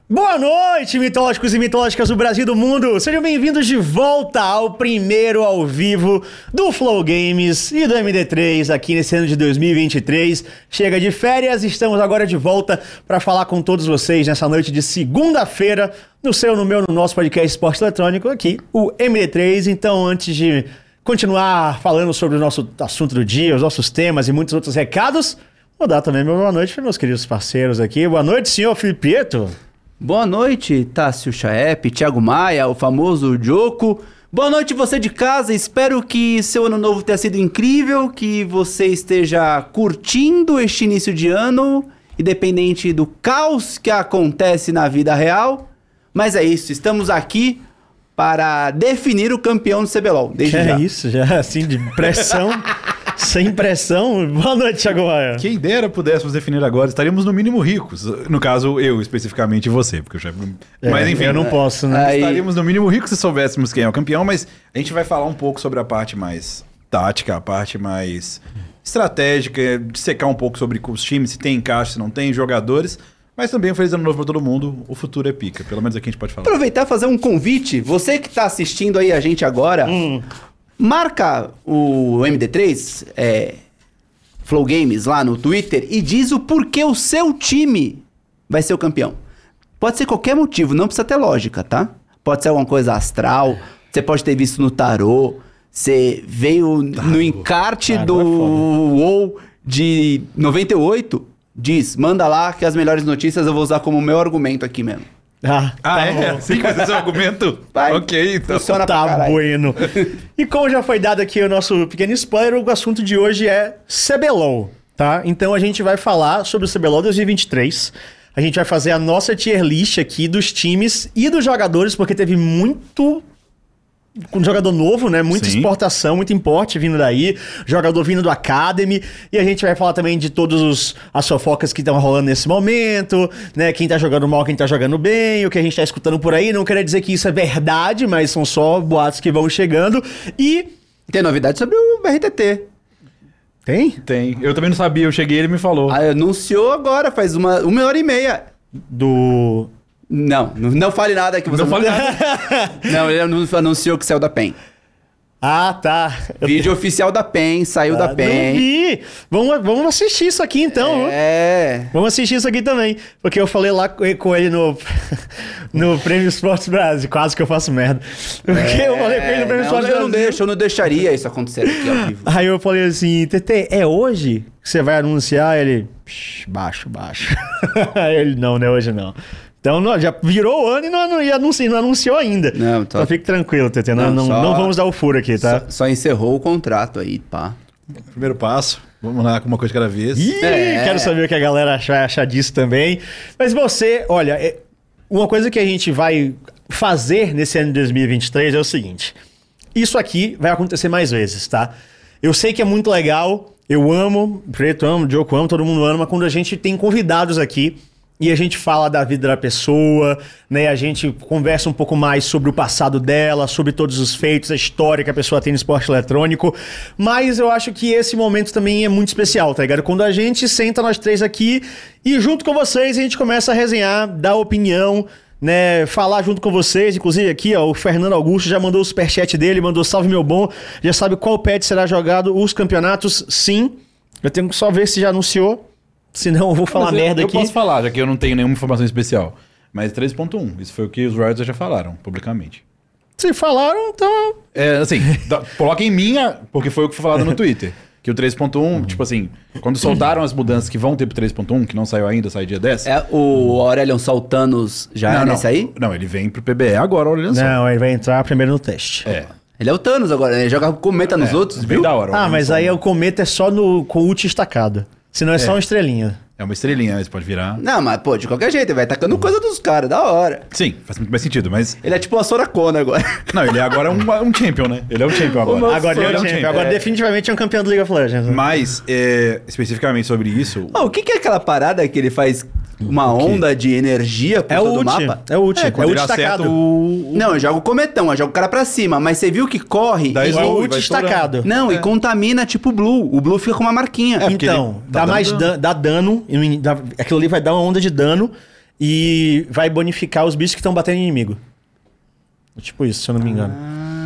Boa noite, mitóticos e mitóticas do Brasil e do mundo! Sejam bem-vindos de volta ao primeiro ao vivo do Flow Games e do MD3 aqui nesse ano de 2023. Chega de férias, estamos agora de volta para falar com todos vocês nessa noite de segunda-feira no nosso podcast Esporte Eletrônico aqui, o MD3. Então, antes de continuar falando sobre o nosso assunto do dia, os nossos temas e muitos outros recados, vou dar também meu boa noite para meus queridos parceiros aqui. Boa noite, senhor Felipe Prieto. Boa noite, Tássio Chaep, Thiago Maia, o famoso Joko. Boa noite você de casa, espero que seu ano novo tenha sido incrível, que você esteja curtindo este início de ano, independente do caos que acontece na vida real. Mas é isso, estamos aqui para definir o campeão do CBLOL, desde já. É isso, já assim, de pressão, sem pressão. Boa noite, Thiago Maia. Quem dera pudéssemos definir agora, estaríamos no mínimo ricos. No caso, eu especificamente e você, porque eu já... Mas enfim, eu não posso, né? Estaríamos no mínimo ricos se soubéssemos quem é o campeão, mas a gente vai falar um pouco sobre a parte mais tática, a parte mais estratégica, dissecar um pouco sobre os times, se tem encaixe, se não tem, jogadores... Mas também um feliz ano novo pra todo mundo, o futuro é pica, pelo menos aqui a gente pode falar. Aproveitar e fazer um convite, você que tá assistindo aí a gente agora, marca o MD3, Flow Games lá no Twitter e diz o porquê o seu time vai ser o campeão. Pode ser qualquer motivo, não precisa ter lógica, tá? Pode ser alguma coisa astral, você pode ter visto no tarô, você veio no encarte do WoW de 98... Diz, manda lá que as melhores notícias eu vou usar como meu argumento aqui mesmo. Sim, mas esse é o argumento? Vai, ok, então. Funciona Tá pra caralho. bueno. E como já foi dado aqui o nosso pequeno spoiler, o assunto de hoje é CBLOL, tá? Então a gente vai falar sobre o CBLOL 2023. A gente vai fazer a nossa tier list aqui dos times e dos jogadores, porque teve muito... Um jogador novo, né? Muita exportação, muito importe vindo daí. Jogador vindo do Academy. E a gente vai falar também de todas as fofocas que estão rolando nesse momento, né? Quem tá jogando mal, quem tá jogando bem, o que a gente tá escutando por aí. Não quero dizer que isso é verdade, mas são só boatos que vão chegando. E... Tem novidade sobre o BRTT. Tem? Tem. Eu também não sabia, eu cheguei e ele me falou. Anunciou agora, faz uma hora e meia. Não fale nada que você... Não fale nada. Não, ele anunciou que saiu da PEN. Ah, tá. Vídeo oficial da PEN, saiu da PEN. Não vi. Vamos assistir isso aqui então. Vamos assistir isso aqui também. Porque eu falei lá com ele no Prêmio Esportes Brasil. Quase que eu faço merda. Porque eu falei com ele no Prêmio Esportes Brasil. Eu não deixaria isso acontecer aqui ao vivo. Aí eu falei assim, TT, é hoje que você vai anunciar? Ele, baixo. Aí ele, não é hoje não. Então já virou o ano e não anunciou ainda. Então fique tranquilo, TT. Não vamos dar o furo aqui, tá? Só encerrou o contrato aí, pá. Primeiro passo. Vamos lá com uma coisa de cada vez. Quero saber o que a galera vai achar disso também. Mas você, olha, uma coisa que a gente vai fazer nesse ano de 2023 é o seguinte. Isso aqui vai acontecer mais vezes, tá? Eu sei que é muito legal. Eu amo, Preto amo, Joko amo, todo mundo ama. Quando a gente tem convidados aqui e a gente fala da vida da pessoa, né? A gente conversa um pouco mais sobre o passado dela, sobre todos os feitos, a história que a pessoa tem no esporte eletrônico. Mas eu acho que esse momento também é muito especial, tá ligado? Quando a gente senta nós três aqui e junto com vocês a gente começa a resenhar, dar opinião, né? Falar junto com vocês. Inclusive aqui, ó, o Fernando Augusto já mandou o superchat dele, mandou salve meu bom. Já sabe qual pad será jogado os campeonatos? Sim. Eu tenho que só ver se já anunciou. Senão eu vou falar merda aqui. Eu posso falar, já que eu não tenho nenhuma informação especial. Mas 3.1, isso foi o que os Riots já falaram, publicamente. Se falaram, então... Coloquem em minha, porque foi o que foi falado no Twitter. Que o 3.1, tipo assim, quando soltaram as mudanças que vão ter pro 3.1, que não saiu ainda, sai dia 10. O Aurelion Saltanos já nesse aí? Não, ele vem pro PBE agora, o Aurelion Saltanos. Não, ele vai entrar primeiro no teste. Ele é o Thanos agora, né? Ele joga cometa nos outros, bem viu? da hora. Mas aí o cometa é só com ult estacado. Senão é só uma estrelinha. É uma estrelinha, mas pode virar. Não, mas pô, de qualquer jeito, ele vai tacando coisa dos caras, da hora. Sim, faz muito mais sentido, mas... Ele é tipo uma Soracona agora. Não, ele é agora um champion, né? Ele é um champion agora. Agora ele é um champion. Agora definitivamente é um campeão do League of Legends. Mas, especificamente sobre isso... O que é aquela parada que ele faz uma onda de energia por todo o mapa? É o ult. É o ult estacado. Não, eu jogo o cometão, eu jogo o cara pra cima, mas você viu que corre... Daí é o ult estacado. Não, e contamina tipo o Blue. O Blue fica com uma marquinha. Então, dá dano. Aquilo ali vai dar uma onda de dano. e vai bonificar os bichos que estão batendo em inimigo. Tipo isso, se eu não me engano.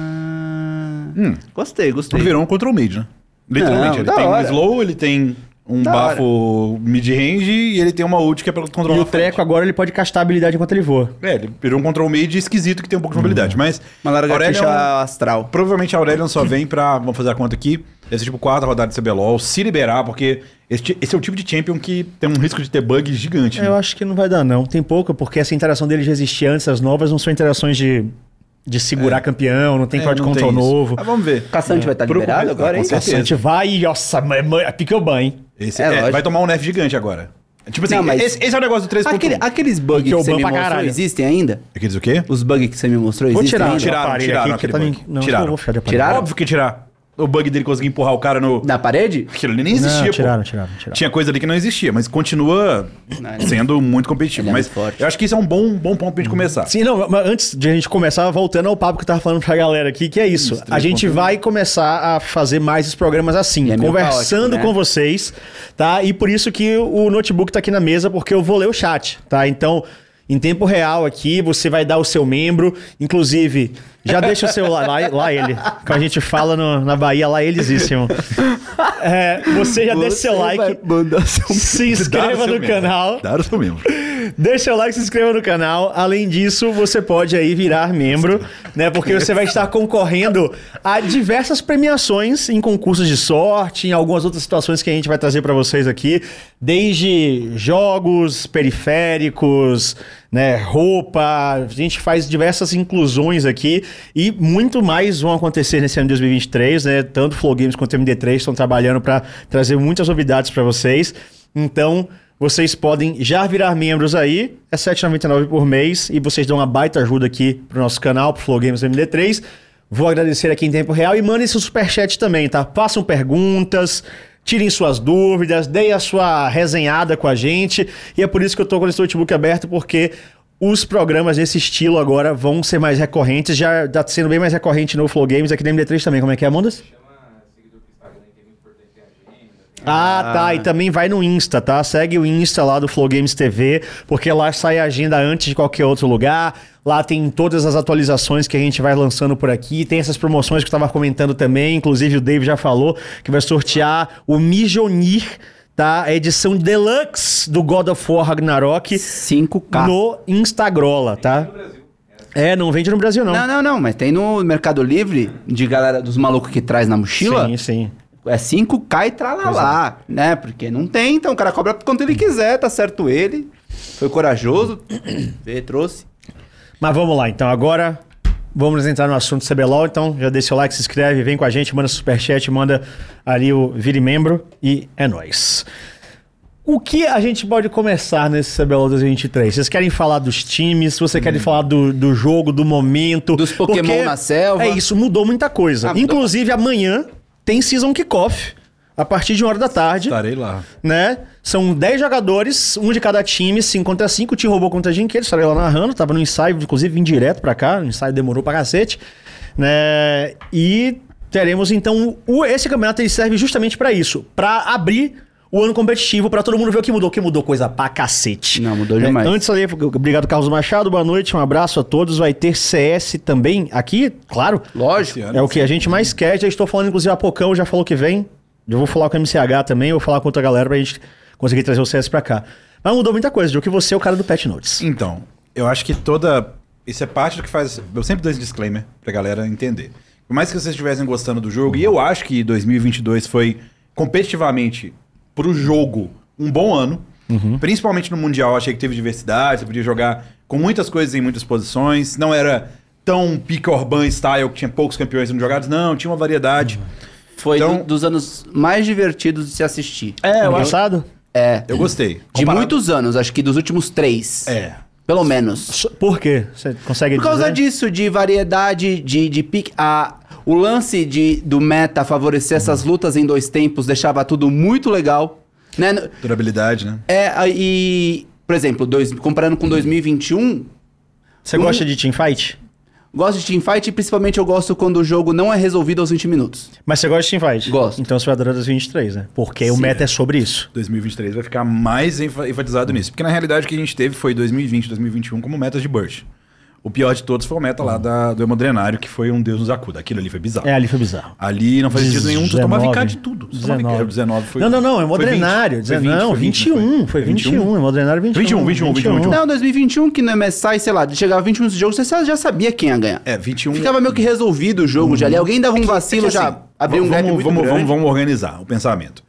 Gostei. Virou um control mid, né? Literalmente. Não, ele da tem um hora. slow, ele tem um Da bafo mid-range e ele tem uma ult que é pra controlar E o a frente. treco agora ele pode castar a habilidade enquanto ele voa. Ele virou um control mid esquisito que tem um pouco de mobilidade, mas... Uma lagartixa astral. Provavelmente a Aurelion só vem pra... Vamos fazer a conta aqui. Esse é tipo 4ª rodada de CBLOL. Se liberar, porque esse é o tipo de champion que tem um risco de ter bug gigante. Né? Eu acho que não vai dar, não. Tem pouca, porque essa interação dele já existia antes, as novas não são interações de segurar campeão, não tem crowd não control tem isso. novo. Mas vamos ver. O Caçante vai estar liberado agora, com hein? certeza. Caçante vai e, nossa, pique o banho. Esse lógico. vai tomar um nerf gigante agora. Tipo assim, Não, mas- esse é o negócio do 3.1. Aqueles bugs Porque que o você ban me pra mostrou caralho. existem ainda? Aqueles o quê? Os bugs que você me mostrou Vou existem tirar, ainda? Tiraram aqui, que aquele tá bug. Não, Tiraram. não vou ficar de aparelho. Tiraram? Óbvio que tirar. O bug dele conseguir empurrar o cara no... Na parede? Aquilo ali nem existia, Não, pô. tiraram. Tinha coisa ali que não existia, mas continua sendo muito competitivo. ele é Mas muito forte. eu acho que isso é um bom ponto pra gente começar. Sim, não, mas antes de a gente começar, voltando ao papo que eu tava falando pra galera aqui, que é isso. A gente vai começar a fazer mais esses programas assim, E é meio conversando caótico, né? com vocês, tá? E por isso que o notebook tá aqui na mesa, porque eu vou ler o chat, tá? Então, em tempo real aqui, você vai dar o seu membro, inclusive, já deixa o seu lá ele, que a gente fala na Bahia, lá elesíssimo. Você já deixa o seu like, se inscreva no canal. Dar o seu membro. Deixa o like, se inscreva no canal. Além disso, você pode aí virar membro, né? Porque você vai estar concorrendo a diversas premiações em concursos de sorte, em algumas outras situações que a gente vai trazer para vocês aqui, desde jogos, periféricos, né, roupa, a gente faz diversas inclusões aqui e muito mais vão acontecer nesse ano de 2023, né? Tanto o Flow Games quanto o MD3 estão trabalhando para trazer muitas novidades para vocês. Então, vocês podem já virar membros aí, é R$ 7,99 por mês e vocês dão uma baita ajuda aqui pro nosso canal, pro Flow Games MD3. Vou agradecer aqui em tempo real e mandem seu superchat também, tá? Façam perguntas, tirem suas dúvidas, deem a sua resenhada com a gente. E é por isso que eu tô com esse notebook aberto, porque os programas desse estilo agora vão ser mais recorrentes. Já tá sendo bem mais recorrente no Flow Games, aqui na MD3 também. Como é que é, Amondas? Ah, tá. E também vai no Insta, tá? Segue o Insta lá do Flow Games TV, porque lá sai a agenda antes de qualquer outro lugar. Lá tem todas as atualizações que a gente vai lançando por aqui. Tem essas promoções que eu tava comentando também. Inclusive o Dave já falou que vai sortear o Mjolnir, tá? A edição deluxe do God of War Ragnarok 5K. no Instagrola, tá? Não vende no Brasil, não. Não, mas tem no Mercado Livre de galera dos malucos que traz na mochila. Sim. É 5K e tralalá, né? Porque não tem, então o cara cobra quanto ele quiser, tá certo ele. Foi corajoso, trouxe. Mas vamos lá, então agora vamos entrar no assunto CBLOL, então já deixa o like, se inscreve, vem com a gente, manda superchat, manda ali o vire membro e é nóis. O que a gente pode começar nesse CBLOL 2023? Vocês querem falar dos times? Vocês querem falar do jogo, do momento? Dos Pokémon Porque na selva? É isso, mudou muita coisa. Mudou. Inclusive amanhã tem Season Kickoff, a partir de 1 hora da tarde. Estarei lá. Né? São 10 jogadores, um de cada time, 5 contra 5. O T-Robô contra a Jinqueiro, estarei lá narrando. Tava no ensaio, inclusive vim direto pra cá. O ensaio demorou pra cacete. Né? E teremos então... Esse campeonato ele serve justamente pra isso. Pra abrir o ano competitivo, pra todo mundo ver o que mudou. Que mudou coisa pra cacete. Não, mudou demais. Antes ali, obrigado Carlos Machado, boa noite, um abraço a todos. Vai ter CS também aqui, claro. Lógico. É o que a gente mais quer. Já estou falando, inclusive, a Pocão já falou que vem. Eu vou falar com o MCH também, vou falar com outra galera pra gente conseguir trazer o CS pra cá. Mas mudou muita coisa, de que você é o cara do Patch Notes. Então, eu acho que isso é parte do que faz... Eu sempre dou esse disclaimer pra galera entender. Por mais que vocês estivessem gostando do jogo, e eu acho que 2022 foi competitivamente pro jogo um bom ano. Principalmente no Mundial, eu achei que teve diversidade, você podia jogar com muitas coisas em muitas posições. Não era tão pique Orban style, que tinha poucos campeões sendo jogados. Não, tinha uma variedade. Foi Então- dos anos mais divertidos de se assistir. É, o passado? Eu gostei. De muitos anos, acho que dos últimos 3. Pelo menos. Por quê? Você consegue Por causa dizer? disso, de variedade, de pique. O lance do meta favorecer essas lutas em 2 tempos deixava tudo muito legal. Né? Durabilidade, né? E, por exemplo, comparando com 2021, Você gosta de teamfight? Gosto de teamfight e principalmente eu gosto quando o jogo não é resolvido aos 20 minutos. Mas você gosta de teamfight? Gosto. Então você vai adorar 2023, né? Porque o meta é sobre isso. 2023 vai ficar mais enfatizado nisso. Porque na realidade o que a gente teve foi 2020, 2021 como metas de burst. O pior de todos foi o meta lá do Hemodrenário, que foi um Deus nos acuda. Aquilo ali foi bizarro. Ali foi bizarro. Ali não fazia sentido nenhum, tu tomava IK de tudo. 19. 19 foi... Não, Hemodrenário. Não, 21. Foi 21. Hemodrenário 21. 21. Não, 2021, que no MSI, sei lá, chegava 20 minutos de jogo, você já sabia quem ia ganhar. 21... Ficava meio que resolvido o jogo já ali. Alguém dava um vacilo, já assim, abria um gap muito grande. Vamos organizar o pensamento.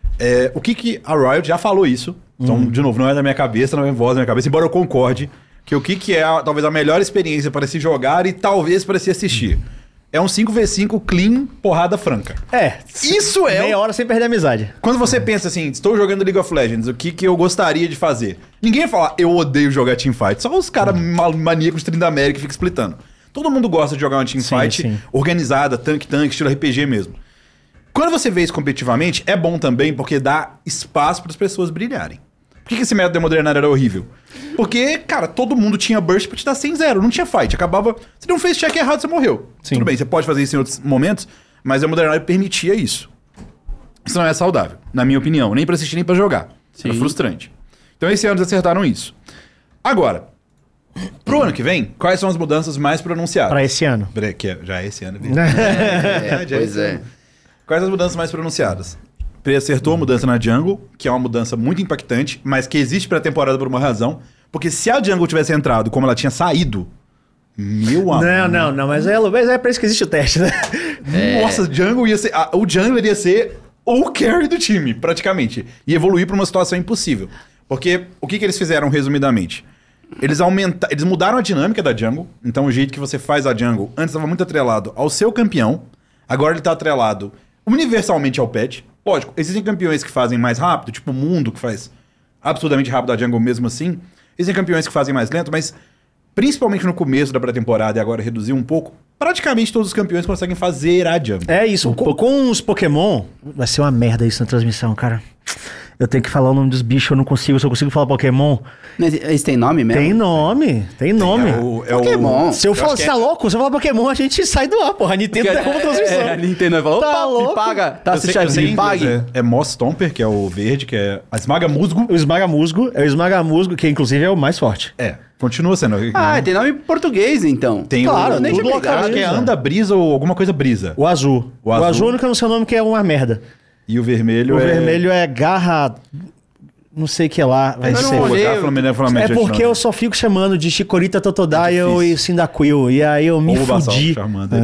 O que a Riot já falou isso. Então, de novo, não é da minha cabeça, não é voz da minha cabeça, embora eu concorde que o que é talvez a melhor experiência para se jogar e talvez para se assistir. É um 5v5 clean, porrada franca. Isso é... Meia hora sem perder a amizade. Quando você pensa assim, estou jogando League of Legends, o que eu gostaria de fazer? Ninguém fala, eu odeio jogar teamfight. Só os caras maníacos 30 da América que ficam splitando. Todo mundo gosta de jogar uma teamfight organizada, tanque, estilo RPG mesmo. Quando você vê isso competitivamente, é bom também porque dá espaço para as pessoas brilharem. Por que esse método de Hemodrenário era horrível? Porque, cara, todo mundo tinha burst pra te dar 100-0. Não tinha fight. Acabava... Você não fez check errado, você morreu. Sim. Tudo bem, você pode fazer isso em outros momentos, mas o Hemodrenário permitia isso. Isso não é saudável, na minha opinião. Nem pra assistir, nem pra jogar. Era frustrante. Então, esse ano eles acertaram isso. Agora, pro ano que vem, quais são as mudanças mais pronunciadas? Pra esse ano. Já é esse ano. Pois é. Quais as mudanças mais pronunciadas? Acertou a mudança na jungle, que é uma mudança muito impactante, mas que existe pra temporada por uma razão. Porque se a jungle tivesse entrado como ela tinha saído, meu amor... Não, mas é pra isso que existe o teste, né? Nossa, jungle ia ser... O jungler ia ser o carry do time, praticamente. E evoluir pra uma situação impossível. Porque o que eles fizeram, resumidamente? Eles mudaram a dinâmica da jungle. Então o jeito que você faz a jungle antes estava muito atrelado ao seu campeão. Agora ele tá atrelado universalmente ao pet. Lógico, existem campeões que fazem mais rápido, tipo o Mundo, que faz absurdamente rápido a jungle mesmo assim. Existem campeões que fazem mais lento, mas principalmente no começo da pré-temporada e agora reduziu um pouco, praticamente todos os campeões conseguem fazer a jungle. É isso. Com os Pokémon, vai ser uma merda isso na transmissão, cara. Eu tenho que falar o nome dos bichos, eu não consigo. Se eu consigo falar Pokémon... Eles têm nome mesmo? Tem nome. Pokémon. Se eu falar, você tá louco? Se eu falar Pokémon, a gente sai do ar, porra. A Nintendo tá como transmissão. A Nintendo vai falar, Tá opa, me louco? paga. Tá assistindo, me pague. É Moss Stomper, que é o verde, que é a Esmaga Musgo. O Esmaga-Musgo, que inclusive é o mais forte. Continua sendo. Tem nome em português, então. Tem Claro, o... nem tudo tinha local, acho que é brisa. Anda Brisa ou alguma coisa Brisa. O azul. O azul é o único que eu não sei o nome, que é uma merda. E o vermelho O vermelho é Garra... Não sei o que lá. Vai Eu ser. não olhei. É porque eu só fico chamando de Chikorita, Totodile e Cyndaquil. E aí eu me fudi.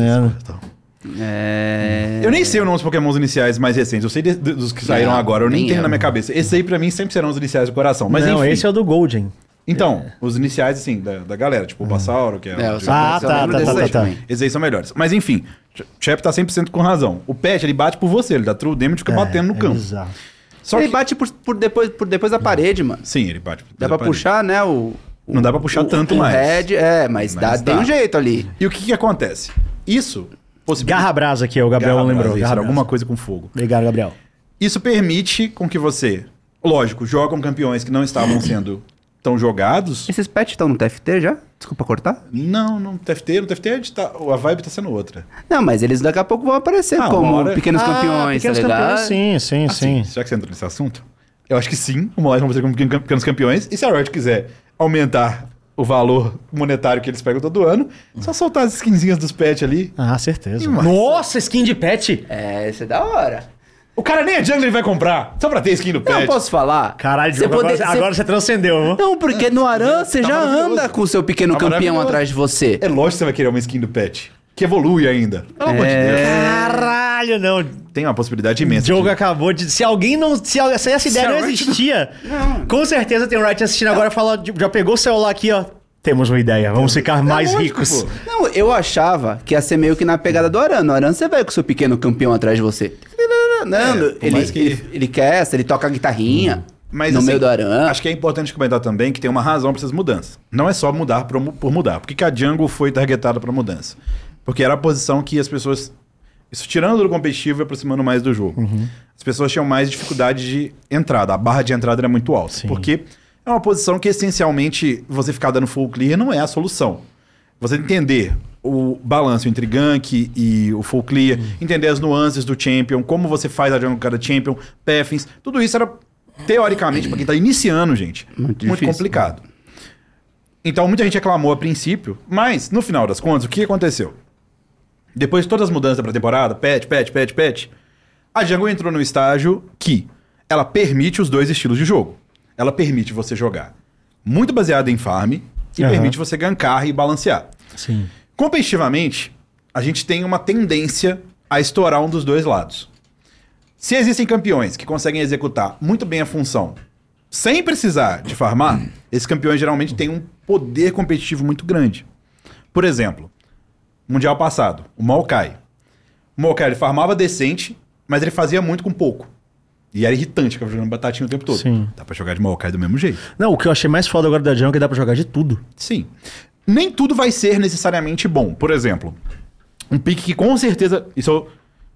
Eu nem sei o nome dos Pokémons iniciais mais recentes. Eu sei dos que saíram agora. Eu nem tenho na minha cabeça. Esse aí pra mim sempre serão os iniciais do coração. Mas Não, enfim. esse é o do Golden. Então, os iniciais, assim, da galera. Tipo o Bassauro, que é... Tá. Esses aí são melhores. Mas enfim, o Chap tá 100% com razão. O Pet, ele bate por você. Ele dá true damage e fica batendo no campo. Exato. Só Ele que... bate por depois da parede, mano. Sim, ele bate por Dá pra puxar, né, Não dá pra puxar tanto o mais. head, mas tem um jeito ali. E o que acontece? Isso... Garra Brasa aqui, o Gabriel lembrou. Isso, era alguma coisa com fogo. Obrigado, Gabriel. Isso permite com que você, lógico, jogam campeões que não estavam sendo tão jogados. Esses pets estão no TFT já? Desculpa cortar? Não, no TFT a vibe tá sendo outra. Não, mas eles daqui a pouco vão aparecer como pequenos campeões, pequenos tá ligado? campeões, sim. Já que você entrou nesse assunto, eu acho que sim, o Molage vão ser como pequenos campeões. E se a Riot quiser aumentar o valor monetário que eles pegam todo ano, só soltar as skinzinhas dos pets ali. Certeza. Nossa, skin de pet! Isso é da hora. O cara nem a jungle ele vai comprar, só pra ter skin do pet. Não, posso falar? Caralho, agora você transcendeu, não? Não, porque no Aran você já anda com o seu pequeno campeão atrás de você. É lógico que você vai querer uma skin do pet, que evolui ainda. Pelo amor de Deus. Caralho, não. Tem uma possibilidade imensa. O jogo acabou de... Se alguém não... Se essa ideia não existia, com certeza tem um Riot assistindo agora e fala... Já pegou o celular aqui, ó. Temos uma ideia, vamos ficar mais ricos. Pô. Não, eu achava que ia ser meio que na pegada do Aran. No Aran você vai com o seu pequeno campeão atrás de você. Não, ele cast, ele toca a guitarrinha. Mas, no assim, meio do Aran. Acho que é importante comentar também que tem uma razão para essas mudanças. Não é só mudar por mudar. Por que a jungle foi targetada para mudança? Porque era a posição que as pessoas... Isso tirando do competitivo e aproximando mais do jogo. As pessoas tinham mais dificuldade de entrada. A barra de entrada era muito alta. Sim. Porque é uma posição que, essencialmente, você ficar dando full clear não é a solução. você entender o balanço entre gank e o full clear, entender as nuances do champion, como você faz a jungle com cada champion, pathings, tudo isso era, teoricamente, pra quem tá iniciando, gente, muito complicado. Então, muita gente reclamou a princípio, mas, no final das contas, o que aconteceu? Depois de todas as mudanças pra temporada, patch, a jungle entrou no estágio que ela permite os dois estilos de jogo. Ela permite você jogar muito baseado em farm e permite você gankar e balancear. Sim. Competitivamente, a gente tem uma tendência a estourar um dos dois lados. Se existem campeões que conseguem executar muito bem a função sem precisar de farmar, esses campeões geralmente têm um poder competitivo muito grande. Por exemplo, Mundial passado, o Maokai. O Maokai ele farmava decente, mas ele fazia muito com pouco. E era irritante, ficava jogando batatinha o tempo todo. Sim. Dá pra jogar de Maokai do mesmo jeito. Não, o que eu achei mais foda agora da jungle é que dá pra jogar de tudo. Sim. Nem tudo vai ser necessariamente bom. Por exemplo, um pique que com certeza... Isso é o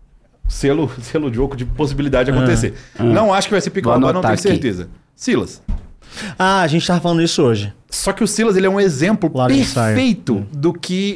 selo de jogo de possibilidade de acontecer. Não acho que vai ser pick agora, não tenho certeza. Silas. Ah, a gente tava falando isso hoje. Só que o Silas ele é um exemplo perfeito do que...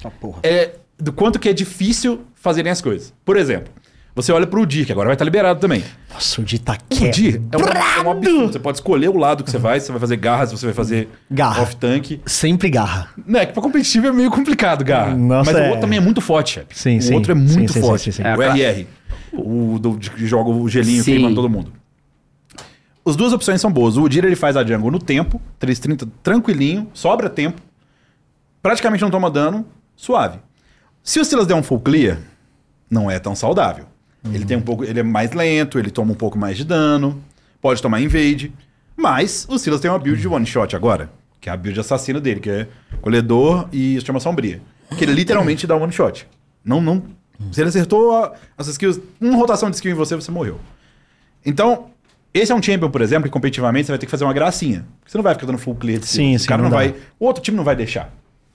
do quanto que é difícil fazerem as coisas. Por exemplo, você olha pro Udyr, que agora vai estar liberado também. Nossa, o Udyr tá O Udyr é um absurdo. Você pode escolher o lado que você vai fazer garras, você vai fazer off-tank. Sempre garra. Não, é que pra competitivo é meio complicado, garra. Nossa, mas o outro também é muito forte, chefe. Sim, o outro é muito forte. Sim. O RR. Que joga o gelinho queimando todo mundo. As duas opções são boas. O Udyr ele faz a jungle no tempo, 330, tranquilinho, sobra tempo. Praticamente não toma dano, suave. Se o Silas der um full clear, não é tão saudável. Ele tem ele é mais lento, ele toma um pouco mais de dano, pode tomar invade, mas o Silas tem uma build de one shot agora, que é a build assassina dele, que é colhedor e chama sombria, que ele literalmente dá one shot. Se ele acertou as skills, uma rotação de skill em você, você morreu. Então, esse é um champion, por exemplo, que competitivamente você vai ter que fazer uma gracinha. Você não vai ficar dando full clear de Silas. O cara não vai, o outro time não vai deixar.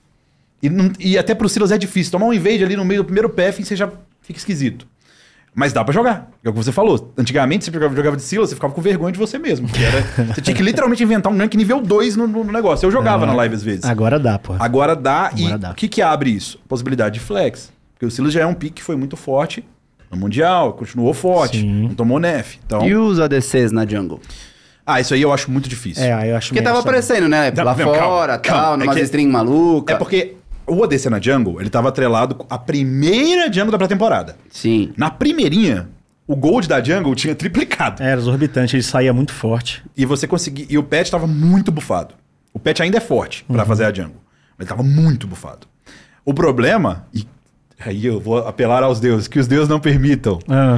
E até pro Silas é difícil. Tomar um invade ali no meio do primeiro path, você já fica esquisito. Mas dá pra jogar. É o que você falou. Antigamente, você jogava de Silas, você ficava com vergonha de você mesmo. Você tinha que literalmente inventar um gank nível 2 no negócio. Eu jogava na live às vezes. Agora dá, pô. Agora dá. O que abre isso? Possibilidade de flex. Porque o Silas já é um pick que foi muito forte no Mundial, continuou forte, não tomou nerf. Então... E os ADCs na jungle? Isso aí eu acho muito difícil. Eu acho Porque tava aparecendo, né? Lá fora, tal, numas strings malucas. É porque... O ADC na jungle, ele tava atrelado à primeira jungle da pré-temporada. Sim. Na primeirinha, o gold da jungle tinha triplicado. Era exorbitante, ele saía muito forte. E você conseguia... E o patch tava muito bufado. O patch ainda é forte pra fazer a jungle. Mas ele tava muito bufado. O problema... E aí eu vou apelar aos deuses, que os deuses não permitam.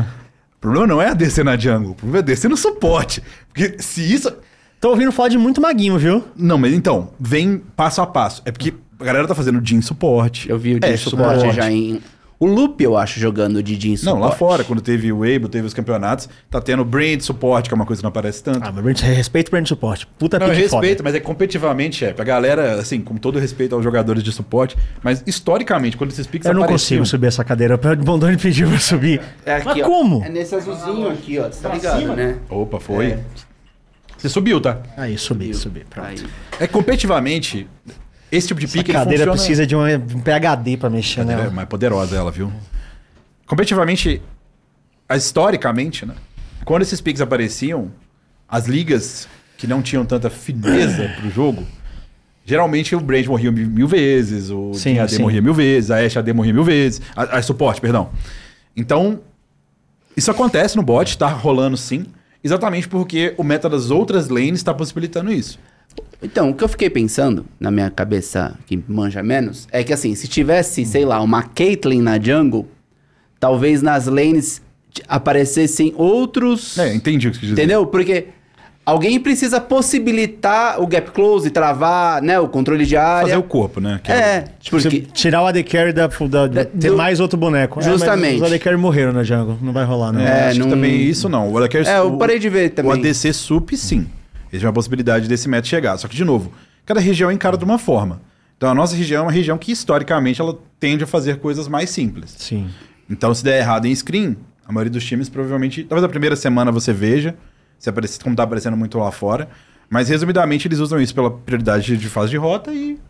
O problema não é ADC na jungle, o problema é ADC no suporte. Porque se isso... Tô ouvindo falar de muito maguinho, viu? Não, mas então, vem passo a passo. É porque... A galera tá fazendo Jhin suporte. Eu vi o Jhin suporte já em... O Loop, eu acho, jogando de Jhin suporte. Não, lá fora, quando teve o Weibo, teve os campeonatos, tá tendo Brand suporte, que é uma coisa que não aparece tanto. Mas respeito o Brand suporte. Puta não, pique respeito, foda. mas é competitivamente, chefe. A galera, assim, com todo respeito aos jogadores de suporte, mas historicamente, quando esses picks eu não apareciam... consigo subir essa cadeira. O Bondoni pediu pra subir. Aqui, mas ó, como? É nesse azulzinho aqui, ó. Você tá ligado, né? Opa, foi. Você subiu, tá? Aí, subi. Pronto. Aí. É competitivamente... Esse tipo de pique, ele cadeira funciona... precisa de um PHD pra mexer, né? É mais poderosa ela, viu? Competitivamente, historicamente, né? Quando esses piques apareciam, as ligas que não tinham tanta fineza pro jogo, geralmente o Brand morria mil vezes, o AD morria 1000 vezes, a Ashe AD morria 1000 vezes, a suporte, perdão. Então, isso acontece no bot, tá rolando sim, exatamente porque o meta das outras lanes está possibilitando isso. Então, o que eu fiquei pensando, na minha cabeça, que manja menos, é que assim, se tivesse, sei lá, uma Caitlyn na jungle, talvez nas lanes aparecessem outros... entendi o que você quis dizer. Entendeu? Porque alguém precisa possibilitar o gap close, travar, né, o controle de área. Fazer o corpo, né? Porque... Tirar o AD Carry ter mais outro boneco. Justamente. Mas os AD Carry morreram na jungle, não vai rolar, né? Acho que também isso não. O AD Carry, eu parei de ver também. O ADC sup, sim. Existe uma possibilidade desse meta chegar. Só que, de novo, cada região encara de uma forma. Então, a nossa região é uma região que, historicamente, ela tende a fazer coisas mais simples. Sim. Então, se der errado em screen, a maioria dos times provavelmente... Talvez a primeira semana você veja, como tá aparecendo muito lá fora. Mas, resumidamente, eles usam isso pela prioridade de fase de rota e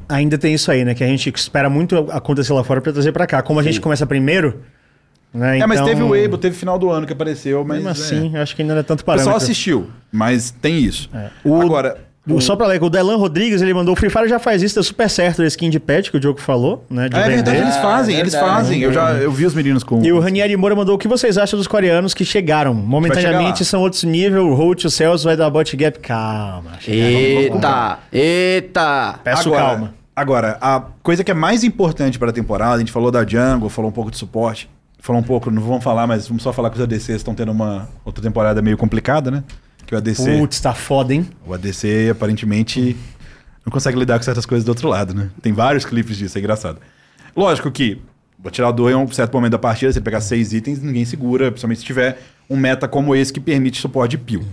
ainda tem isso aí, né? Que a gente espera muito acontecer lá fora pra trazer pra cá. Como a gente começa primeiro, né? Mas então, teve o Weibo, teve final do ano que apareceu, mas... mesmo assim, acho que ainda não é tanto O parâmetro. pessoal assistiu, mas tem isso. Agora... Só pra ler, o Delan Rodrigues, ele mandou: o Free Fire já faz isso, deu super certo a skin de pet que o Diogo falou, né? De É vender. verdade, eles fazem. Eu vi os meninos com... E o Ranieri Moura mandou: o que vocês acham dos coreanos que chegaram? Momentaneamente lá. são outros níveis, o Road to Cells vai dar bot gap. Calma. Eita! Peço calma. Agora, a coisa que é mais importante para a temporada, a gente falou da jungle, falou um pouco de suporte, falou um pouco, não vamos falar, mas vamos só falar que os ADCs estão tendo uma outra temporada meio complicada, né? Que o ADC... Putz, tá foda, hein? O ADC, aparentemente, não consegue lidar com certas coisas do outro lado, né? Tem vários clipes disso, é engraçado. Lógico que o atirador em um certo momento da partida, se ele pegar 6 itens, ninguém segura, principalmente se tiver um meta como esse que permite suporte de peel.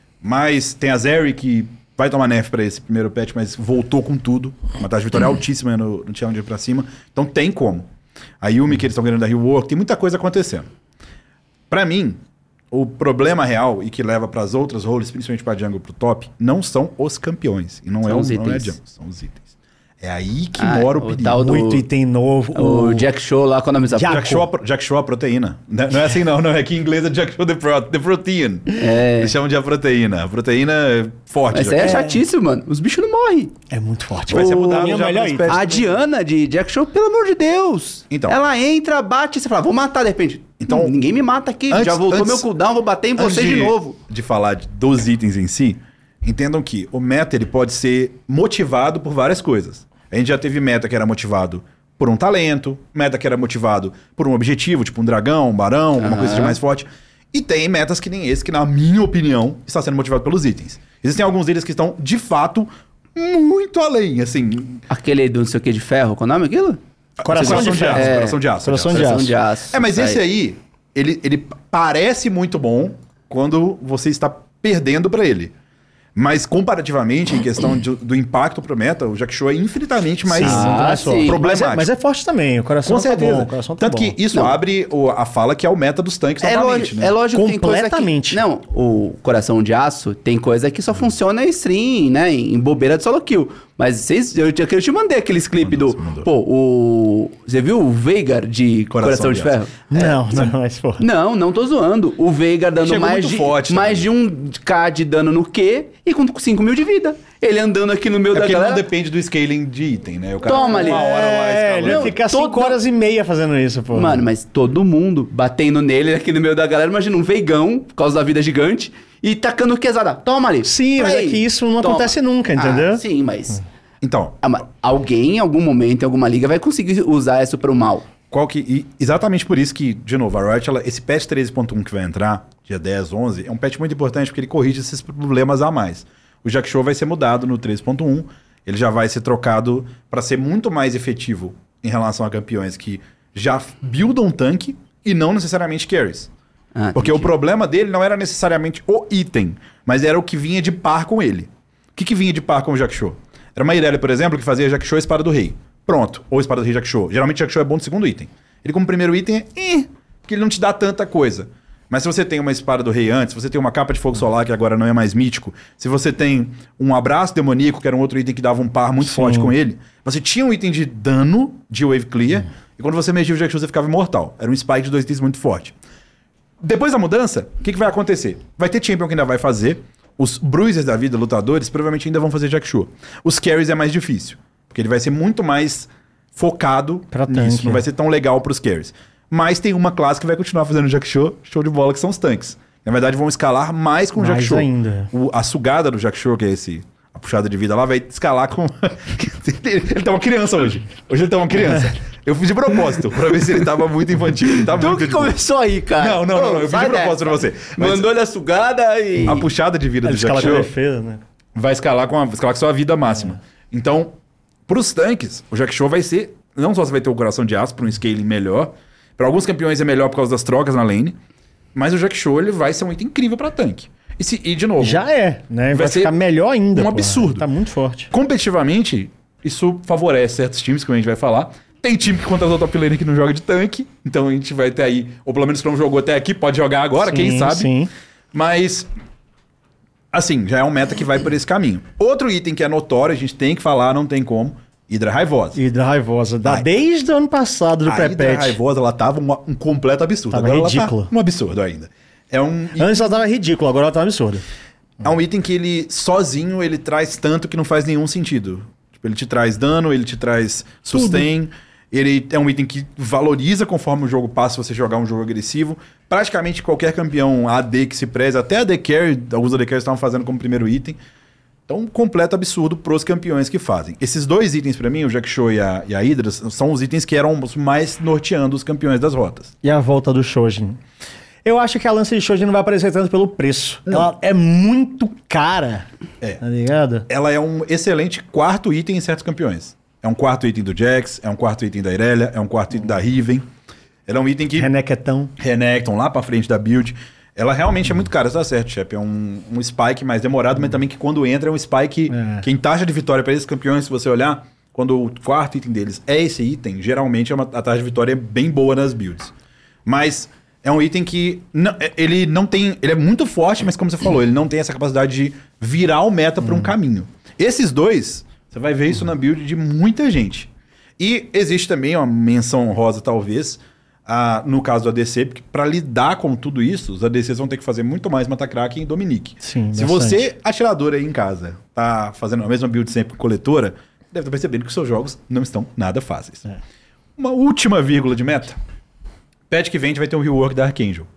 Mas tem a Zeri que vai tomar nerf pra esse primeiro patch, mas voltou com tudo. Uma taxa de vitória altíssima no Challenger pra cima. Então tem como. A Yumi, que eles estão ganhando da Rework, tem muita coisa acontecendo. Pra mim, o problema real e que leva para as outras roles, principalmente para jungle pro top, não são os campeões. E não é jungle, são os itens. É aí que mora o perigo. Muito item novo. O Jack Show lá, quando a mesa... Jack Show a proteína. Não é assim não, é que em inglês é Jack Show the protein. Eles chamam de a proteína. A proteína é forte. Mas é chatíssimo, mano. Os bichos não morrem. É muito forte. Vai ser mudado já melhor pelos patches. A Diana de Jack Show, pelo amor de Deus. Então. Ela entra, bate, você fala, vou matar de repente. Então, ninguém me mata aqui. Já voltou meu cooldown, vou bater em você de novo. De falar dos itens em si, entendam que o meta ele pode ser motivado por várias coisas. A gente já teve meta que era motivado por um talento, meta que era motivado por um objetivo, tipo um dragão, um barão, uma coisa de mais forte. E tem metas que nem esse, que na minha opinião, está sendo motivado pelos itens. Existem alguns deles que estão, de fato, muito além, assim... Aquele do não sei o que de ferro, qual é o nome aquilo? Coração de ferro. Coração de aço. Coração de aço. Mas esse aí, ele parece muito bom quando você está perdendo pra ele. Mas comparativamente, em questão do impacto pro meta, o Jack Show é infinitamente mais problemático. Mas é forte também, o coração Com certeza. tá bom. O coração tá Tanto bom. que isso abre a fala que é o meta dos tanques novamente, né? É lógico que tem coisa Completamente. que... Não, o Coração de Aço tem coisa que só funciona em stream, né? Em bobeira de solo kill. Mas eu te mandei aqueles clipes do... Pô, você viu o Veigar de Coração de Ferro? Não, mas porra. Não tô zoando. O Veigar dando mais de 1k de dano no Q e com 5 mil de vida. Ele andando aqui no meio da galera... Porque não depende do scaling de item, né? O cara Toma ali. Uma hora lá Ele vai ficar 5 horas e meia fazendo isso, pô. Mano, mas todo mundo batendo nele aqui no meio da galera. Imagina um Veigão, por causa da vida gigante, e tacando quesada. Toma ali. Sim, mas é que isso não acontece nunca, entendeu? Sim, mas... Então... alguém, em algum momento, em alguma liga, vai conseguir usar isso pro mal. Exatamente por isso que, de novo, a Riot, esse patch 13.1 que vai entrar, dia 10, 11, é um patch muito importante porque ele corrige esses problemas a mais. O Jack Show vai ser mudado no 13.1, ele já vai ser trocado para ser muito mais efetivo em relação a campeões que já buildam tanque e não necessariamente carries. Porque o problema dele não era necessariamente o item, mas era o que vinha de par com ele. O que vinha de par com o Jack Show? Era uma Irelia, por exemplo, que fazia Jack Show e Espada do Rei. Pronto. Ou Espada do Rei Jack Show. Geralmente Jack Show é bom de segundo item. Ele como primeiro item porque ele não te dá tanta coisa. Mas se você tem uma Espada do Rei antes, se você tem uma Capa de Fogo Solar, que agora não é mais mítico, se você tem um Abraço Demoníaco, que era um outro item que dava um par muito forte com ele, você tinha um item de dano de Wave Clear, e quando você mexia o Jack Show, você ficava imortal. Era um spike de 2 itens muito forte. Depois da mudança, o que vai acontecer? Vai ter Champion que ainda vai fazer. Os bruisers da vida, lutadores, provavelmente ainda vão fazer Jack Show. Os carries é mais difícil, porque ele vai ser muito mais focado nisso. Não vai ser tão legal pros carries. Mas tem uma classe que vai continuar fazendo Jack Show, show de bola, que são os tanques. Na verdade, vão escalar mais com o Jack Show. Ainda. A sugada do Jack Show, que é a puxada de vida lá, vai escalar com... Ele tá uma criança hoje. Hoje ele tá uma criança. Eu fiz de propósito, pra ver se ele tava muito infantil. Ele tá muito que começou aí, cara. Não. Eu fiz de propósito pra você. Mandou-lhe a sugada e... A puxada de vida do Jack Show defesa, né? vai escalar com a sua vida máxima. Então, pros tanques, o Jack Show vai ser... Não só você vai ter o Coração de Aço pra um scaling melhor. Pra alguns campeões é melhor por causa das trocas na lane. Mas o Jack Show ele vai ser um item incrível pra tanque. E de novo... Já é, né? Vai ficar melhor ainda. Um absurdo. Tá muito forte. Competitivamente, isso favorece certos times, como a gente vai falar. Tem time que contratou top lane que não joga de tanque. Então a gente vai ter aí... Ou pelo menos que não jogou até aqui, pode jogar agora, quem sabe. Sim. Mas... Assim, já é um meta que vai por esse caminho. Outro item que é notório, a gente tem que falar, não tem como. Hidra raivosa. Hidra raivosa. Desde o ano passado do A Hidra pré-patch. raivosa, ela tava um completo absurdo. Tava Agora ridícula. ela tá um absurdo ainda. Antes ela tava ridícula, agora ela tá absurda. É um item que ele, sozinho, ele traz tanto que não faz nenhum sentido. Tipo, ele te traz dano, ele te traz sustain. Ele é um item que valoriza conforme o jogo passa, se você jogar um jogo agressivo. Praticamente qualquer campeão AD que se preze, até AD Carry, alguns AD Carry estavam fazendo como primeiro item. Então, um completo absurdo pros campeões que fazem. Esses dois itens, pra mim, o Jack-Show e a Hydra, são os itens que eram os mais norteando os campeões das rotas. E a volta do Shojin? Eu acho que a lança de Shojin não vai aparecer tanto pelo preço. Ela é muito cara. Tá ligado? Ela é um excelente quarto item em certos campeões. É um quarto item do Jax, é um quarto item da Irelia, é um quarto item da Riven. Ela é um item que... Renekton, lá pra frente da build. Ela realmente é muito cara, tá certo, Shep. É um spike mais demorado, mas também que quando entra é um spike que em taxa de vitória para esses campeões, se você olhar, quando o quarto item deles é esse item, geralmente a taxa de vitória é bem boa nas builds. Mas é um item que ele não tem... Ele é muito forte, mas como você falou, ele não tem essa capacidade de virar o meta para um caminho. Esses dois, você vai ver isso na build de muita gente. E existe também uma menção honrosa, talvez... no caso do ADC, porque para lidar com tudo isso, os ADCs vão ter que fazer muito mais Matacrack e Dominique. Sim, se você, atirador aí em casa, tá fazendo a mesma build sempre com coletora, deve estar percebendo que os seus jogos não estão nada fáceis. Uma última vírgula de meta. Patch que vem, a gente vai ter um rework da Archangel.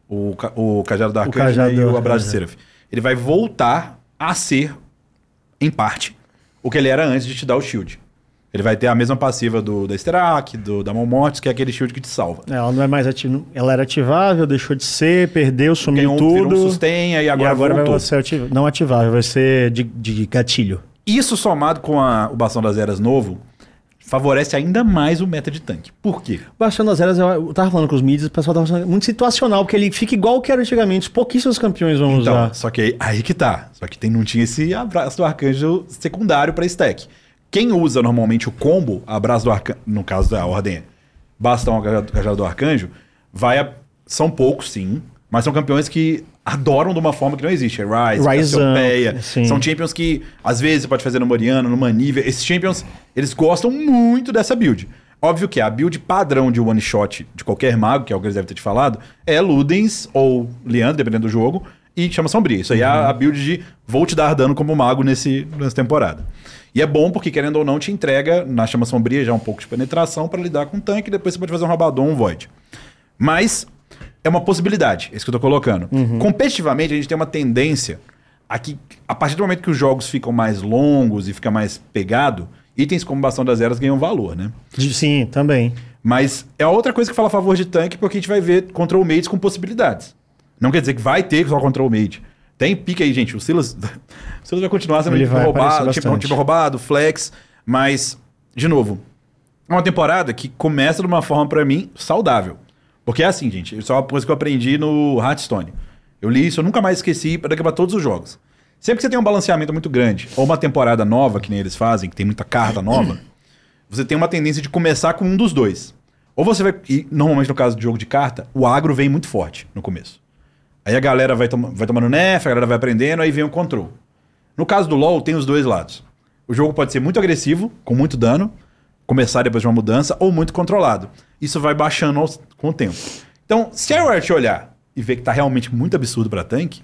O Cajado da Archangel e o Abraço de Seraph. Ele vai voltar a ser, em parte, o que ele era antes de te dar o shield. Ele vai ter a mesma passiva da Sterak, da Mão Mortis, que é aquele shield que te salva. Ela não é mais ativa. Ela era ativável, deixou de ser, perdeu, sumiu tudo. Virou um sustain e agora voltou. Vai ser não ativável, vai ser de gatilho. Isso somado com o Bastão das Eras novo, favorece ainda mais o meta de tanque. Por quê? O Bastão das Eras, eu tava falando com os mids, o pessoal tava falando muito situacional, porque ele fica igual que era antigamente. Pouquíssimos campeões vão usar. Só que aí que tá. Só que não tinha esse Abraço do Arcanjo secundário pra stack. Quem usa normalmente o combo, Abraço do Arcanjo, no caso da ordem, Bastão Cajado do Arcanjo, são poucos sim, mas são campeões que adoram de uma forma que não existe. É Ryze, Cassiopeia, são champions que às vezes você pode fazer no Moriana, no Manivia. Esses champions, eles gostam muito dessa build. Óbvio que a build padrão de one shot de qualquer mago, que é o que eles devem ter te falado, é Ludens ou Liandry, dependendo do jogo, e Chama Sombria. Isso aí é a build de vou te dar dano como mago nessa temporada. E é bom porque, querendo ou não, te entrega na Chama Sombria já um pouco de penetração para lidar com o tanque, e depois você pode fazer um Rabadon, um Void. Mas é uma possibilidade, isso que eu tô colocando. Competitivamente, a gente tem uma tendência a que, a partir do momento que os jogos ficam mais longos e fica mais pegado, itens como Bastão das Eras ganham valor, né? Sim, também. Mas é outra coisa que fala a favor de tanque, porque a gente vai ver Control Mages com possibilidades. Não quer dizer que vai ter só Control Mage. Tem pique aí, gente. O Silas vai continuar sendo roubado, tipo roubado, flex. Mas, de novo, é uma temporada que começa de uma forma, pra mim, saudável. Porque é assim, gente. Isso é uma coisa que eu aprendi no Hearthstone. Eu li isso, eu nunca mais esqueci daqui pra todos os jogos. Sempre que você tem um balanceamento muito grande, ou uma temporada nova, que nem eles fazem, que tem muita carta nova, você tem uma tendência de começar com um dos dois. Ou você vai... E normalmente, no caso de jogo de carta, o agro vem muito forte no começo. Aí a galera vai tomando nerf, a galera vai aprendendo, aí vem o control. No caso do LoL, tem os dois lados. O jogo pode ser muito agressivo, com muito dano, começar depois de uma mudança, ou muito controlado. Isso vai baixando com o tempo. Então, se a Riot olhar e ver que tá realmente muito absurdo pra tanque,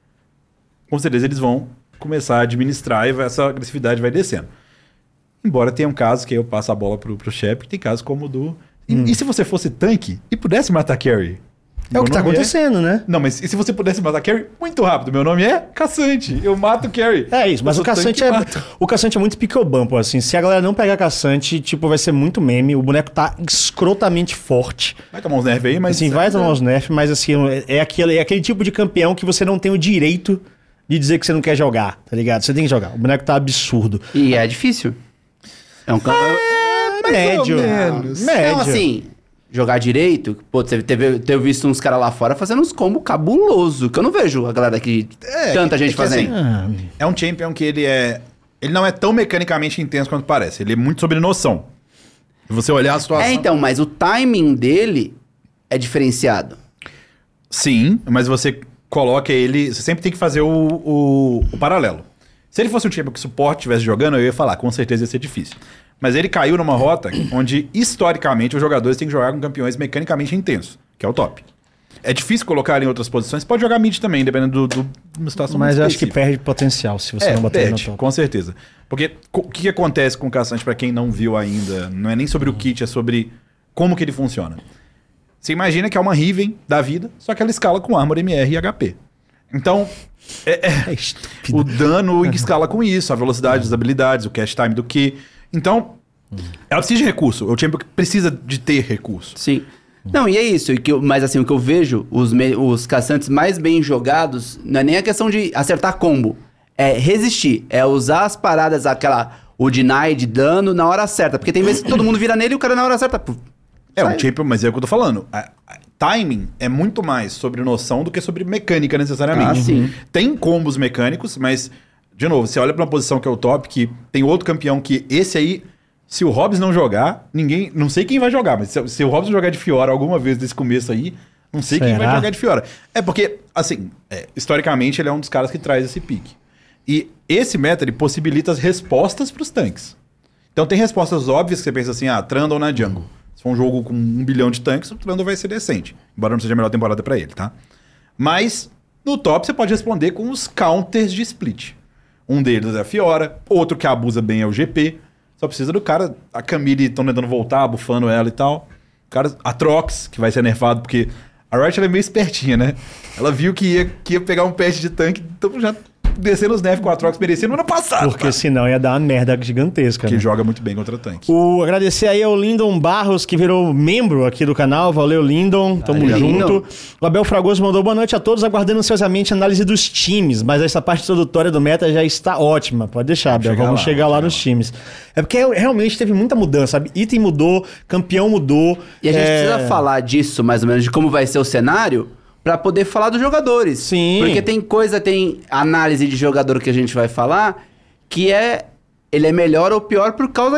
com certeza eles vão começar a administrar e essa agressividade vai descendo. Embora tenha um caso que aí eu passo a bola pro Shep, que tem casos como o do... E se você fosse tanque e pudesse matar carry? É o que tá acontecendo, né? Não, mas e se você pudesse matar carry muito rápido? Meu nome é Caçante. Eu mato carry. É isso, mas o Caçante é muito pickle-bump, assim. Se a galera não pegar Caçante, tipo, vai ser muito meme. O boneco tá escrotamente forte. Vai tomar uns nerfs aí, mas... Assim, vai tomar uns nerfs, mas assim, é aquele tipo de campeão que você não tem o direito de dizer que você não quer jogar, tá ligado? Você tem que jogar. O boneco tá absurdo. E é difícil. É um campeão... médio. Médio. Não, assim... Jogar direito, pô, você teve visto uns caras lá fora fazendo uns combos cabuloso, que eu não vejo a galera aqui, tanta gente fazendo. Assim, é um champion que ele não é tão mecanicamente intenso quanto parece, ele é muito sobre noção. Se você olhar a situação... então, mas o timing dele é diferenciado. Sim, mas você coloca ele... Você sempre tem que fazer o paralelo. Se ele fosse um champion que suporte estivesse jogando, eu ia falar, com certeza ia ser difícil. Mas ele caiu numa rota onde, historicamente, os jogadores têm que jogar com campeões mecanicamente intensos, que é o top. É difícil colocar ele em outras posições. Pode jogar mid também, dependendo de uma situação Mas muito eu acho que específica. perde potencial se você não botar ele no Perde, top. com certeza. Porque o que acontece com o Caçante, pra quem não viu ainda, não é nem sobre o kit, é sobre como que ele funciona. Você imagina que é uma Riven da vida, só que ela escala com Armor, MR e HP. Então, É estúpido. o dano escala com isso, a velocidade das habilidades, o cast time do Q. Então, ela precisa de recurso. O champion precisa de ter recurso. Sim. Não, e é isso. Mas assim, o que eu vejo, os caçantes mais bem jogados, não é nem a questão de acertar combo. É resistir. É usar as paradas, o deny de dano na hora certa. Porque tem vezes que todo mundo vira nele e o cara na hora certa... É sai. um champion, mas é o que eu tô falando. Timing é muito mais sobre noção do que sobre mecânica, necessariamente. Ah, sim. Tem combos mecânicos, mas, de novo, você olha pra uma posição que é o top, que tem outro campeão que esse aí, se o Hobbs não jogar, ninguém... Não sei quem vai jogar, mas se o Hobbs jogar de Fiora alguma vez desse começo aí, não sei quem vai Será? jogar de Fiora. É porque, assim, historicamente ele é um dos caras que traz esse pique. E esse meta, ele possibilita as respostas pros tanques. Então tem respostas óbvias que você pensa assim, Trundle na jungle. Se for um jogo com 1 bilhão de tanques, o Trundle vai ser decente. Embora não seja a melhor temporada pra ele, tá? Mas no top você pode responder com os counters de split. Um deles é a Fiora, outro que abusa bem é o GP. Só precisa do cara, a Camille estão tentando voltar, bufando ela e tal. O cara, a Trox, que vai ser nerfado, porque a Riot ela é meio espertinha, né? Ela viu que ia pegar um patch de tanque, então já descendo os nerfs com a Trox merecia no ano passado. Porque senão ia dar uma merda gigantesca. Que né? joga muito bem contra tanque. Agradecer aí ao Lindon Barros, que virou membro aqui do canal. Valeu, Lindon. Tamo Valeu, junto. Lindon. O Abel Fragoso mandou boa noite a todos, aguardando ansiosamente a análise dos times. Mas essa parte introdutória do meta já está ótima. Pode deixar, Abel. Vamos chegar lá nos times. É porque realmente teve muita mudança, sabe? Item mudou, campeão mudou. E a gente precisa falar disso, mais ou menos, de como vai ser o cenário, pra poder falar dos jogadores. Sim. Porque tem análise de jogador que a gente vai falar, que ele é melhor ou pior por causa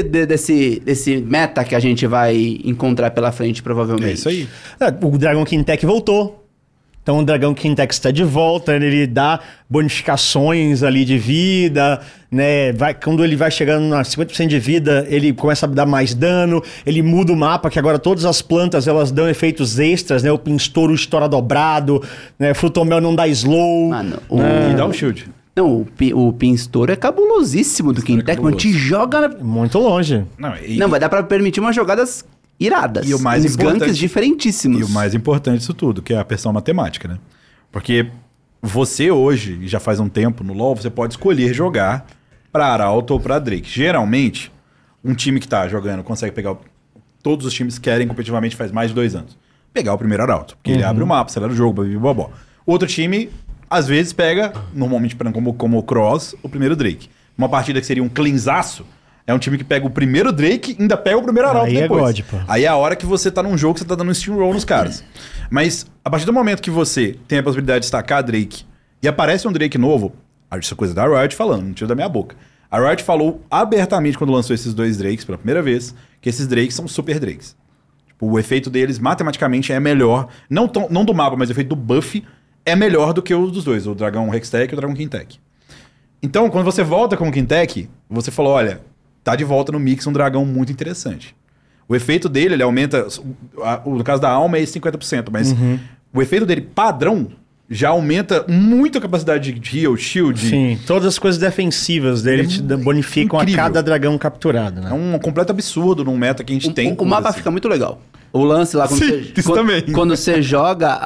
desse meta que a gente vai encontrar pela frente, provavelmente. É isso aí. O Dragon King Tech voltou. Então o Dragão King Tech está de volta, ele dá bonificações ali de vida, né? Quando ele vai chegando a 50% de vida, ele começa a dar mais dano, ele muda o mapa, que agora todas as plantas elas dão efeitos extras, né? O Pinstouro estoura dobrado, né? Frutomel não dá slow. Mano, E dá um shield. Não, o Pinstouro é cabulosíssimo do King Tech, mano. Te joga... Muito longe. Não, vai dar pra permitir umas jogadas iradas. E o mais uns importante- ganks diferentíssimos. E o mais importante disso tudo, que é a pressão matemática, né? Porque você hoje, e já faz um tempo no LoL, você pode escolher jogar pra Arauto ou pra Drake. Geralmente, um time que tá jogando consegue pegar... Todos os times querem competitivamente faz mais de 2 anos. Pegar o primeiro Arauto. Porque ele abre o mapa, acelera o jogo, blá. Outro time, às vezes, pega, normalmente como o Cross, o primeiro Drake. Uma partida que seria um cleansaço, é um time que pega o primeiro Drake e ainda pega o primeiro Arauto Aí é depois. God, pô. Aí é a hora que você tá num jogo que você tá dando um steamroll nos caras. Mas a partir do momento que você tem a possibilidade de destacar Drake e aparece um Drake novo, essa coisa da Riot falando, não tira da minha boca. A Riot falou abertamente quando lançou esses 2 Drakes pela primeira vez, que esses Drakes são super Drakes. Tipo, o efeito deles matematicamente é melhor, não do mapa, mas o efeito do buff é melhor do que o dos dois, o Dragão Hextech e o Dragão Quintech. Então, quando você volta com o Quintech, você falou, olha, tá de volta no mix um dragão muito interessante. O efeito dele, ele aumenta... No caso da alma é 50%, mas o efeito dele padrão já aumenta muito a capacidade de heal, shield. Sim, todas as coisas defensivas dele te bonificam incrível. a cada dragão capturado, né? É um completo absurdo num meta que a gente tem. O mapa fica muito legal. O lance lá, quando, Sim, você, isso também. quando você joga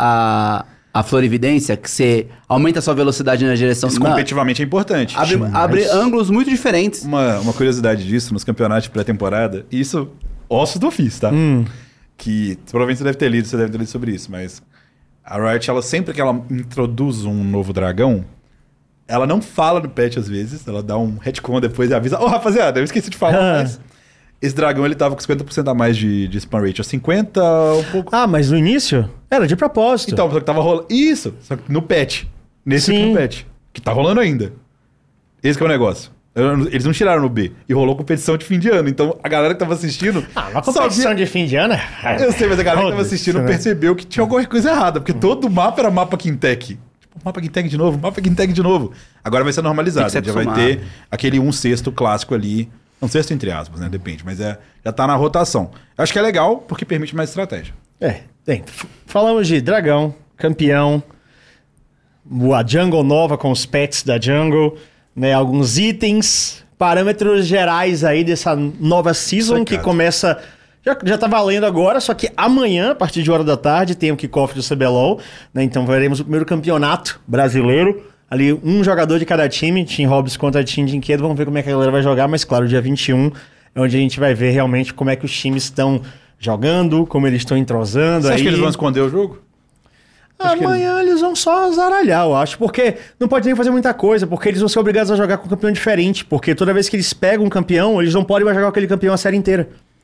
a Florividência, que você aumenta a sua velocidade na direção... Isso Mano, competitivamente é importante. abre ângulos muito diferentes. Uma curiosidade disso, nos campeonatos de pré-temporada, isso, ossos do ofício, tá? Que provavelmente você deve ter lido sobre isso, mas a Riot, ela sempre que ela introduz um novo dragão, ela não fala no patch às vezes, ela dá um retcon depois e avisa, rapaziada, eu esqueci de falar, mas esse dragão ele tava com 50% a mais de spam rate, 50, um pouco. Ah, mas no início era de propósito. Então, só que tava rolando. Isso! Só que no patch. Nesse Sim. último patch. Que tá rolando ainda. Esse que é o negócio. Eles não tiraram no B. E rolou competição de fim de ano. Então a galera que tava assistindo. Uma competição de fim de ano. Eu sei, mas a galera que tava Foda-se, assistindo né? percebeu que tinha alguma coisa errada. Porque todo mapa era mapa Quintech. Tipo, mapa Quintech de novo, mapa Quintech de novo. Agora vai ser normalizado. Tem que se Já vai acostumar. ter aquele 1/6 clássico ali. Um sexto entre aspas, né? Depende, mas já tá na rotação. Eu acho que é legal porque permite mais estratégia. Falamos de dragão, campeão, a jungle nova com os pets da jungle, né? Alguns itens, parâmetros gerais aí dessa nova season que começa... Já tá valendo agora, só que amanhã, a partir de 1h da tarde, tem o kickoff do CBLOL, né? Então veremos o primeiro campeonato brasileiro. Ali, um jogador de cada time, Team Hobbs contra Team Dinquedo. Vamos ver como é que a galera vai jogar, mas claro, dia 21 é onde a gente vai ver realmente como é que os times estão jogando, como eles estão entrosando. Você acha que eles vão esconder o jogo? Amanhã eles vão só zaralhar, eu acho, porque não pode nem fazer muita coisa, porque eles vão ser obrigados a jogar com um campeão diferente, porque toda vez que eles pegam um campeão, eles não podem mais jogar com aquele campeão a série inteira.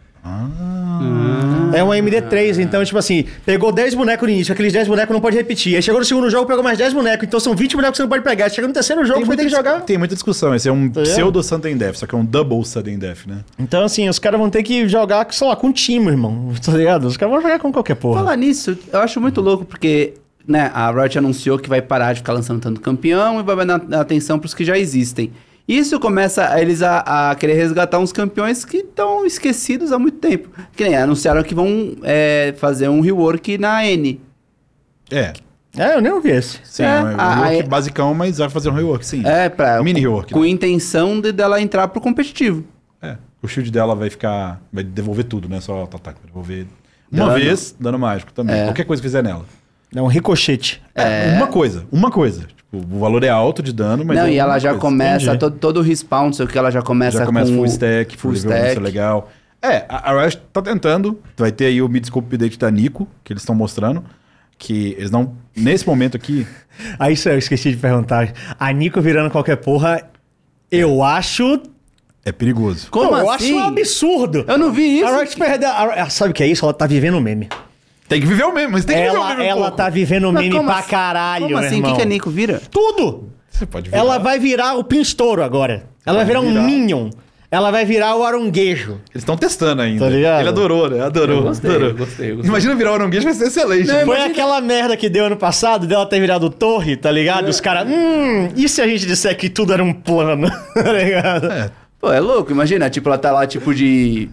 É um MD3, então, tipo assim, pegou 10 bonecos no início, aqueles 10 bonecos não pode repetir. Aí chegou no segundo jogo, pegou mais 10 bonecos, então são 20 bonecos que você não pode pegar. Chega no terceiro jogo, você vai ter que jogar. Tem muita discussão, esse é um pseudo sudden death, só que é um double sudden death, né? Então, assim, os caras vão ter que jogar, sei lá, com um time, irmão, tá ligado? Os caras vão jogar com qualquer porra. Falar nisso, eu acho muito louco, porque, né, a Riot anunciou que vai parar de ficar lançando tanto campeão e vai dar atenção pros que já existem. Isso começa eles a querer resgatar uns campeões que estão esquecidos há muito tempo. Que nem anunciaram que vão fazer um rework na N. Eu nem ouvi esse. Sim, é um rework basicão, mas vai fazer um rework, sim. Mini rework. Com intenção dela entrar pro competitivo. O shield dela vai devolver tudo, né? Só ataque, vai devolver uma vez, dano mágico também. Qualquer coisa que fizer nela. É um ricochete. Uma coisa. Tipo, o valor é alto de dano, mas... Não, e ela já começa, todo o respawn, sei o que, ela já começa com... full stack, full stack. Legal. A Riot tá tentando, vai ter aí o Midscope Update da Nico, que eles estão mostrando, que eles não... Nesse momento aqui... Isso eu esqueci de perguntar. A Nico virando qualquer porra, eu acho... É perigoso. Como assim? Eu acho um absurdo. Eu não vi isso. A Riot perdeu... Sabe o que é isso? Ela tá vivendo um meme. Tem que viver o meme, mas tem que viver o meme Ela tá vivendo o meme pra caralho, Como assim? O que a Nico vira? Tudo! Você pode virar. Ela vai virar o Pinstouro agora. Ela vai virar um Minion. Ela vai virar o Aronguejo. Eles estão testando ainda. Tá ligado? Ele adorou, né? Adorou. Gostei. Imagina virar o Aronguejo, vai ser excelente. Foi aquela merda que deu ano passado, dela ter virado torre, tá ligado? Os caras, e se a gente disser que tudo era um plano? Tá ligado? Pô, é louco. Imagina, tipo, ela tá lá, tipo, de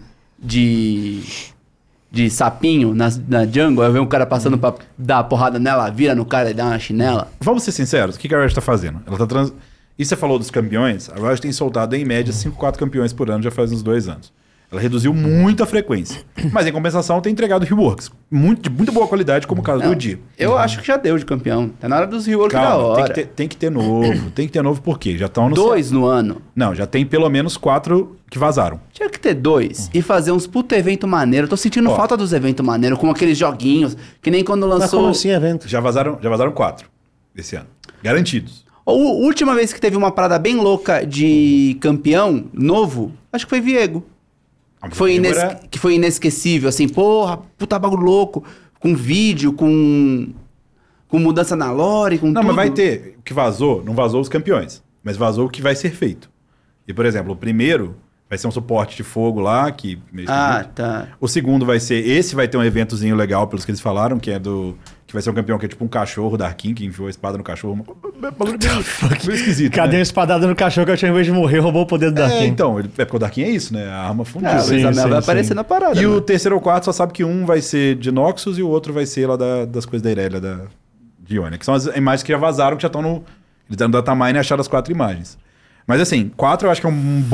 sapinho na jungle, aí vem um cara passando pra dar porrada nela, vira no cara e dá uma chinela. Vamos ser sinceros, o que a Riot tá fazendo? Ela tá E você falou dos campeões, a Riot tem soltado em média 5-4 campeões por ano já faz uns 2 anos. Ela reduziu muito a frequência. Mas em compensação tem entregado reworks. De muito boa qualidade, como o caso do Di. Eu acho que já deu de campeão. Tá na hora dos reworks da hora. Tem que ter novo. Tem que ter novo por quê? Já estão no... 2 no ano. Não, já tem pelo menos 4 que vazaram. Tinha que ter 2 e fazer uns puto evento maneiro. Eu tô sentindo falta dos eventos maneiros, com aqueles joguinhos, que nem quando lançou... Mas como assim evento? Já vazaram 4 esse ano. Garantidos. A última vez que teve uma parada bem louca de campeão novo, acho que foi Viego. Que foi inesquecível, assim, porra, puta bagulho louco, com vídeo, com mudança na lore, com tudo. Não, mas vai ter, o que vazou, não vazou os campeões, mas vazou o que vai ser feito. E, por exemplo, o primeiro vai ser um suporte de fogo lá, que... Tá. O segundo vai ter um eventozinho legal, pelos que eles falaram, que é do... Que vai ser um campeão que é tipo um cachorro da Arkin, que enfiou a espada no cachorro. Meio esquisito, Cadê né? uma espadada no cachorro que eu tinha, em vez de morrer, roubou o poder do Darkin? Então, porque o Darkin é isso, né? A arma fundiu. Vai aparecer na parada. E o terceiro ou quarto só sabe que um vai ser de Noxus e o outro vai ser lá das coisas da Irelia, de Ionia. Que são as imagens que já vazaram, que já estão no... Eles estão no datamine e acharam as 4 imagens. Mas assim, 4 eu acho que é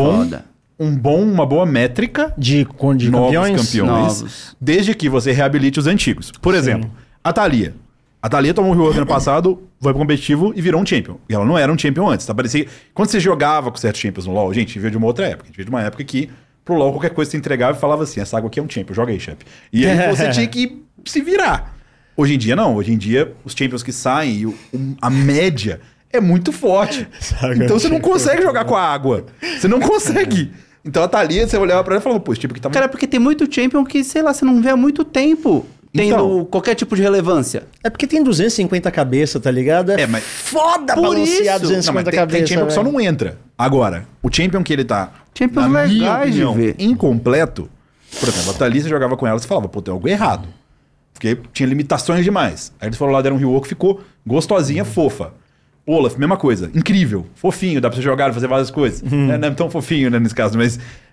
uma boa métrica de campeões. Novos. Desde que você reabilite os antigos. Por exemplo, a Thalia. A Thalia tomou um rework ano passado, foi pro competitivo e virou um champion. E ela não era um champion antes. Tá? Parecia... Quando você jogava com certos champions no LoL, gente, veio de uma outra época. A gente veio de uma época que pro LoL qualquer coisa você entregava e falava assim, essa água aqui é um champion, joga aí, chefe. E aí você tinha que se virar. Hoje em dia não. Hoje em dia os champions que saem, a média é muito forte. Então você não consegue jogar com a água. Você não consegue. Então a Thalia, você olhava pra ela e falava, pô, esse tipo aqui tá... Cara, porque tem muito champion que, sei lá, você não vê há muito tempo tendo qualquer tipo de relevância. É porque tem 250 cabeças, tá ligado? Mas foda balancear 250 cabeças. Tem champion que só não entra. Agora, o champion que ele tá, champions na minha legais opinião, de ver. incompleto, por exemplo, a Thalia, você jogava com ela, você falava, pô, tem algo errado. Porque tinha limitações demais. Aí eles foram lá, deram um rework, ficou gostosinha, fofa. Olaf, mesma coisa. Incrível. Fofinho, dá pra você jogar, fazer várias coisas. Não é tão fofinho, né, nesse caso, mas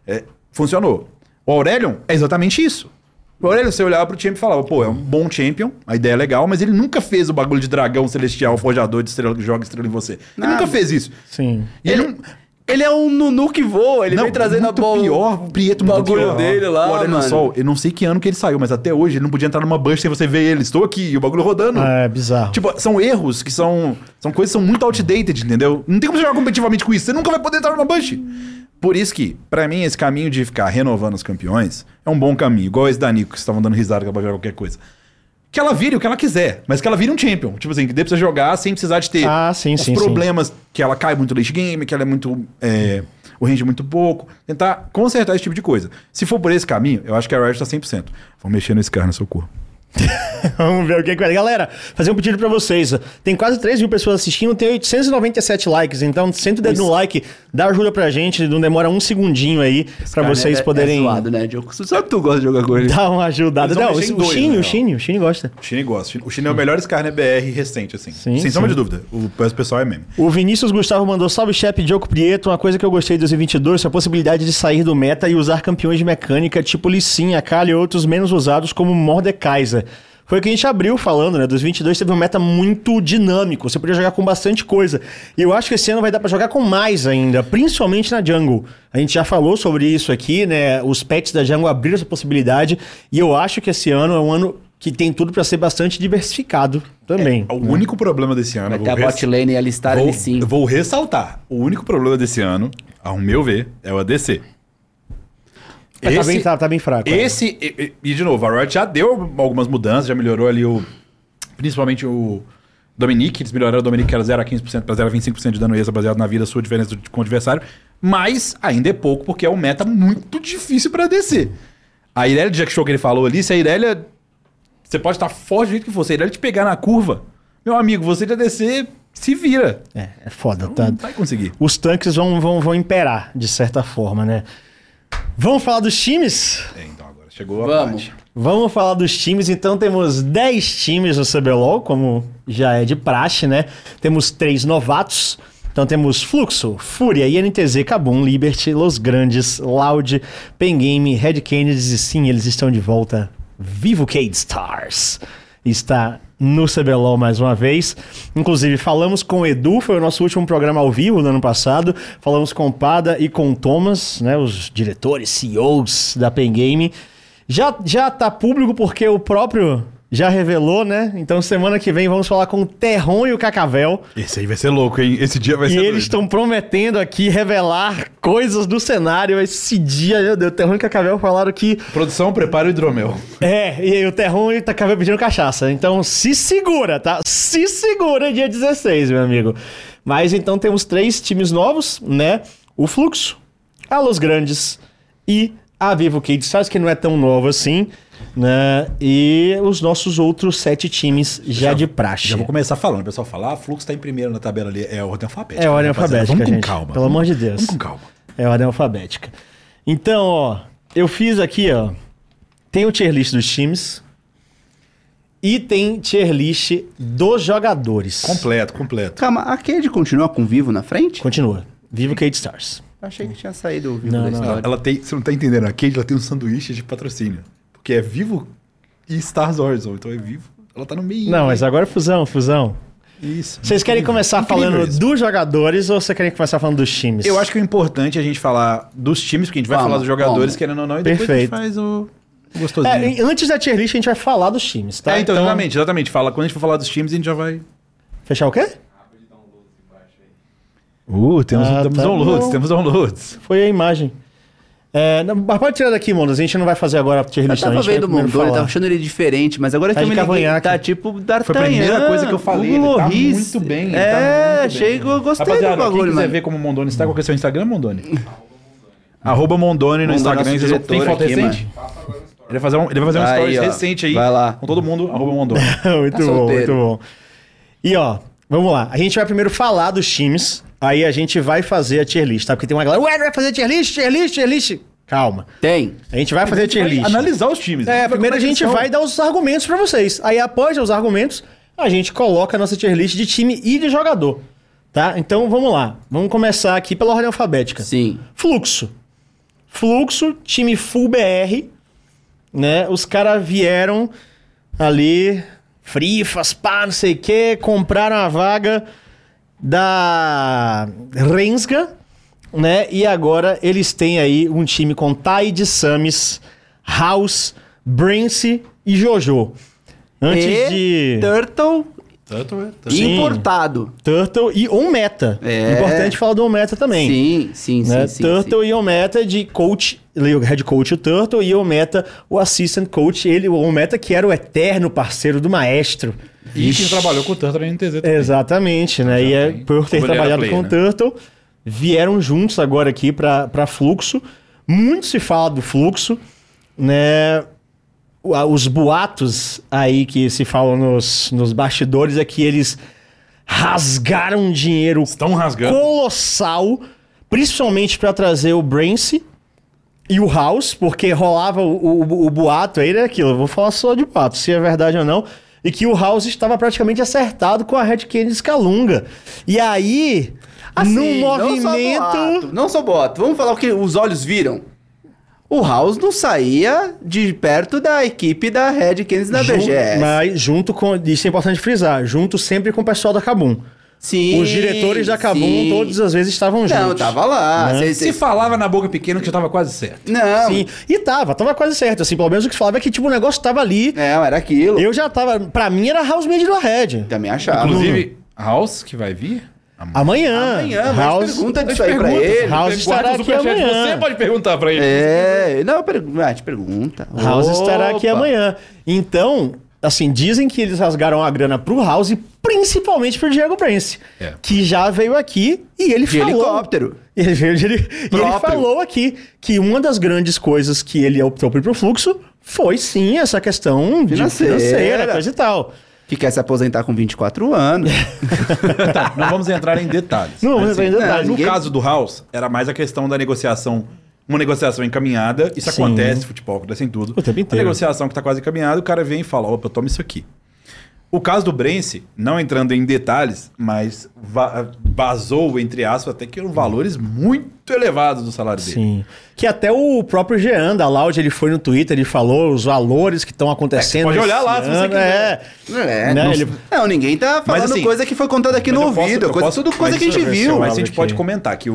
Funcionou. O Aurelion é exatamente isso. O Aurelion, você olhava pro time e falava, pô, é um bom champion, a ideia é legal, mas ele nunca fez o bagulho de dragão celestial, forjador de estrela que joga estrela em você. Ele nunca fez isso. Sim. E Ele é um Nunu que voa, ele vem trazendo muito a bola. pior, o Prieto muito bagulho pior. dele lá, o Aurelion mano. Sol, eu não sei que ano que ele saiu, mas até hoje ele não podia entrar numa bush sem você ver ele. Estou aqui, e o bagulho rodando. É bizarro. Tipo, são erros que são coisas que são muito outdated, entendeu? Não tem como você jogar competitivamente com isso. Você nunca vai poder entrar numa bush. Por isso que, pra mim, esse caminho de ficar renovando os campeões é um bom caminho. Igual esse da Nico, que vocês estavam dando risada que ela pode jogar qualquer coisa. Que ela vire o que ela quiser, mas que ela vire um champion. Tipo assim, que dê pra você jogar sem precisar de ter os problemas, que ela cai muito late game, que ela é muito... o range é muito pouco. Tentar consertar esse tipo de coisa. Se for por esse caminho, eu acho que a Riot tá 100%. Vamos mexer nesse carro no seu corpo. Vamos ver o que é. Galera, fazer um pedido pra vocês. Tem quase 3 mil pessoas assistindo, tem 897 likes. Então, senta o dedo no like, dá ajuda pra gente. Não demora um segundinho aí pra vocês poderem... É zoado, né, Diogo? Só que tu gosta de jogar com ele. Dá uma ajudada. Não, o Shine gosta. O Shine gosta. O Shine é o melhor Skarner BR recente, assim. Sim, sem sombra de dúvida. O pessoal é meme. O Vinícius Gustavo mandou: salve, chefe Diogo Prieto. Uma coisa que eu gostei de 2022 foi a possibilidade de sair do meta e usar campeões de mecânica tipo Lee Sin, Akali e outros menos usados como Mordekaiser. Foi o que a gente abriu falando, né? 2022 teve um meta muito dinâmico. Você podia jogar com bastante coisa. E eu acho que esse ano vai dar pra jogar com mais ainda, principalmente na jungle. A gente já falou sobre isso aqui, né? Os patches da jungle abriram essa possibilidade. E eu acho que esse ano é um ano que tem tudo pra ser bastante diversificado também. O único problema desse ano... Vai ter a bot lane e alistar ele sim. Eu vou ressaltar. O único problema desse ano, ao meu ver, é o ADC. Tá bem fraco. E de novo, a Riot já deu algumas mudanças, já melhorou ali principalmente o Dominique, eles melhoraram o Dominique que era 0 a 15% para 0 a 25% de dano extra baseado na vida, sua diferença com o adversário, mas ainda é pouco porque é um meta muito difícil para descer. A Irelia de Jack Show que ele falou ali, se a Irelia, você pode estar forte do jeito que for, se a Irelia te pegar na curva, meu amigo, você de ADC se vira. É foda, tá? Não vai conseguir. Os tanques vão imperar, de certa forma, né? Vamos falar dos times? Então agora chegou a parte. Vamos falar dos times. Então temos 10 times no CBLOL, como já é de praxe, né? Temos 3 novatos. Então temos Fluxo, Fúria, INTZ, Kabum, Liberty, Los Grandes, Loud, Pen Game, Red Canids e sim, eles estão de volta. Vivo Cade Stars está no CBLOL mais uma vez. Inclusive, falamos com o Edu, foi o nosso último programa ao vivo no ano passado. Falamos com o Pada e com o Thomas, né, os diretores, CEOs da Pen Game. Já tá público porque o próprio já revelou, né? Então, semana que vem vamos falar com o Terron e o Cacavel. Esse aí vai ser louco, hein? Esse dia vai ser doido. E eles estão prometendo aqui revelar coisas do cenário. Esse dia, meu Deus, o Terron e o Cacavel falaram que... Produção, prepara o hidromel. E o Terron e o Cacavel pedindo cachaça. Então, se segura, tá? Se segura dia 16, meu amigo. Mas, então, temos 3 times novos, né? O Fluxo, a Los Grandes e a Vivo Cade Stars, que não é tão novo assim, né? E os nossos outros 7 times já de praxe. Já vou começar falando. O pessoal fala, Fluxo tá em primeiro na tabela ali. É a ordem alfabética. É a ordem alfabética, Vamos gente. com calma. Pelo amor de Deus. Vamos com calma. É a ordem alfabética. Então, ó, eu fiz aqui, ó, tem o tier list dos times e tem tier list dos jogadores. Completo. Calma, a Cade continua com Vivo na frente? Continua. Vivo Cade Stars. Achei que tinha saído o Vivo Não, da não. história. Ela tem, você não tá entendendo, a Cade ela tem um sanduíche de patrocínio. Porque é Vivo e Stars Horizon. Então é Vivo. Ela tá no meio. Não, mas agora é fusão. Isso. Vocês querem começar falando isso. dos jogadores ou vocês querem começar falando dos times? Eu acho que o importante é a gente falar dos times, porque a gente vai falar dos jogadores, querendo ou não, e depois Perfeito. a gente faz o gostosinho. Antes da tier list a gente vai falar dos times, tá? Então, exatamente. Fala, quando a gente for falar dos times, a gente já vai... Fechar o quê? Temos downloads. Foi a imagem. Mas pode tirar daqui, Mondas. A gente não vai fazer agora a tier Eu list. tava vendo o Mondoni, tava achando ele diferente, mas agora Tá que eu de me liguei, cavanhaque. tá tipo D'Artagnan. Foi a primeira coisa que eu falei, ele tá muito bem. Achei que eu gostei Rapaziada, do bagulho, quem quiser mano. ver como o Mondoni está, qual que é o seu Instagram, Mondoni? @Mondoni no Instagram. nosso Vocês vão- Tem diretor foto aqui, recente? Ele vai fazer um Aí, stories ó. recente aí. Vai lá. Com todo mundo, @Mondoni. Muito Tá bom, solteiro. muito bom. E ó, vamos lá. A gente vai primeiro falar dos times, aí a gente vai fazer a tier list, tá? Porque tem uma galera, não vai fazer tier list? Calma. Tem. A gente vai fazer a tier Vai list. analisar os times. Primeiro a gente vai dar os argumentos pra vocês. Aí após os argumentos, a gente coloca a nossa tier list de time e de jogador, tá? Então vamos lá. Vamos começar aqui pela ordem alfabética. Sim. Fluxo. Fluxo, time full BR, né? Os caras vieram ali, frifas, pá, não sei o quê, compraram a vaga da Rensga, né? E agora eles têm aí um time com Tide, Samis, House, Brince e Jojo. Antes de... Turtle importado. Turtle e Onmeta. Importante falar do Onmeta também. Sim. Turtle e Onmeta de coach, o head coach o Turtle e Onmeta o assistant coach, o Onmeta que era o eterno parceiro do maestro. E quem trabalhou com o Turtle na NTZ também. Exatamente, né? E por ter trabalhado com o Turtle, vieram juntos agora aqui pra Fluxo. Muito se fala do Fluxo, né? Os boatos aí que se falam nos bastidores é que eles rasgaram dinheiro Estão rasgando. colossal, principalmente para trazer o Brince e o House, porque rolava o boato aí, né? Aquilo, eu vou falar só de boato, se é verdade ou não, e que o House estava praticamente acertado com a Red Canids Scalunga. E aí, num movimento... Não só boato, vamos falar o que os olhos viram. O House não saía de perto da equipe da Red Canids da BGS. Mas junto com... Isso é importante frisar. Junto sempre com o pessoal da Kabum. Sim. Os diretores da Kabum todas as vezes estavam juntos. Não, tava lá. Né? Se falava na boca pequena que já tava quase certo. Não. Sim. E tava quase certo. Assim, pelo menos o que se falava é que tipo, o negócio tava ali. Não, era aquilo. Eu já tava... Pra mim era House Made da Red. Também achava. Inclusive, House, que vai vir... Amanhã. Mas House... pergunta disso aí pra ele. House estará aqui amanhã. Você pode perguntar pra ele. Não, te pergunta. House estará aqui Opa. amanhã. Então, assim, dizem que eles rasgaram a grana pro House, principalmente pro Diego Prince, que já veio aqui e ele De falou... helicóptero. E ele falou aqui que uma das grandes coisas que ele optou por ir pro Fluxo foi sim essa questão financeira, coisa e tal. Que quer se aposentar com 24 anos. Tá, não vamos entrar em detalhes. Não vamos Mas, entrar em detalhes. No Ninguém- caso do House, era mais a questão da negociação. Uma negociação encaminhada. Isso Sim. acontece, futebol acontece em tudo. O tempo inteiro. A negociação que tá quase encaminhada, o cara vem e fala, opa, toma isso aqui. O caso do Brince, não entrando em detalhes, mas vazou, entre aspas, até que eram valores muito elevados do salário dele. Sim. Que até o próprio Jean da Loud, ele foi no Twitter, ele falou os valores que estão acontecendo. Pode olhar esse lá se você ano, quiser. Né, Não, ele- ninguém tá falando assim, coisa que foi contada aqui no Mas eu posso- ouvido. eu posso- Tudo coisa mas que a gente isso- viu. Mas a gente aqui. pode comentar que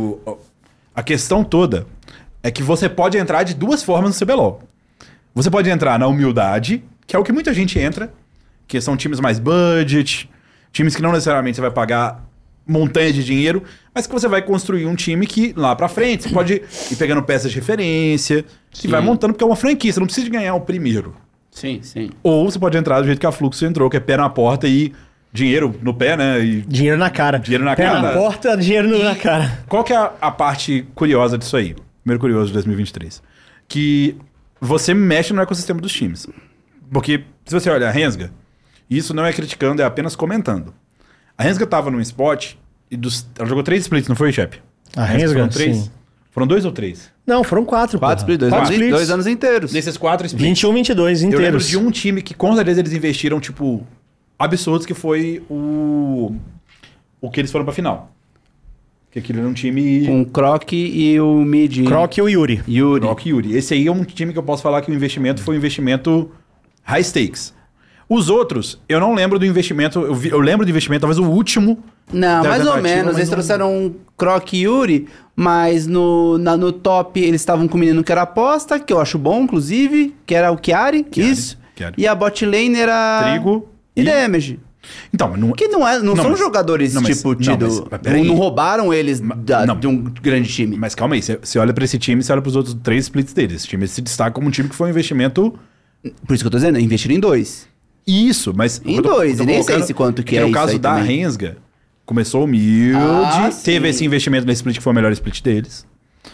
a questão toda é que você pode entrar de duas formas no CBLOL. Você pode entrar na humildade, que é o que muita gente entra, que são times mais budget, times que não necessariamente você vai pagar montanhas de dinheiro, mas que você vai construir um time que lá pra frente você pode ir pegando peças de referência, e vai montando, porque é uma franquia, você não precisa de ganhar o primeiro. Sim. Ou você pode entrar do jeito que a Fluxo entrou, que é pé na porta e dinheiro no pé, né? E Dinheiro na cara. Dinheiro na Pé cara. na porta, dinheiro na cara. qual que é a parte curiosa disso aí? Primeiro curioso de 2023. Que você mexe no ecossistema dos times. Porque se você olhar a Rensga, isso não é criticando, é apenas comentando. A Rensga tava num spot e ela jogou 3 splits, não foi, Shep? A Rensga, foram 3? sim. Foram 2 ou 3? Não, foram 4. 4 porra. splits, Quatro 2 anos inteiros. Nesses 4 splits. 21, 22 Eu lembro inteiros. de um time que com certeza eles investiram, tipo, absurdos, que foi o que eles foram pra final. Que aquilo era um time... Com o Croc e o Mid. Croc e o Yuri. Yuri. Rock Yuri. Esse aí é um time que eu posso falar que o investimento foi um investimento high stakes. Os outros, eu não lembro do investimento. Eu lembro do investimento, talvez o último. Não, da mais ou tentativa, menos. mas Eles não- trouxeram um Croc e Yuri, mas no top eles estavam com o menino que era aposta, que eu acho bom, inclusive, que era o Chiari. Isso. Chiari. E a bot lane era... Trigo E Damage. Então, mas não, Que não são mas- jogadores, não, mas- tipo, não, tido... mas peraí. Não roubaram eles não. de um grande time. mas calma aí, você olha pra esse time, você olha pros outros 3 splits deles. Esse time se destaca como um time que foi um investimento. Por isso que eu tô dizendo, investiram em 2. Isso, mas. Em eu tô- dois, eu tô e nem sei colocando se quanto que é é no isso caso aí da também. Rensga, começou humilde, teve sim. esse investimento nesse split que foi o melhor split deles.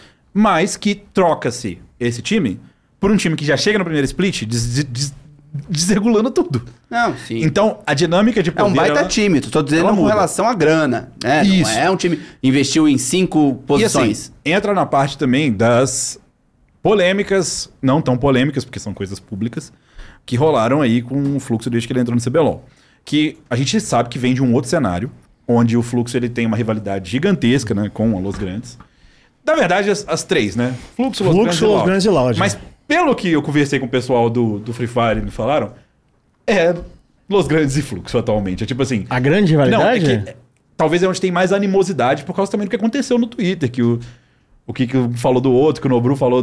Mas que troca-se esse time por um time que já chega no primeiro split desregulando tudo. Não, sim. Então, a dinâmica de É poder... um baita ela- time, tô dizendo ela com muda. relação à grana. Né? Isso. Não é um time que investiu em 5 E posições. assim, entra na parte também das polêmicas, não tão polêmicas, porque são coisas públicas, que rolaram aí com o Fluxo desde que ele entrou no CBLOL. Que a gente sabe que vem de um outro cenário, onde o Fluxo ele tem uma rivalidade gigantesca, né, com a Los Grandes. Na verdade, as três, né? Fluxo, Los Grandes e Loud. Mas pelo que eu conversei com o pessoal do Free Fire e me falaram, é Los Grandes e Fluxo atualmente. É tipo assim... A grande rivalidade? Não, é que talvez é onde tem mais animosidade por causa também do que aconteceu no Twitter, que o Kiko falou do outro, que o Nobru falou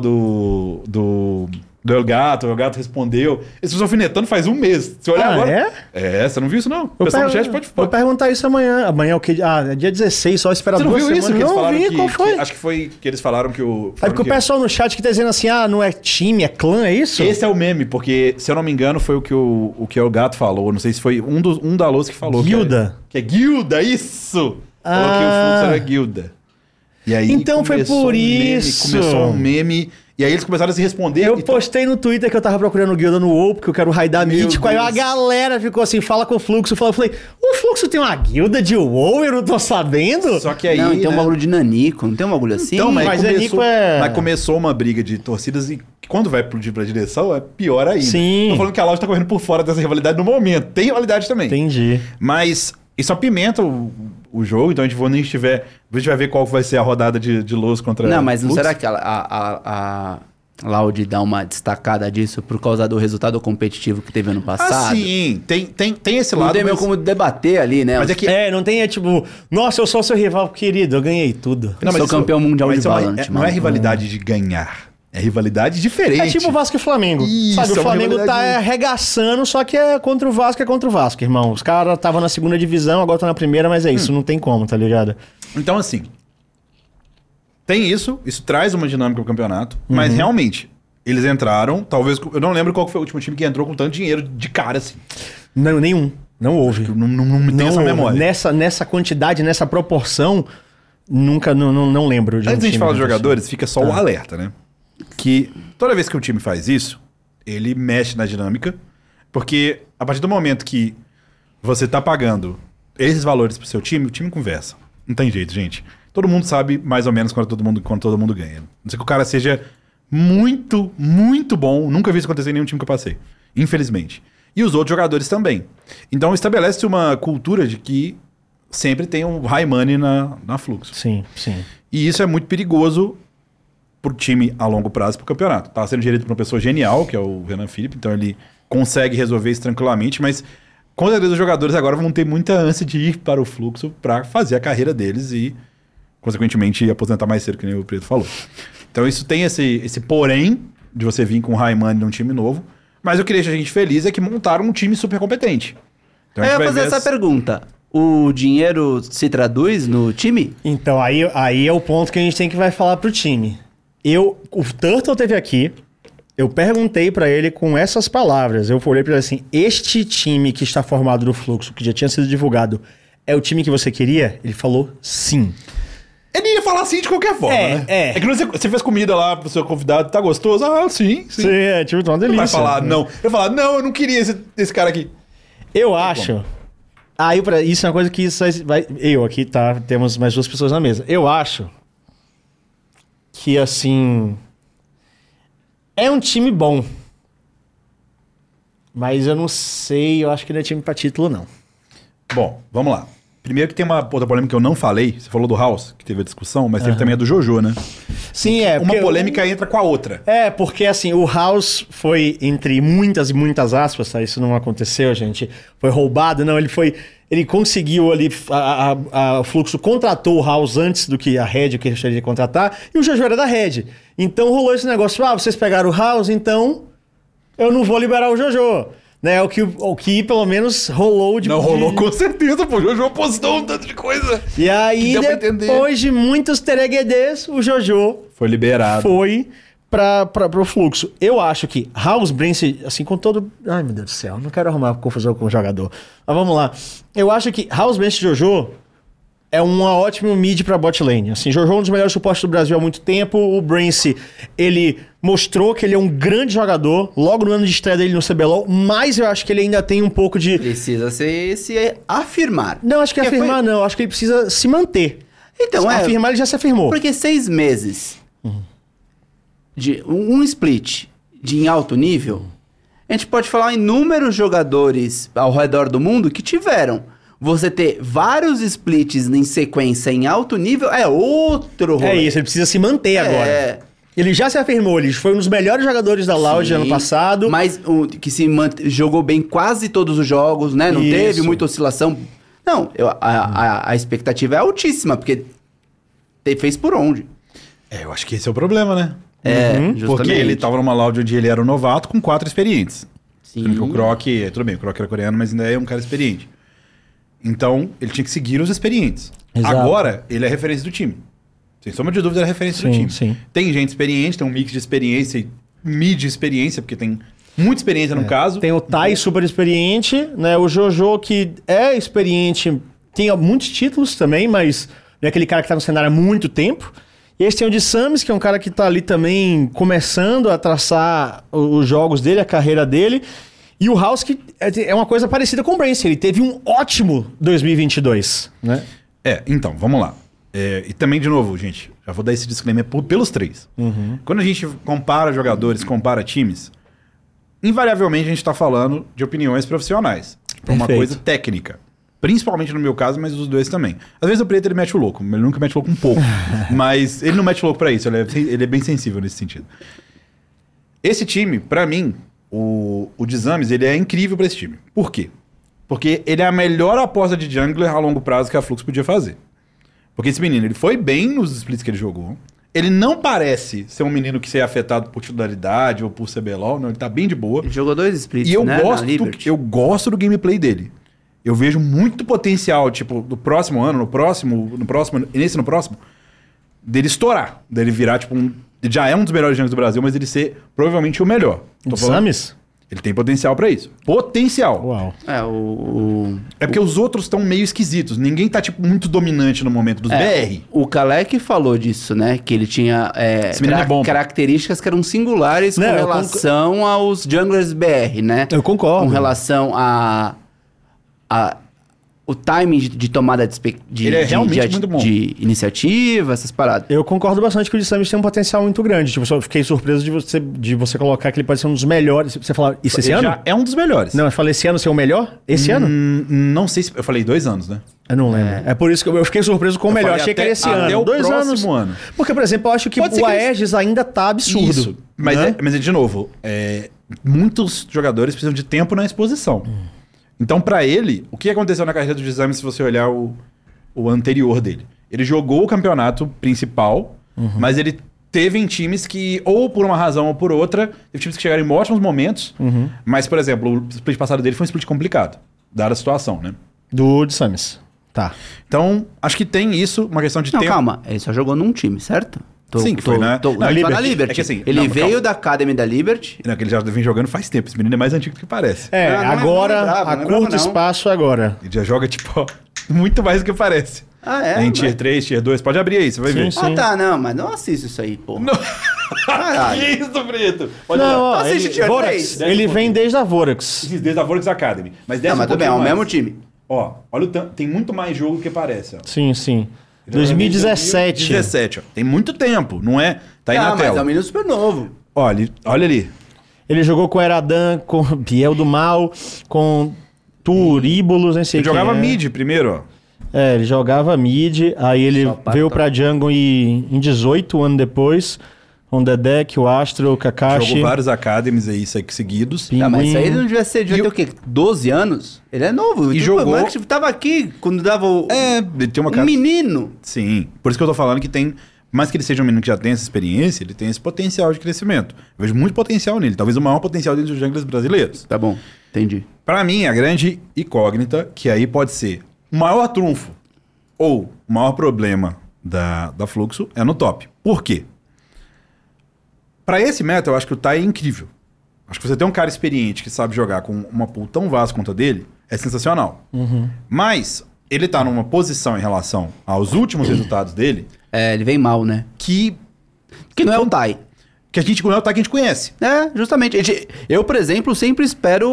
do El Gato, o El Gato respondeu. Eles estão alfinetando faz um mês. Se olhar agora... Você não viu isso, não? O pessoal no chat pode... Vou perguntar isso amanhã. Amanhã é o que? É dia 16, só esperar 2 semanas. Você não viu isso? Que eles falaram vi, qual foi? acho que foi que eles falaram que o... É porque o pessoal no chat que tá dizendo assim, não é time, é clã, é isso? Esse é o meme, porque, se eu não me engano, foi o que o El Gato falou. Não sei se foi um da Luz que falou. Guilda. Que é guilda, isso! Falou que o Fluxo era guilda. E aí então foi por isso. Começou um meme... E aí eles começaram a se responder. Eu postei no Twitter que eu tava procurando guilda no WoW, porque eu quero raidar mítico. Aí a galera ficou assim, fala com o Fluxo. Eu falei, o Fluxo tem uma guilda de WoW? Eu não tô sabendo? Só que aí, não, tem um bagulho de Nanico, não tem um bagulho assim? Então, mas começou, é... mas começou uma briga de torcidas e quando vai pra direção é pior ainda. Sim. Tô falando que a Loud tá correndo por fora dessa rivalidade no momento. Tem rivalidade também. Entendi. Mas isso apimenta o jogo, então a gente vai ver qual vai ser a rodada de Luz contra... Não, mas não Fluxo. será que a Loud dá uma destacada disso por causa do resultado competitivo que teve ano passado? Sim, tem esse Não lado. tem meio como debater ali, né? Mas é que... não tem, tipo, nossa, eu sou seu rival querido, eu ganhei tudo. Não, sou campeão mundial de Valorant, não é rivalidade de ganhar. É rivalidade diferente. É tipo Vasco e Flamengo. Isso, sabe, o é uma Flamengo tá rivalidade. arregaçando, só que é contra o Vasco, irmão. Os caras estavam na segunda divisão, agora estão na primeira, mas é isso, não tem como, tá ligado? Então, assim, tem isso traz uma dinâmica pro campeonato, mas realmente, eles entraram, talvez, eu não lembro qual foi o último time que entrou com tanto dinheiro de cara, assim. Não, nenhum. Não houve. Não me tem essa houve. memória. Nessa quantidade, nessa proporção, nunca, não lembro de Antes de a gente falar dos assim. jogadores, fica só o alerta, né? Que toda vez que o time faz isso, ele mexe na dinâmica, porque a partir do momento que você tá pagando esses valores pro seu time, o time conversa. Não tem jeito, gente. Todo mundo sabe mais ou menos quando todo mundo ganha. Não sei que o cara seja muito, muito bom. Nunca vi isso acontecer em nenhum time que eu passei. Infelizmente. E os outros jogadores também. Então estabelece uma cultura de que sempre tem um high money na Fluxo. Sim, sim. E isso é muito perigoso pro time a longo prazo, pro campeonato. Tá sendo gerido por uma pessoa genial, que é o Renan Felipe, então ele consegue resolver isso tranquilamente, mas com certeza os jogadores agora vão ter muita ânsia de ir para o Fluxo para fazer a carreira deles e, consequentemente, aposentar mais cedo, que nem o Preto falou. Então isso tem esse porém de você vir com o high money num time novo, mas o que deixa a gente feliz é que montaram um time super competente. Então, eu ia fazer essa pergunta. O dinheiro se traduz no time? Então, aí é o ponto que a gente vai falar pro time. O Turtle teve aqui, eu perguntei pra ele com essas palavras. Eu olhei pra ele assim, este time que está formado no Fluxo, que já tinha sido divulgado, é o time que você queria? Ele falou sim. Ele ia falar assim de qualquer forma, né? É que você fez comida lá pro seu convidado, tá gostoso? Ah, sim. Sim, é tipo uma delícia. Não vai falar não. Eu falar, não, eu não queria esse cara aqui. Eu acho... isso é uma coisa que eu aqui, tá? Temos mais 2 pessoas na mesa. Eu acho que, assim... É um time bom. Mas eu não sei, eu acho que não é time pra título, não. Bom, vamos lá. Primeiro que tem uma outra polêmica que eu não falei. Você falou do House, que teve a discussão, mas teve também a do Jojo, né? Sim, Uma polêmica entra com a outra. Porque assim, o House foi, entre muitas e muitas aspas, tá? Isso não aconteceu, gente. Foi roubado, não. Ele conseguiu ali, o Fluxo contratou o House antes do que a Red que gostaria de contratar, e o Jojo era da Red. Então rolou esse negócio, vocês pegaram o House, então eu não vou liberar o Jojo. Né, o que pelo menos rolou de... Não, rolou com certeza, pô. O Jojo postou um tanto de coisa. E aí, depois de muitos tereguedês, o Jojo foi liberado. Foi pro Fluxo. Eu acho que House Brance, assim, com todo... Ai, meu Deus do céu, não quero arrumar confusão com o jogador. Mas vamos lá. Eu acho que House Brance e Jojo é um ótimo mid pra bot lane. Assim, Jojo é um dos melhores suportes do Brasil há muito tempo. O Brance, ele mostrou que ele é um grande jogador logo no ano de estreia dele no CBLOL, mas eu acho que ele ainda tem um pouco de... Precisa se afirmar. Não, acho que afirmar não. Acho que ele precisa se manter. Então, afirmar, ele já se afirmou. Porque 6 meses de um split em alto nível, a gente pode falar em inúmeros jogadores ao redor do mundo que tiveram você ter vários splits em sequência em alto nível é outro rolê. É isso, ele precisa se manter agora. Ele já se afirmou, ele foi um dos melhores jogadores da Loud ano passado. Mas que jogou bem quase todos os jogos, né? Não teve muita oscilação. Não, a expectativa é altíssima, porque fez por onde? Eu acho que esse é o problema, né? Justamente. Porque ele tava numa Loud onde ele era um novato com 4 experientes. Sim. Sendo que o Croc, tudo bem, o Croc era coreano, mas ainda é um cara experiente. Então, ele tinha que seguir os experientes. Exato. Agora, ele é referência do time. Sem sombra de dúvida, ele é referência do time. Sim. Tem gente experiente, tem um mix de experiência e mid-experiência, porque tem muita experiência no caso. Tem o Tai super experiente, né? O Jojo, que é experiente, tem muitos títulos também, mas não é aquele cara que tá no cenário há muito tempo. E esse tem o de Samis, que é um cara que tá ali também começando a traçar os jogos dele, a carreira dele. E o House, que é uma coisa parecida com o Brance. Ele teve um ótimo 2022, né? Então, vamos lá. E também, de novo, gente, já vou dar esse disclaimer pelos 3. Quando a gente compara jogadores, compara times, invariavelmente a gente tá falando de opiniões profissionais. Pra uma Perfeito. coisa técnica. Principalmente no meu caso, mas os dois também. Às vezes o Preto ele mete o louco, ele nunca mete o louco um pouco. Mas ele não mete o louco pra isso, ele é bem sensível nesse sentido. Esse time, pra mim, o Dizames, ele é incrível pra esse time. Por quê? Porque ele é a melhor aposta de jungler a longo prazo que a Flux podia fazer. Porque esse menino, ele foi bem nos splits que ele jogou. Ele não parece ser um menino que seja afetado por titularidade ou por CBLOL, não, ele tá bem de boua. Ele jogou 2 splits, E eu né? gosto do gameplay dele. Eu vejo muito potencial, tipo, do próximo ano, no próximo, e no próximo, dele estourar. Dele virar, tipo, ele já é um dos melhores jogos do Brasil, mas ele ser provavelmente o melhor. O Samis? Ele tem potencial pra isso. Potencial. Uau. É porque os outros estão meio esquisitos. Ninguém tá, tipo, muito dominante no momento dos BR. O Kalec falou disso, né? Que ele tinha Esse menino é bom, características que eram singulares Não, com relação aos junglers BR, né? Eu concordo. Com relação o timing de tomada Ele é realmente muito bom. de iniciativa, essas paradas. Eu concordo bastante que o Samis tem um potencial muito grande. Tipo, eu fiquei surpreso de você colocar que ele pode ser um dos melhores. Você falar isso esse Ele ano? já é um dos melhores. Não, eu falei esse ano ser o melhor? Esse ano? Não sei se... Eu falei 2 anos, né? Eu não lembro. É por isso que eu fiquei surpreso com o melhor. falei Achei que até- era esse até ano. o 2 anos. próximo ano. Porque, por exemplo, eu acho que Pode ser o que eles- Aegis ainda tá absurdo. Isso. Mas, né? mas de novo, muitos jogadores precisam de tempo na exposição. Então, pra ele, o que aconteceu na carreira do Dizame, se você olhar o anterior dele? Ele jogou o campeonato principal, mas ele teve em times que, ou por uma razão ou por outra, teve times que chegaram em ótimos momentos, mas, por exemplo, o split passado dele foi um split complicado, dada a situação, né? Do Samis. Tá. Então, acho que tem isso, uma questão de Não, tempo. calma. Ele só jogou num time, certo? Sim, que foi na Liberty. Liberty. É que assim, ele não, veio calma. da Academy da Liberty. Não, que ele já vem jogando faz tempo. Esse menino é mais antigo do que parece. É, Não, agora, não lembrava, a não lembrava, curto não. espaço agora. Ele já joga, tipo, ó, muito mais do que parece. Ah, é? Em Tier 3, Tier 2. Pode abrir aí, você vai ver. Sim. Ah, tá, não, mas não assisto isso aí, pô. Caralho. Que isso, Brito? Pode Não, olhar. ó, assiste ele, Tier Vorax, 3. ele vem desde a Vorax. Desde a Vortex Academy. Mas desce Não, mas tudo bem, é o pouquinho mesmo mais. time. Ó, olha o tanto. Tem muito mais jogo do que parece, ó. Sim. Ele 2017. 2017, ó. Tem muito tempo, não é? Tá aí Ah, na mas é tela. um menino super novo. Olha ali. Ele jogou com Eradan, com Biel do Mal, com Turíbulos, nem sei Ele quem jogava é. mid primeiro, ó. É, ele jogava mid, aí ele Só pra veio tocar. pra Jungle em 18 anos depois, com o Dedek, o Astro, o Kakashi. Jogou vários academies aí seguidos. Pinguim. Tá, mas isso aí ele não devia ser, devia ter o quê? 12 anos? Ele é novo. E Tipo, jogou- O moleque tava aqui quando dava o... Ele tem uma um cara... menino. Sim, por isso que eu tô falando que tem... Mais que ele seja um menino que já tem essa experiência, ele tem esse potencial de crescimento. Eu vejo muito potencial nele. Talvez o maior potencial dele dos junglers brasileiros. Tá bom, entendi. Pra mim, a grande incógnita, que aí pode ser o maior trunfo ou o maior problema da Fluxo, é no top. Por quê? Pra esse meta, eu acho que o Tai é incrível. Acho que você tem um cara experiente que sabe jogar com uma pool tão vasta quanto a dele, é sensacional. Mas ele tá numa posição em relação aos últimos resultados dele É, ele vem mal, né? que Que não é o Tai. a gente não é o Tai que a gente conhece. É, justamente. Eu, por exemplo, sempre espero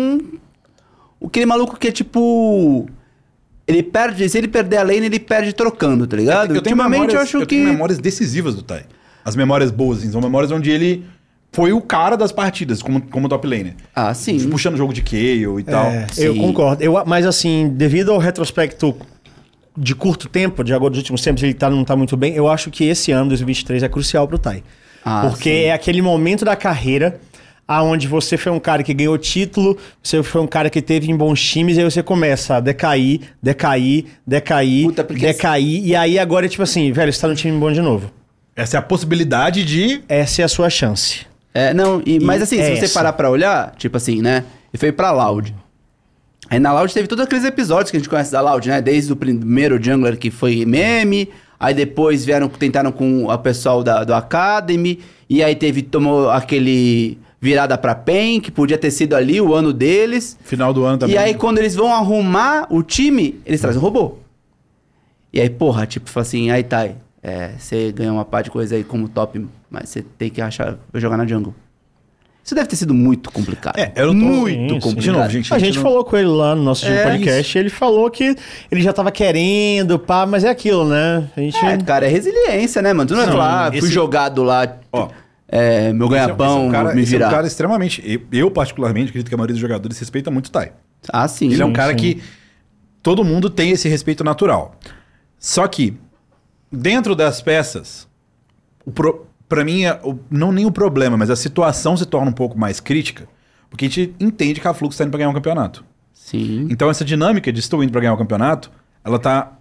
aquele maluco que é tipo... Ele perde... Se ele perder a lane, ele perde trocando, tá ligado? Eu tenho Ultimamente memórias, eu acho tenho que... memórias decisivas do Tai. As memórias boas, assim, são memórias onde ele foi o cara das partidas, como top laner. Ah, sim. Puxando o jogo de Kayle e tal. Eu Sim. concordo. Mas assim, devido ao retrospecto de curto tempo, de agora dos últimos tempos, ele não tá muito bem, eu acho que esse ano, 2023, é crucial pro Tai. Porque sim. é aquele momento da carreira aonde você foi um cara que ganhou título, você foi um cara que teve em bons times, e aí você começa a decair, Puta, porque e aí agora é tipo assim, velho, você tá no time bom de novo. Essa é a possibilidade de... Essa é a sua chance. Mas assim, se você essa. parar pra olhar, tipo assim, né? E foi pra Loud. Aí na Loud teve todos aqueles episódios que a gente conhece da Loud, né? Desde o primeiro Jungler que foi meme, aí depois tentaram com o pessoal do Academy, e aí tomou aquele virada pra PEN, que podia ter sido ali o ano deles. Final do ano também. E aí quando eles vão arrumar o time, eles trazem um robô. E aí, porra, tipo, fala assim, aí Tai, você ganhou uma pá de coisa aí como top, mas você tem que jogar na jungle. Isso deve ter sido muito complicado. eu não tô... muito Sim, complicado. De novo, gente. A gente não- falou com ele lá no nosso podcast, ele falou que ele já tava querendo, pá, mas é aquilo, né? A gente... Cara, é resiliência, né, mano? Tu não vai falar, fui esse- jogado lá, Ó, meu ganha-pão, me esse é um virar. cara extremamente... Eu, particularmente, acredito que a maioria dos jogadores respeita muito o Tai. Ah, sim. Ele é um cara sim. que todo mundo tem esse respeito natural. Só que, dentro das peças, pra mim, não nem o problema, mas a situação se torna um pouco mais crítica, porque a gente entende que a Flux está indo pra ganhar um campeonato. Sim. Então, essa dinâmica de estou indo pra ganhar o campeonato, ela tá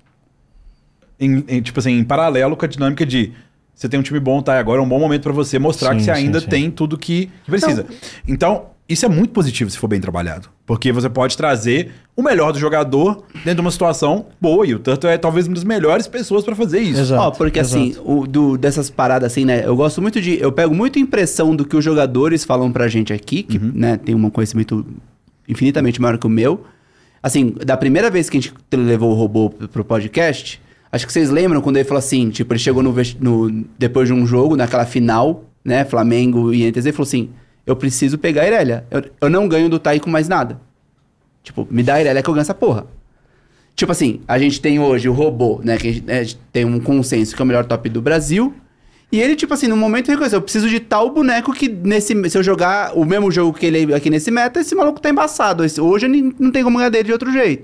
em paralelo com a dinâmica de você tem um time bom, tá? Agora é um bom momento pra você mostrar Sim, que você sim, ainda sim. tem tudo que precisa. Então, isso é muito positivo se for bem trabalhado. Porque você pode trazer o melhor do jogador dentro de uma situação boa. E o Turtle é talvez uma das melhores pessoas pra fazer isso. Exato. Ó, porque exato. assim, dessas paradas assim, né? Eu gosto muito eu pego muito impressão do que os jogadores falam pra gente aqui, que, né, tem um conhecimento infinitamente maior que o meu. Assim, da primeira vez que a gente levou o robô pro podcast, acho que vocês lembram quando ele falou assim, tipo, ele chegou depois de um jogo, naquela final, né, Flamengo e NTZ, e falou assim, eu preciso pegar a Irelia. Eu não ganho do Tai com mais nada. Tipo, me dá a Irelia que eu ganho essa porra. Tipo assim, a gente tem hoje o robô, né, que a gente tem um consenso que é o melhor top do Brasil, e ele, tipo assim, no momento reconheceu, eu preciso de tal boneco que se eu jogar o mesmo jogo que ele aqui nesse meta, esse maluco tá embaçado. Hoje não tem como ganhar dele de outro jeito.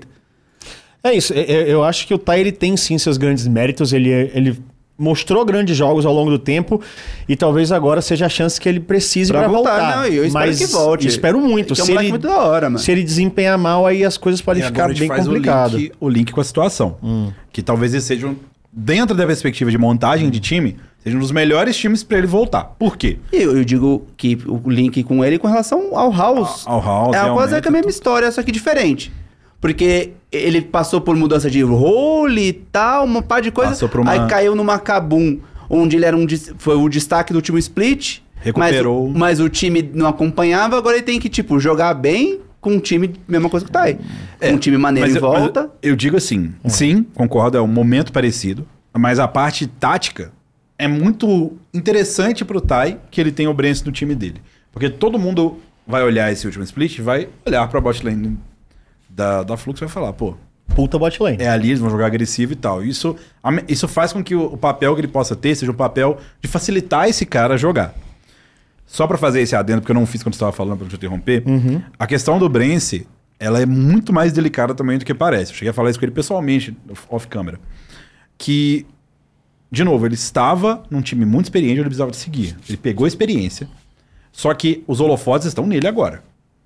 É isso, eu acho que o Tai ele tem sim seus grandes méritos, ele mostrou grandes jogos ao longo do tempo e talvez agora seja a chance que ele precise Pra pra voltar, voltar. não, e eu espero mas que volte. Espero muito. Que é um Se moleque ele, muito da hora, mano. se ele desempenhar mal, aí as coisas podem E ficar agora a gente bem faz complicadas. o link com a situação. Que talvez eles sejam, dentro da perspectiva de montagem de time, sejam um dos melhores times pra ele voltar. Por quê? E eu digo que o link com ele com relação ao House. Ao House, é quase realmente, a mesma história, só que diferente. Porque ele passou por mudança de role e tal, uma par de coisa. Passou por uma- Aí caiu numa Kabum, onde ele era foi o destaque do último split. Recuperou. Mas o time não acompanhava, agora ele tem que, tipo, jogar bem com um time, mesma coisa que o Tai. Com um time maneiro em volta. Mas eu digo assim, sim, concordo, é um momento parecido, mas a parte tática é muito interessante pro Tai que ele tem o Brence no time dele. Porque todo mundo vai olhar esse último split, vai olhar pra bot lane da Flux e vai falar, pô, Puta bot lane. é ali, eles vão jogar agressivo e tal. Isso faz com que o papel que ele possa ter seja um papel de facilitar esse cara a jogar. Só pra fazer esse adendo, porque eu não fiz quando você estava falando, pra não te interromper, a questão do Brence, ela é muito mais delicada também do que parece. Eu cheguei a falar isso com ele pessoalmente, off-câmera. Que, de novo, ele estava num time muito experiente, onde ele precisava de seguir. Ele pegou a experiência, só que os holofotes estão nele agora.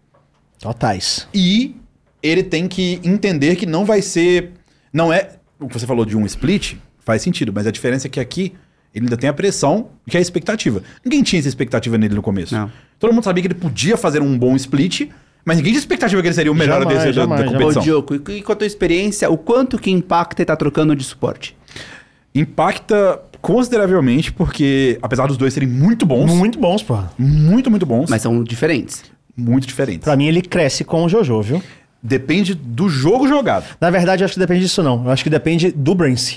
Totais. E ele tem que entender que não vai ser... Não é... O que você falou de um split, faz sentido, mas a diferença é que aqui ele ainda tem a pressão, que é a expectativa. Ninguém tinha essa expectativa nele no começo. Não. Todo mundo sabia que ele podia fazer um bom split, mas ninguém tinha expectativa que ele seria o melhor Jamais, da jamais, Ô, competição. Diogo, e com a tua experiência, o quanto que impacta e tá trocando de suporte? Impacta consideravelmente, porque apesar dos dois serem muito bons, Muito bons, pô. muito bons, Mas são diferentes. muito diferentes. Pra mim ele cresce com o Jojo, viu? Depende do jogo jogado. Na verdade, eu acho que depende disso não. Eu acho que depende do Brence.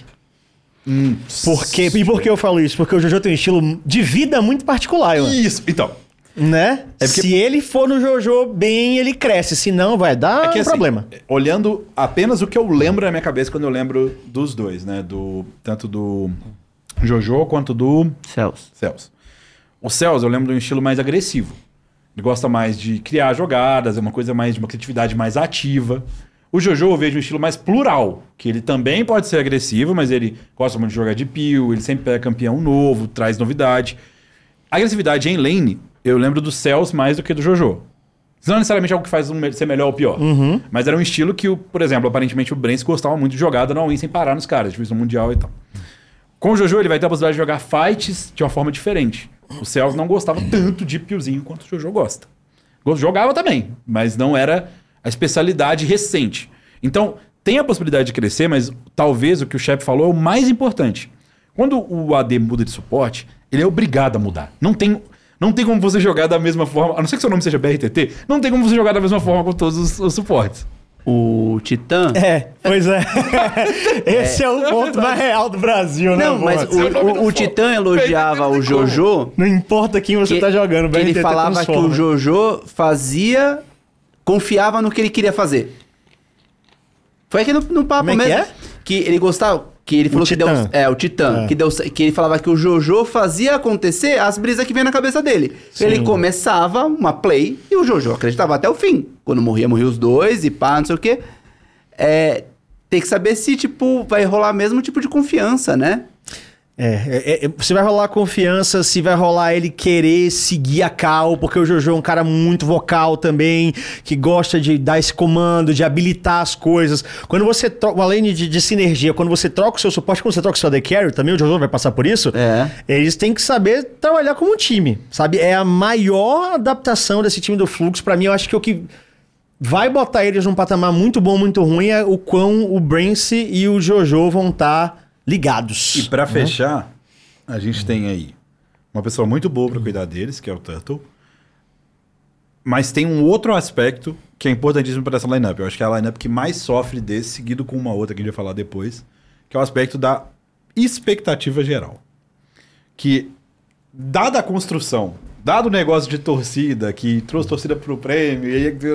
E por que eu falo isso? Porque o Jojo tem um estilo de vida muito particular, eu acho. Isso, então. Né? É porque- Se ele for no Jojo bem, ele cresce. Se não, vai dar que, um assim, problema. Olhando apenas o que eu lembro na minha cabeça quando eu lembro dos dois, né? Tanto do Jojo quanto do Celso. Celso. O Celso, eu lembro de um estilo mais agressivo. Ele gosta mais de criar jogadas, é uma coisa mais de uma criatividade mais ativa. O Jojo eu vejo um estilo mais plural, que ele também pode ser agressivo, mas ele gosta muito de jogar de peel, ele sempre pega campeão novo, traz novidade. A agressividade em lane, eu lembro do Celso mais do que do Jojo. Não necessariamente algo que faz ser melhor ou pior. Mas era um estilo que, por exemplo, aparentemente o Brence gostava muito de jogada no all-in sem parar nos caras, divisão mundial e tal. Com o Jojo, ele vai ter a possibilidade de jogar fights de uma forma diferente. O Celso não gostava tanto de peelzinho quanto o Jojo gosta. Jogava também, mas não era a especialidade recente. Então, tem a possibilidade de crescer, mas talvez o que o Shep falou é o mais importante. Quando o AD muda de suporte, ele é obrigado a mudar. Não tem como você jogar da mesma forma, a não ser que seu nome seja BRTT, não tem como você jogar da mesma forma com todos os suportes. O Titã... Pois é. Esse é o ponto mais real do Brasil, né? Não, mas o Titã elogiava o Jojo... Não importa quem você tá jogando, que ele falava que o Jojo confiava no que ele queria fazer. Foi aqui no papo Como mesmo. É? Que ele gostava... Que ele falou que deu... o Titã. Que ele falava que o Jojo fazia acontecer as brisas que vinha na cabeça dele. Sim. Ele começava uma play e o Jojo acreditava até o fim. Quando morria os dois e pá, não sei o quê. Tem que saber se, tipo, vai rolar mesmo tipo de confiança, né? Se vai rolar confiança, se vai rolar ele querer seguir a cal, porque o Jojo é um cara muito vocal também, que gosta de dar esse comando, de habilitar as coisas. Quando você troca, além de sinergia, quando você troca o seu suporte, quando você troca o seu AD Carry, também o Jojo vai passar por isso, eles têm que saber trabalhar como um time, sabe? É a maior adaptação desse time do Fluxo. Pra mim, eu acho que o que vai botar eles num patamar muito bom, muito ruim, é o quão o Brence e o Jojo vão estar ligados. E pra fechar, a gente tem aí uma pessoa muito boa pra cuidar deles, que é o Turtle. Mas tem um outro aspecto que é importantíssimo para essa lineup. Eu acho que é a lineup que mais sofre desse, seguido com uma outra que a gente vai falar depois, que é o aspecto da expectativa geral. Que, dada a construção, dado o negócio de torcida, que trouxe torcida pro prêmio,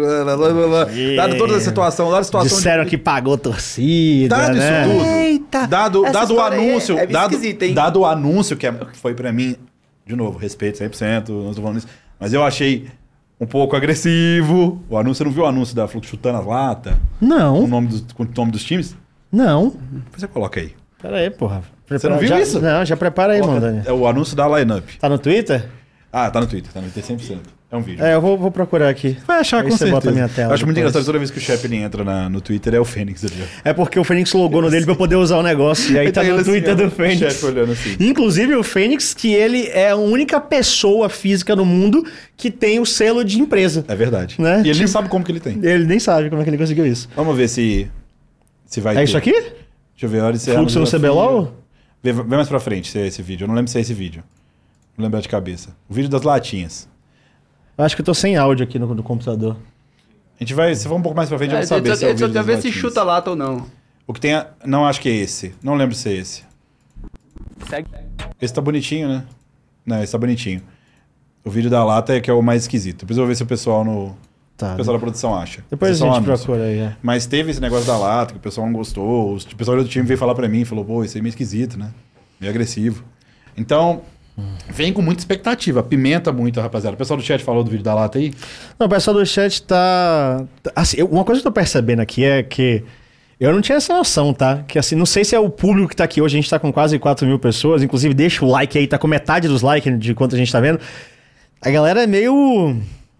dado toda a situação, dada a situação... Disseram que pagou torcida, dado né? isso tudo, Eita, dado o anúncio, esquisito, hein? dado o anúncio que foi pra mim, de novo, respeito 100%, não tô falando isso, mas eu achei um pouco agressivo. O anúncio, você não viu o anúncio da Flux chutando as latas? Não. Com o nome dos times? não. Depois você coloca aí. Pera aí, porra. Você não viu isso? Não, já prepara aí, Coloca, Mondani. é o anúncio da lineup. Tá no Twitter? Ah, tá no Twitter 100%. É um vídeo. Eu vou procurar aqui. Vai achar Aí com você certeza. bota a minha tela Eu acho muito depois. engraçado toda vez que o Shep ele entra no Twitter, é o Fênix ali. É porque o Fênix logou no dele pra eu poder usar o negócio. E aí tá ele no assim, Twitter ó, do o Fênix. Shep olhando assim. Inclusive o Fênix, que ele é a única pessoa física no mundo que tem o selo de empresa. É verdade. Né? E ele nem Tipo- sabe como que ele tem. Ele nem sabe como é que ele conseguiu isso. Vamos ver se vai ter. É isso aqui? Deixa eu ver, olha se Fluxo no CBLOL? Vê mais pra frente se é esse vídeo. Eu não lembro se é esse vídeo. Não lembro de cabeça. O vídeo das latinhas. Eu acho que eu tô sem áudio aqui no computador. A gente vai, se for um pouco mais pra frente, eu vou saber se é o vídeo Deixa eu das ver se latinhas. chuta lata ou não. O que tem não, acho que é esse. Não lembro se é esse. Segue. Esse tá bonitinho, né? Não, esse tá bonitinho. O vídeo da lata é que é o mais esquisito. Depois eu vou ver se o pessoal Tá. o pessoal da produção acha. Depois Esse é a só um gente anúncio. procura aí. Mas teve esse negócio da lata, que o pessoal não gostou. O pessoal do time veio falar pra mim, falou, pô, isso aí é meio esquisito, né? Meio agressivo. Então, vem com muita expectativa. Pimenta muito, rapaziada. O pessoal do chat falou do vídeo da lata aí? Não, o pessoal do chat tá... Assim, uma coisa que eu tô percebendo aqui é que eu não tinha essa noção, tá? Que assim, não sei se é o público que tá aqui hoje, a gente tá com quase 4 mil pessoas. Inclusive, deixa o like aí, tá com metade dos likes de quanto a gente tá vendo. A galera é meio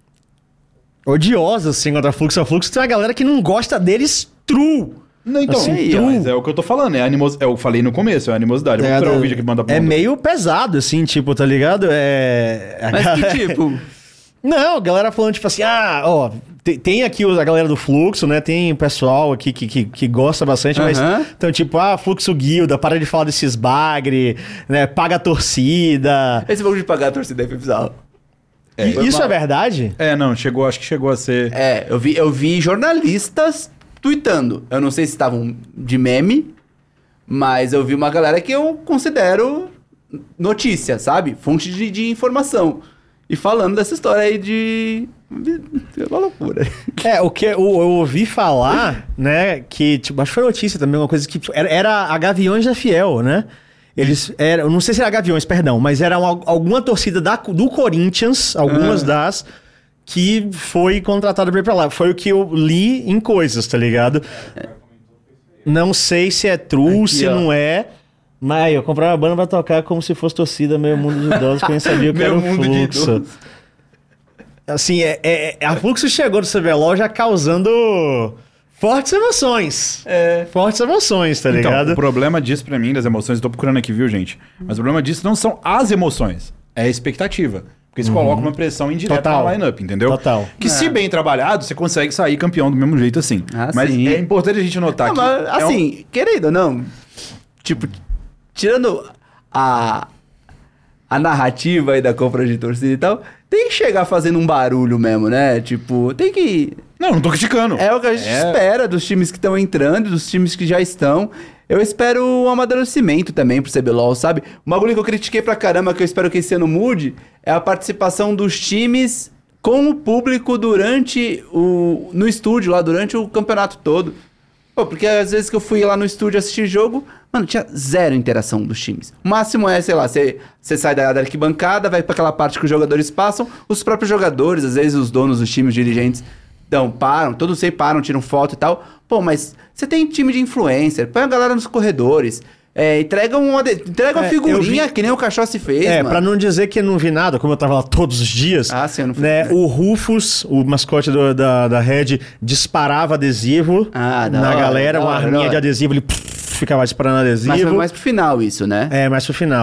odiosa, assim, contra a Fluxo. A Fluxo tem uma galera que não gosta deles true. Não, então, Assim, mas é o que eu tô falando, eu falei no começo, é a animosidade. Vamos procurar o vídeo que manda pra É mim. meio pesado, assim, tipo, tá ligado? Mas que tipo? Não, a galera falando, tipo assim, tem aqui a galera do Fluxo, né? Tem pessoal aqui que gosta bastante, mas... Aham. Então, tipo, Fluxo Guilda, para de falar desses bagre, né? Paga a torcida. Esse bagulho de pagar a torcida aí foi bizarro. Isso é verdade? Não, acho que chegou a ser... Eu vi jornalistas tweetando. Eu não sei se estavam de meme, mas eu vi uma galera que eu considero notícia, sabe? Fonte de informação. E falando dessa história aí de... É uma loucura. O que eu ouvi falar, né? Que, tipo, acho que foi notícia também, uma coisa que era a Gaviões da Fiel, né? Eles eram, não sei se era Gaviões, perdão, mas era alguma torcida do Corinthians, algumas das, que foi contratada pra ir pra lá. Foi o que eu li em coisas, tá ligado? Não sei se é true, se não é. Mas eu comprava uma banda pra tocar como se fosse torcida Meio Mundo de Idosos, que eu nem sabia o que era o Fluxo. Assim, a Fluxo chegou no CBLOL já causando fortes emoções. Fortes emoções, tá ligado? Então, o problema disso pra mim, das emoções, eu tô procurando aqui, viu, gente? Mas o problema disso não são as emoções, é a expectativa. Porque isso coloca uma pressão indireta na lineup, entendeu? Total. Que se bem trabalhado, você consegue sair campeão do mesmo jeito assim. Mas sim. é importante a gente notar Não, que... mas, assim, querido ou não, tipo, tirando a narrativa aí da compra de torcida e tal, tem que chegar fazendo um barulho mesmo, né? Tipo, tem que... Não tô criticando. É o que a gente espera dos times que estão entrando, dos times que já estão. Eu espero um amadurecimento também pro CBLOL, sabe? Um bagulho que eu critiquei pra caramba, que eu espero que esse ano mude, é a participação dos times com o público no estúdio lá, durante o campeonato todo. Pô, porque às vezes que eu fui lá no estúdio assistir jogo, mano, tinha zero interação dos times. O máximo é, sei lá, você sai da arquibancada, vai pra aquela parte que os jogadores passam, os próprios jogadores, às vezes os donos dos times, os dirigentes, param, todos aí param, tiram foto e tal. Pô, mas você tem time de influencer, põe a galera nos corredores, entrega uma figurinha que nem o Cachorro se fez, mano. Pra não dizer que eu não vi nada, como eu tava lá todos os dias, sim, eu não fui, né, o Rufus, o mascote da Red, disparava adesivo na galera, uma arminha de adesivo, ele ficava disparando adesivo. Mas foi mais pro final isso, né? Mais pro final.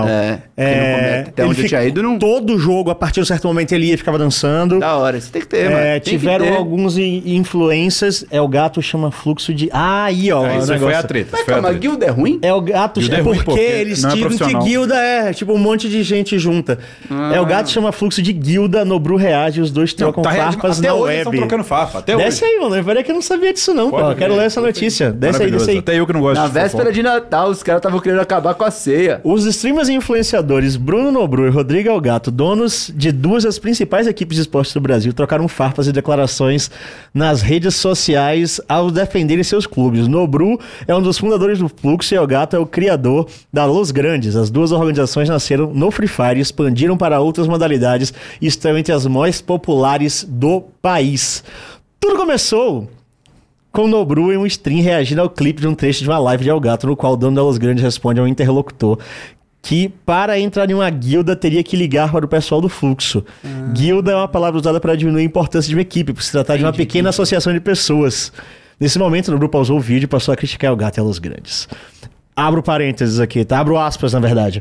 Até onde eu tinha ido, não... Todo jogo, a partir de um certo momento, ele ia e ficava dançando. Da hora, você tem que ter, mano. Tiveram alguns influencers, o gato chama Fluxo de... aí, ó. Isso foi a treta. Mas calma, a guilda é ruim? O gato Guilda é ruim, porque eles dizem que guilda tipo um monte de gente junta. O gato chama Fluxo de guilda, Nobru reage, os dois trocam farpas na web. Estão trocando farpa, até Desce aí, mano. Parece que eu não sabia disso não, pô. Quero ler essa notícia. Desce aí. Até eu que não gosto de véspera de Natal, os caras estavam querendo acabar com a ceia. Os streamers e influenciadores Bruno Nobru e Rodrigo Elgato, donos de duas das principais equipes de esportes do Brasil, trocaram farpas e declarações nas redes sociais ao defenderem seus clubes. Nobru é um dos fundadores do Fluxo e Elgato é o criador da Los Grandes. As duas organizações nasceram no Free Fire, expandiram para outras modalidades e estão entre as mais populares do país. Tudo começou com o Nobru em um stream reagindo ao clipe de um trecho de uma live de Elgato, no qual o dono da Los Grandes responde ao interlocutor que para entrar em uma guilda teria que ligar para o pessoal do Fluxo. Guilda é uma palavra usada para diminuir a importância de uma equipe, por se tratar de uma pequena associação de pessoas. Nesse momento, o Nobru pausou o vídeo e passou a criticar Elgato e a Los Grandes. Abro parênteses aqui, tá? Abro aspas, na verdade.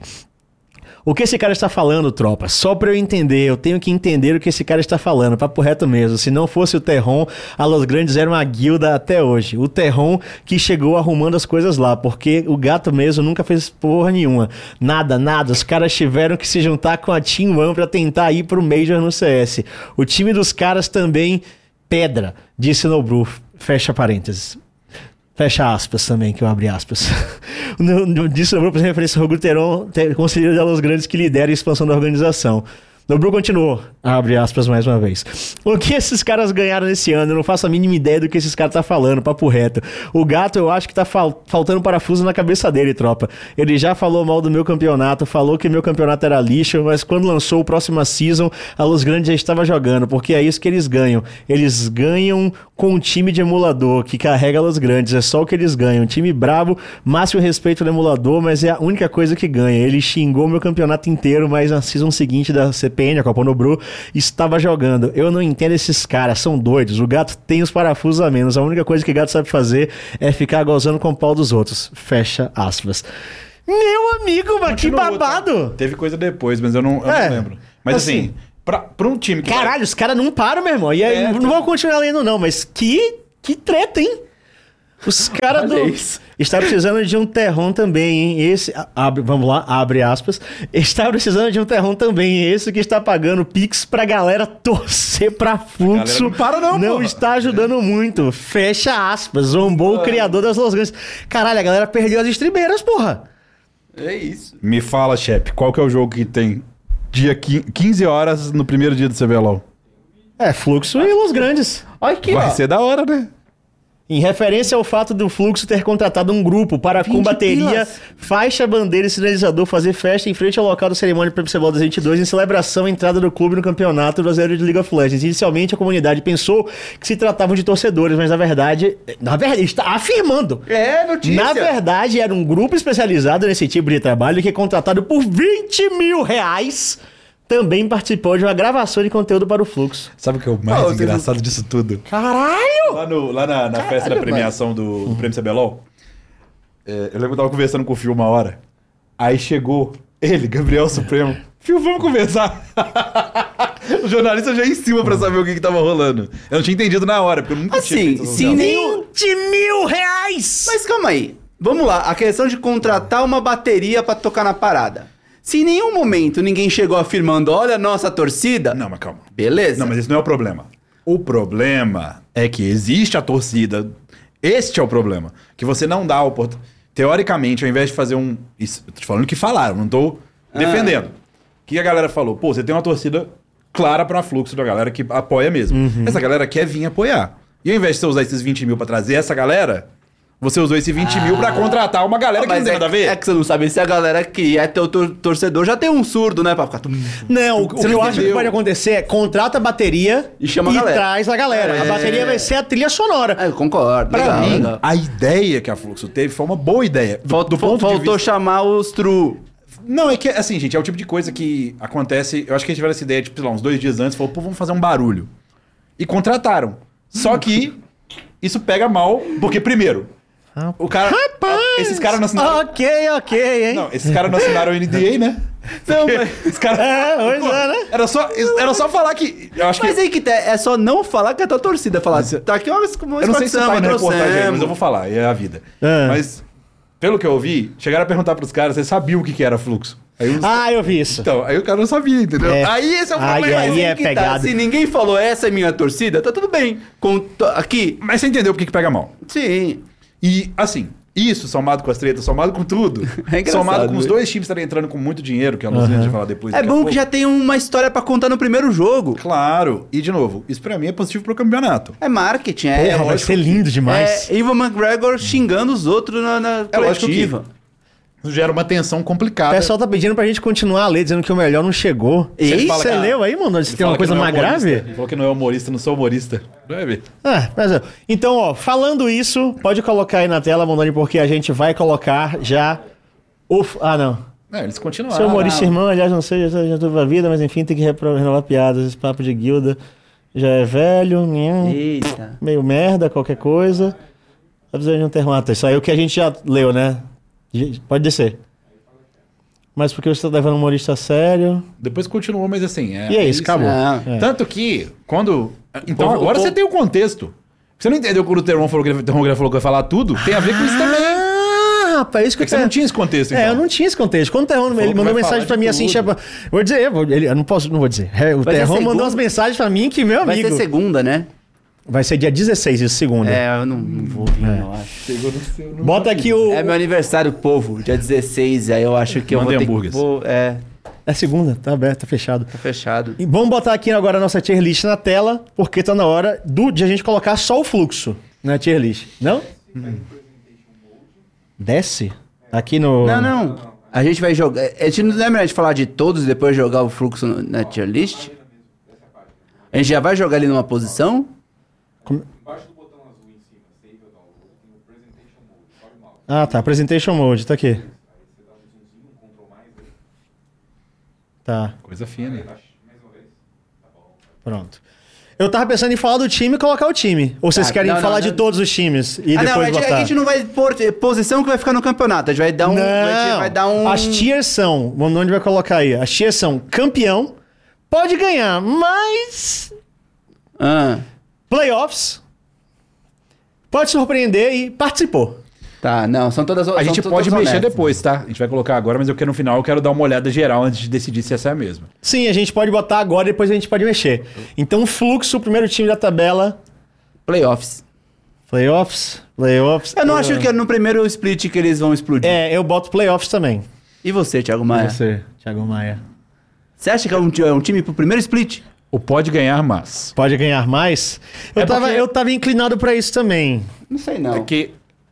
O que esse cara está falando, tropa? Só pra eu entender, eu tenho que entender o que esse cara está falando, papo reto mesmo. Se não fosse o Terron, a Los Grandes era uma guilda até hoje. O Terron que chegou arrumando as coisas lá, porque o gato mesmo nunca fez porra nenhuma. Nada. Os caras tiveram que se juntar com a Team One pra tentar ir pro Major no CS. O time dos caras também pedra, disse Nobru. Fecha parênteses. Fecha aspas também, que eu abri aspas. Disso Nobru, por referência ao Rogo Teron, conselheiro da Los Grandes que lidera a expansão da organização. Nobru continuou, abre aspas mais uma vez. O que esses caras ganharam nesse ano? Eu não faço a mínima ideia do que esses caras tá falando, papo reto. O gato eu acho que tá faltando parafuso na cabeça dele, tropa. Ele já falou mal do meu campeonato, falou que meu campeonato era lixo, mas quando lançou o próximo season, a Los Grandes já estava jogando, porque é isso que eles ganham. Eles ganham com um time de emulador que carrega a Los Grandes, é só o que eles ganham. Um time brabo, máximo respeito do emulador, mas é a única coisa que ganha. Ele xingou meu campeonato inteiro, mas na season seguinte da CPN, a Copa Nobru, estava jogando. Eu não entendo esses caras, são doidos. O gato tem os parafusos a menos. A única coisa que o gato sabe fazer é ficar gozando com o pau dos outros. Fecha aspas. Meu amigo, mas que babado! Teve coisa depois, mas eu não lembro. Mas assim, pra um time que... Caralho, os caras não param, meu irmão. E aí, não vou continuar lendo não, mas que treta, hein? Os caras está precisando de um Terron também, hein? Vamos lá, abre aspas. Está precisando de um Terron também, esse que está pagando Pix pra galera torcer pra Fluxo. Não para não está ajudando muito. Fecha aspas. Zombou o criador das Los Grandes. Caralho, a galera perdeu as streameiras, porra. É isso. Me fala, chefe, qual que é o jogo que tem dia 15 horas no primeiro dia do CBLOL? Fluxo e Los Grandes. Olha aqui, Vai ser da hora, né? Em referência ao fato do Fluxo ter contratado um grupo para com 20 bateria, pilas. faixa, bandeira e sinalizador fazer festa em frente ao local da cerimônia para o 2022 em celebração à entrada do clube no campeonato brasileiro de League of Legends. Inicialmente a comunidade pensou que se tratavam de torcedores, mas na verdade está afirmando. É, notícia. Na verdade, era um grupo especializado nesse tipo de trabalho que, contratado por R$20 mil, também participou de uma gravação de conteúdo para o Fluxo. Sabe o que é o mais engraçado disso tudo? Caralho! Lá na festa da premiação do Prêmio CBLOL, eu lembro que eu tava conversando com o Fio uma hora. Aí chegou ele, Gabriel Supremo. Fio, vamos conversar. O jornalista já ia em cima pra saber o que tava rolando. Eu não tinha entendido na hora, porque eu nunca tinha Assim, feito se nenhum... R$20 mil! Mas calma aí. Vamos lá, a questão de contratar uma bateria pra tocar na parada. Se em nenhum momento ninguém chegou afirmando, olha a nossa torcida... Não, mas calma. Beleza. Não, mas esse não é o problema. O problema é que existe a torcida. Este é o problema. Que você não dá a oportunidade. Teoricamente, ao invés de fazer um... Isso, eu tô te falando o que falaram, não tô defendendo. O que a galera falou? Pô, você tem uma torcida clara pra Fluxo da galera que apoia mesmo. Essa galera quer vir apoiar. E ao invés de você usar esses 20 mil pra trazer essa galera... Você usou esse 20 mil pra contratar uma galera que não tem nada a ver. É que você não sabe se a galera que é teu torcedor já tem um surdo, né? Pra ficar... Não, o que eu acho que pode acontecer é contrata a bateria E chama a galera. traz a galera. A bateria vai ser a trilha sonora. É, eu concordo. Pra legal, mim, legal. a ideia que a Fluxo teve foi uma boa ideia. Faltou chamar os true. Não, é que, assim, gente, é o tipo de coisa que acontece... Eu acho que eles tiveram essa ideia, tipo, sei lá, uns 2 dias antes, falou, pô, vamos fazer um barulho. E contrataram. Só que isso pega mal, porque, primeiro, o cara... Esses caras não assinaram... Ok, hein? Não, esses caras não assinaram o NDA, né? Não, Porque mas... os caras... Pois é, né? Era só falar que... Eu acho que... Mas aí que é só não falar que é tua torcida. Falar, tá aqui uma Eu não sei se tá aí na reportagem, trouxemos. mas eu vou falar, é a vida. É. Mas, pelo que eu ouvi, chegaram a perguntar pros caras, eles sabiam o que era Fluxo. Aí os... Eu vi isso. Então, aí o cara não sabia, entendeu? É. Aí esse é o Aí problema. é que pegado. Se ninguém falou essa é minha torcida, tá tudo bem. Aqui, Mas você entendeu por que pega mal. sim. E, assim, isso somado com as tretas, somado com tudo, É engraçado, somado com os né? 2 times estarem entrando com muito dinheiro, que a Luzinha vai falar depois. É daqui a bom pouco. que já tem uma história pra contar no primeiro jogo. Claro. E, de novo, isso pra mim é positivo pro campeonato. É marketing, Porra, vai lógico ser lindo demais. É Ivan McGregor xingando os outros na É lógico coletiva. Isso gera uma tensão O complicada. pessoal tá pedindo pra gente continuar a ler, dizendo que o melhor não chegou. Ei, fala Você que- leu aí, mano? Se Ele tem uma fala que coisa não é mais humorista. grave? Ele falou que não é humorista, não sou humorista. Vai ver. Mas é. Então, ó, falando isso, pode colocar aí na tela, Mondoni, porque a gente vai colocar já não. É, eles continuaram. Seu humorista irmão, aliás, não sei, já teve a vida, mas enfim, tem que renovar piadas. Esse papo de guilda já é velho, Eita. meio merda, qualquer coisa. Tá precisando de um termata. Isso aí é o que a gente já leu, né? Pode descer. Mas porque você tá levando o humorista a sério. Depois continuou, mas assim... E é isso, acabou. Não. É. Tanto que, quando... Então, O agora povo- você tem o contexto. Você não entendeu quando o Teron falou que ele vai falar tudo? Tem a ver com isso também. Rapaz, isso que É que você não tinha esse contexto, então. eu não tinha esse contexto. Quando o Terron ele que mandou vai mensagem falar pra de mim assim, tudo. vou dizer, eu não vou dizer. O Vai ser Terron mandou segunda? umas mensagens pra mim que, meu Vai amigo, ser segunda, né? vai ser dia 16, isso, segunda. É, eu não vou vir, eu acho. Bota aqui o... É meu aniversário, povo, dia 16, aí eu acho que eu vou Mandem ter hambúrgueres. É segunda, tá aberto, tá fechado. tá fechado. E vamos botar aqui agora a nossa tier list na tela, porque tá na hora de a gente colocar só o fluxo na tier list. Não? Desce? Aqui no... Não. A gente vai jogar. A gente não lembra de falar de todos e depois jogar o fluxo na tier list? A gente já vai jogar ele numa posição? Ah, tá. Presentation Mode, tá aqui. Tá, Coisa fina. pronto. Eu tava pensando em falar do time e colocar o time. Ou vocês Tá, querem não, falar não, de não. todos os times e não, depois a botar? gente não vai pôr posição que vai ficar no campeonato. A gente vai dar um. Não, A gente vai dar um. as tiers são... Onde vai colocar aí? As tiers são campeão, pode ganhar, mas... Ah, Playoffs, pode surpreender e participou. tá, não, são todas. A gente são pode todas mexer honestas. depois, tá? A gente vai colocar agora, mas no final eu quero dar uma olhada geral antes de decidir se essa é a mesma. Sim, a gente pode botar agora e depois a gente pode mexer. Então, o fluxo, o primeiro time da tabela... Playoffs. Playoffs. Eu não acho que é no primeiro split que eles vão explodir. Eu boto playoffs também. E você, Thiago Maia? Você, Thiago Maia. Você acha que é um time pro primeiro split? O pode ganhar mais. Pode ganhar mais? Eu tava inclinado pra isso também. Não sei, não. É que...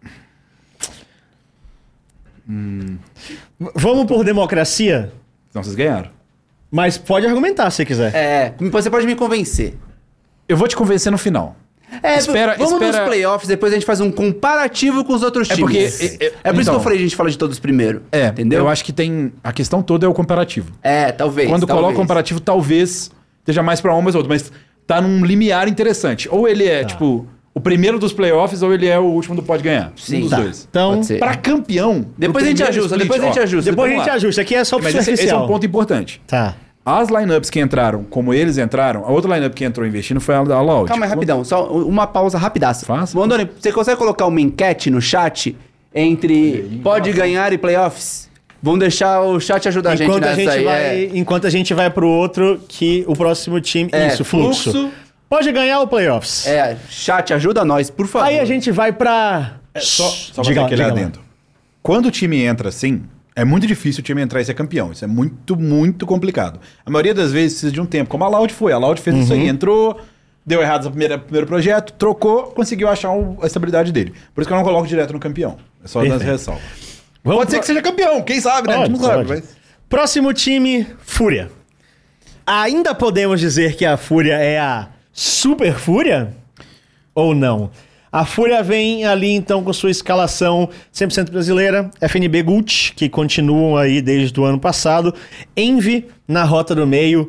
Vamos por democracia? Então vocês ganharam. Mas pode argumentar se quiser. Você pode me convencer. Eu vou te convencer no final. Vamos nos playoffs, depois a gente faz um comparativo com os outros times. Porque... É por isso que eu falei, a gente fala de todos primeiro. Entendeu? Eu acho que tem... A questão toda é o comparativo. Talvez. Quando coloca o comparativo, talvez esteja mais pra um, mais outro. Mas tá num limiar interessante. Ou ele é, tipo, o primeiro dos playoffs, ou ele é o último do pode ganhar. Sim. Um dos dois. Então, Pode ser. Pra campeão... Depois a gente ajusta, depois a gente ajusta. depois a vamos gente lá. ajusta. Aqui é só pro Mas esse é superficial. um ponto importante. Tá. As lineups que entraram, como eles entraram, a outra lineup que entrou investindo foi a Loud. Calma aí, rapidão. Só uma pausa rapidaça. Faça. Mandoni, você consegue colocar uma enquete no chat entre pode ganhar e playoffs? Vamos deixar o chat ajudar a gente nessa aí. Enquanto a gente vai pro outro, que o próximo time... Isso, fluxo. Pode ganhar o playoffs. Chat, ajuda nós, por favor. Aí a gente vai pra... Só fazer aquele adendo. Quando o time entra assim, é muito difícil o time entrar e ser campeão. Isso é muito, muito complicado. A maioria das vezes precisa de um tempo, como a Loud foi. A Loud fez isso aí, entrou, deu errado no primeiro projeto, trocou, conseguiu achar a estabilidade dele. Por isso que eu não coloco direto no campeão. É só dar ressalva. Pode ser que seja campeão, quem sabe, né? A gente não sabe, mas... Próximo time, Fúria. Ainda podemos dizer que a Fúria é a Super Fúria? Ou não? A Fúria vem ali, então, com sua escalação 100% brasileira. FNB Gucci, que continuam aí desde o ano passado. Envy na rota do meio.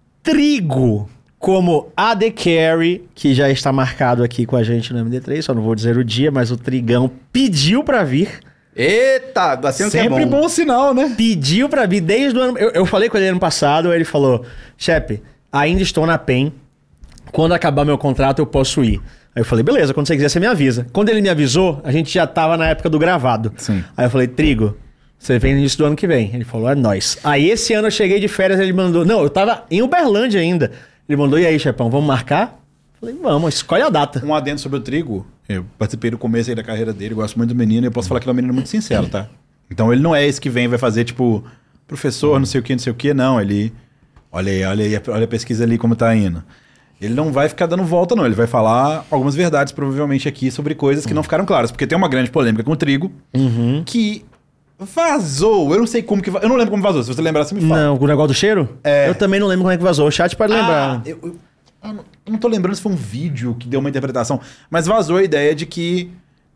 Trigo como AD Carry, que já está marcado aqui com a gente no MD3. Só não vou dizer o dia, mas o Trigão pediu pra vir. Eita, assim que é Sempre bom sinal, né? Pediu pra vir desde o ano... Eu falei com ele ano passado, ele falou... Chepe, ainda estou na PEN. Quando acabar meu contrato, eu posso ir. Aí eu falei, beleza, quando você quiser, você me avisa. Quando ele me avisou, a gente já tava na época do gravado. Sim. Aí eu falei, Trigo, você vem no início do ano que vem. Ele falou, é nóis. Aí esse ano eu cheguei de férias, ele mandou... Não, eu tava em Uberlândia ainda. Ele mandou, e aí, chefão, vamos marcar? Eu falei, vamos, escolhe a data. Um adendo sobre o Trigo. Eu participei do começo aí da carreira dele, gosto muito do menino, e eu posso falar que ele é um menino muito sincero, tá? Então ele não é esse que vem e vai fazer, tipo, professor, não sei o que, não. Ele... Olha a pesquisa ali como tá indo. Ele não vai ficar dando volta, não. Ele vai falar algumas verdades, provavelmente, aqui, sobre coisas que não ficaram claras. Porque tem uma grande polêmica com o Trigo, que vazou. Eu não sei como que... Eu não lembro como vazou. Se você lembrar, você me fala. Não, o negócio do cheiro? Eu também não lembro como é que vazou. O chat pode lembrar. Eu não tô lembrando se foi um vídeo que deu uma interpretação, mas vazou a ideia de que...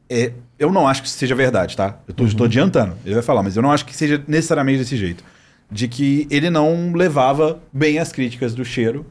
eu não acho que isso seja verdade, tá? Eu tô adiantando. Ele vai falar, mas eu não acho que seja necessariamente desse jeito. De que ele não levava bem as críticas do cheiro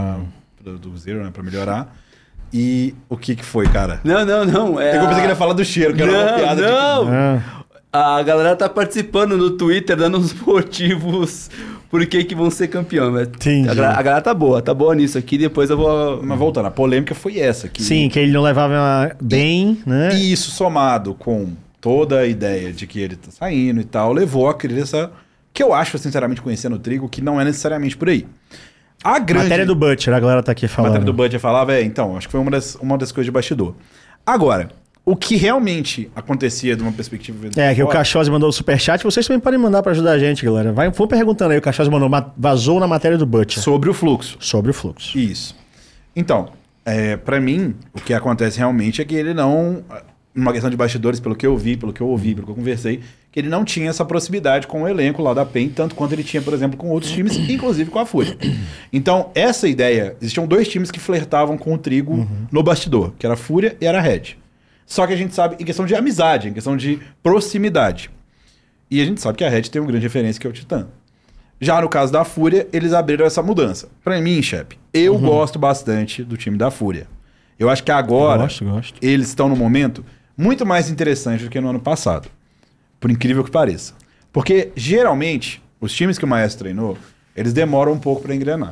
do Zero, né? Pra melhorar. E o que foi, cara? Não. Eu pensei que ele ia falar do cheiro, que era uma piada de... A galera tá participando no Twitter, dando uns motivos por que vão ser campeão, velho. Entendi. A galera tá boa nisso aqui, depois eu vou... Mas voltando, a polêmica foi essa. Sim, que ele não levava bem, né? E isso somado com toda a ideia de que ele tá saindo e tal, levou a crença que eu acho, sinceramente, conhecendo o Trigo, que não é necessariamente por aí. A grande... Matéria do Butcher, a galera tá aqui falando. A matéria do Butcher falava, então, acho que foi uma das coisas de bastidor. Agora, o que realmente acontecia de uma perspectiva... Que o Cachosi mandou o superchat, vocês também podem mandar pra ajudar a gente, galera. Vou perguntando aí, o Cachosi mandou, vazou na matéria do Butcher. Sobre o fluxo. Sobre o fluxo. Isso. Então, pra mim, o que acontece realmente é que ele não... Numa questão de bastidores, pelo que eu vi, pelo que eu ouvi, pelo que eu conversei, que ele não tinha essa proximidade com o elenco lá da PEN, tanto quanto ele tinha, por exemplo, com outros times, inclusive com a Fúria. Então, essa ideia... Existiam dois times que flertavam com o Trigo no bastidor, que era a Fúria e era a Red. Só que a gente sabe, em questão de amizade, em questão de proximidade. E a gente sabe que a Red tem uma grande referência, que é o Titã. Já no caso da Fúria, eles abriram essa mudança. Pra mim, chefe, eu gosto bastante do time da Fúria. Eu acho que agora, Gosto. eles estão no momento muito mais interessante do que no ano passado. Por incrível que pareça. Porque, geralmente, os times que o Maestro treinou, eles demoram um pouco pra engrenar.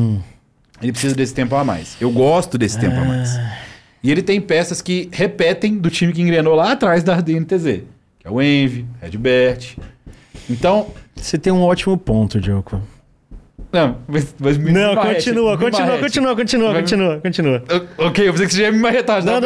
Ele precisa desse tempo a mais. Eu gosto desse tempo a mais. E ele tem peças que repetem do time que engrenou lá atrás da DNTZ. Que é o Envy, Redbert. Então... Você tem um ótimo ponto, Diogo. Não, mas me Não, marrete, continua. Ok, eu pensei que você já ia me marretar. Não,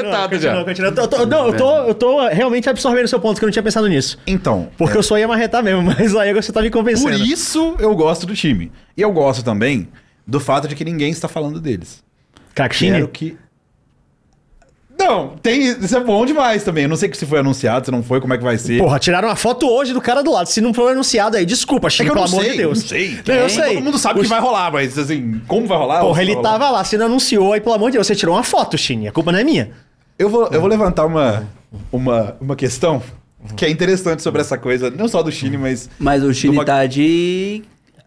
eu tô realmente absorvendo o seu ponto, que eu não tinha pensado nisso. Então... Porque eu só ia marretar mesmo, mas aí você tá me convencendo. Por isso eu gosto do time. E eu gosto também do fato de que ninguém está falando deles. Craxine? Quero que... Não, isso é bom demais também. Eu não sei se foi anunciado, se não foi, como é que vai ser. Porra, tiraram uma foto hoje do cara do lado. Se não for anunciado aí, desculpa, Chine, pelo amor de Deus. Não sei. Não, eu sei. Todo mundo sabe que vai rolar, mas assim, como vai rolar? Porra, ele vai rolar. tava lá, você não anunciou aí, pelo amor de Deus. Você tirou uma foto, Chine. A culpa não é minha. Eu vou levantar uma questão que é interessante sobre essa coisa, não só do Chile, mas... Mas o Chile tá de...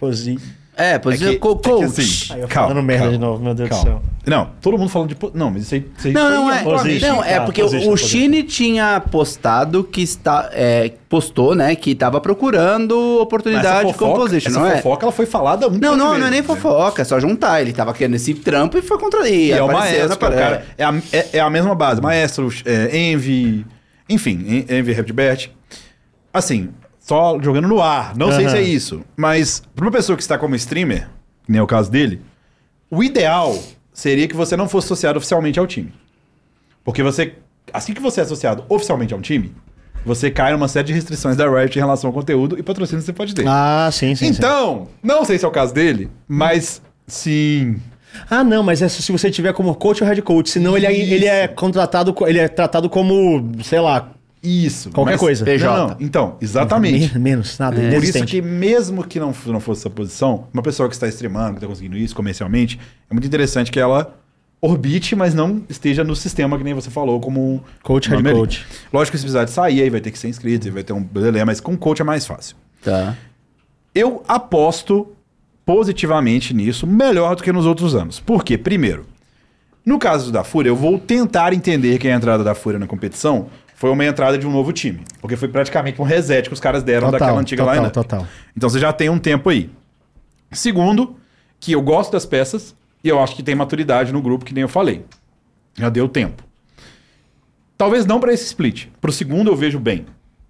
Posição coach. assim, Aí eu calma, falando merda calma, de novo, meu Deus calma. do céu. Não, todo mundo falando de... Não, mas isso aí... Não, é porque o Chine tinha postado que postou, né, que tava procurando oportunidade com position, não é? Essa fofoca, ela foi falada muito Não é nem fofoca, é só juntar. Ele tava querendo esse trampo e foi contra ele. E é o Maestro, cara. É a mesma base. Maestro, Envy... Enfim, Envy Redbert. Assim, só jogando no ar. Não sei se é isso. Mas, pra uma pessoa que está como streamer, que nem é o caso dele, o ideal seria que você não fosse associado oficialmente ao time. Porque você... Assim que você é associado oficialmente a um time, você cai numa série de restrições da Riot em relação ao conteúdo e patrocínio que você pode ter. Ah, sim. Então, não sei se é o caso dele, mas sim... Ah, não, mas é se você tiver como coach ou head coach. Senão ele é contratado, ele é tratado como, sei lá, Isso. qualquer coisa. PJ. Não. Então, exatamente. Menos, nada. Por isso inexistente. que mesmo que não fosse essa posição, uma pessoa que está streamando, que está conseguindo isso comercialmente, é muito interessante que ela orbite, mas não esteja no sistema que nem você falou, como Coach, uma head América. coach. Lógico que se precisar de sair, aí vai ter que ser inscrito, aí vai ter um beleza, mas com coach é mais fácil. Tá. Eu aposto positivamente nisso, melhor do que nos outros anos. Por quê? Primeiro, no caso da Fúria, eu vou tentar entender que a entrada da Fúria na competição foi uma entrada de um novo time. Porque foi praticamente um reset que os caras deram daquela antiga lineup. Total. Então você já tem um tempo aí. Segundo, que eu gosto das peças e eu acho que tem maturidade no grupo, que nem eu falei. Já deu tempo. Talvez não para esse split. Pro segundo eu vejo bem.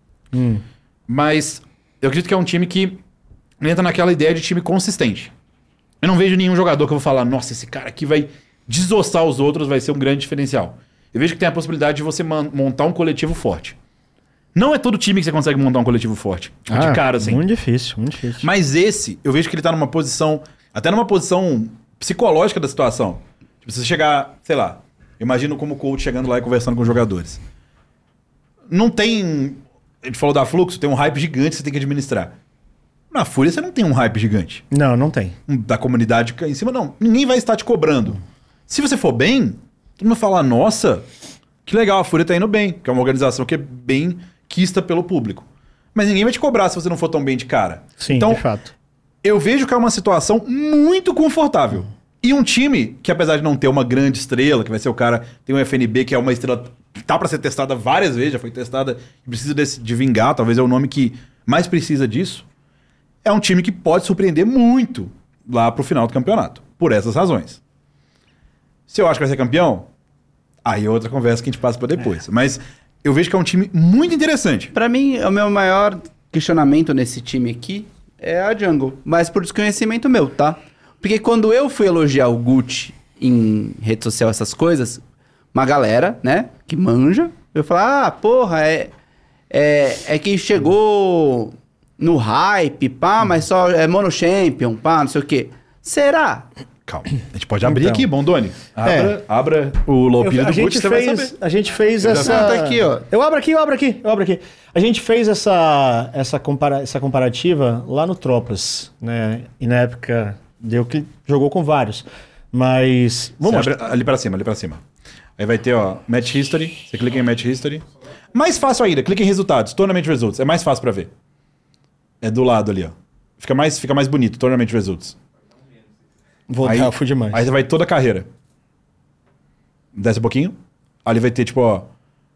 Mas eu acredito que é um time que entra naquela ideia de time consistente. Eu não vejo nenhum jogador que eu vou falar, nossa, esse cara aqui vai desossar os outros, vai ser um grande diferencial. Eu vejo que tem a possibilidade de você montar um coletivo forte. Não é todo time que você consegue montar um coletivo forte. Tipo, de cara, assim. Muito difícil, muito difícil. Mas esse, eu vejo que ele tá numa posição, até numa posição psicológica da situação. Tipo, se você chegar, sei lá, imagina como coach chegando lá e conversando com os jogadores. Não tem... A gente falou da Fluxo, tem um hype gigante que você tem que administrar. Na Fúria você não tem um hype gigante. Não tem. Da comunidade em cima, não. Ninguém vai estar te cobrando. Se você for bem, todo mundo vai falar, nossa, que legal, a Fúria tá indo bem. Que é uma organização que é bem quista pelo público. Mas ninguém vai te cobrar se você não for tão bem de cara. Sim, então, de fato. eu vejo que é uma situação muito confortável. E um time que, apesar de não ter uma grande estrela, que vai ser o cara, tem um FNB, que é uma estrela que tá pra ser testada várias vezes, já foi testada e precisa de vingar, talvez é o nome que mais precisa disso. É um time que pode surpreender muito lá pro final do campeonato, por essas razões. Se eu acho que vai ser campeão, aí é outra conversa que a gente passa pra depois. Mas eu vejo que é um time muito interessante. Pra mim, o meu maior questionamento nesse time aqui é a jungle. Mas por desconhecimento meu, tá? Porque quando eu fui elogiar o Gucci em rede social, essas coisas, uma galera, né, que manja, eu falo, porra, é que chegou no hype, pá, mas só é mono champion, pá, não sei o quê. Será? Calma, a gente pode abrir Então. aqui, Bondoni. Abra o Lopina do Gucci, você vai saber. A gente fez já essa... tá aqui, ó. Eu abro aqui. A gente fez essa comparativa lá no Tropas, né? E na época deu que jogou com vários. Mas... Você abre ali pra cima. Aí vai ter, ó, Match History. Você clica em Match History. Mais fácil ainda, clica em Resultados. Tournament Results. É mais fácil pra ver. É do lado ali, ó. Fica mais bonito, Tournament Results. Vou Aí, dar, eu fui demais. Aí você vai toda a carreira. Desce um pouquinho. Ali vai ter, tipo, ó...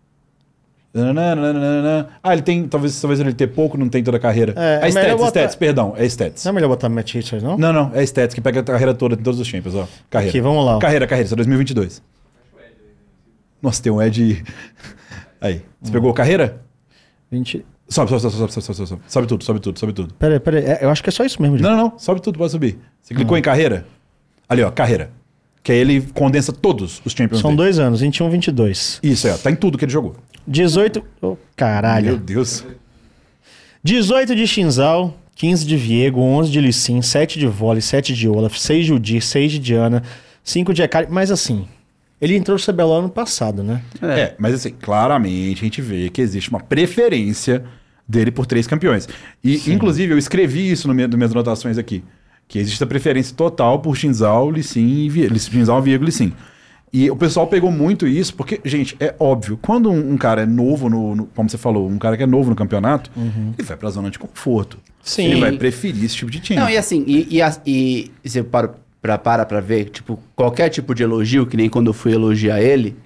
ele tem... Talvez ele tenha pouco, não tem toda a carreira. É melhor botar- Stats, perdão. É Stats. Não é melhor botar match history, não? Não, é Stats, que pega a carreira toda, em todos os Champions, ó. Carreira. Aqui, vamos lá. Carreira, isso é 2022. Nossa, tem um Ed... Aí. Você pegou carreira? 20... Sobe tudo. Peraí. Eu acho que é só isso mesmo. Não, sobe tudo, pode subir. Você clicou em carreira? Ali, ó, carreira. Que aí ele condensa todos os Champions São dele. 2 anos, 21, 22. Isso, tá em tudo que ele jogou. 18... Oh, caralho. Meu Deus. 18 de Shinzal, 15 de Viego, 11 de Lee Sin, 7 de Volley, 7 de Olaf, 6 de Udyr, 6 de Diana, 5 de Akali. Mas assim, ele entrou no CBLOL ano passado, né? Mas assim, claramente a gente vê que existe uma preferência dele por 3 campeões. E, inclusive, eu escrevi isso nas minhas anotações aqui. Que existe a preferência total por Xin Zhao, Lee Sin e Xin Zhao, Viego e Lee Sin. E o pessoal pegou muito isso, porque, gente, é óbvio, quando um cara é novo, como você falou, um cara que é novo no campeonato, ele vai pra zona de conforto. Sim. Ele vai preferir esse tipo de time. Não, e assim, e você para ver, tipo, qualquer tipo de elogio, que nem quando eu fui elogiar ele,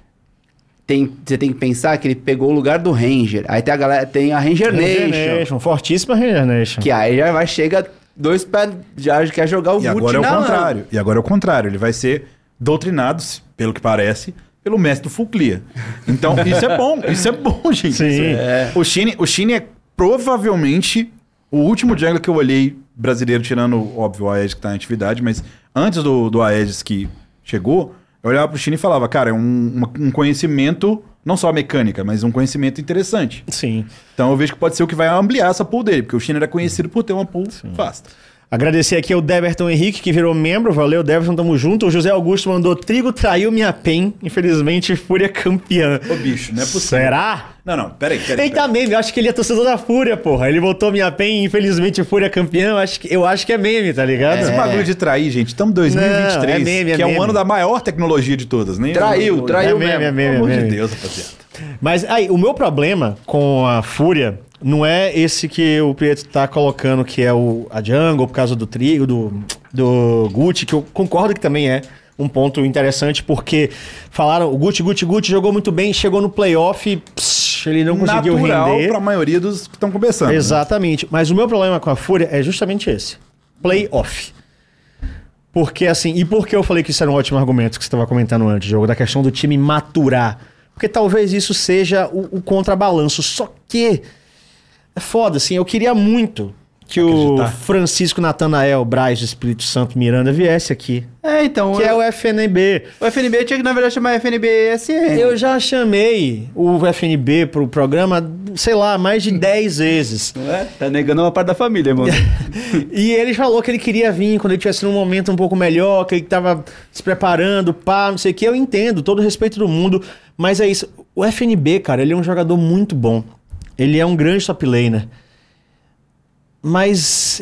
você tem que pensar que ele pegou o lugar do Ranger. Aí tem a galera, tem a Ranger Nation. Fortíssima Ranger Nation. Que aí já chega 2 pés, já quer jogar o E agora é o contrário. E agora é o contrário. Ele vai ser doutrinado, pelo que parece, pelo mestre do Full Clear. Então, isso é bom. Isso é bom, gente. Sim. O Shinny é provavelmente o último jungle que eu olhei brasileiro, tirando, óbvio, o Aegis que tá em atividade, mas antes do Aegis que chegou, eu olhava pro Shinny e falava, cara, é um conhecimento, não só mecânica, mas um conhecimento interessante. Sim. Então eu vejo que pode ser o que vai ampliar essa pool dele, porque o Shinny era conhecido por ter uma pool vasta. Agradecer aqui ao Deverton Henrique, que virou membro. Valeu, Deverton, tamo junto. O José Augusto mandou: Trigo traiu minha PEN. Infelizmente, Fúria campeã. Ô, bicho, não é possível. Será? Não, peraí. Eita, meme, eu acho que ele é torcedor da Fúria, porra. Ele botou minha PEN, infelizmente, Fúria campeã. Eu acho que é meme, tá ligado? Esse bagulho de trair, gente. Estamos em 2023, Não, é meme, que é meme. o ano da maior tecnologia de todas, né? Traiu meme, mesmo. meme, Pelo amor de meme. Deus, rapaziada. Mas aí, o meu problema com a Fúria não é esse que o Pietro tá colocando, que é a Jungle, por causa do Trigo, do Gucci, que eu concordo que também é um ponto interessante, porque falaram, o Gucci jogou muito bem, chegou no playoff, ele não conseguiu Natural render. pra maioria dos que estão começando. Exatamente. Né? Mas o meu problema com a Fúria é justamente esse. Playoff. Porque assim, e por que eu falei que isso era um ótimo argumento que você estava comentando antes, jogo, da questão do time maturar. Porque talvez isso seja o contrabalanço. Só que é foda, assim, eu queria muito que o Francisco Natanael Braz do Espírito Santo Miranda viesse aqui. Então... Que é o FNB. O FNB tinha que, na verdade, chamar FNB-SN. Eu já chamei o FNB pro programa, sei lá, mais de 10 vezes. Não é? Tá negando uma parte da família, mano. E ele falou que ele queria vir quando ele tivesse num momento um pouco melhor, que ele tava se preparando, pá, não sei o que. Eu entendo, todo o respeito do mundo, mas é isso. O FNB, cara, ele é um jogador muito bom. Ele é um grande top laner. Mas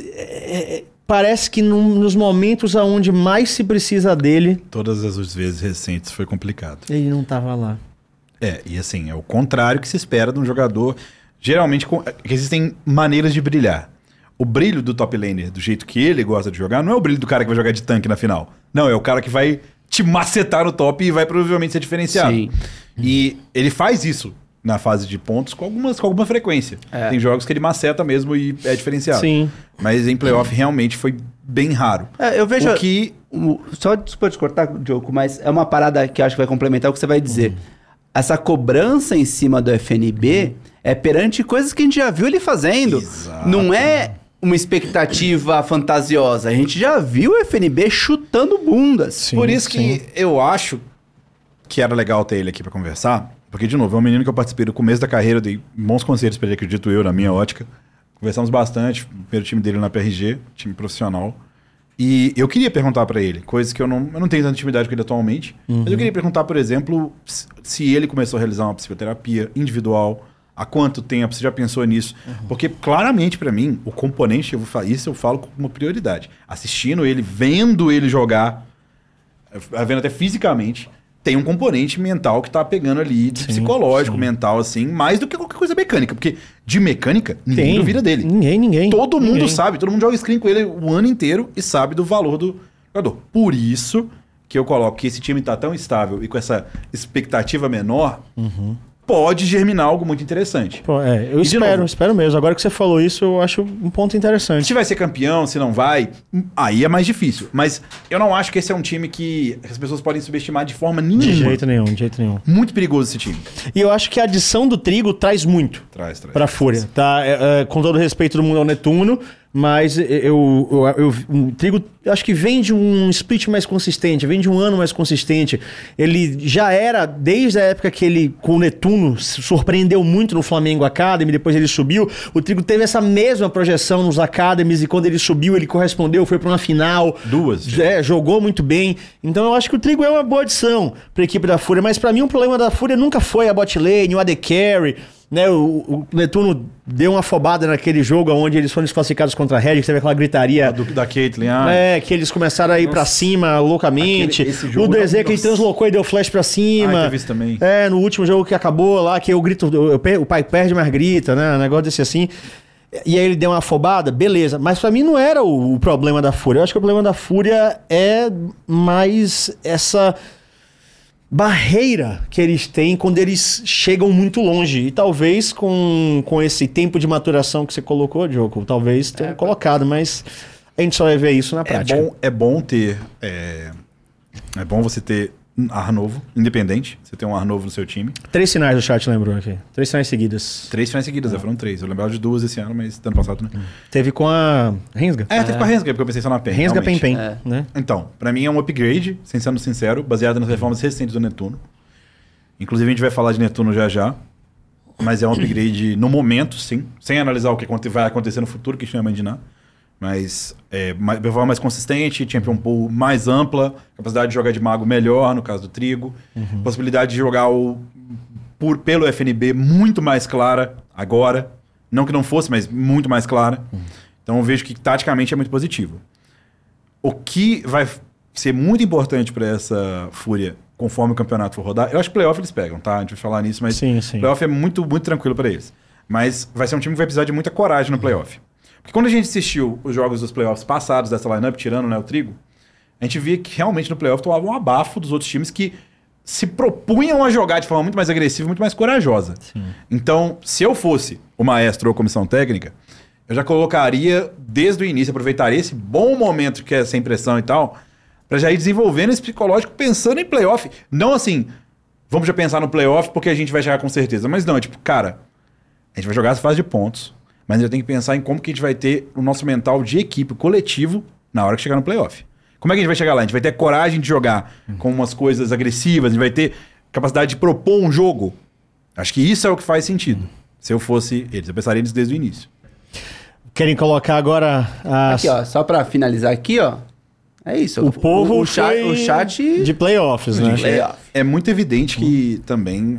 parece que nos momentos onde mais se precisa dele, Todas as vezes recentes foi complicado. ele não tava lá. E assim, é o contrário que se espera de um jogador. Geralmente, existem maneiras de brilhar. O brilho do top laner, do jeito que ele gosta de jogar, não é o brilho do cara que vai jogar de tanque na final. Não, é o cara que vai te macetar no top e vai provavelmente ser diferenciado. Sim. E ele faz isso na fase de pontos com alguma frequência. Tem jogos que ele maceta mesmo e é diferenciado. Sim. Mas em playoff realmente foi bem raro. Eu vejo... O que... Só desculpa te cortar, Diogo, mas é uma parada que eu acho que vai complementar o que você vai dizer. Essa cobrança em cima do FNB é perante coisas que a gente já viu ele fazendo. Exato. Não é uma expectativa fantasiosa. A gente já viu o FNB chutando bundas. Sim, Por isso que eu acho que era legal ter ele aqui pra conversar. Porque, de novo, é um menino que eu participei do começo da carreira, eu dei bons conselhos pra ele, acredito eu, na minha ótica. Conversamos bastante, o primeiro time dele na PRG, time profissional. E eu queria perguntar pra ele, coisas que eu não tenho tanta intimidade com ele atualmente, mas eu queria perguntar, por exemplo, se ele começou a realizar uma psicoterapia individual, há quanto tempo, você já pensou nisso? Porque, claramente, pra mim, o componente, isso eu falo com uma prioridade. Assistindo ele, vendo ele jogar, vendo até fisicamente, tem um componente mental que tá pegando ali, de psicológico, mental, assim, mais do que qualquer coisa mecânica. Porque de mecânica, ninguém duvida dele. Ninguém. Todo mundo sabe, todo mundo joga screen com ele o ano inteiro e sabe do valor do jogador. Por isso que eu coloco que esse time tá tão estável e com essa expectativa menor, pode germinar algo muito interessante. Pô, eu espero mesmo. Agora que você falou isso, eu acho um ponto interessante. Se vai ser campeão, se não vai, aí é mais difícil. Mas eu não acho que esse é um time que as pessoas podem subestimar de forma nenhuma. De jeito nenhum. Muito perigoso esse time. E eu acho que a adição do Trigo traz muito Traz. pra Fúria, tá? Com todo o respeito do mundo ao Netuno, mas o Trigo acho que vem de um split mais consistente, vem de um ano mais consistente. Ele já era, desde a época que ele, com o Netuno, se surpreendeu muito no Flamengo Academy, depois ele subiu. O Trigo teve essa mesma projeção nos Academies e quando ele subiu, ele correspondeu, foi para uma final. Duas. Jogou muito bem. Então eu acho que o Trigo é uma boa adição para a equipe da Fúria, mas para mim o problema da Fúria nunca foi a bot lane, o AD Carry. Né, o Netuno deu uma afobada naquele jogo onde eles foram desclassificados contra a Red, que teve aquela gritaria Da Caitlyn. que eles começaram a ir pra cima loucamente. Esse jogo O DZ que ele translocou e deu flash pra cima. teve isso também. No último jogo que acabou lá, que eu grito, o pai perde, mas grita, né? Um negócio desse assim. E aí ele deu uma afobada, beleza. Mas pra mim não era o problema da Fúria. Eu acho que o problema da Fúria é mais essa barreira que eles têm quando eles chegam muito longe. E talvez com esse tempo de maturação que você colocou, Diogo, talvez tenham colocado, mas a gente só vai ver isso na prática. É bom ter... É bom você ter ar novo, independente. Você ter um ar novo no seu time. 3 finais do chat lembrou aqui. 3 finais seguidas. 3 finais seguidas, foram 3. Eu lembrava de 2 esse ano, mas ano passado, né? Teve com a Rensga. Teve com a Rensga, porque eu pensei só na PEN. Rensga realmente. Pen, né? Então, pra mim é um upgrade, sendo sincero, baseado nas performances recentes do Netuno. Inclusive a gente vai falar de Netuno já. Mas é um upgrade no momento, sim. Sem analisar o que vai acontecer no futuro, que a gente não vai imaginar. Mas performance mais consistente, champion pool mais ampla, capacidade de jogar de mago melhor, no caso do Trigo. Possibilidade de jogar pelo FNB muito mais clara agora. Não que não fosse, mas muito mais clara. Então eu vejo que taticamente é muito positivo. O que vai ser muito importante para essa Fúria, conforme o campeonato for rodar, eu acho que playoff eles pegam, tá? A gente vai falar nisso, mas sim. playoff é muito, muito tranquilo para eles. Mas vai ser um time que vai precisar de muita coragem no playoff. Porque quando a gente assistiu os jogos dos playoffs passados dessa lineup, tirando, né, o Trigo, a gente via que realmente no playoff tomava um abafo dos outros times que se propunham a jogar de forma muito mais agressiva, muito mais corajosa. Sim. Então, se eu fosse o maestro ou a comissão técnica, eu já colocaria desde o início, aproveitaria esse bom momento que é sem pressão e tal, para já ir desenvolvendo esse psicológico pensando em playoff. Não assim, vamos já pensar no playoff porque a gente vai chegar com certeza. Mas não, tipo, cara, a gente vai jogar essa fase de pontos, mas já tem que pensar em como que a gente vai ter o nosso mental de equipe, coletivo, na hora que chegar no playoff. Como é que a gente vai chegar lá? A gente vai ter coragem de jogar com umas coisas agressivas, a gente vai ter capacidade de propor um jogo. Acho que isso é o que faz sentido. Se eu fosse eles, eu pensaria nisso desde o início. Querem colocar agora Aqui, ó, só pra finalizar aqui, ó. É isso. O povo o chat de playoffs, né? playoff. É muito evidente que também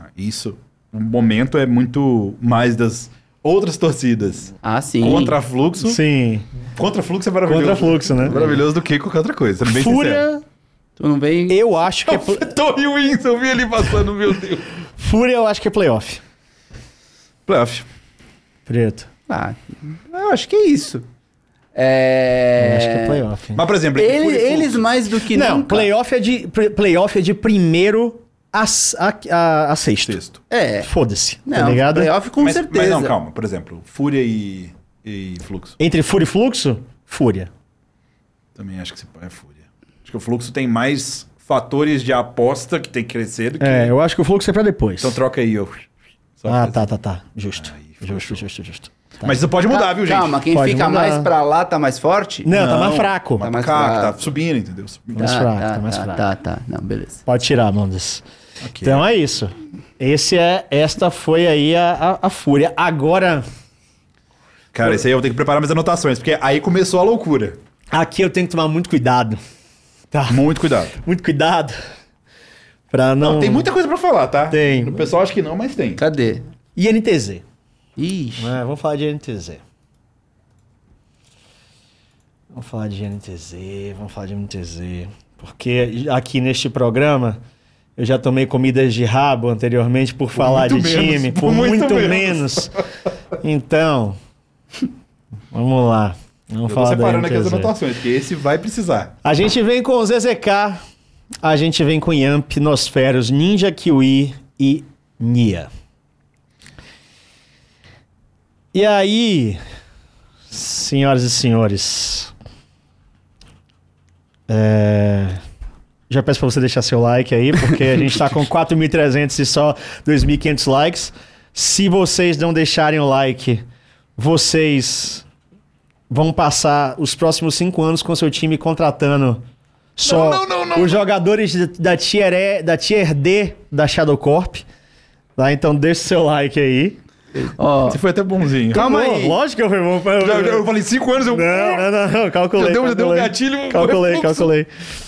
o momento é muito mais das outras torcidas. Ah, sim. Contra Fluxo. Sim. Contra Fluxo é maravilhoso. Contra Fluxo, né? Maravilhoso do que qualquer outra coisa, sendo bem Fúria, sincero. Tu não vem... eu acho que é... Tony Wins, eu vi ele passando, meu Deus. Fúria, eu acho que é playoff. Playoff. Preto. Ah, eu acho que é isso. Eu acho que é playoff. Mas, por exemplo, Eles mais do que Não, nunca... playoff é de primeiro a sexto. É. Foda-se, Não, tá ligado? playoff com certeza. Mas não, calma. Por exemplo, Fúria e Fluxo. Entre Fúria e Fluxo, Fúria. Também acho que é Fúria. Acho que o Fluxo tem mais fatores de aposta que tem que crescer do que... Eu acho que o Fluxo é pra depois. Então troca aí, eu... Tá. Justo. Aí, Justo. Tá. Mas isso pode mudar, viu, gente? Calma, quem Pode fica mudar. mais pra lá tá mais forte? Não, tá mais fraco. Tá mais fraco, fraco. tá subindo, entendeu? mais fraco. Tá. Não, beleza. Pode tirar, Mandas. Ok. Então é isso. Esta foi aí a Fúria. Agora, Cara, esse aí eu tenho que preparar minhas anotações, porque aí começou a loucura. aqui eu tenho que tomar muito cuidado. Tá? Muito cuidado. Muito cuidado. Pra não... Tem muita coisa pra falar, tá? Tem. O pessoal acha que não, mas tem. Cadê? INTZ. Ixi. Vamos falar de INTZ. Vamos falar de INTZ. Porque aqui neste programa eu já tomei comidas de rabo anteriormente por falar de muito menos, time. por Por muito muito menos. Então, vamos lá. Vamos Eu tô falar da separando aqui as INTZ. anotações, porque esse vai precisar. A gente vem com o ZZK, a gente vem com Yamp, Nosferos, Ninja Kiwi e Nia. E aí, senhoras e senhores, já peço pra você deixar seu like aí, porque a gente tá com 4.300 e só 2.500 likes. Se vocês não deixarem o like, vocês vão passar os próximos 5 anos com seu time contratando só os jogadores da Tier D da Shadow Corp. Tá? Então deixa seu like aí. Ó, Você foi até bonzinho. calma Pô, aí. lógico que eu fui bom. Eu falei 5 anos, eu... Não, calculei. Já deu um gatilho. Calculei.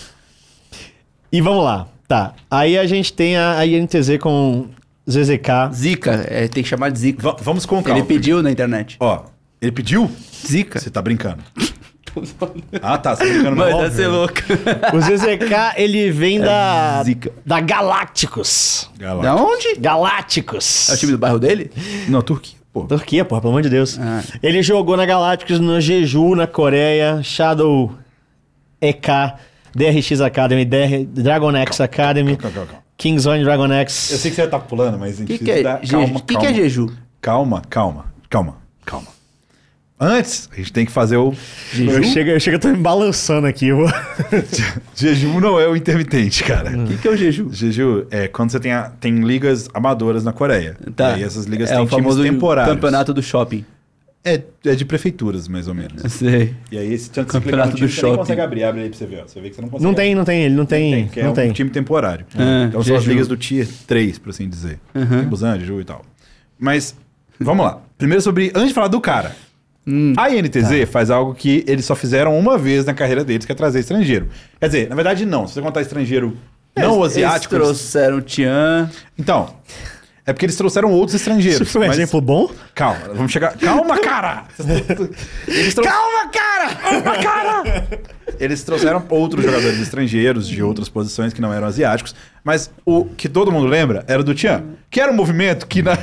E vamos lá. Tá. Aí a gente tem a INTZ com ZZK. Zica, tem que chamar de Zica. Vamos com calma. Ele pediu na internet. Ó, ele pediu? Zica. Você tá brincando. Ah, tá. Você tá brincando. Mas não. deve ser louco. O ZZK, ele vem da zica. da Galácticos. Da onde? Galácticos. É o time do bairro dele? Não, Turquia, pô. Turquia, porra, pelo amor de Deus. Ah. Ele jogou na Galácticos, no Jeju, na Coreia, Shadow EK, DRX Academy, Dragon X Academy, Calma. Kingzone Dragon X. Eu sei que você tá pulando, mas a O gente que é dar... Jeju? O que é Jeju? Calma. Antes, a gente tem que fazer o... Eu chego, eu tô me balançando aqui. Jejum não é o intermitente, cara. O que é o Jeju? Jeju é quando você tem ligas amadoras na Coreia. Tá. E aí essas ligas É têm o times famoso temporários. campeonato do shopping. É de prefeituras, mais ou menos. Eu sei. E aí esse tanto Campeonato do você nem shopping. consegue abrir aí pra você ver. Ó. Você vê que você não consegue. Não tem, ele não tem. Que é Não um tem. time temporário. Ah, Então são as Jeju. ligas do Tier 3, por assim dizer. Tem Busan, Jeju e tal. Mas, vamos lá. Primeiro antes de falar do cara. A INTZ faz algo que eles só fizeram uma vez na carreira deles, que é trazer estrangeiro. Quer dizer, na verdade não. Se você contar estrangeiro não asiático... Eles trouxeram o Tian. Então, é porque eles trouxeram outros estrangeiros. Isso foi um mas- exemplo bom? Calma, vamos chegar... Calma, cara! Calma, cara! Eles trouxeram outros jogadores estrangeiros de outras posições que não eram asiáticos, mas o que todo mundo lembra era do Tian, que era um movimento que na...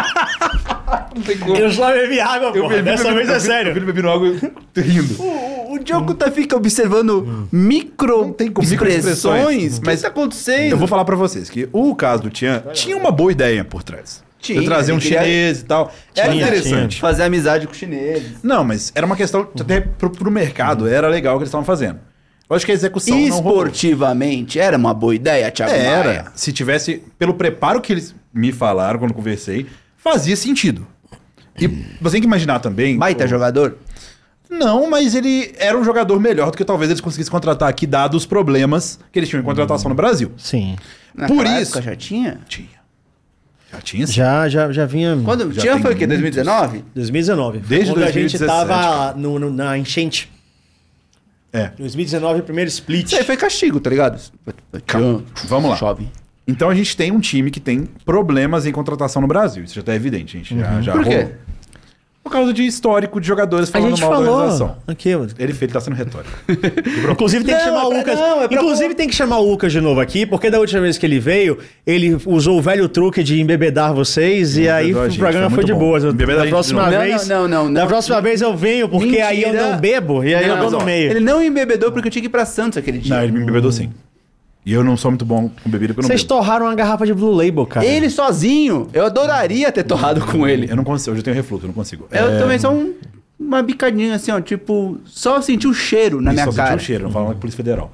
Não tem como. Eu só bebi água, porra. Dessa vez é sério. Eu bebendo água rindo. O Diogo fica observando micro tem como expressões. microexpressões, O que mas tá acontecendo? Eu vou falar pra vocês que o caso do Tian tinha uma boa ideia por trás. Tinha, De trazer um ele queria- chinês e tal. Era Tinha, interessante. Fazer amizade com os chineses. Não, mas era uma questão até pro mercado, era legal o que eles estavam fazendo. Eu acho que a execução não rolou. Esportivamente, era uma boa ideia, Thiago Maia? Era. Se tivesse, pelo preparo que eles me falaram quando conversei, fazia sentido. E você tem que imaginar também... Baita jogador? Não, mas ele era um jogador melhor do que talvez eles conseguissem contratar aqui, dado os problemas que eles tinham em contratação no Brasil. Sim. Por Naquela isso- época já tinha? Tinha. Já tinha sim. Já vinha. Quando Já tinha tem foi o quê? muitos. 2019? 2019. Desde quando a gente 2017, tava cara. na enchente. É. 2019, primeiro split. Isso aí foi castigo, tá ligado? Calma. Vamos lá. Chove. Então a gente tem um time que tem problemas em contratação no Brasil. Isso já tá evidente, gente. Já Por quê? rolou. Por causa de histórico de jogadores A falando gente mal da falou organização. aqui. Ele tá sendo retórico. Inclusive tem que Não, chamar o é pra- Lucas. não, é pra- Inclusive tem que chamar o Lucas de novo aqui, porque da última vez que ele veio, ele usou o velho truque de embebedar vocês e aí Embebedou a o gente, programa foi foi de muito bom. boa. Embebedou a Da gente próxima de novo. vez. Não. Da próxima vez eu venho, porque aí eu Mentira. não bebo e aí eu Não, dou no ó, meio. Ele não embebedou porque eu tinha que ir pra Santos aquele dia. Não, ele me embebedou sim. E eu não sou muito bom com bebida porque eu não Vocês bebo. torraram uma garrafa de Blue Label, cara. Ele sozinho, eu adoraria ter torrado com ele. Eu não consigo, hoje eu tenho refluxo, eu não consigo. Eu também só uma bicadinha assim, ó, tipo, só sentir o cheiro na minha só senti cara. o cheiro, não falando com a Polícia Federal.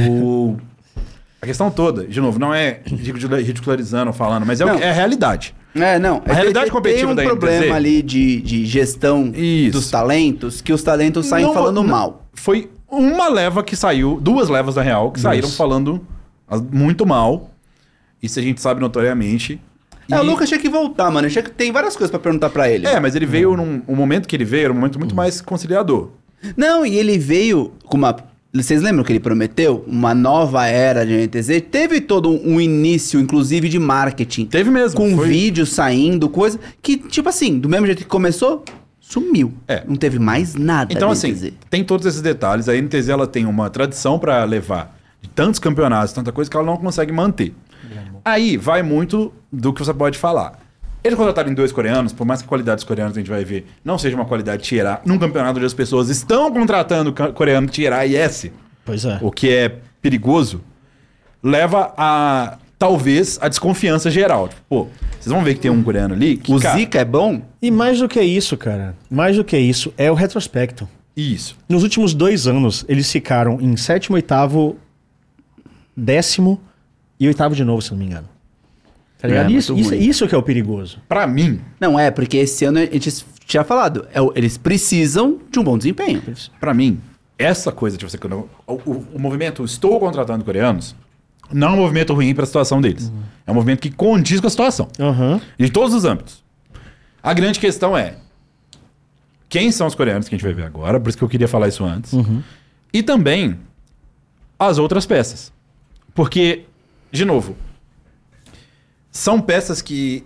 A questão toda, de novo, não é ridicularizando ou falando, mas é Não. é a realidade. Não. A realidade tem competitiva um da problema NTZ. ali de gestão Isso. dos talentos, que os talentos saem Não, falando não. mal. Foi uma leva que saiu, duas levas na real, que saíram falando muito mal. Isso a gente sabe notoriamente. O Lucas tinha que voltar, mano. Tem várias coisas pra perguntar pra ele. É, mas ele veio um momento que ele veio, era um momento muito mais conciliador. Não, e ele veio com uma... Vocês lembram que ele prometeu? Uma nova era de NTZ. Teve todo um início, inclusive, de marketing. Teve mesmo. Com foi- vídeos saindo, coisa que, tipo assim, do mesmo jeito que começou, sumiu. É. Não teve mais nada Então, de assim, NTZ. tem todos esses detalhes. A NTZ ela tem uma tradição pra levar de tantos campeonatos, tanta coisa que ela não consegue manter. Aí vai muito do que você pode falar. Eles contrataram em 2 coreanos, por mais que a qualidade dos coreanos a gente vai ver não seja uma qualidade tier A, num campeonato onde as pessoas estão contratando coreano tier A e S, Pois é. o que é perigoso, leva a, talvez, a desconfiança geral. Tipo, pô, vocês vão ver que tem um coreano ali que, O cara, Zika é bom? E mais do que isso, cara, mais do que isso, é o retrospecto. Isso. Nos últimos 2 anos, eles ficaram em 7º, 8º, 10º e 8º de novo, se não me engano. Tá ligado? É, Isso muito ruim. que é o perigoso. Pra mim, Não, é, porque esse ano a gente tinha falado. Eles precisam de um bom desempenho. Pra mim, essa coisa de você... O movimento estou contratando coreanos não é um movimento ruim pra situação deles. É um movimento que condiz com a situação. Aham. De todos os âmbitos. A grande questão é... Quem são os coreanos que a gente vai ver agora? Por isso que eu queria falar isso antes. E também as outras peças. Porque, de novo, são peças que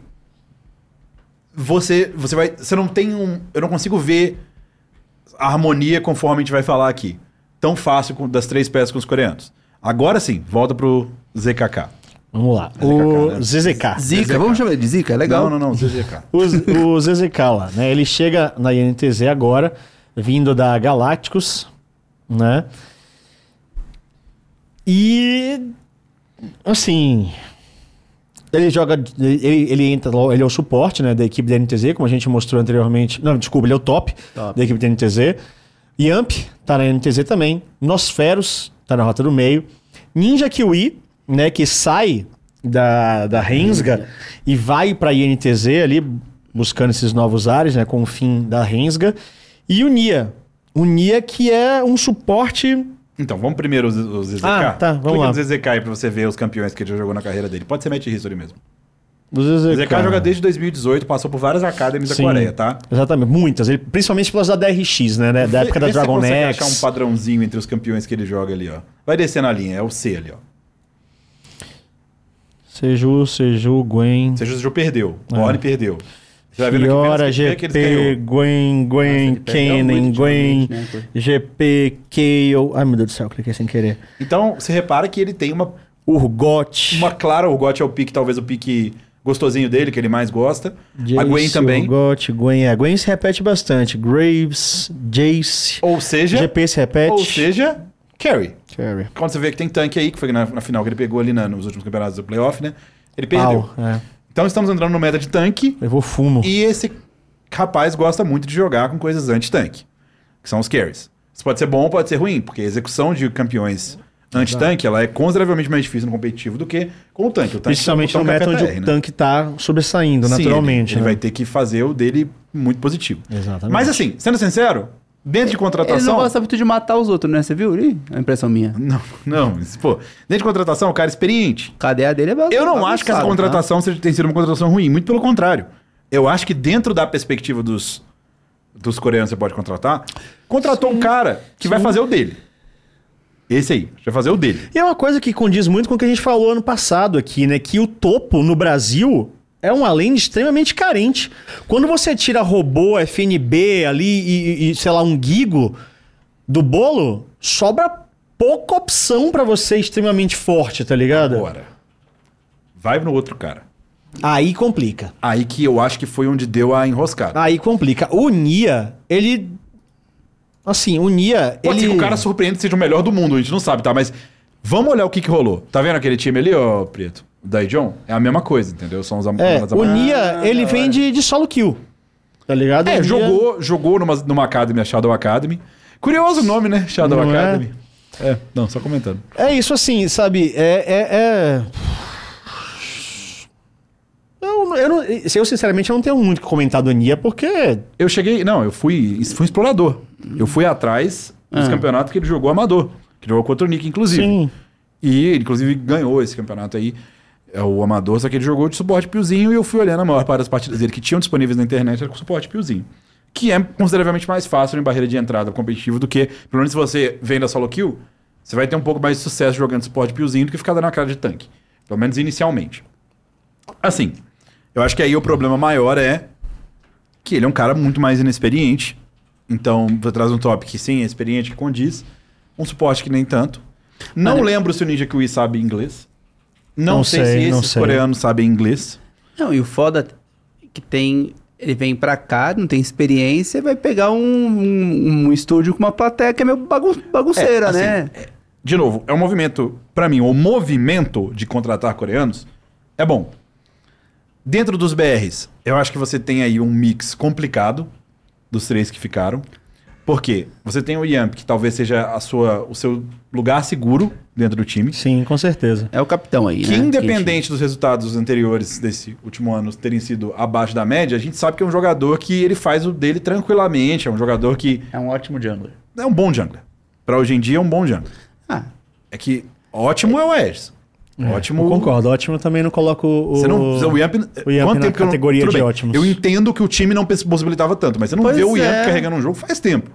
você não tem um... Eu não consigo ver a harmonia conforme a gente vai falar aqui. Tão fácil das 3 peças com os coreanos. Agora sim, volta pro ZKK. Vamos lá. ZKK, O né? ZZK. Zica, vamos chamar ele de Zica, é legal. Não, ZZK. O ZZK lá, né? Ele chega na INTZ agora, vindo da Galacticos, né? E... Assim... Ele joga... Ele entra... Ele é o suporte, né? Da equipe da NTZ, como a gente mostrou anteriormente. Não, desculpa, ele é o top. Da equipe da NTZ. Yamp tá na NTZ também. Nosferos tá na rota do meio. Ninja Kiwi, né? Que sai da Rensga e vai pra INTZ ali, buscando esses novos ares, né? Com o fim da Rensga. E o Nia. O Nia que é um suporte... Então, vamos primeiro os ZZK. Tá, vamos Clica lá. no ZZK aí pra você ver os campeões que ele já jogou na carreira dele. Pode ser Match History mesmo. O O ZZK ZZK joga desde 2018, passou por várias academies da Sim. Coreia, tá? Exatamente, muitas. Principalmente pelas da DRX, né? Da época da Vê se Dragon você consegue X. achar um padrãozinho entre os campeões que ele joga ali, ó. Vai descer na linha, é o C ali, ó. Seju, Gwen, Seju perdeu, Borne perdeu. Você vai vendo Fiora, aqui menos que eles GP, ganhou. Gwen, ele perdeu Kennen, muito Gwen, ultimamente, né? GP, Kayle. Ai, meu Deus do céu, cliquei sem querer. Então, você repara que ele tem uma Urgot. clara, o Urgot é o pique, talvez o pique gostosinho dele, que ele mais gosta. Jace, A Gwen também. Urgot, Gwen. A Gwen se repete bastante. Graves, Jace. Ou seja, GP se repete. ou seja, Carry. Carry. Quando você vê que tem tanque aí, que foi na final que ele pegou ali nos últimos campeonatos do playoff, né? Ele perdeu. Então estamos entrando no meta de tanque. Levou fumo. E esse rapaz gosta muito de jogar com coisas anti-tanque, que são os carries. Isso pode ser bom ou pode ser ruim, porque a execução de campeões anti-tanque ela é consideravelmente mais difícil no competitivo do que com o tanque. O tanque Principalmente no meta onde o tanque tá sobressaindo, Sim, naturalmente. ele né? vai ter que fazer o dele muito positivo. Exatamente. Mas assim, sendo sincero, dentro de Ele contratação... não gosta muito de matar os outros, né? Você viu ali? É a impressão minha. Não, pô, dentro de contratação, o cara é experiente. O KDA dele é bagunçado. Eu não acho que essa tá? contratação tenha sido uma contratação ruim, muito pelo contrário. Eu acho que dentro da perspectiva dos coreanos que você pode contratar, contratou um cara que vai fazer o dele. Esse aí, vai fazer o dele. E é uma coisa que condiz muito com o que a gente falou ano passado aqui, né? Que o topo no Brasil é um lane extremamente carente. Quando você tira robô, FNB ali e sei lá, um Gigo do bolo, sobra pouca opção pra você extremamente forte, tá ligado? Agora, vai no outro cara. Aí complica. Aí que eu acho que foi onde deu a enroscada. Aí complica. O Nia, ele... Assim, o Nia, Pode ser ele... que o cara surpreenda e seja o melhor do mundo, a gente não sabe, tá? Mas vamos olhar o que rolou. Tá vendo aquele time ali, ó, Preto? O Daijon? É a mesma coisa, entendeu? São os o Nia, ele vem de solo kill. Tá ligado? O Nia- jogou numa Academy, a Shadow Academy. Curioso o nome, né? Shadow Não é? Academy. Não, só comentando. É isso assim, sabe? Eu sinceramente eu não tenho muito o que comentar do Nia, porque... Eu cheguei... Não, eu fui explorador. Eu fui atrás dos campeonatos que ele jogou amador. Que jogou contra o Nick, inclusive. Sim. E ele, inclusive, ganhou esse campeonato aí. É o amador, só que ele jogou de suporte piozinho e eu fui olhando a maior parte das partidas dele que tinham disponíveis na internet era com suporte piozinho. Que é consideravelmente mais fácil em barreira de entrada competitivo do que, pelo menos se você vem da solo kill, você vai ter um pouco mais de sucesso jogando suporte piozinho do que ficar dando a cara de tanque. Pelo menos inicialmente. Assim, eu acho que aí o problema maior é que ele é um cara muito mais inexperiente. Então, você traz um top que sim, é experiente, que condiz. Um suporte que nem tanto. Não lembro se o Ninja Kiwi sabe inglês. Não sei se esses coreanos sabem inglês. Não, e o foda é que tem... Ele vem pra cá, não tem experiência, vai pegar um estúdio com uma plateia que é meio bagunceira, assim, né? De novo, é um movimento... Pra mim, o movimento de contratar coreanos é bom. Dentro dos BRs, eu acho que você tem aí um mix complicado dos 3 que ficaram. Por quê? Você tem o Yamp, que talvez seja o seu lugar seguro dentro do time. Sim, com certeza. É o capitão aí, Que né? independente dos resultados anteriores desse último ano terem sido abaixo da média, a gente sabe que é um jogador que ele faz o dele tranquilamente. É um jogador que É um ótimo jungler. é um bom jungler. Pra hoje em dia é um bom jungler. Ah, É que ótimo é o Edson. Ótimo. Eu concordo. Ótimo também não coloco o... Você não, o Yamp, o Yamp quanto na tempo que eu não- categoria tudo de bem, ótimos. Eu entendo que o time não possibilitava tanto, mas você não Pois vê o Yamp é. carregando um jogo faz tempo.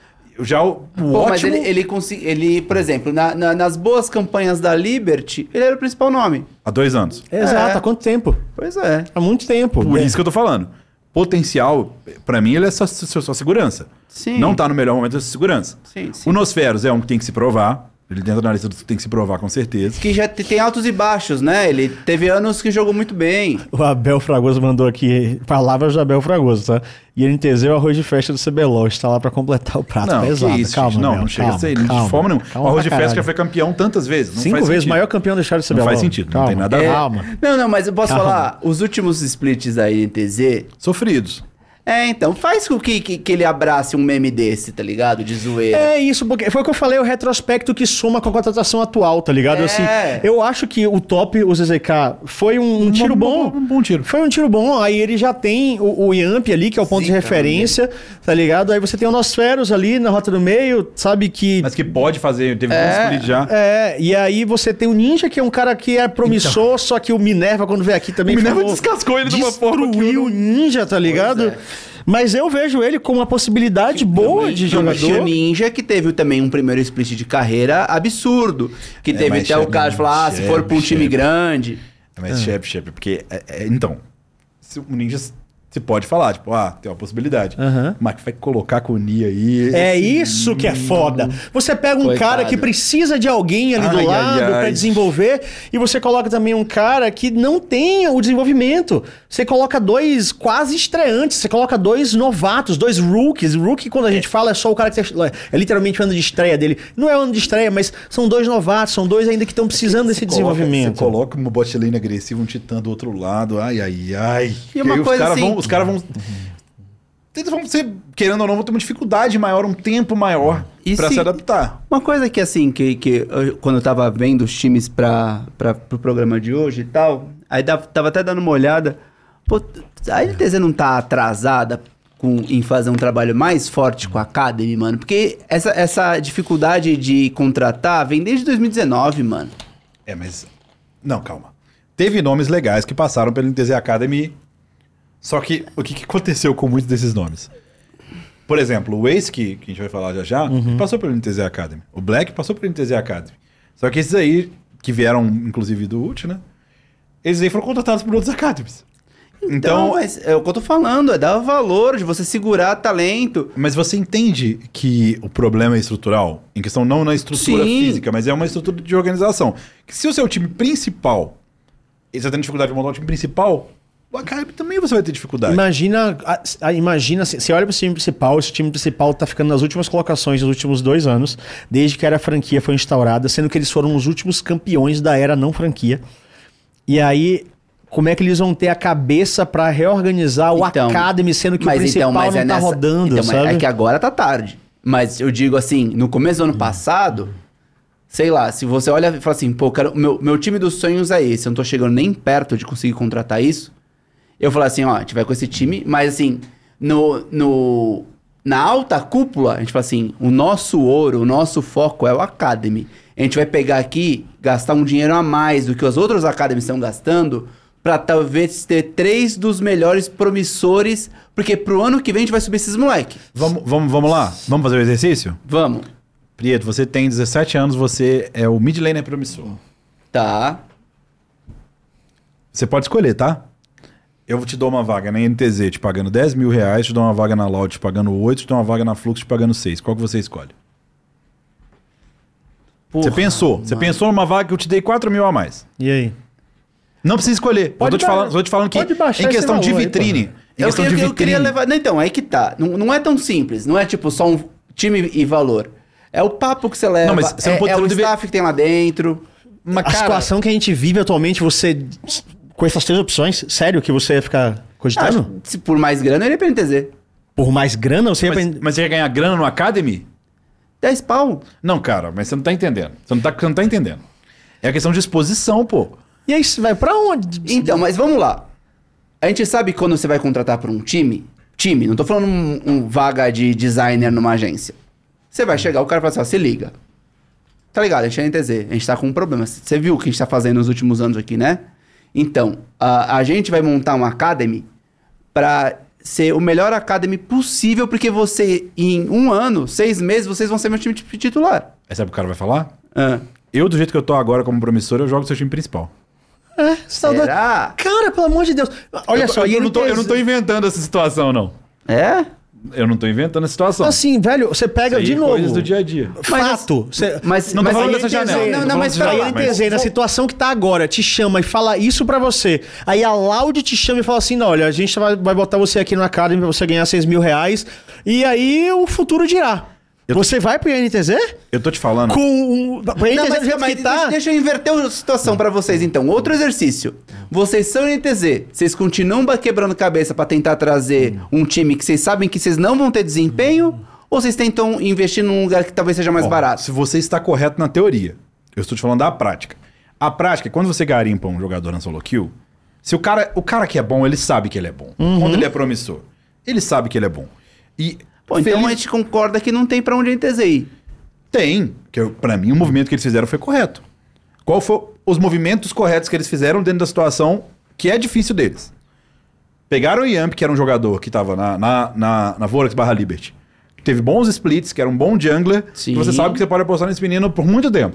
Já o pô, mas ótimo... ele, por exemplo, nas boas campanhas da Liberty, ele era o principal nome. Há 2 anos. Exato, É. há quanto tempo? Pois é. Há muito tempo. Por isso que eu tô falando. Potencial, pra mim, ele é só segurança. Sim. Não tá no melhor momento da segurança. Sim, sim. O Nosferos é um que tem que se provar. Ele dentro da lista dos que tem que se provar, com certeza. Que já tem altos e baixos, né? Ele teve anos que jogou muito bem. O Abel Fragoso mandou aqui palavras do Abel Fragoso, tá? E ele entendeu o arroz de festa do CBLOL, está lá pra completar o prato. Não, Pesado. que isso, calma, gente. Não, Abel, não chega calma, a ser calma, de forma nenhuma. calma O Arroz pra de Festa já caralho. foi campeão tantas vezes. Não 5 faz vezes, sentido. maior campeão da história do CBLOL. Não faz sentido, não Calma. tem nada a ver. Calma. Não, mas eu posso Calma. falar, os últimos splits aí em TZ. Sofridos. Então, faz com que ele abrace um meme desse, tá ligado? De zoeira. É isso, porque foi o que eu falei, o retrospecto que soma com a contratação atual, tá ligado? É. Assim, eu acho que o top, o ZZK, foi um tiro bom. Um bom tiro. Foi um tiro bom, aí ele já tem o Yamp ali, que é o ponto de Zica, referência, tá ligado? Aí você tem o Nosferos ali na rota do meio, sabe que... Mas que pode fazer, teve um split já. E aí você tem o Ninja, que é um cara que é promissor, só que o Minerva, quando veio aqui também... O Minerva falou- descascou ele de uma forma que eu Destruiu não- o Ninja, tá ligado? é. Mas eu vejo ele como uma possibilidade boa de O jogador. Ninja, que teve também um primeiro split de carreira absurdo. Que teve mas até o chefe, cara de falar, se for pra um time chefe. grande... Mas chefe, porque... então, se o Ninja se pode falar, tipo, tem uma possibilidade. Aham. Mas que vai colocar com o Nia aí... É isso que é foda. Você pega um Coitado. cara que precisa de alguém ali do Ai, lado ai, ai. pra desenvolver e você coloca também um cara que não tem o desenvolvimento. Você coloca 2 quase estreantes, você coloca 2 novatos, 2 rookies. Rookie, quando a gente fala, é só o cara que é literalmente o ano de estreia dele. Não é o ano de estreia, mas são 2 novatos, são 2 ainda que estão precisando desse desenvolvimento. Você coloca uma bot lane agressiva, um titã do outro lado, ai. E uma aí coisa assim- os caras vão... Eles vão ser, querendo ou não, vão ter uma dificuldade maior, um tempo maior E pra se- se adaptar. Uma coisa que assim, quando eu tava vendo os times pro programa de hoje e tal, aí tava até dando uma olhada, pô, a LTZ não tá atrasada em fazer um trabalho mais forte com a Academy, mano? Porque essa dificuldade de contratar vem desde 2019, mano. Mas... Não, calma. Teve nomes legais que passaram pelo NTZ Academy, só que o que aconteceu com muitos desses nomes? Por exemplo, o Ace, que a gente vai falar já, passou pelo NTZ Academy. O Black passou pelo NTZ Academy. Só que esses aí, que vieram inclusive do ult, né? Eles aí foram contratados por outros academies. Então, Mas é o que eu tô falando, é dar valor de você segurar talento. mas você entende que o problema é estrutural? Em questão não na estrutura Sim. física, mas é uma estrutura de organização. Que se o seu time principal, e você tem dificuldade de montar um time principal, o Academy também você vai ter dificuldade. Imagina, você olha pro time principal, esse time principal tá ficando nas últimas colocações dos últimos 2 anos, desde que a era franquia foi instaurada, sendo que eles foram os últimos campeões da era não franquia. E aí, como é que eles vão ter a cabeça pra reorganizar o Então, Academy, sendo que o principal não tá rodando, mas sabe? é que agora tá tarde. Mas eu digo assim, no começo do ano passado, sei lá, se você olha e fala assim, pô, cara, meu time dos sonhos é esse, eu não tô chegando nem perto de conseguir contratar isso. Eu falo assim, ó, a gente vai com esse time, mas assim, na alta cúpula, a gente fala assim, o nosso ouro, o nosso foco é o Academy. A gente vai pegar aqui, gastar um dinheiro a mais do que os outros Academies estão gastando, pra talvez ter 3 dos melhores promissores, porque pro ano que vem a gente vai subir esses moleque. Vamos lá? Vamos fazer o exercício? Vamos. Prieto, você tem 17 anos, você é o mid laner promissor. Tá. Você pode escolher, tá? Eu te dou uma vaga na NTZ te pagando 10 mil reais, te dou uma vaga na Loud te pagando 8, te dou uma vaga na Flux te pagando 6. Qual que você escolhe? Você pensou numa vaga que eu te dei 4 mil a mais. E aí? Não precisa escolher. Pode Eu tô te falando que pode baixar em esse questão de valor aí, vitrine. porra. Em questão de Eu vitrine. queria levar... Não, então, aí que tá. Não é tão simples. Não é tipo só um time e valor. É o papo que você leva. Não, mas você não pode- é você o não deve- staff que tem lá dentro. Mas, A situação que a gente vive atualmente, você... Com essas 3 opções, sério que você ia ficar cogitando? Se por mais grana, eu iria pra NTZ. Por mais grana, você Mas você quer ganhar grana no Academy? 10 pau. Não, cara, mas você não tá entendendo. Você não tá entendendo. É a questão de exposição, pô. E aí você vai pra onde? Então, mas vamos lá. A gente sabe que quando você vai contratar para um time, não tô falando um vaga de designer numa agência. Você vai chegar, o cara fala assim, ó, se liga. Tá ligado, a gente é NTZ, a gente tá com um problema. Você viu o que a gente tá fazendo nos últimos anos aqui, né? Então, a gente vai montar uma academy pra ser o melhor academy possível, porque você, em 1 ano, 6 meses, vocês vão ser meu time titular. Aí sabe o que o cara vai falar? Ah. Eu, do jeito que eu tô agora como promissor, eu jogo seu time principal. Saudade. Será? Cara, pelo amor de Deus. Olha só, eu não tô inventando essa situação, não. É? Eu não tô inventando a situação. Assim, velho, você pega Isso aí de é novo. coisas do dia a dia. Fato. Mas Não tô mas falando aí dessa NTZ, janela. Não, mas falando pera Aí lá. a NTZ, na situação que tá agora, te chama e fala isso pra você. Aí a Loud te chama e fala assim: não, olha, a gente vai botar você aqui no Academy pra você ganhar R$6.000. E aí o futuro dirá. Você vai pro INTZ? Eu tô te falando. Com o INTZ Não, do jeito que tá. deixa eu inverter a situação pra vocês, então. Outro exercício. Vocês são NTZ, vocês continuam quebrando cabeça pra tentar trazer um time que vocês sabem que vocês não vão ter desempenho? Ou vocês tentam investir num lugar que talvez seja mais barato? Se você está correto na teoria, eu estou te falando da prática. A prática é quando você garimpa um jogador na solo kill, se o cara que é bom, ele sabe que ele é bom. Quando ele é promissor, ele sabe que ele é bom. E Pô, então a gente concorda que não tem pra onde a NTZ ir. tem, que pra mim o movimento que eles fizeram foi correto. Qual foi os movimentos corretos que eles fizeram dentro da situação que é difícil deles? Pegaram o Yamp, que era um jogador que estava na Vorax/Liberty. Teve bons splits, que era um bom jungler. Sim. Que você sabe que você pode apostar nesse menino por muito tempo.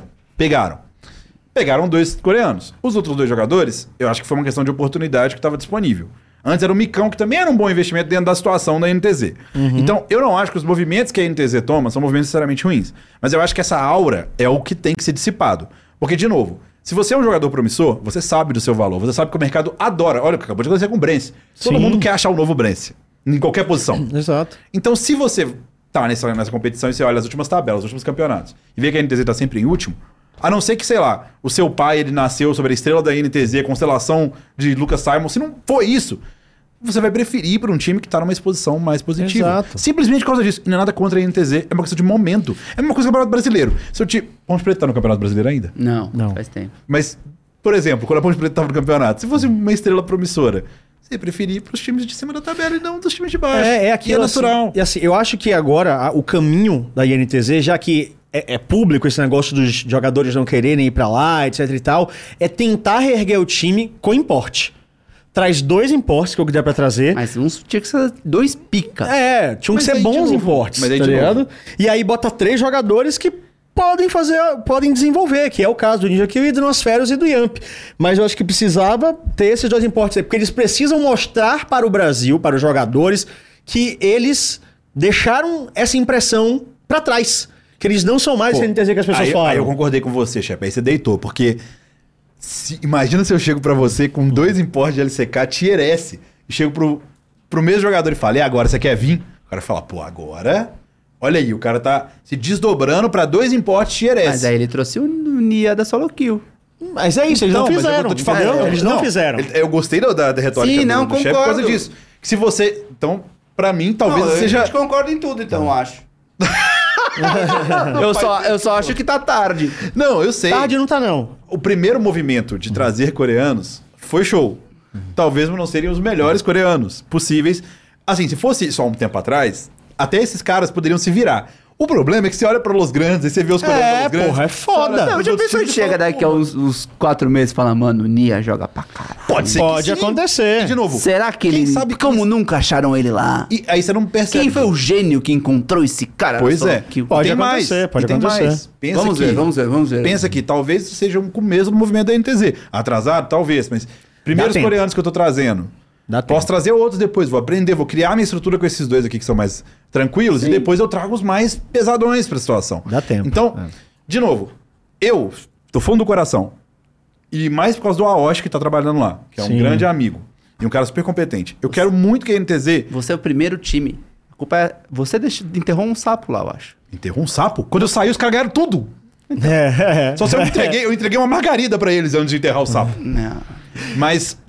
Pegaram 2 coreanos. Os outros 2 jogadores, eu acho que foi uma questão de oportunidade que estava disponível. Antes era o Micão, que também era um bom investimento dentro da situação da NTZ. Então, eu não acho que os movimentos que a NTZ toma são movimentos necessariamente ruins. Mas eu acho que essa aura é o que tem que ser dissipado. Porque, de novo, se você é um jogador promissor, você sabe do seu valor. Você sabe que o mercado adora. Olha o que acabou de acontecer com o Brence. Todo Sim. mundo quer achar o novo Brence. Em qualquer posição. Exato. Então, se você tá nessa competição e você olha as últimas tabelas, os últimos campeonatos, e vê que a NTZ tá sempre em último, a não ser que, sei lá, o seu pai, ele nasceu sobre a estrela da NTZ, constelação de Lucas Simon, se não for isso, você vai preferir ir para um time que tá numa exposição mais positiva. Exato. Simplesmente por causa disso. E não é nada contra a NTZ, é uma questão de momento. É a mesma coisa que o Campeonato Brasileiro. Seu time... Ponte Preta tá no Campeonato Brasileiro ainda? Não, faz tempo. Mas, por exemplo, quando a Ponte Preta tava no campeonato, se fosse uma estrela promissora, você preferia ir pros times de cima da tabela e não dos times de baixo. É aquilo. E é natural. Assim, e assim, eu acho que agora o caminho da INTZ, já que é público esse negócio dos jogadores não quererem ir pra lá, etc e tal, é tentar reerguer o time com importe. Traz 2 importes que eu der pra trazer. Mas uns tinha que ser 2 pica. Tinham que Mas ser aí, de bons novo, importes, mas aí, tá de ligado? novo. E aí bota 3 jogadores que podem desenvolver, que é o caso do Ninja Kill e do Nosferos e do Yamp. Mas eu acho que precisava ter esses 2 importes aí, porque eles precisam mostrar para o Brasil, para os jogadores, que eles deixaram essa impressão pra trás. Que eles não são mais esse NTZ que as pessoas falam. Aí eu concordei com você, chefe. Aí você deitou, porque... imagina se eu chego pra você com 2 importes de LCK Tier S e chego pro mesmo jogador e falo, e agora, você quer vir? O cara fala, pô, agora... Olha aí, o cara tá se desdobrando pra 2 importes Tier S. Mas aí ele trouxe o Nia da Solo Kill. Mas é isso, eles não mas eu fizeram. tô te falando, entendeu? Eles não fizeram. Eu gostei da retórica Sim, não, do chefe por causa concordo. disso. Que se você... Então, pra mim, talvez seja... A gente concorda em tudo, então, eu acho. eu só acho que tá tarde. Não, eu sei. Tarde não tá, não. O primeiro movimento de trazer coreanos foi show. Talvez não seriam os melhores coreanos possíveis. Assim, se fosse só um tempo atrás, até esses caras poderiam se virar. O problema é que você olha para Los Grandes e você vê os coreanos Los Grandes. porra, é foda. Não, já pensou que chega daqui a uns 4 meses e fala, mano, o Nia joga pra caralho. Pode ser Pode que sim. acontecer. E de novo, Será que quem ele... sabe que como eles- nunca acharam ele lá? E aí você não percebe. Quem foi o gênio que encontrou esse cara? Pois na é. Solo Kill? Pode Tem acontecer, mais, pode e tem acontecer. mais. Pensa Vamos que- ver, vamos ver. Pensa que talvez seja um começo do movimento da NTZ. Atrasado? Talvez, mas primeiros tempo. coreanos que eu tô trazendo. Dá Posso tempo. trazer outros depois, vou aprender, vou criar minha estrutura com esses 2 aqui que são mais tranquilos e depois eu trago os mais pesadões pra situação. Dá tempo. Então, de novo, eu tô fundo do coração. E mais por causa do Aoshi que tá trabalhando lá, que é um Sim. grande amigo e um cara super competente. Eu quero muito que a NTZ Você é o primeiro time. A culpa é... Você enterrou um sapo lá, eu acho. enterrou um sapo. Quando eu saí, os caras ganharam tudo. É. Só se eu entreguei uma margarida pra eles antes de enterrar o sapo. Não. Mas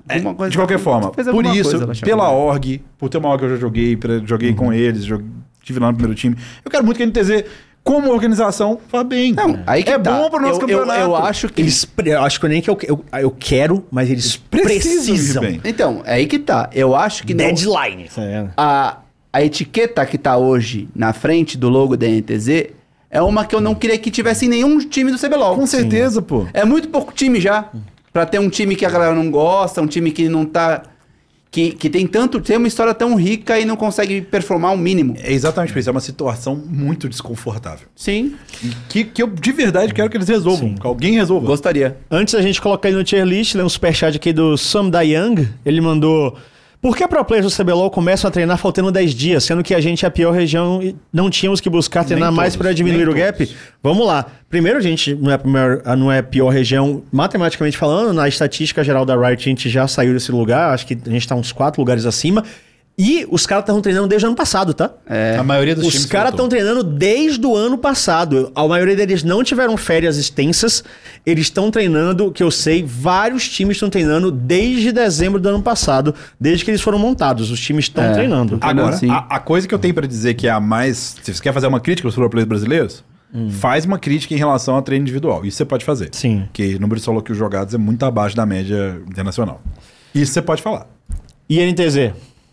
Alguma coisa- De qualquer forma, fez por alguma isso, coisa, ela chamou. pela org, por ter uma org que eu já joguei, joguei com eles, tive lá no primeiro time, eu quero muito que a NTZ, como organização, vá bem. Não, aí que é tá. bom pro nosso campeonato. Eu acho que... Eu acho que nem que eu quero, mas eles precisam. ir bem. Então, é aí que tá. Eu acho que... não- Deadline. Tá vendo? A etiqueta que tá hoje na frente do logo da NTZ é uma que eu não queria que tivesse em nenhum time do CBLOL. Com certeza, pô. É muito pouco time já. Pra ter um time que a galera não gosta, um time que não tá... Que tem uma história tão rica e não consegue performar o mínimo. É exatamente por isso. É uma situação muito desconfortável. Sim, E que eu de verdade quero que eles resolvam. Que alguém resolva. gostaria. Antes da gente colocar ele no tier list, lê um superchat aqui do Sam Dayang. Ele mandou... Por que pro players do CBLOL começam a treinar faltando 10 dias, sendo que a gente é a pior região e não tínhamos que buscar treinar mais todos, para diminuir nem o gap? Vamos lá. Primeiro, a gente não é a pior região, matematicamente falando, na estatística geral da Riot a gente já saiu desse lugar, acho que a gente tá uns 4 lugares acima. E os caras estão treinando desde o ano passado, tá? A maioria dos Os times caras estão voltou. treinando desde o ano passado. A maioria deles não tiveram férias extensas. Eles estão treinando, que eu sei, vários times estão treinando desde dezembro do ano passado, desde que eles foram montados. Os times estão treinando. Agora, Sim. a coisa que eu tenho pra dizer que é a mais... Se você quer fazer uma crítica aos pro players brasileiros, faz uma crítica em relação ao treino individual. Isso você pode fazer. Sim. Porque o número de solo que os jogados é muito abaixo da média internacional. Isso você pode falar. E NTZ?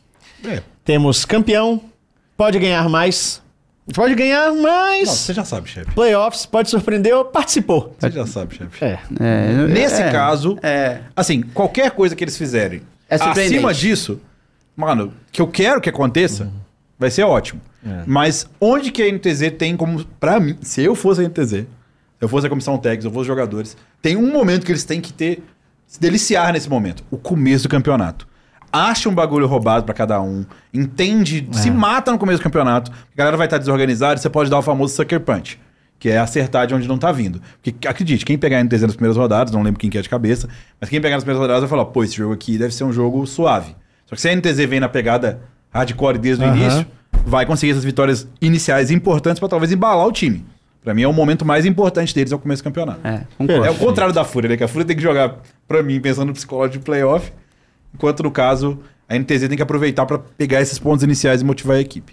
Temos campeão, pode ganhar mais. Pode ganhar mais. Não, você já sabe, chefe. Playoffs, pode surpreender ou participou. Você já sabe, chefe. É. Nesse caso, É. assim, qualquer coisa que eles fizerem É surpreendente. acima disso, mano, que eu quero que aconteça, vai ser ótimo. Mas onde que a NTZ tem como... Pra mim, se eu fosse a NTZ, se eu fosse a comissão técnica, se eu fosse os jogadores, tem um momento que eles têm que se deliciar nesse momento. O começo do campeonato. Acha um bagulho roubado pra cada um, entende, se mata no começo do campeonato, a galera vai estar desorganizada, você pode dar o famoso sucker punch, que é acertar de onde não tá vindo. Porque, acredite, quem pegar a NTZ nas primeiras rodadas, não lembro quem que é de cabeça, mas quem pegar nas primeiras rodadas vai falar, pô, esse jogo aqui deve ser um jogo suave. Só que se a NTZ vem na pegada hardcore desde o início, vai conseguir essas vitórias iniciais importantes pra talvez embalar o time. Pra mim é o momento mais importante deles, é o começo do campeonato. Concordo. É o contrário da Fúria, né? Que a Fúria tem que jogar, pra mim, pensando no psicológico de playoff, enquanto no caso, a NTZ tem que aproveitar pra pegar esses pontos iniciais e motivar a equipe.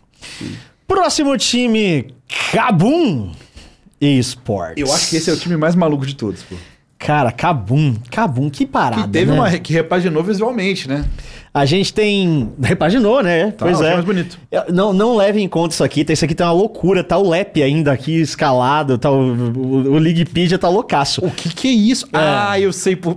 Próximo time, Kabum Esports. Eu acho que esse é o time mais maluco de todos, pô. Cara, Kabum, que parada, Que teve né? que repaginou visualmente, né? A gente tem... Repaginou, né? Tá, Pois achei é. mais bonito. Não leve em conta isso aqui. Isso aqui tá uma loucura. Tá o Lep ainda aqui escalado. Tá o Leaguepedia tá loucaço. O que é isso? Ah, eu sei por...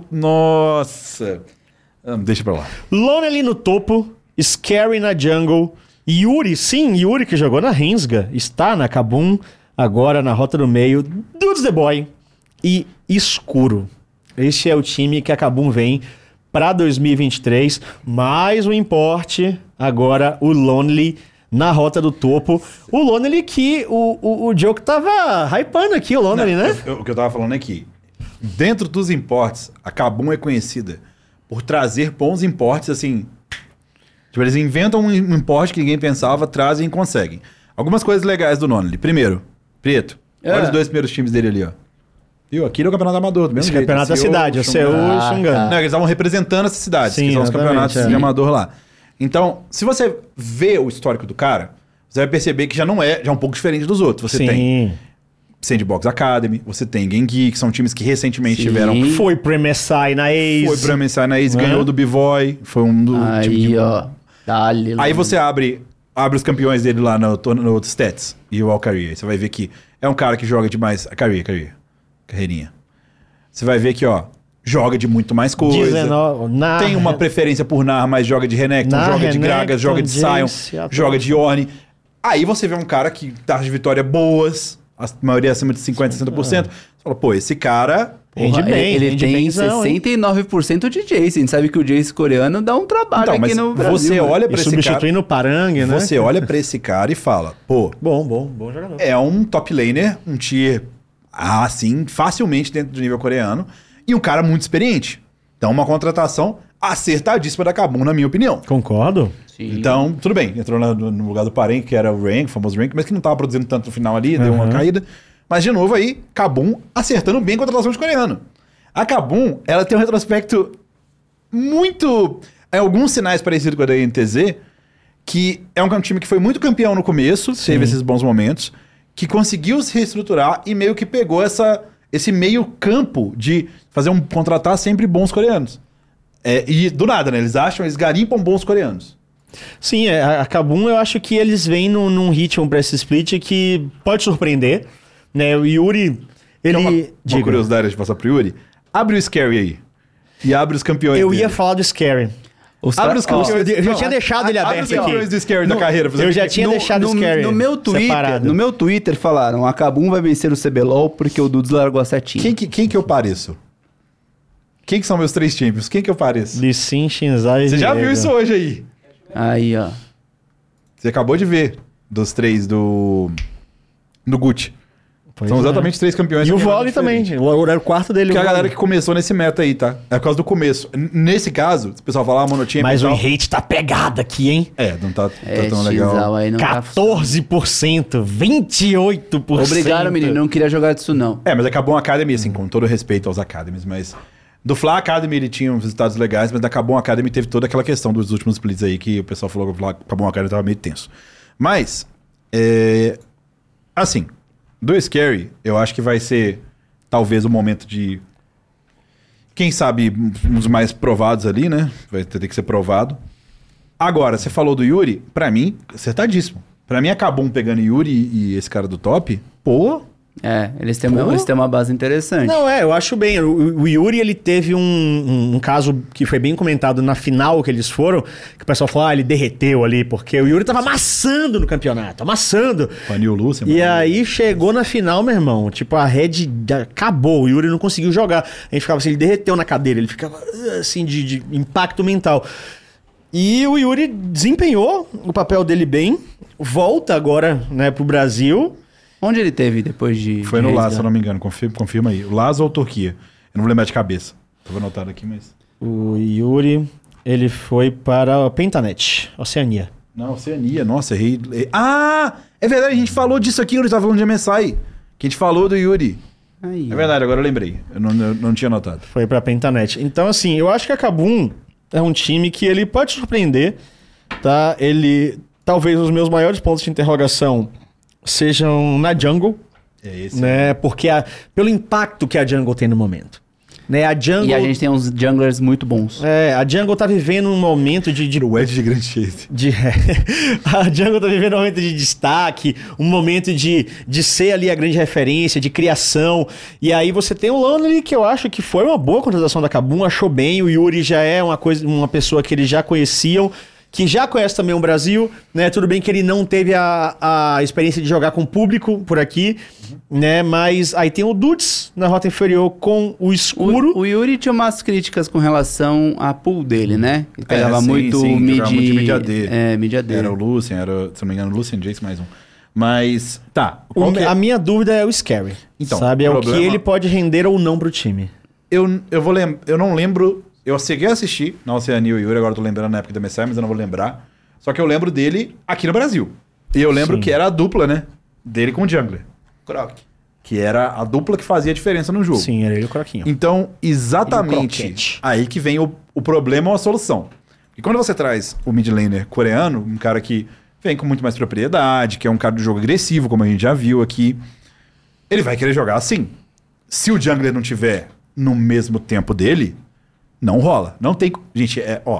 Nossa. Deixa pra lá. Lonely no topo. Scary na jungle. Yuri, sim, Yuri que jogou na Rensga. Está na Kabum. Agora na rota do meio. Dudes the Boy. E Escuro. Este é o time que a Kabum vem para 2023. Mais um importe. Agora o Lonely na rota do topo. O Lonely que o Joke tava hypando aqui, o Lonely, né? O que eu tava falando é que, dentro dos importes, a Kabum é conhecida por trazer bons importes, assim... Tipo, eles inventam um importe que ninguém pensava, trazem e conseguem. Algumas coisas legais do Lonely. Primeiro, Preto. Olha os dois primeiros times dele ali, ó. Viu? Aqui no Campeonato Amador, do mesmo Esse jeito. campeonato da cidade, o Seul e Xungana. Não, eles estavam representando essa cidade, Sim, que são os exatamente, campeonatos é. de amador lá. Então, se você vê o histórico do cara, você vai perceber que já é um pouco diferente dos outros. Você tem Sandbox Academy, você tem Genki, que são times que recentemente tiveram... Foi pro MSI na Ace. Foi pro MSI na Ace, Né? ganhou do B-Boy, foi um do... Aí, ó. Dale, Aí você abre os campeões dele lá no Stats e o Alcaria. Aí você vai ver que é um cara que joga demais... Carreirinha. Você vai ver que, ó, joga de muito mais coisa. 19, Tem uma preferência por Nar, mas joga de Renekton, Nar, joga de Gragas, Renekton, joga de Sion, Jace, joga de Ornn. Aí você vê um cara que taxa de vitória boas, a maioria acima de 50%, 60%. Você fala, pô, esse cara... Rende bem, ele rende tem benzão, hein? 69% de Jace. A gente sabe que o Jace coreano dá um trabalho Então, aqui mas no Brasil. você olha pra E esse cara... substituindo o Parangue, né? Você olha pra esse cara e fala, pô, Bom jogador. é um top laner, um tier, assim, facilmente dentro do nível coreano, e um cara muito experiente. Então, uma contratação acertadíssima da Kabum, na minha opinião. Concordo. Sim. Então, tudo bem, entrou no lugar do Parenque, que era o Rank, o famoso Rank, mas que não tava produzindo tanto no final ali, deu uma caída. Mas, de novo, aí, Kabum acertando bem a contratação de coreano. A Kabum, ela tem um retrospecto muito... alguns sinais parecidos com a da NTZ, que é um time que foi muito campeão no começo, teve esses bons momentos, que conseguiu se reestruturar e meio que pegou esse meio campo de contratar sempre bons coreanos. E do nada, né? Eles garimpam bons coreanos. Sim, a Kabum eu acho que eles vêm num ritmo pra esse split que pode surpreender, né? O Yuri, ele... Uma curiosidade de passar pro Yuri, abre o Scary aí. E abre os campeões Eu dele. ia falar do Scary. Abre os campeões. Eu já tinha deixado ele aberto Abre os campeões aqui. do Scary da carreira. Eu já tinha deixado o Scary no meu separado. No meu Twitter falaram, a Kabum vai vencer o CBLOL porque o Dudes largou a setinha. Quem que eu pareço? Quem que são meus 3 champions? Quem que eu pareço? Lee Sin, Shinzai e Você já Diego. viu isso hoje aí? Aí, ó. Você acabou de ver dos 3 do Gucci. Pois São é. exatamente os 3 campeões. E o que é vôlei também. diferente. Era o quarto dele. Que é o a galera vôlei. que começou nesse meta aí, tá? É por causa do começo. Nesse caso, o pessoal fala monochampion Mas e o tal. hate tá pegado aqui, hein? Não tá tão Xizal legal. aí não tá 14%, 28%. Obrigado, menino. Não queria jogar disso, não. Mas acabou a Academy, assim, com todo respeito aos Academies, mas... Do Fla Academy ele tinha uns resultados legais, mas da Kabum Academy teve toda aquela questão dos últimos splits aí, que o pessoal falou que a Kabum Academy tava meio tenso. Mas, assim, do Scary, eu acho que vai ser talvez o momento de... Quem sabe, um dos mais provados ali, né? Vai ter que ser provado. Agora, você falou do Yuri, pra mim, acertadíssimo. Pra mim, a Kabum pegando Yuri e esse cara do top, pô... Eles têm uma base interessante. Não, eu acho bem. O Yuri, ele teve um caso que foi bem comentado na final que eles foram, que o pessoal falou, ele derreteu ali, porque o Yuri tava amassando no campeonato, amassando. Paniu o Lúcio. E aí chegou na final, meu irmão, tipo, a Red acabou, o Yuri não conseguiu jogar. A gente ficava assim, ele derreteu na cadeira, ele ficava assim, de impacto mental. E o Yuri desempenhou o papel dele bem, volta agora, né, pro Brasil. Onde ele teve depois de... Foi de no LAS, resgatar? se eu não me engano. Confirma aí. O LAS ou Turquia? Eu não vou lembrar de cabeça. Tava anotado aqui, mas... O Yuri, ele foi para a Pentanet, Oceania. Não, Oceania. Nossa, errei. Ah! É verdade, a gente falou disso aqui quando a gente tava falando de MSI. Que a gente falou do Yuri. Aí, É verdade, agora eu lembrei. Eu não tinha anotado. Foi para a Pentanet. Então, assim, eu acho que a Kabum é um time que ele pode surpreender, tá? Ele... Talvez os meus maiores pontos de interrogação sejam na jungle, Esse. né? Porque pelo impacto que a jungle tem no momento. Né? A jungle... E a gente tem uns junglers muito bons. a jungle tá vivendo um momento de O Edge de Grand Chase. a Jungle tá vivendo um momento de destaque, um momento de ser ali a grande referência, de criação. E aí você tem o Lonely, que eu acho que foi uma boa contratação da Kabum, achou bem. O Yuri já é uma pessoa que eles já conheciam, que já conhece também o Brasil, né? Tudo bem que ele não teve a experiência de jogar com público por aqui, né? Mas aí tem o Dudes na rota inferior com o Escuro. O Yuri tinha umas críticas com relação à pool dele, né? Ele pegava sim, muito sim, mid... jogava muito mid AD. Mid AD. Era o Lucien, se não me engano, o Lucien Jace mais um. Mas, tá. Qual que é? A minha dúvida é o Scary. Então, sabe? É o que problema- ele pode render ou não pro time. Eu não lembro... Eu cheguei a assistir na Oceania e o Yuri, agora eu tô lembrando na época da MSI, mas eu não vou lembrar. Só que eu lembro dele aqui no Brasil. E eu lembro Sim. que era a dupla, né? Dele com o Jungler. Croc. Que era a dupla que fazia diferença no jogo. Sim, era ele e o Croquinho. Então, E o exatamente croquete. aí que vem o problema ou a solução. E quando você traz o mid laner coreano, um cara que vem com muito mais propriedade, que é um cara de jogo agressivo, como a gente já viu aqui, ele vai querer jogar assim. Se o jungler não tiver no mesmo tempo dele, não rola. Não tem... Gente,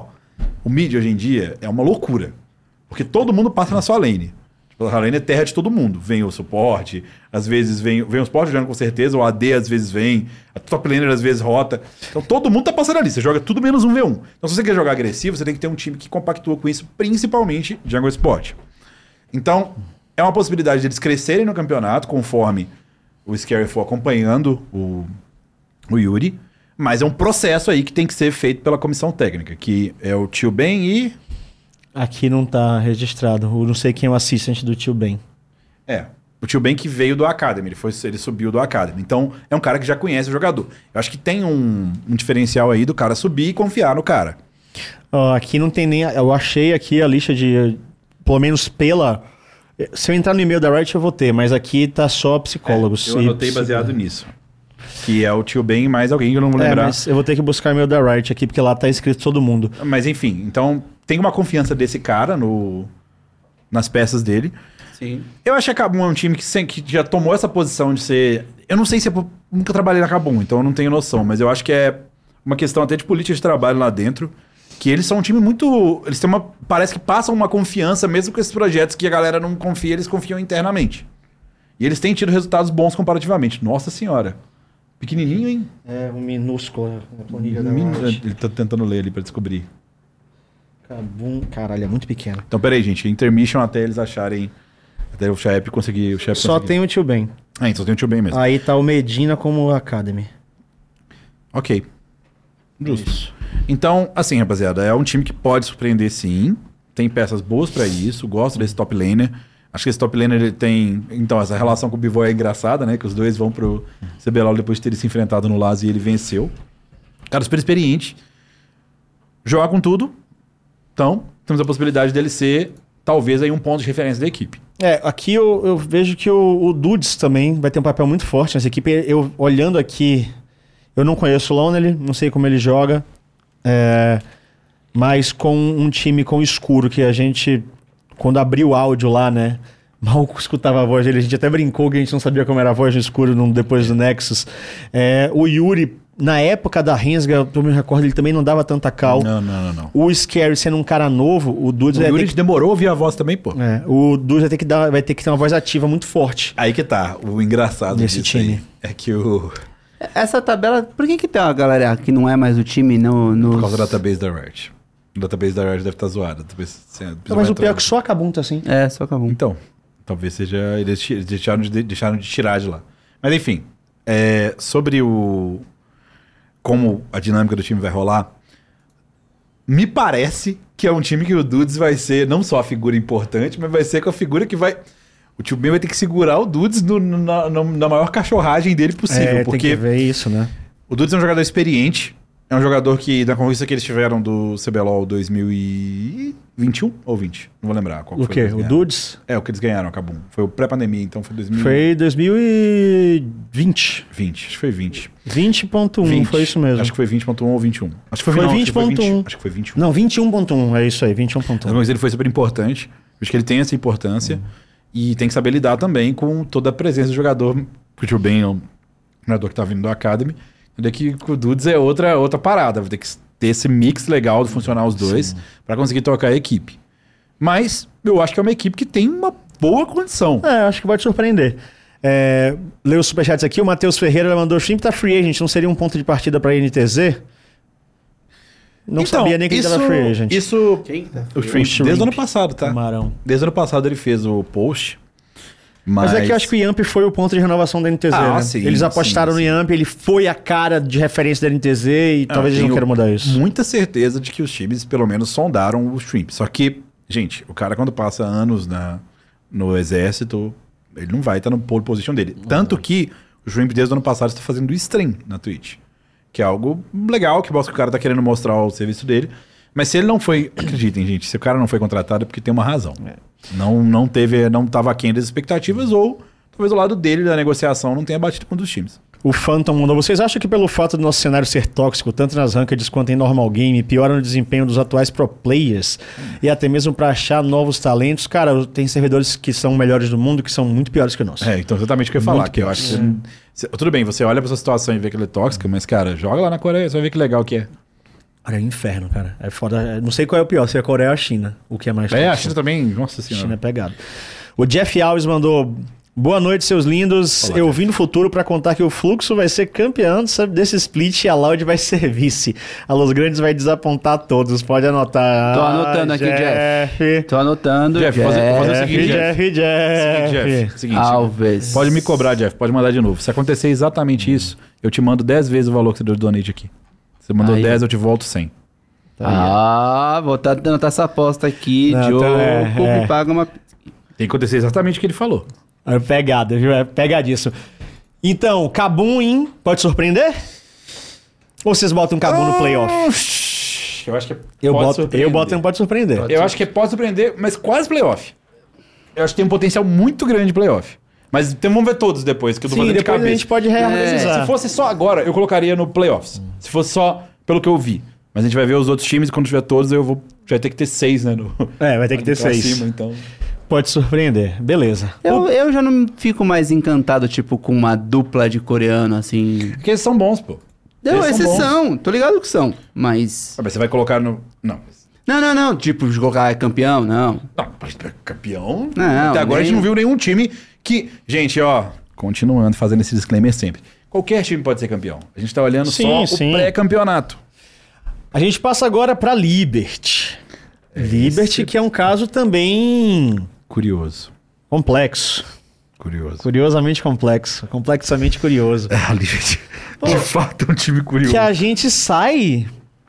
o mid hoje em dia é uma loucura. Porque todo mundo passa na sua lane. Tipo, a lane é terra de todo mundo. Vem o suporte, às vezes vem o suporte jogando com certeza, o AD às vezes vem, a top laner às vezes rota. Então todo mundo tá passando ali. Você joga tudo menos um V1. Então se você quer jogar agressivo, você tem que ter um time que compactua com isso, principalmente Jungle Sport. Então, é uma possibilidade de eles crescerem no campeonato, conforme o Scary for acompanhando o Yuri. Mas é um processo aí que tem que ser feito pela comissão técnica, que é o Tio Ben e... Aqui não tá registrado. Eu não sei quem é o assistente do Tio Ben. O Tio Ben que veio do Academy, ele subiu do Academy. Então, é um cara que já conhece o jogador. Eu acho que tem um diferencial aí do cara subir e confiar no cara. Ó, aqui não tem nem... Eu achei aqui a lista de... Pelo menos pela... Se eu entrar no e-mail da Riot eu vou ter, mas aqui tá só psicólogos. Eu anotei baseado nisso. Que é o Tio Ben mais alguém que eu não vou lembrar. Mas eu vou ter que buscar meu da Riot aqui, porque lá tá escrito todo mundo. Mas enfim, então tem uma confiança desse cara nas peças dele. Sim. Eu acho que a Kabum é um time que já tomou essa posição de ser... Eu não sei se nunca trabalhei na Kabum, então eu não tenho noção, mas eu acho que é uma questão até de política de trabalho lá dentro, que eles são um time muito... Eles têm parece que passam uma confiança, mesmo com esses projetos que a galera não confia, eles confiam internamente. E eles têm tido resultados bons comparativamente. Nossa senhora. Pequenininho, hein? É, um minúsculo. Ele tá tentando ler ali pra descobrir. Kabum, caralho, é muito pequeno. Então, peraí, gente. Intermission até eles acharem... Até o Chaep conseguir... Só tem o Tio Ben. Ah, então só tem o Tio Ben mesmo. Aí tá o Medina como Academy. Ok. Justo. Então, assim, rapaziada, é um time que pode surpreender sim. Tem peças boas pra isso. Gosto desse top laner. Acho que esse top laner ele tem... Então, essa relação com o Bivô é engraçada, né? Que os dois vão pro CBLOL depois de terem se enfrentado no Laz e ele venceu. Cara super experiente. Joga com tudo. Então, temos a possibilidade dele ser, talvez, aí um ponto de referência da equipe. Aqui eu vejo que o Dudes também vai ter um papel muito forte nessa equipe. Eu, olhando aqui, eu não conheço o Lonely, não sei como ele joga. Mas com um time com escuro, que a gente, quando abriu o áudio lá, né, mal escutava a voz dele. A gente até brincou que a gente não sabia como era a voz no escuro depois do Nexus. O Yuri, na época da Rensga, eu me recordo, ele também não dava tanta cal. Não. O Scary sendo um cara novo, o Dudes O Yuri demorou a ouvir a voz também, pô. o Dudes vai ter que ter uma voz ativa muito forte. Aí que tá. O engraçado Nesse disso time. aí é que o... Essa tabela, por que tem uma galera que não é mais o time Por no... causa da database da Riot. A database da Riot deve estar zoada. Mas o pior é que só a Kabum tá assim. Só acabou. Então, talvez seja... Eles deixaram de tirar de lá. Mas enfim, sobre como a dinâmica do time vai rolar, me parece que é um time que o Dudes vai ser não só a figura importante, mas vai ser com a figura que vai... O tio Ben vai ter que segurar o Dudes na maior cachorragem dele possível. Porque tem que ver isso, né? o Dudes é um jogador experiente. É um jogador que, na conquista que eles tiveram do CBLOL 2021 ou 20? Não vou lembrar qual O foi. quê? O Dudes? É, o que eles ganharam, acabou. Foi o pré-pandemia, então foi 2020. Foi 2020. 20, acho que foi 20. 20.1, foi isso mesmo. Acho que foi 20.1 ou 21. Acho que Foi não, 20.1. Acho que foi 21. Não, 21.1, é isso aí, 21.1. Mas ele foi super importante. Acho que ele tem essa importância. E tem que saber lidar também com toda a presença do jogador. Porque o Ben é um jogador que tá vindo do Academy. Entender que o Dudes é outra parada. Vai ter que ter esse mix legal de funcionar os dois para conseguir tocar a equipe. Mas eu acho que é uma equipe que tem uma boa condição. Acho que vai te surpreender. Leu os superchats aqui, o Matheus Ferreira mandou: o Shrimp tá free agent, não seria um ponto de partida pra NTZ? Não Então, sabia nem que ele tava free agent. Isso... Quem tá? O Shrimp, Shrimp. desde o ano passado, tá? Camarão. Desde o ano passado ele fez o post. Mas é que eu acho que o Yamp foi o ponto de renovação da NTZ, né? sim, Eles apostaram no Yamp, ele foi a cara de referência da NTZ e talvez eles não queiram mudar isso. Muita certeza de que os times, pelo menos, sondaram o Shrimp. Só que, gente, o cara quando passa anos no exército, ele não vai estar no pole position dele. Tanto que o Shrimp, desde o ano passado, está fazendo stream na Twitch. Que é algo legal, que mostra que o cara tá querendo mostrar o serviço dele. Mas se ele não foi... Acreditem, gente, se o cara não foi contratado é porque tem uma razão. Não tava aquém das expectativas ou talvez o lado dele da negociação não tenha batido com um dos times. O Phantom mandou: vocês acham que pelo fato do nosso cenário ser tóxico, tanto nas rankeds quanto em normal game, piora no desempenho dos atuais pro players e até mesmo pra achar novos talentos? Cara, tem servidores que são melhores do mundo que são muito piores que o nosso. Então exatamente o que eu ia falar. Que eu acho que tudo bem, você olha pra essa situação e vê que ela é tóxica, mas, cara, joga lá na Coreia, você vai ver que legal que é. Olha, é um inferno, cara. É foda. Não sei qual é o pior, se é a Coreia ou a China. O que é mais tóxico. A China também, nossa A senhora. China é pegado. O Jeff Alves mandou: boa noite, seus lindos. Olá, eu Jeff. vim no futuro pra contar que o Fluxo vai ser campeão desse split e a Loud vai ser vice. A Los Grandes vai desapontar todos. Pode anotar. Tô anotando aqui, Jeff. Tô anotando, Jeff, vou fazer o seguinte, Jeff. Seguinte, Alves. pode me cobrar, Jeff, pode mandar de novo. Se acontecer exatamente isso, eu te mando 10 vezes o valor que você deu de donate aqui. Você mandou Aí. 10, eu te volto 100. Vou anotar essa aposta aqui. Não, Diogo, então me paga uma... Tem que acontecer exatamente o que ele falou. É pegada, viu? É pegadíssimo. Então, Kabum pode surpreender? Ou vocês botam Kabum no playoff? Eu acho que Eu pode boto surpreender. não pode surpreender. Eu acho que pode surpreender, mas quase playoff. Eu acho que tem um potencial muito grande de playoff. Mas vamos ver todos depois, que eu tô Sim, fazendo de depois a cabeça. gente pode reanalisar. Se fosse só agora, eu colocaria no playoffs. Se fosse só pelo que eu vi. Mas a gente vai ver os outros times e quando tiver todos, eu vou. Já vai ter que ter 6, né? Vai ter que ter pra 6. cima, então. Pode surpreender. Beleza. Eu já não fico mais encantado, tipo, com uma dupla de coreano, assim. Porque eles são bons, pô. Não, Eles esses bons. são. Tô ligado que são. Mas... Ah, mas você vai colocar no. Não. Não. Tipo, de colocar campeão, não. Não, mas campeão. Não, Até agora a nem- gente não viu nenhum time que. Gente, ó, continuando fazendo esse disclaimer sempre. Qualquer time pode ser campeão. A gente tá olhando Sim, só sim. o pré-campeonato. A gente passa agora pra Liberty. Liberty, que é um caso também Curioso. complexo. Curioso. Curiosamente complexo. Complexamente curioso. É, ali, gente. De fato, é um time curioso. Que a gente sai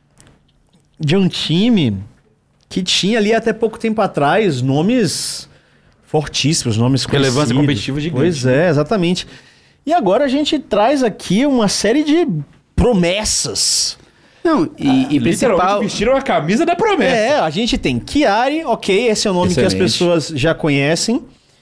de um time que tinha ali até pouco tempo atrás nomes fortíssimos, nomes Relevância conhecidos. competitiva gigante. Pois é, exatamente. E agora a gente traz aqui uma série de promessas. Não, e Literalmente principal... vestiram a camisa da promessa. É, a gente tem Chiari, ok, esse é o nome que as Excelente. pessoas já conhecem.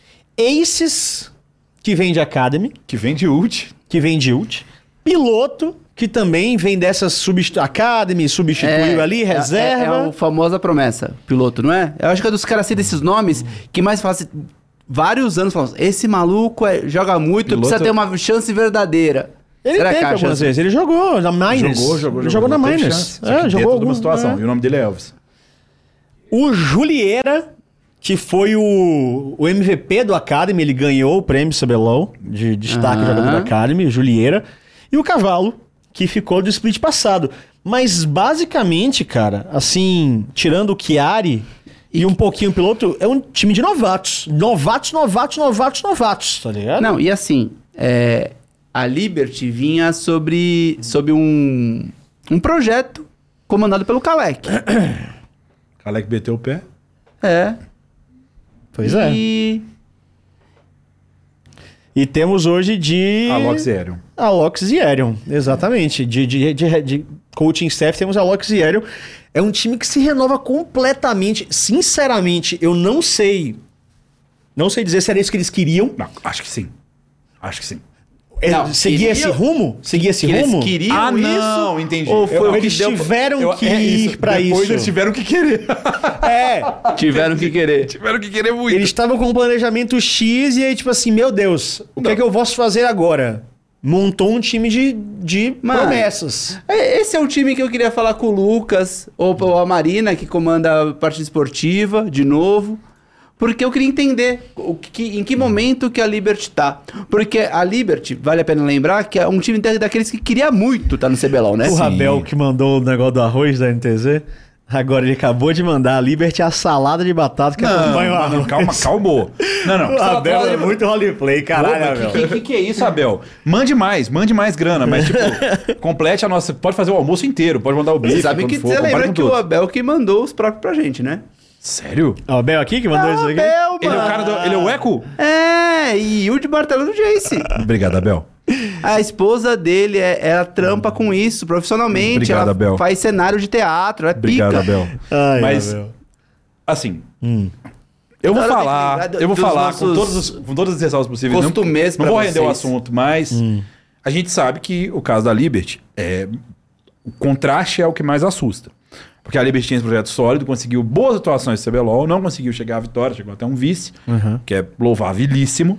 Aces, que vem de Academy, Que vem de ult. que vem de ult. Piloto, que também vem dessas Academy, substituiu ali, reserva. É a famosa promessa, piloto, não é? Eu acho que é dos caras assim, desses nomes, que mais fazem vários anos, falam, esse maluco joga muito, Piloto- precisa ter uma chance verdadeira. Ele Será teve que a algumas chance- vezes, ele jogou na Miners. Ele jogou na Teve Miners. chance. Só que Jogou dentro de uma algum- situação. é. E o nome dele é Elvis. O Julieira, que foi o MVP do Academy, ele ganhou o prêmio CBLOL de destaque Aham. jogador da Academy, o Julieira. E o Cavalo, que ficou do split passado. Mas basicamente, cara, assim, tirando o Chiari e um pouquinho o piloto, é um time de novatos. Novatos, tá ligado? Não, e assim, a Liberty vinha sob um projeto comandado pelo Kalec. Kalec meteu o pé. É. Pois é. E temos hoje de... Alox Aerion. Alox e Aerion, exatamente. De coaching staff temos Alox e Aerion. É um time que se renova completamente. Sinceramente, eu não sei. Não sei dizer se era isso que eles queriam. Não, acho que sim. Acho que sim. Não, Seguir esse queriam- rumo? Seguir esse Que eles rumo? queriam isso? entendi. Ou foi o que Eles deu... tiveram que ir pra Depois isso. eles tiveram que querer. É. Tiveram que querer. tiveram que querer muito. Eles estavam com um planejamento X e aí, tipo assim, meu Deus, o que é que eu posso fazer agora? Montou um time de Mano, promessas. Esse é o time que eu queria falar com o Lucas, ou a Marina, que comanda a parte esportiva, de novo. Porque eu queria entender em que momento que a Liberty tá. Porque a Liberty, vale a pena lembrar, que é um time daqueles que queria muito estar no CBLOL, né? O Rabel que mandou o negócio do arroz da NTZ. Agora ele acabou de mandar a Liberty a salada de batata que acompanha o arroz. Calmou. Não. O Abel é muito roleplay, caralho, Abel. Que é isso, Abel? Mande mais grana, mas tipo, complete a nossa. Pode fazer o almoço inteiro, pode mandar o bife. Você sabe quando que for, você compara lembra com que o todos. Abel que mandou os próprios pra gente, né? Sério? O Abel aqui que mandou isso aqui? Abel, Ele é o mano. cara do. Ele é o Eco? É, e o de martelo do Jace. Obrigado, Abel. A esposa dele, ela trampa com isso profissionalmente. Obrigado, ela Abel. faz cenário de teatro, é Obrigado, pica. Abel. Ai, Mas, Abel. assim. Eu vou Agora tem que falar. lembrar Eu vou dos falar nossos com todas as ressalvas possíveis. costumes Não pra vou render o vocês. assunto, mas a gente sabe que o caso da Liberty o contraste é o que mais assusta. Porque a Liberty tinha esse projeto sólido, conseguiu boas atuações do CBLOL, não conseguiu chegar à vitória, chegou até um vice, que é louvabilíssimo.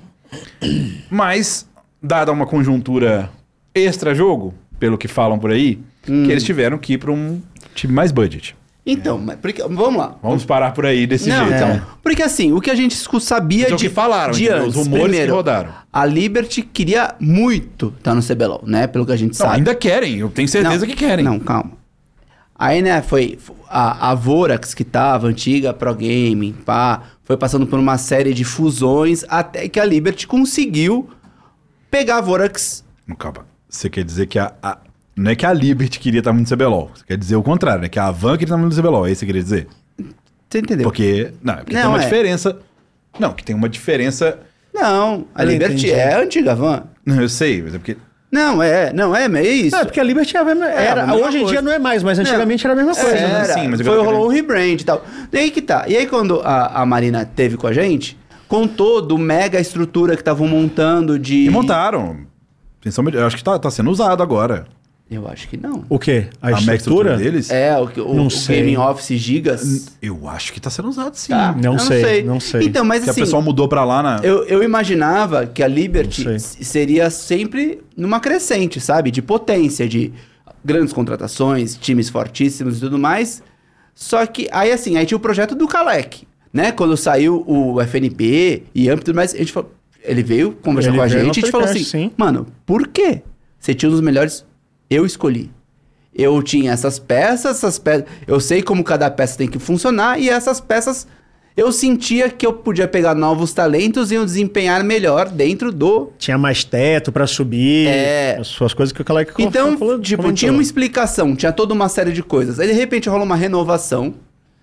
Mas, dada uma conjuntura extra-jogo, pelo que falam por aí, que eles tiveram que ir para um time mais budget. Então, mas vamos lá. Vamos parar por aí desse Não, jeito. então. Porque assim, o que a gente sabia Isso é o de que falaram, de entendeu? antes, Os rumores primeiro, que rodaram. A Liberty queria muito estar no CBLOL, né? Pelo que a gente Não, sabe. ainda querem, eu tenho certeza que querem. Não, calma. Aí, né, foi a Vorax que tava, antiga Pro Gaming, pá, foi passando por uma série de fusões até que a Liberty conseguiu pegar a Vorax. Não, calma. Você quer dizer que não é que a Liberty queria estar muito no CBLOL. Você quer dizer o contrário, né? Que a Van queria estar muito no CBLOL. É isso que você queria dizer? Você entendeu? Porque tem Não, uma é. diferença. Não, que tem uma diferença. Não, a Eu Liberty entendi. é a antiga Van. Não, eu sei, mas é porque. Mas é isso. É, porque a Liberty era, a mesma hoje em coisa. dia não é mais, mas antigamente era a mesma coisa. Era, sim, mas eu foi, quero rolou um rebrand e tal. E aí que tá. E aí quando a Marina teve com a gente, com todo mega estrutura que estavam montando de... E montaram. Eu acho que tá sendo usado agora. Eu acho que não. O quê? A mega estrutura? deles. O sei. Gaming Office Gigas. Eu acho que tá sendo usado sim. Tá? Não Eu sei. Então, mas Que assim... a pessoa mudou pra lá na... Eu imaginava que a Liberty Não sei. seria sempre numa crescente, sabe? De potência, de grandes contratações, times fortíssimos e tudo mais. Só que, aí tinha o projeto do Kalec, né? Quando saiu o FNP e AMP e tudo mais, ele veio conversar Ele com a veio no gente e a gente falou assim, podcast, sim. mano, por quê? Você tinha um dos melhores, eu escolhi. Eu tinha essas peças, eu sei como cada peça tem que funcionar e essas peças... Eu sentia que eu podia pegar novos talentos e eu desempenhar melhor dentro do... Tinha mais teto pra subir. As suas coisas que o Kalec Então, falou- comentou. tinha uma explicação, tinha toda uma série de coisas. Aí, de repente, rola uma renovação.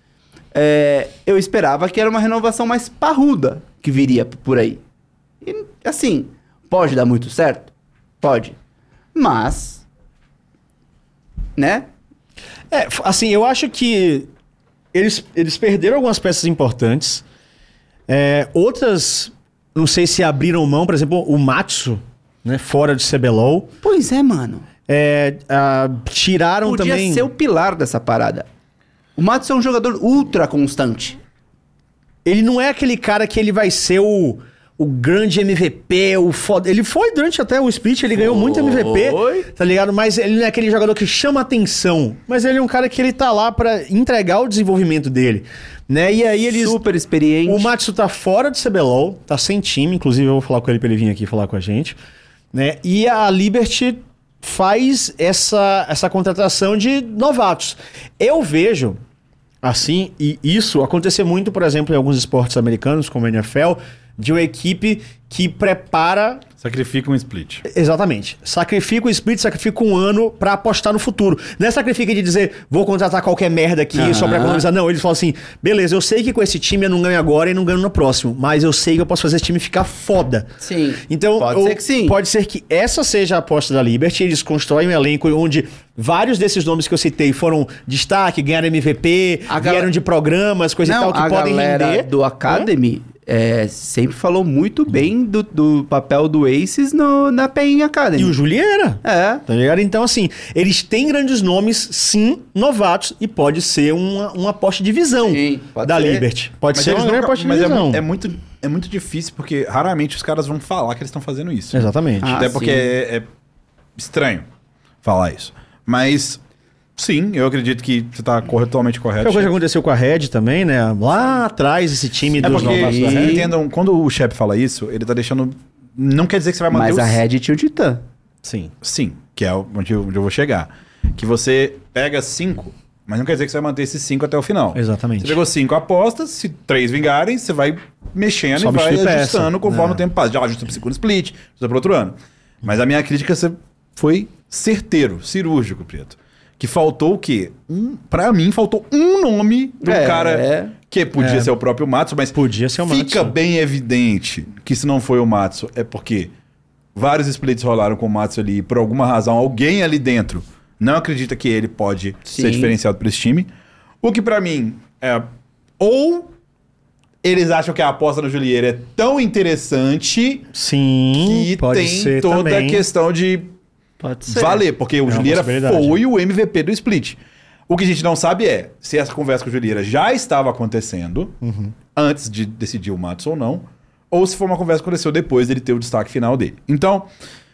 Eu esperava que era uma renovação mais parruda que viria por aí. E, assim, pode dar muito certo? Pode. Mas... Né? Assim, eu acho que eles perderam algumas peças importantes. Outras, não sei se abriram mão, por exemplo, o Matsu, né, fora de CBLOL. Pois é, mano. Tiraram Podia também... ser o pilar dessa parada. O Matos é um jogador ultra constante. Ele não é aquele cara que ele vai ser o grande MVP, o foda. Ele foi durante até o split, ele ganhou muito MVP, tá ligado? Mas ele não é aquele jogador que chama atenção. Mas ele é um cara que ele tá lá pra entregar o desenvolvimento dele, né? E aí eles... Super experiente. O Matsu tá fora de CBLOL, tá sem time, inclusive eu vou falar com ele pra ele vir aqui falar com a gente, né? E a Liberty faz essa contratação de novatos. Eu vejo, assim, e isso acontecer muito, por exemplo, em alguns esportes americanos, como a NFL, de uma equipe que prepara... Sacrifica um split. Exatamente. Sacrifica o split, sacrifica um ano pra apostar no futuro. Não é sacrifica de dizer, vou contratar qualquer merda aqui só pra economizar. Não, eles falam assim, beleza, eu sei que com esse time eu não ganho agora e não ganho no próximo, mas eu sei que eu posso fazer esse time ficar foda. Sim. Então, Pode ser que sim. Pode ser que essa seja a aposta da Liberty, eles constroem um elenco onde vários desses nomes que eu citei foram destaque, ganharam MVP, vieram de programas, coisa e tal, que podem render. A galera do Academy sempre falou muito bem do papel do Aces na PEN Academy. E o Julieira. É. Tá ligado? Então, assim, eles têm grandes nomes, sim, novatos, e pode ser uma aposta de visão da Liberty. Pode ser uma grande aposta de visão. É muito difícil, porque raramente os caras vão falar que eles estão fazendo isso. Exatamente. Até porque é estranho falar isso. Mas, sim, eu acredito que você está totalmente correto. Foi uma coisa que aconteceu com a Red também, né? Lá atrás, esse time dos porque, novatos da Red. entendam, quando o Shep fala isso, ele tá deixando... Não quer dizer que você vai manter Mas a Red tinha o Titã. Sim. Sim, que é onde eu vou chegar. Que você pega 5, mas não quer dizer que você vai manter esses 5 até o final. Exatamente. Você pegou 5 apostas, se 3 vingarem, você vai mexendo Só e vai substitui ajustando peça. conforme o tempo passa. Já ajusta pro segundo split, ajusta pro outro ano. Mas a minha crítica foi certeiro, cirúrgico, Preto. Que faltou o quê? Pra mim, faltou um nome do cara que podia ser o próprio Matsu, mas podia ser o fica Matsu. bem evidente que se não foi o Matsu, é porque vários splits rolaram com o Matsu ali e por alguma razão alguém ali dentro não acredita que ele pode ser diferenciado por esse time. O que pra mim é... Ou eles acham que a aposta no Julieiro é tão interessante Sim, que pode tem ser toda também. a questão de Pode ser. valer, porque o uma Julieira possibilidade. foi o MVP do split. O que a gente não sabe é se essa conversa com o Julieira já estava acontecendo antes de decidir o Matos ou não, ou se foi uma conversa que aconteceu depois dele ter o destaque final dele. Então,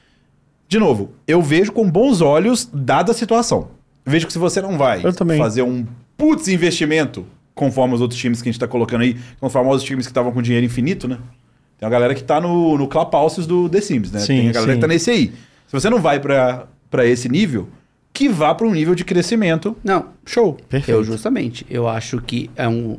de novo, eu vejo com bons olhos dada a situação. Eu vejo que se você não vai Eu também. fazer um putz investimento, conforme os outros times que a gente tá colocando aí, são os famosos times que estavam com dinheiro infinito, né? Tem a galera que tá no Clubhouses do The Sims, né? Sim, Tem a galera que tá nesse aí. Se você não vai pra esse nível, que vá pra um nível de crescimento. Não, Show. Perfeito. eu acho que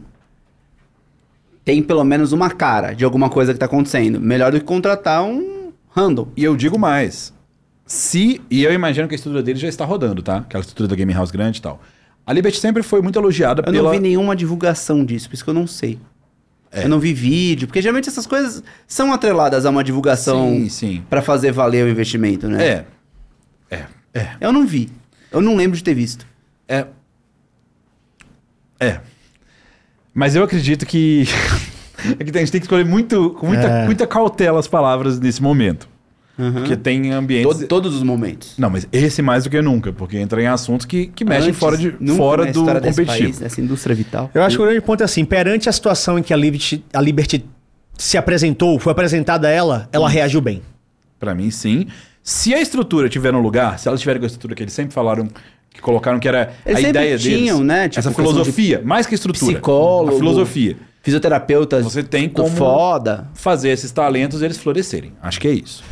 tem pelo menos uma cara de alguma coisa que tá acontecendo. Melhor do que contratar um random. E eu digo mais. E eu imagino que a estrutura dele já está rodando, tá? Aquela estrutura da Game House grande e tal. A Liberty sempre foi muito elogiada Eu não vi nenhuma divulgação disso, por isso que eu não sei. Eu não vi vídeo, porque geralmente essas coisas são atreladas a uma divulgação Sim. pra fazer valer o investimento, né? Eu não vi. Eu não lembro de ter visto. Mas eu acredito que É que a gente tem que escolher com muita cautela as palavras nesse momento. Porque tem ambientes... Todos os momentos. Não, mas esse mais do que nunca, porque entra em assuntos que mexem fora do competitivo. País, essa indústria vital. Eu acho que o grande ponto é assim, perante a situação em que a Liberty se apresentou, foi apresentada a ela reagiu bem. Pra mim, sim. Se a estrutura estiver no lugar, se elas tiverem com a estrutura que eles sempre falaram, que colocaram que era eles a ideia tinham, deles, né? Tipo, essa filosofia, mais que a estrutura, psicólogo, a filosofia. Fisioterapeutas Você tem como foda. fazer esses talentos eles florescerem. Acho que é isso.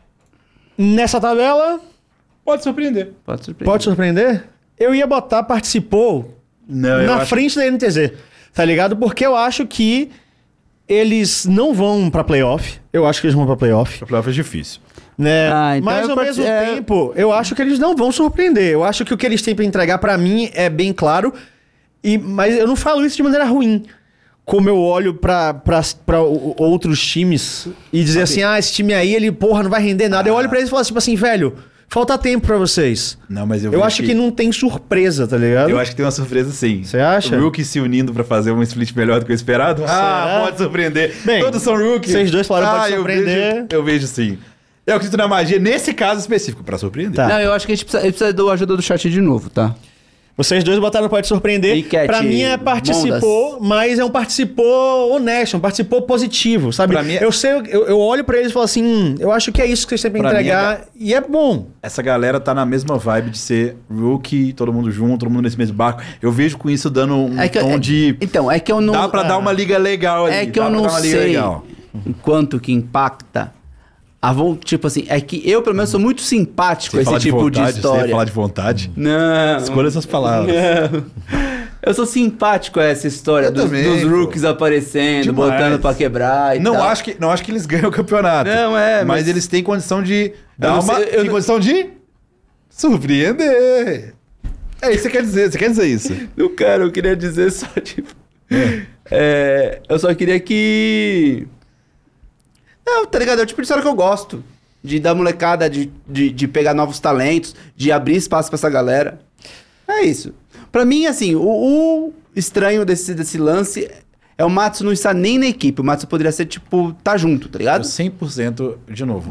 Nessa tabela, Pode surpreender. pode surpreender? Eu ia botar participou Não, na frente da NTZ, tá ligado? Porque eu acho que eles não vão pra playoff. Eu acho que eles vão pra playoff. O playoff é difícil. Né? Então Mas ao mesmo tempo, eu acho que eles não vão surpreender. Eu acho que o que eles têm pra entregar pra mim é bem claro. Mas eu não falo isso de maneira ruim. Como eu olho pra outros times e dizer assim, esse time aí, ele, porra, não vai render nada. Eu olho pra eles e falo tipo assim, velho, falta tempo pra vocês. Não, mas eu acho que não tem surpresa, tá ligado? Eu acho que tem uma surpresa sim. Você acha? O Rookie se unindo pra fazer um split melhor do que o esperado? Pode surpreender. Bem, todos são Rookie. vocês dois falaram pode surpreender. Eu vejo sim. Eu acredito na magia nesse caso específico, pra surpreender. Tá. Não, eu acho que a gente precisa da ajuda do chat de novo, tá? Vocês dois botaram pode surpreender. Enquete, pra mim é participou, mas é um participou honesto, um participou positivo, sabe? Pra mim é- Eu olho pra eles e falo assim, eu acho que é isso que vocês têm pra Pra mim entregar e é bom. Essa galera tá na mesma vibe de ser Rookie, todo mundo junto, todo mundo nesse mesmo barco. Eu vejo com isso dando um tom de... Então, é que eu não... Dá pra dar uma liga legal ali. É que eu não sei o quanto que impacta. Tipo assim, é que eu, pelo menos, sou muito simpático com esse tipo de história. Você falar de vontade? Não. Escolha essas palavras. Não. Eu sou simpático a essa história dos rookies aparecendo, Demais. botando pra quebrar e Não tal. acho que eles ganham o campeonato. Não, Mas eles têm condição de... Tem condição de surpreender. É isso que você quer dizer. Você quer dizer isso. Não, cara, eu queria dizer só, tipo... eu só queria que... Não, tá ligado? É o tipo de história que eu gosto. De dar molecada, de pegar novos talentos, de abrir espaço pra essa galera. É isso. Pra mim, assim, o estranho desse lance é o Matsu não estar nem na equipe. O Matsu poderia ser, tipo, tá junto, tá ligado? 100% de novo.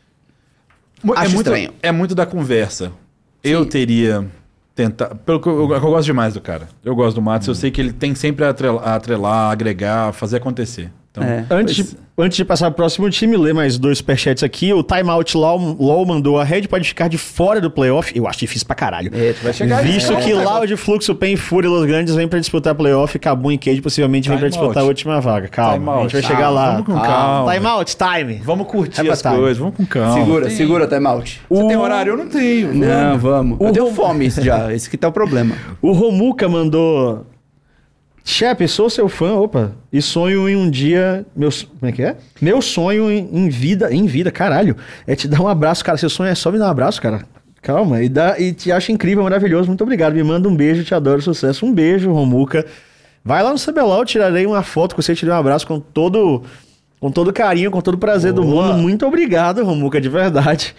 Acho estranho. É muito da conversa. Eu teria tentado... Pelo que eu gosto demais do cara. Eu gosto do Matsu. Eu sei que ele tem sempre a atrelar, agregar, fazer acontecer. Então, Antes de passar pro próximo time, ler mais 2 superchats aqui. O Timeout LOL mandou: a Red pode ficar de fora do playoff. Eu acho difícil pra caralho. Tu vai chegar Visto que Loud, Fluxo, Pen, Fúria e Los Grandes vêm pra disputar playoff, Kabum e Cade possivelmente vêm pra disputar a última vaga. Calma, a gente vai chegar lá. Vamos com calma. Timeout, time. Vamos curtir É as pra coisas, vamos com calma. Segura, timeout. Você tem horário? Eu não tenho. Não, vamos. Eu tenho fome já. Esse que tá o problema. O Romuca mandou: Chepe, sou seu fã, e sonho em um dia... Como é que é? Meu sonho em vida, caralho, é te dar um abraço, cara. Seu sonho é só me dar um abraço, cara. Calma, e te acho incrível, maravilhoso, muito obrigado. Me manda um beijo, te adoro, sucesso. Um beijo, Romuca. Vai lá no CBLOL, eu tirarei uma foto com você, te dei um abraço com todo carinho, com todo prazer do mundo. Muito obrigado, Romuca, de verdade.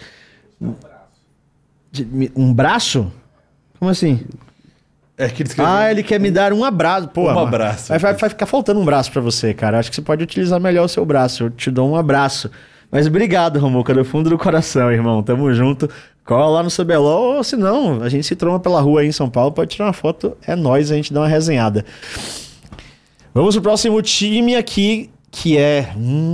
Um braço? Como assim? É que ele escreveu. Ele quer me dar um abraço. Pô, Um abraço. Vai ficar faltando um braço pra você, cara. Acho que você pode utilizar melhor o seu braço. Eu te dou um abraço. Mas obrigado, Romuca, do fundo do coração, irmão. Tamo junto. Cola lá no CBLOL, ou se não, a gente se tromba pela rua aí em São Paulo, pode tirar uma foto, é nóis, a gente dá uma resenhada. Vamos pro próximo time aqui, que é...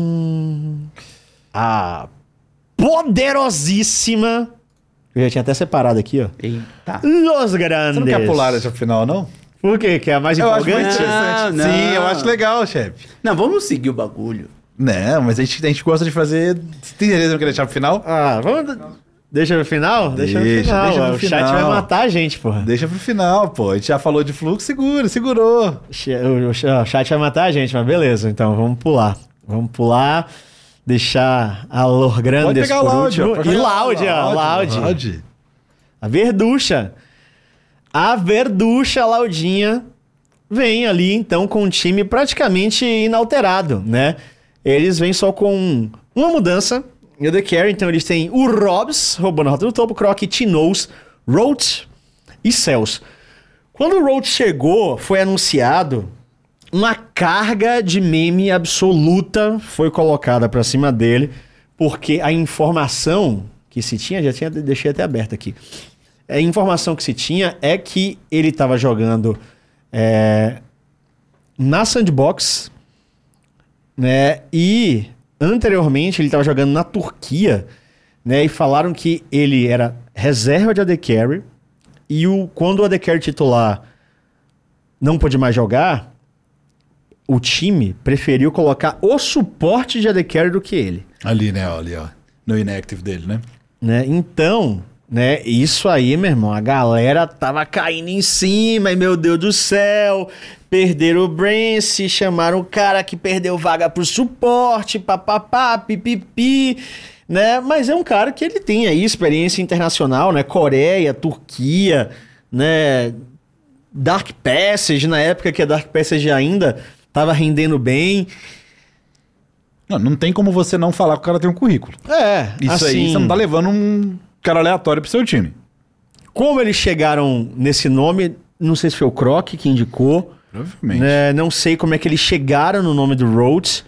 a poderosíssima... Eu já tinha até separado aqui, ó. Eita. Los Grandes. Você não quer pular essa final, não? Por quê? Que é a mais Eu acho muito empolgante? interessante. Não. Sim, eu acho legal, chefe. Não, vamos seguir o bagulho. Não, mas a gente gosta de fazer... Você tem certeza que não quer deixar pro final? Vamos... Deixa no final? Deixa no final. Deixa no o chat final. vai matar a gente, porra. Deixa pro final, pô. A gente já falou de fluxo, segurou. O chat vai matar a gente, mas beleza. Então, vamos pular. Deixar a Los Grandes Pode pegar por o último. Loud, E Loud. A Verducha, Laudinha, vem ali, então, com um time praticamente inalterado, né? Eles vêm só com uma mudança. E o The Carry, então, eles têm o Robs, roubando a rota do topo, Croc, T-Nose, Roach e Cells. Quando o Roach chegou, foi anunciado... uma carga de meme absoluta foi colocada pra cima dele, porque a informação que se tinha, deixei até aberto aqui. A informação que se tinha é que ele estava jogando na Sandbox, né? E anteriormente ele estava jogando na Turquia, né? E falaram que ele era reserva de AD Carry e quando o AD Carry titular não pôde mais jogar, o time preferiu colocar o suporte de AD Carry do que ele. Ali, né? Ali, ó. No inactive dele, né? Então, né? Isso aí, meu irmão, a galera tava caindo em cima e, meu Deus do céu, perderam o Brance, chamaram o cara que perdeu vaga pro suporte, papapá, pipipi, né? Mas é um cara que ele tem aí experiência internacional, né? Coreia, Turquia, né? Dark Passage, na época que a Dark Passage ainda tava rendendo bem. Não tem como você não falar que o cara tem um currículo. Isso assim, aí, você não tá levando um cara aleatório pro seu time. Como eles chegaram nesse nome, não sei se foi o Croc que indicou. Provavelmente. Né? Não sei como é que eles chegaram no nome do Rhodes.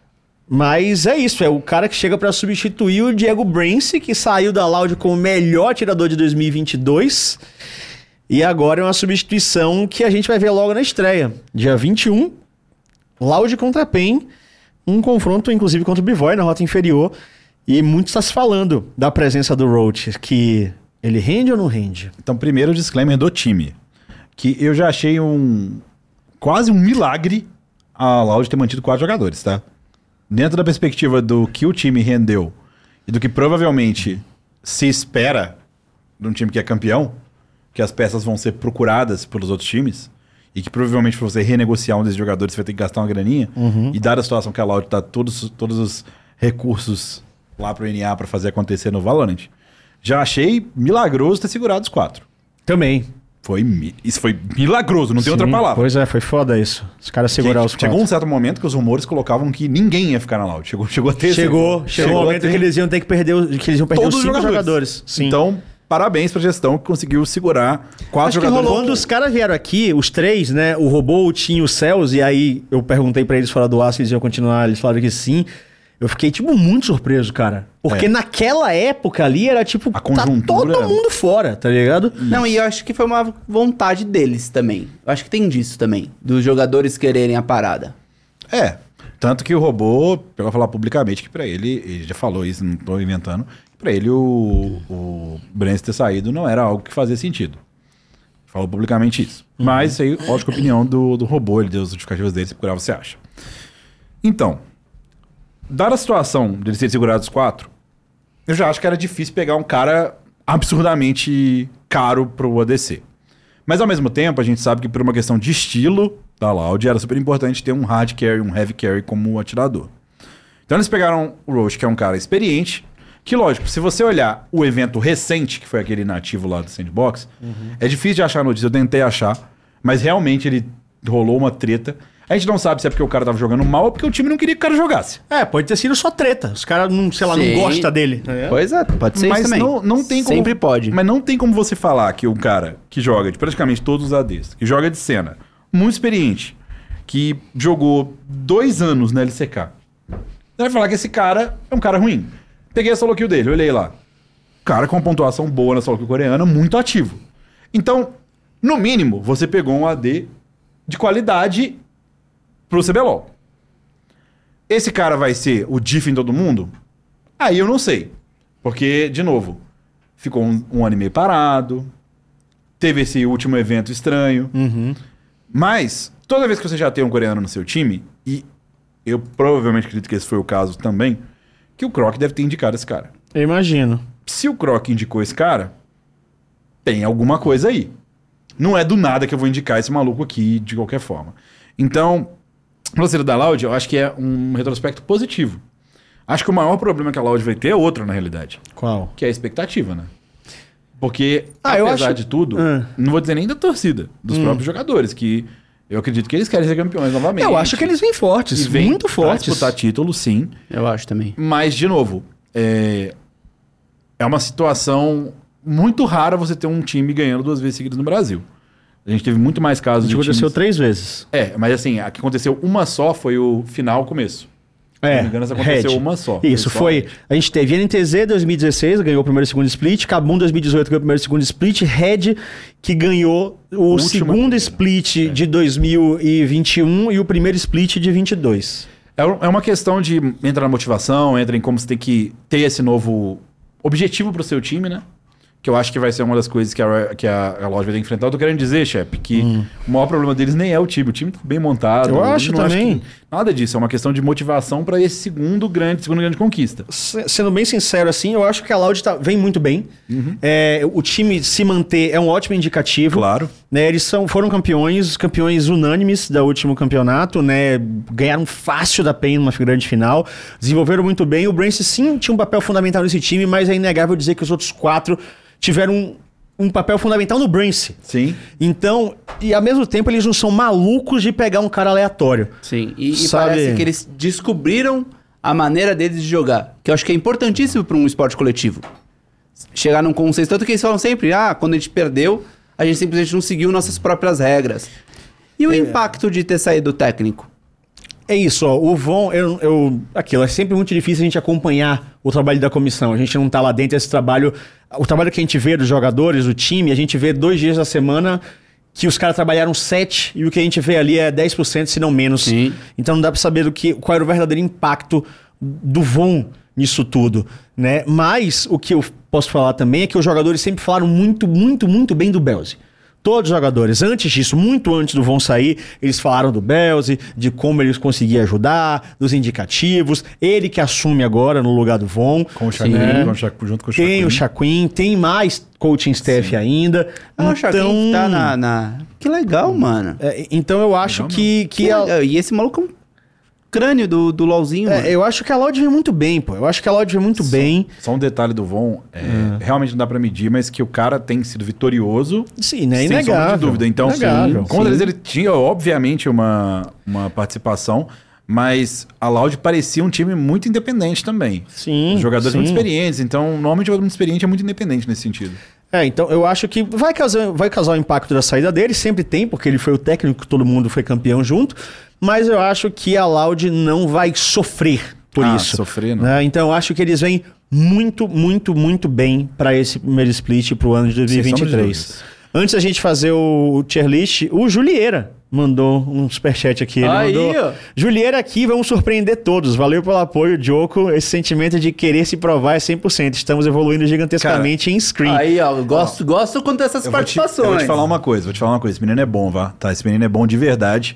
Mas é isso, é o cara que chega pra substituir o Diego Brance, que saiu da Loud como o melhor atirador de 2022. E agora é uma substituição que a gente vai ver logo na estreia. Dia 21, Loud contra PEN. Um confronto, inclusive, contra o Bivoy na rota inferior. E muito está se falando da presença do Roach, que ele rende ou não rende? Então, primeiro o disclaimer do time. Que eu já achei quase um milagre a Loud ter mantido 4 jogadores, tá? Dentro da perspectiva do que o time rendeu e do que provavelmente se espera de um time que é campeão, que as peças vão ser procuradas pelos outros times, e que provavelmente para você renegociar um desses jogadores você vai ter que gastar uma graninha, e dada a situação que a Loud tá todos os recursos lá pro NA para fazer acontecer no Valorant, já achei milagroso ter segurado os 4. Também. Isso foi milagroso, não tem outra palavra. Pois é, foi foda isso. Os caras seguraram os 4. Chegou um certo momento que os rumores colocavam que ninguém ia ficar na Loud. Chegou a ter... Chegou um momento que eles iam ter que perder, que eles iam perder todos os 5 jogadores. Sim. Então, parabéns pra gestão que conseguiu segurar 4 jogadores. Quando os caras vieram aqui, os 3, né? O Robô, o Tim e o Cells, e aí eu perguntei pra eles fora do ar se eles iam continuar, eles falaram que sim. Eu fiquei, tipo, muito surpreso, cara. Porque naquela época ali era tipo, a conjuntura... tá todo mundo fora, tá ligado? Não, e eu acho que foi uma vontade deles também. Eu acho que tem disso também, dos jogadores quererem a parada. Tanto que o Robô pegou a falar publicamente que pra ele já falou isso, não tô inventando, pra ele o Brance ter saído não era algo que fazia sentido. Falou publicamente isso. Mas isso aí, lógico, a opinião do Robô, ele deu as justificativas dele, se procurar você acha. Então, dada a situação de eles terem segurado os 4, eu já acho que era difícil pegar um cara absurdamente caro pro ADC. Mas ao mesmo tempo, a gente sabe que por uma questão de estilo da Loud, era super importante ter um hard carry, um heavy carry como atirador. Então eles pegaram o Roche, que é um cara experiente, que lógico, se você olhar o evento recente, que foi aquele inativo lá do Sandbox, é difícil de achar a notícia, eu tentei achar, mas realmente ele rolou uma treta. A gente não sabe se é porque o cara tava jogando mal ou porque o time não queria que o cara jogasse. Pode ter sido só treta. Os caras, não, sei lá, Sim. não gostam dele. Pois é, pode ser Mas isso também. não tem como... Sempre pode. Mas não tem como você falar que um cara que joga de praticamente todos os ADs, que joga de cena, muito experiente, que jogou 2 anos na LCK, você vai falar que esse cara é um cara ruim. Peguei a solo kill dele, olhei lá. Cara com uma pontuação boa na solo kill coreana, muito ativo. Então, no mínimo, você pegou um AD de qualidade pro CBLOL. Esse cara vai ser o diff em todo mundo? Aí eu não sei. Porque, de novo, ficou um ano e meio parado, teve esse último evento estranho. Mas, toda vez que você já tem um coreano no seu time, e eu provavelmente acredito que esse foi o caso também, que o Croc deve ter indicado esse cara. Eu imagino. Se o Croc indicou esse cara, tem alguma coisa aí. Não é do nada que eu vou indicar esse maluco aqui, de qualquer forma. Então, no lance da Loud, eu acho que é um retrospecto positivo. Acho que o maior problema que a Loud vai ter é outro, na realidade. Qual? Que é a expectativa, né? Porque, eu apesar acho... de tudo, não vou dizer nem da torcida, dos próprios jogadores, que eu acredito que eles querem ser campeões novamente. Eu acho que eles vêm fortes, E vêm muito pra fortes. disputar título, sim. Eu acho também. Mas, de novo, é uma situação muito rara você ter um time ganhando 2 vezes seguidas no Brasil. A gente teve muito mais casos Isso de aconteceu times... 3 vezes. Mas assim, a que aconteceu uma só foi o final, começo. Se não me engano, essa aconteceu Red. uma só. Isso, foi. A gente teve NTZ 2016, ganhou o primeiro e segundo split. Kabum 2018 ganhou o primeiro e segundo split. Red, que ganhou o Última segundo primeira. split de 2021 e o primeiro split de 22. É uma questão de entra na motivação, entra em como você tem que ter esse novo objetivo pro seu time, né? Que eu acho que vai ser uma das coisas que a loja vai ter que enfrentar. Eu tô querendo dizer, chefe, que o maior problema deles nem é o time. O time tá bem montado. Eu acho não também. nada disso. É uma questão de motivação para esse segunda grande conquista. Sendo bem sincero, assim, eu acho que a Loud vem muito bem. O time se manter é um ótimo indicativo. Claro. Né, eles foram campeões unânimes do último campeonato, né? Ganharam fácil da PEN numa grande final. Desenvolveram muito bem. O Brance sim tinha um papel fundamental nesse time, mas é inegável dizer que os outros 4 tiveram um papel fundamental no Brance. Sim. Então, e ao mesmo tempo, eles não são malucos de pegar um cara aleatório. Sim, e Sabe? parece que eles descobriram a maneira deles de jogar, que eu acho que é importantíssimo para um esporte coletivo. Chegar num consenso, tanto que eles falam sempre, quando a gente perdeu, a gente simplesmente não seguiu nossas próprias regras. E o impacto de ter saído do técnico? É isso, ó, o Von, aquilo, é sempre muito difícil a gente acompanhar o trabalho da comissão, a gente não tá lá dentro, esse trabalho, o trabalho que a gente vê dos jogadores, do time, a gente vê 2 dias da semana que os caras trabalharam 7 e o que a gente vê ali é 10%, se não menos. Sim. Então não dá pra saber qual era o verdadeiro impacto do Von nisso tudo, né? Mas o que eu posso falar também é que os jogadores sempre falaram muito, muito, muito bem do Belze. Todos os jogadores, antes disso, muito antes do Von sair, eles falaram do Belze, de como eles conseguiam ajudar, dos indicativos, ele que assume agora no lugar do Von. Com o Shaquin, junto com o Shaquin. Tem o Shaquin, tem mais coaching staff ainda. O Shaquin tá na... Que legal, mano. Então eu acho Legal, que legal. E esse maluco é um crânio do LOLzinho, mano. eu acho que a Loud vem muito bem, pô. Eu acho que a Loud vem muito bem. Só um detalhe do Von, realmente não dá pra medir, mas que o cara tem sido vitorioso. Sim, né? Sem sombra Inegável. de dúvida. Então, Inegável. com certeza ele tinha, obviamente, uma participação, mas a Loud parecia um time muito independente também. Sim, Os jogadores sim. muito experientes, então, normalmente o jogador muito experiente é muito independente nesse sentido. Então eu acho que vai causar o impacto da saída dele, sempre tem, porque ele foi o técnico que todo mundo foi campeão junto, mas eu acho que a Loud não vai sofrer por isso. Sofrer, não. Né? Então eu acho que eles vêm muito, muito, muito bem para esse primeiro split pro ano de Sem sombra de 2023. dúvidas. Antes da gente fazer o tier list, o Julieira mandou um superchat aqui. Ele Aí, mandou: ó. Julieira aqui, vamos surpreender todos. Valeu pelo apoio, Diogo. Esse sentimento de querer se provar é 100%. Estamos evoluindo gigantescamente em screen. Aí, ó, gosto quando essas Eu participações. vou te falar uma coisa, Esse menino é bom, tá? Esse menino é bom de verdade.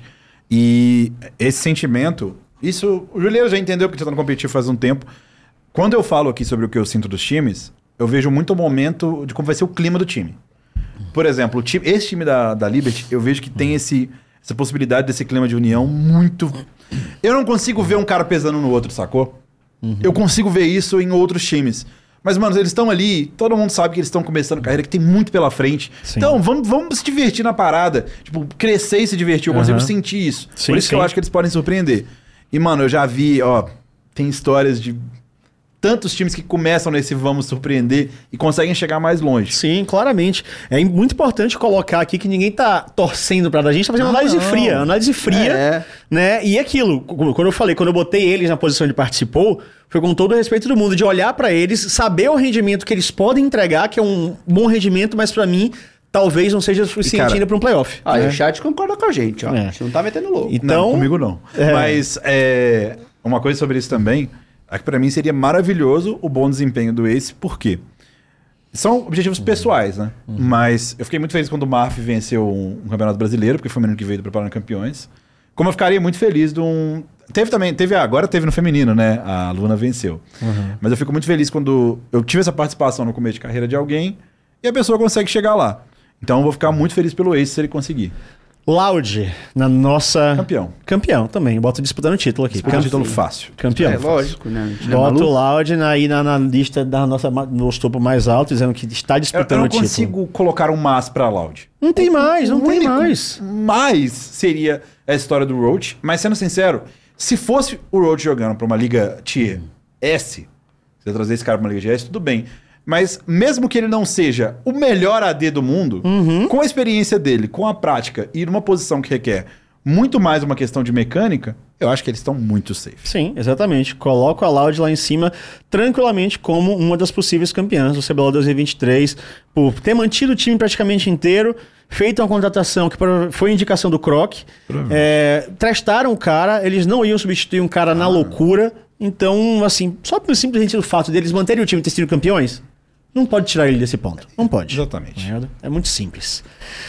E esse sentimento, isso, o Juliano já entendeu que você tá no competitivo faz um tempo. Quando eu falo aqui sobre o que eu sinto dos times, eu vejo muito o momento de como vai ser o clima do time. Por exemplo, esse time da Liberty, eu vejo que tem essa possibilidade desse clima de união muito... Eu não consigo ver um cara pesando no outro, sacou? Eu consigo ver isso em outros times. Mas, mano, eles estão ali, todo mundo sabe que eles estão começando carreira, que tem muito pela frente. Sim. Então, vamos se divertir na parada. Tipo, crescer e se divertir. Eu consigo sentir isso. Sim, Por isso que eu sim. acho que eles podem surpreender. E, mano, eu já vi, tem histórias de tantos times que começam nesse vamos surpreender e conseguem chegar mais longe. Sim, claramente. É muito importante colocar aqui que ninguém tá torcendo pra dar. A gente tá fazendo análise fria, né? E aquilo, quando eu botei eles na posição de participou, foi com todo o respeito do mundo, de olhar pra eles, saber o rendimento que eles podem entregar, que é um bom rendimento, mas pra mim talvez não seja suficiente ainda pra um playoff. E né? o chat concorda com a gente, ó. É. A gente não tá metendo louco. Então, Não, comigo não. Mas uma coisa sobre isso também, é que pra mim seria maravilhoso o bom desempenho do Ace, por quê? São objetivos pessoais, né? Mas eu fiquei muito feliz quando o Marf venceu um campeonato brasileiro, porque foi o menino que veio do Preparando Campeões. Como eu ficaria muito feliz de um... Agora teve no feminino, né? A Luna venceu. Mas eu fico muito feliz quando eu tive essa participação no começo de carreira de alguém e a pessoa consegue chegar lá. Então eu vou ficar muito feliz pelo Ace se ele conseguir. Loud, na nossa... Campeão também. Bota disputando o título aqui. Disputa título fácil. Campeão. É lógico, né? A gente não é Bota o maluco. Loud aí na lista da nossa, nos topo mais alto, dizendo que está Eu disputando não o título. consigo colocar um mas pra Loud. Não tem mais, não O tem único mais. mais seria a história do Roach, mas sendo sincero, se fosse o Roach jogando pra uma liga Tier S, você trazer esse cara pra uma liga Tier S, tudo bem. Mas mesmo que ele não seja o melhor AD do mundo, com a experiência dele, com a prática e numa posição que requer muito mais uma questão de mecânica, eu acho que eles estão muito safe. Sim, exatamente. Coloco a Loud lá em cima tranquilamente como uma das possíveis campeãs do CBLOL 2023, por ter mantido o time praticamente inteiro, feito uma contratação que foi indicação do Croc, testaram o cara, eles não iam substituir um cara na loucura, então, assim, só pelo simplesmente o fato deles manterem o time e ter sido campeões, não pode tirar ele desse ponto. Não pode. Exatamente. É muito simples.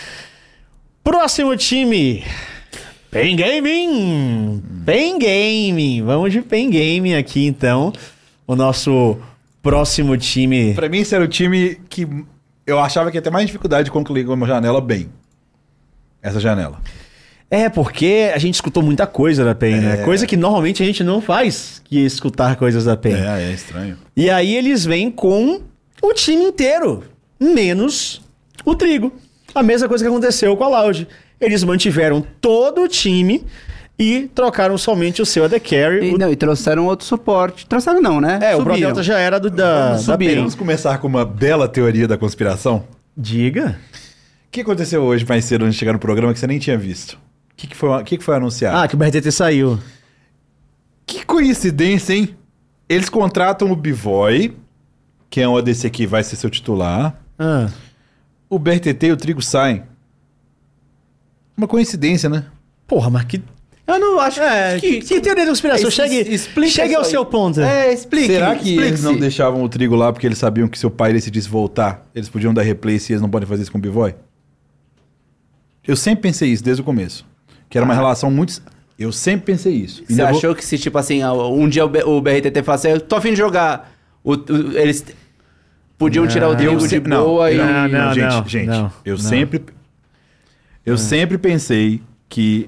Próximo time... Pen Gaming! Pen Gaming! Vamos de Pen Gaming aqui, então. O nosso próximo time... Pra mim, esse era o time que eu achava que ia ter mais dificuldade de concluir uma janela bem. Essa janela. Porque a gente escutou muita coisa da PEN, né? Coisa que normalmente a gente não faz, que é escutar coisas da PEN. É estranho. E aí eles vêm com o time inteiro, menos o Trigo. A mesma coisa que aconteceu com a Loud. Eles mantiveram todo o time e trocaram somente o seu AD Carry. E trouxeram outro suporte. Trouxeram não, né? O Pro Delta já era da PEN. Vamos começar com uma bela teoria da conspiração? Diga. O que aconteceu hoje mais cedo antes de chegar no programa que você nem tinha visto? O que foi anunciado? Que o BRTT saiu. Que coincidência, hein? Eles contratam o Bivoy, que é um ADC que vai ser seu titular. O BRTT e o Trigo saem. Uma coincidência, né? Porra, mas que... Eu não acho que teoria da conspiração. Chegue ao seu ponto. Explique. Será que eles explique-se. não deixavam o Trigo lá porque eles sabiam que se o pai decidisse voltar, eles podiam dar replace e eles não podem fazer isso com o Bivoy? Eu sempre pensei isso desde o começo. Que era uma relação muito... Eu sempre pensei isso. Você achou que se, tipo assim, um dia o BRTT falasse, eu tô a fim de jogar, eles podiam tirar o Trigo de boa e... Eu sempre pensei que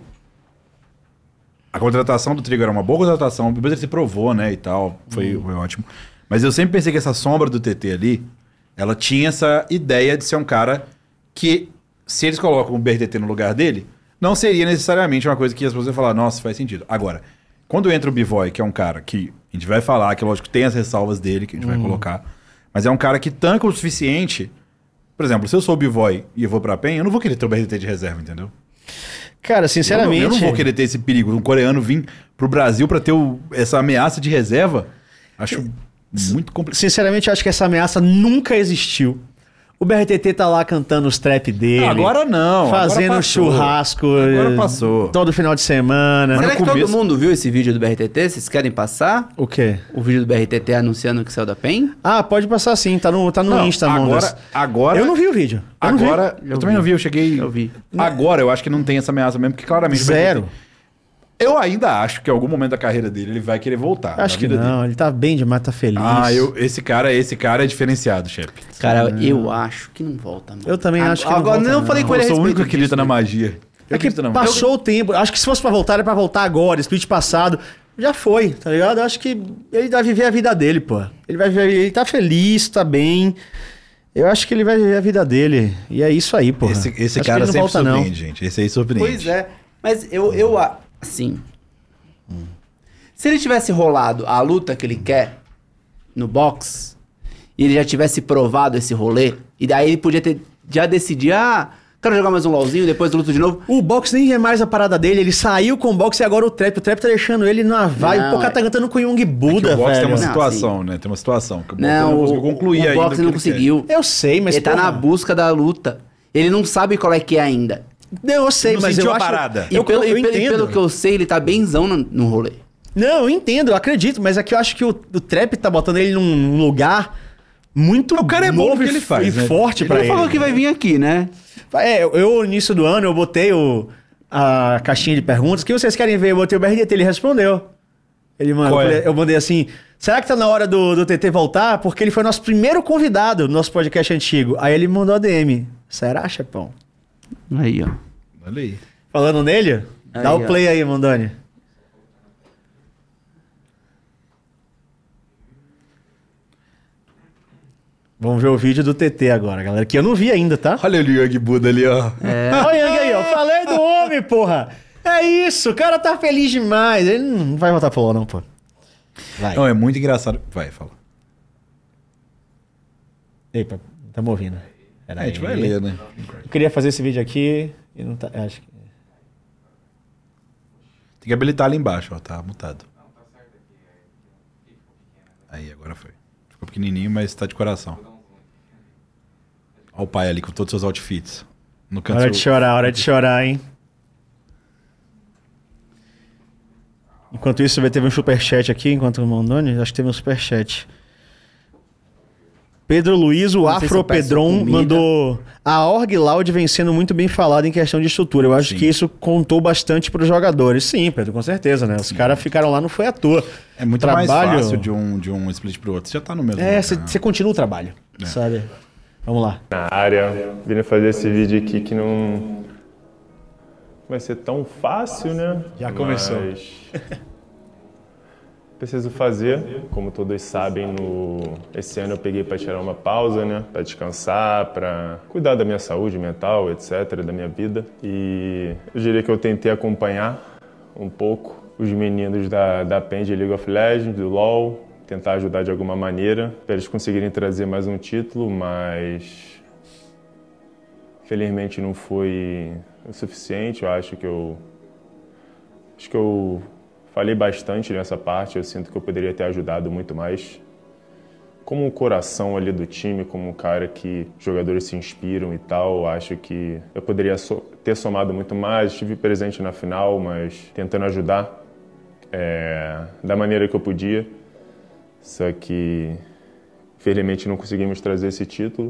a contratação do Trigo era uma boa contratação, depois ele se provou, né, e tal, foi ótimo. Mas eu sempre pensei que essa sombra do TT ali, ela tinha essa ideia de ser um cara que, se eles colocam o BRTT no lugar dele, não seria necessariamente uma coisa que as pessoas vão falar, nossa, faz sentido. Agora, quando entra o Bivoy, que é um cara que a gente vai falar, que lógico tem as ressalvas dele, que a gente vai colocar, mas é um cara que tanca o suficiente. Por exemplo, se eu sou o Bivoy e eu vou pra PEN, eu não vou querer ter o BRTT de reserva, entendeu? Cara, sinceramente... Eu não vou querer ter esse perigo. Um coreano vir pro Brasil pra ter essa ameaça de reserva, acho muito complicado. Sinceramente, eu acho que essa ameaça nunca existiu. O BRTT tá lá cantando os trap dele. Agora não. Fazendo agora passou. Churrasco. Agora passou. Todo final de semana. Será que todo mundo viu esse vídeo do BRTT? Vocês querem passar? O quê? O vídeo do BRTT anunciando que saiu da PEN? Pode passar sim. Tá no Insta, agora... Eu não vi o vídeo. Eu também não vi. Eu vi. Agora eu acho que não tem essa ameaça mesmo, porque claramente... Zero. Eu ainda acho que em algum momento da carreira dele ele vai querer voltar. Acho que não. Dele. Ele tá bem demais, tá feliz. Esse cara é diferenciado, chefe. Cara, eu acho que não volta, mano. Eu também acho que não volta. Agora não falei com ele a respeito. Eu sou o único que disso, acredita na magia. É que passou o tempo. Acho que se fosse pra voltar, era pra voltar agora. Split passado. Já foi, tá ligado? Eu acho que ele vai viver a vida dele, pô. Ele tá feliz, tá bem. Eu acho que ele vai viver a vida dele. E é isso aí, pô. Esse cara sempre surpreende, gente. Esse aí surpreende. Pois é. Mas eu assim... Se ele tivesse rolado a luta que ele quer no box, e ele já tivesse provado esse rolê, e daí ele podia ter já decidir, quero jogar mais um LOLzinho, depois luto de novo. O box nem é mais a parada dele, ele saiu com o box e agora o trap tá deixando ele na vibe. O cara tá cantando com o Young Buda, o box velho. tem uma situação, né? Tem uma situação. Que não conseguiu concluir o box não conseguiu. Eu sei, mas... Ele tá na busca da luta. Ele não sabe qual é que é ainda. Não, eu sei, mas eu acho... parada. E pelo que eu sei, ele tá benzão no rolê. Não, eu entendo, eu acredito, mas aqui eu acho que o trap tá botando ele num lugar muito o cara é novo bom que ele faz, e né? forte pra ele. Ele falou que vai vir aqui, né? Eu, no início do ano, eu botei a caixinha de perguntas. O que vocês querem ver? Eu botei o BRDT, ele respondeu. Ele mandou, eu mandei assim, será que tá na hora do TT voltar? Porque ele foi nosso primeiro convidado no nosso podcast antigo. Aí ele mandou a DM. Será, chefão? Aí, ó. Olha aí. Falando nele, dá o play aí, Mondoni. Vamos ver o vídeo do TT agora, galera. Que eu não vi ainda, tá? Olha o Young Buda ali, ó. Olha o Young aí, ó. Falei do homem, porra. É isso, o cara tá feliz demais. Ele não vai voltar pro LoL, não, pô. Vai. Não, é muito engraçado. Vai, fala. Epa, estamos ouvindo. Pera A gente aí. vai ler, né? Eu queria fazer esse vídeo aqui e não tá. Acho que. Tem que habilitar ali embaixo, ó. Tá mutado. Aí, agora foi. Ficou pequenininho, mas tá de coração. Olha o pai ali com todos os seus outfits. No canto Hora de chorar, hein? Enquanto isso, teve um superchat aqui, enquanto o Mondoni, acho que teve um superchat. Pedro Luiz, o Não sei se eu peço Afropedron, comida. mandou: a Org Loud vem sendo muito bem falada em questão de estrutura. Eu acho Sim. que isso contou bastante para os jogadores. Sim, Pedro, com certeza, né? Os caras ficaram lá, não foi à toa. É muito mais fácil de um split pro outro. Você já tá no mesmo É, lugar. você continua o trabalho, sabe? Vamos lá. Na área, vindo fazer esse vídeo aqui que não vai ser tão fácil, né? Já começou. Mas preciso fazer, como todos sabem, esse ano eu peguei para tirar uma pausa, né? Para descansar, para cuidar da minha saúde mental, etc, da minha vida. E eu diria que eu tentei acompanhar um pouco os meninos da PEN de League of Legends, do LoL, tentar ajudar de alguma maneira para eles conseguirem trazer mais um título, mas felizmente não foi o suficiente. Eu acho que eu falei bastante nessa parte. Eu sinto que eu poderia ter ajudado muito mais como um coração ali do time, como um cara que os jogadores se inspiram e tal. Eu acho que eu poderia ter somado muito mais. Estive presente na final, mas tentando ajudar da maneira que eu podia. Só que, infelizmente, não conseguimos trazer esse título.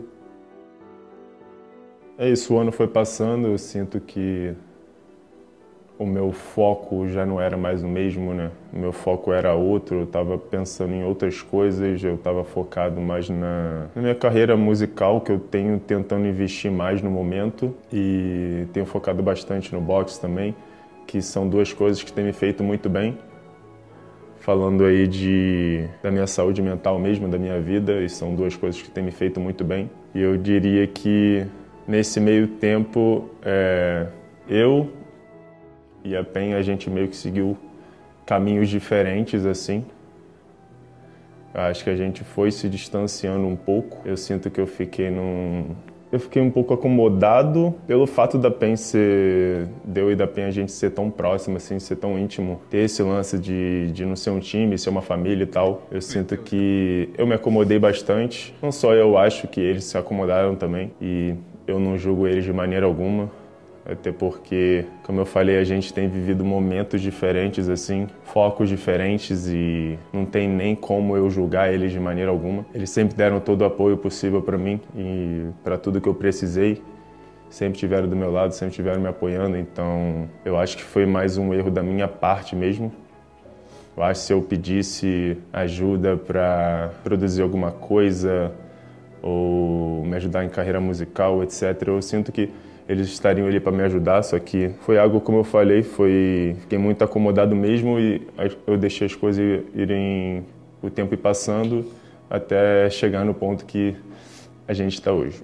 É isso, o ano foi passando, eu sinto que o meu foco já não era mais o mesmo, né? O meu foco era outro, eu estava pensando em outras coisas, eu estava focado mais na minha carreira musical, que eu tenho tentando investir mais no momento, e tenho focado bastante no boxe também, que são duas coisas que têm me feito muito bem. Falando aí da minha saúde mental mesmo, da minha vida, e são duas coisas que têm me feito muito bem. E eu diria que nesse meio tempo, eu e a PEN, a gente meio que seguiu caminhos diferentes, assim. Eu acho que a gente foi se distanciando um pouco. Eu sinto que eu fiquei um pouco acomodado pelo fato da PEN eu e da PEN a gente ser tão próximo, assim, ser tão íntimo. Ter esse lance de não ser um time, ser uma família e tal. Eu sinto que eu me acomodei bastante. Não só eu, acho que eles se acomodaram também. E eu não julgo eles de maneira alguma. Até porque, como eu falei, a gente tem vivido momentos diferentes, assim, focos diferentes, e não tem nem como eu julgar eles de maneira alguma. Eles sempre deram todo o apoio possível para mim e para tudo que eu precisei. Sempre estiveram do meu lado, sempre estiveram me apoiando, então eu acho que foi mais um erro da minha parte mesmo. Eu acho que se eu pedisse ajuda para produzir alguma coisa ou me ajudar em carreira musical, etc., eu sinto que eles estariam ali para me ajudar, só que foi algo, como eu falei, fiquei muito acomodado mesmo, e eu deixei as coisas irem, o tempo ir passando até chegar no ponto que a gente está hoje.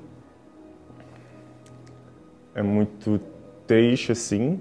É muito triste, assim,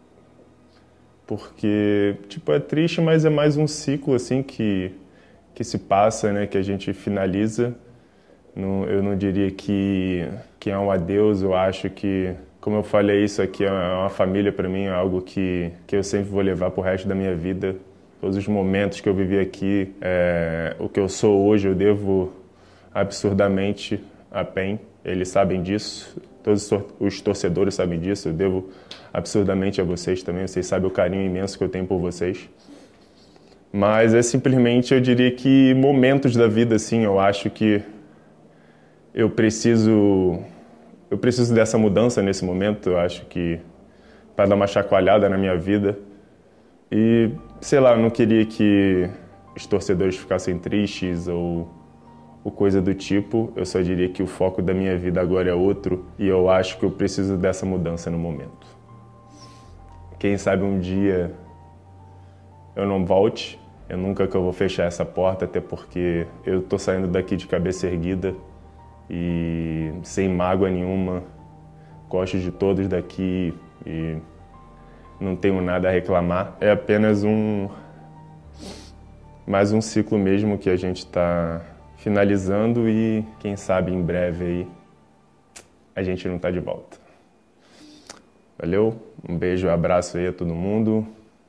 porque, é triste, mas é mais um ciclo, assim, que se passa, né, que a gente finaliza. Eu não diria que é um adeus. Eu acho que, como eu falei, isso aqui é uma família para mim, é algo que eu sempre vou levar pro resto da minha vida. Todos os momentos que eu vivi aqui, o que eu sou hoje, eu devo absurdamente a PEN. Eles sabem disso, todos os torcedores sabem disso, eu devo absurdamente a vocês também. Vocês sabem o carinho imenso que eu tenho por vocês. Mas é simplesmente, eu diria que momentos da vida, assim, eu acho que eu preciso dessa mudança nesse momento. Eu acho que para dar uma chacoalhada na minha vida. E, sei lá, eu não queria que os torcedores ficassem tristes ou coisa do tipo. Eu só diria que o foco da minha vida agora é outro, e eu acho que eu preciso dessa mudança no momento. Quem sabe um dia eu não volte. Eu nunca que eu vou fechar essa porta, até porque eu tô saindo daqui de cabeça erguida e sem mágoa nenhuma. Gosto de todos daqui e não tenho nada a reclamar. É apenas mais um ciclo mesmo que a gente está finalizando e quem sabe em breve aí a gente não tá de volta. Valeu, um beijo, um abraço aí a todo mundo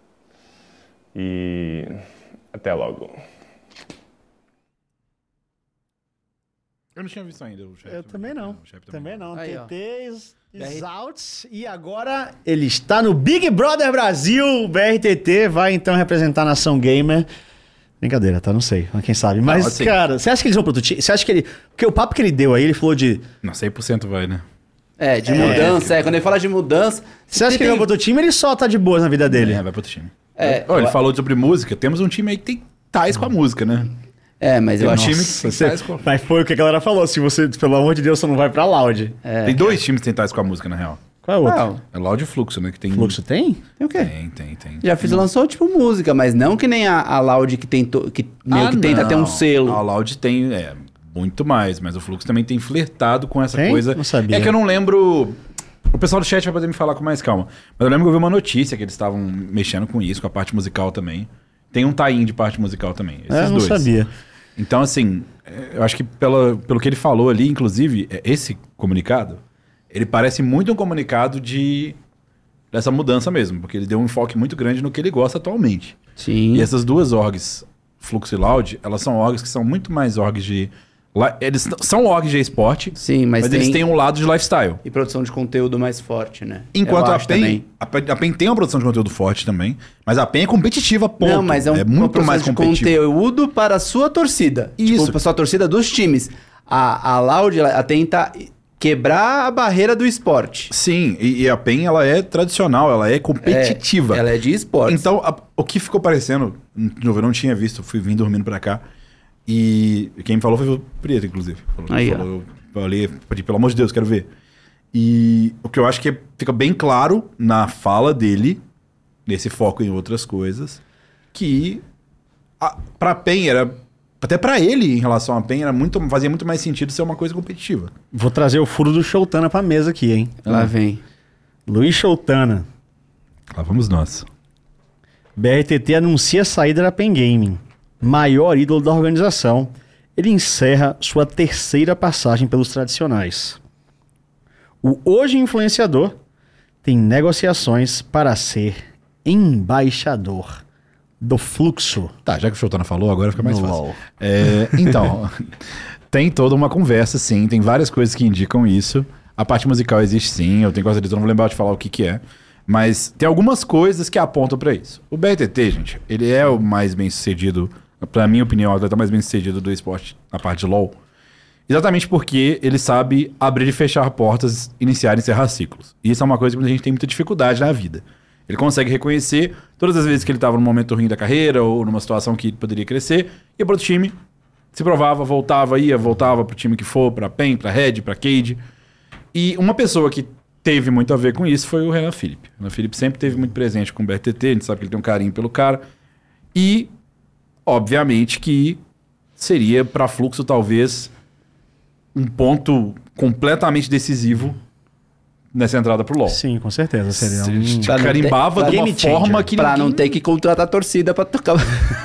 e até logo. Eu não tinha visto ainda o chefe. Eu também não. O chefe Também não. Aí, ó. TT is out. E agora ele está no Big Brother Brasil. O BRTT vai então representar a nação gamer. Brincadeira, tá? Não sei. Quem sabe. Mas, assim, cara, você acha que eles vão pro outro time? Você acha que ele... Porque o papo que ele deu aí, ele falou de... Não, 100% vai, né? De mudança. Quando ele fala de mudança... Você acha que ele vai pro outro time, ele só tá de boas na vida dele? É, vai pro outro time. Ele falou sobre música. Temos um time aí que tem tais com a música, né? Mas eu Tem um acho... time que tem tais com... Mas foi o que a galera falou. Se você, pelo amor de Deus, você não vai pra Loud. Tem dois times que tem tais com a música, na real. Qual é o outro? Não, É Loud e Fluxo, né? Que tem... Fluxo tem? tem o quê? Tem. Já lançou tipo música, mas não que nem a Loud que tentou, que meio que tenta ter um selo. A Loud tem muito mais, mas o Fluxo também tem flertado com essa Tem? coisa. Não sabia. É que eu não lembro... O pessoal do chat vai poder me falar com mais calma. Mas eu lembro que eu vi uma notícia que eles estavam mexendo com isso, com a parte musical também. Tem um tie-in de parte musical também. Esses Eu não dois. sabia. Então, assim, eu acho que pelo que ele falou ali, inclusive, esse comunicado, ele parece muito um comunicado dessa mudança mesmo, porque ele deu um enfoque muito grande no que ele gosta atualmente. Sim. E essas duas orgs, Fluxo e Loud, elas são orgs que são muito mais orgs de... Eles são orgs de esporte, Sim, mas eles têm um lado de lifestyle. E produção de conteúdo mais forte, né? Enquanto Eu a acho também. PEN, a PEN tem uma produção de conteúdo forte também, mas a PEN é competitiva, ponto. Não, mas é uma muito produção mais de competitiva. conteúdo para a sua torcida. Isso. Tipo, para a sua torcida dos times. A Loud, ela tenta quebrar a barreira do esporte. Sim, e a PEN, ela é tradicional, ela é competitiva. Ela é de esporte. Então, o que ficou parecendo, de novo, eu não tinha visto, fui vindo dormindo pra cá, e quem me falou foi o Prieto, inclusive. Aí, ó. Eu falei, pelo amor de Deus, quero ver. E o que eu acho que fica bem claro na fala dele, nesse foco em outras coisas, que pra PEN era... Até pra ele, em relação à PEN, fazia muito mais sentido ser uma coisa competitiva. Vou trazer o furo do Showtana pra mesa aqui, hein? Lá vem. Luiz Showtana. Lá vamos nós. BRTT anuncia a saída da Pen Gaming. Maior ídolo da organização. Ele encerra sua terceira passagem pelos tradicionais. O hoje influenciador tem negociações para ser embaixador do Fluxo. Tá, já que o Showtana falou, agora fica mais No fácil. LoL. Então, tem toda uma conversa, sim. Tem várias coisas que indicam isso. A parte musical existe, sim. Eu tenho quase certeza, eu não vou lembrar de falar o que é. Mas tem algumas coisas que apontam pra isso. O BRTT, gente, ele é o mais bem-sucedido, pra minha opinião, o atleta mais bem-sucedido do esporte, na parte de LoL. Exatamente porque ele sabe abrir e fechar portas, iniciar e encerrar ciclos. E isso é uma coisa que a gente tem muita dificuldade na vida. Ele consegue reconhecer todas as vezes que ele estava num momento ruim da carreira ou numa situação que poderia crescer, ia para outro time, se provava, voltava pro time que for, pra PEN, pra Red, pra Cade. E uma pessoa que teve muito a ver com isso foi o Renan Philippe. O Renan Philippe sempre teve muito presente com o BRTT, a gente sabe que ele tem um carinho pelo cara. E, obviamente, que seria pra Fluxo talvez um ponto completamente decisivo nessa entrada pro LoL. Sim, com certeza. Seria Pra não Carimbava ter- de uma game changer. forma que Pra não ninguém- ter que contratar a torcida pra tocar.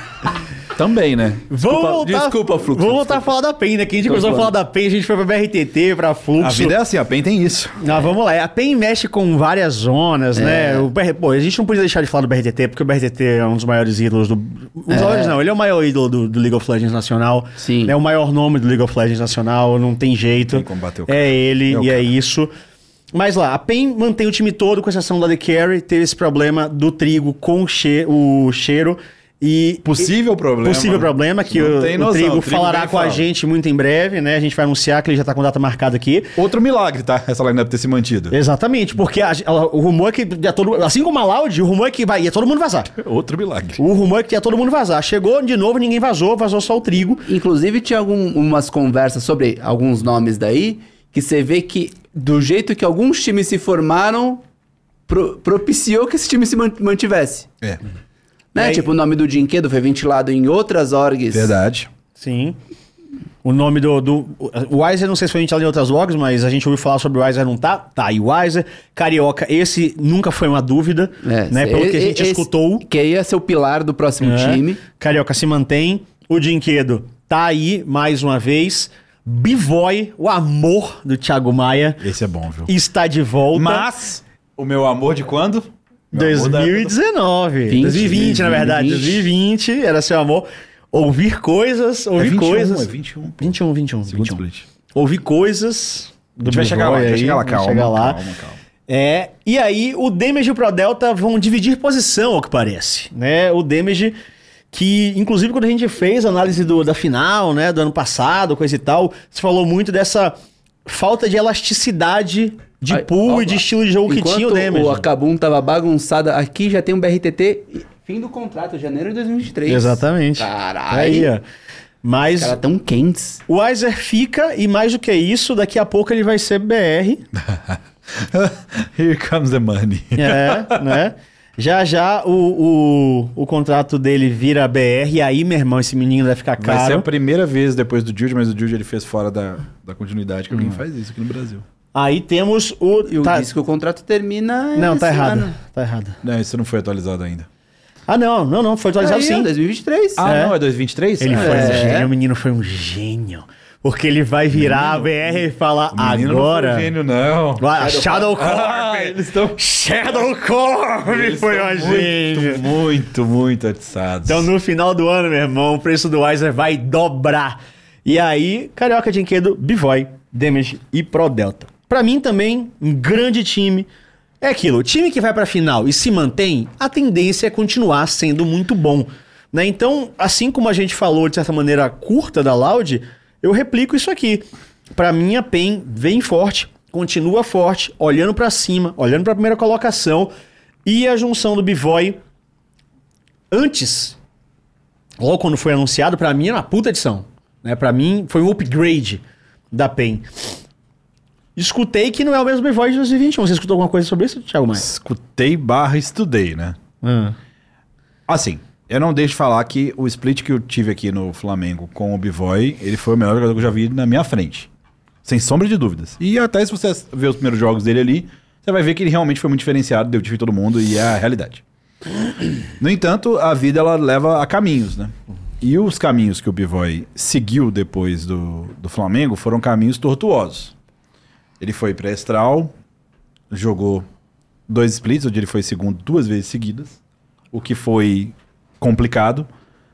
Também, né? Desculpa, Fluxo. Vamos voltar a falar da PEN, né? Que a gente começou a falar da PEN, a gente foi pra BRTT, pra Fluxo. A vida é assim, a PEN tem isso. Vamos lá. A PEN mexe com várias zonas, né? Pô, a gente não podia deixar de falar do BRTT, porque o BRTT é um dos maiores ídolos do... Um dos maiores não, ele é o maior ídolo do League of Legends nacional. Sim. É o maior nome do League of Legends nacional, não tem jeito. Tem como bater o cara. É ele, É o e é cara. isso. Mas lá, a PEN mantém o time todo, com exceção da The Carry, teve esse problema do trigo com o cheiro e... Possível problema. Possível problema, que Não o tem noção, Trigo o Trigo falará bem com a fala. gente muito em breve, né? A gente vai anunciar que ele já tá com data marcada aqui. Outro milagre, tá? Essa lineup ter se mantido. Exatamente, porque o rumor é que ia todo... Assim como a Loud, o rumor é que ia todo mundo vazar. Outro milagre. O rumor é que ia todo mundo vazar. Chegou de novo, ninguém vazou só o Trigo. Inclusive, tinha umas conversas sobre alguns nomes daí, que você vê que, do jeito que alguns times se formaram, propiciou que esse time se mantivesse. É. Né? E aí- Tipo, o nome do Jinquedo foi ventilado em outras orgs. Verdade. Sim. O nome o Weiser, não sei se foi ventilado em outras logs, mas a gente ouviu falar sobre o Weiser, não tá? Tá, e o Weiser, Carioca, esse nunca foi uma dúvida, né? Pelo que a gente escutou. Que ia ser o pilar do próximo time. Carioca se mantém. O Jinquedo tá aí mais uma vez. Bivoy, o amor do Thiago Maia, Esse é bom, viu? está de volta. Mas, o meu amor de quando? Meu amor da época 2019. 2020, na verdade. 2020 era seu amor. Ouvir coisas, do- ouvir 21, coisas. É 21. pô. 21. Segundo split. Ouvir coisas A gente vai chegar lá, Bivoy calma, chegar lá. calma. E aí o Damage e o Pro Delta vão dividir posição, ao que parece, né? O Damage que, inclusive, quando a gente fez a análise da final, né, do ano passado, coisa e tal, se falou muito dessa falta de elasticidade de pool e de estilo de jogo que tinha o Damage. O Akabum tava bagunçado, aqui já tem um BRTT, fim do contrato, janeiro de 2023. Exatamente. Caralho. Aí, ó. Mas Os caras tão quentes. o Weiser fica, e mais do que isso, daqui a pouco ele vai ser BR. Here comes the money. Né? Já o contrato dele vira BR, e aí, meu irmão, esse menino vai ficar Vai ser a caro. primeira vez depois do Jude, mas o Jude ele fez fora da continuidade que alguém faz isso aqui no Brasil. Aí temos o... E o disse que o contrato termina. Não, tá esse errado. ano. Tá errado. Não, isso não foi atualizado ainda. Ah, não. Foi atualizado Aí, sim. 2023. Ah, É. não, é 2023? Ele Ah, foi um É. gênio, o menino foi um gênio. Porque ele vai virar a BR e falar O menino agora... Não foi gênio, não. Ah, Shadow Corp! Eles estão Shadow Corp foi um gênio. muito atiçados. Então, no final do ano, meu irmão, o preço do Weiser vai dobrar. E aí, Carioca de Enquedo, Bivoy, Damage e Pro Delta. Pra mim também, um grande time. É aquilo, o time que vai pra final e se mantém, a tendência é continuar sendo muito bom. Né? Então, assim como a gente falou de certa maneira curta da Loud, eu replico isso aqui. Pra mim, a PEN vem forte, continua forte, olhando pra cima, olhando pra primeira colocação. E a junção do Bivoy, antes, logo quando foi anunciado, pra mim era uma puta edição. Né? Pra mim, foi um upgrade da PEN. Escutei que não é o mesmo Bivoy de 2021. Você escutou alguma coisa sobre isso, Thiago Maia? Escutei / estudei, né? Assim, eu não deixo de falar que o split que eu tive aqui no Flamengo com o Bivoy, ele foi o melhor jogador que eu já vi na minha frente. Sem sombra de dúvidas. E até se você ver os primeiros jogos dele ali, você vai ver que ele realmente foi muito diferenciado, deu tiro em todo mundo e é a realidade. No entanto, a vida ela leva a caminhos, né? E os caminhos que o Bivoy seguiu depois do Flamengo foram caminhos tortuosos. Ele foi pré-estral, jogou 2 splits, onde ele foi segundo 2 vezes seguidas, o que foi complicado.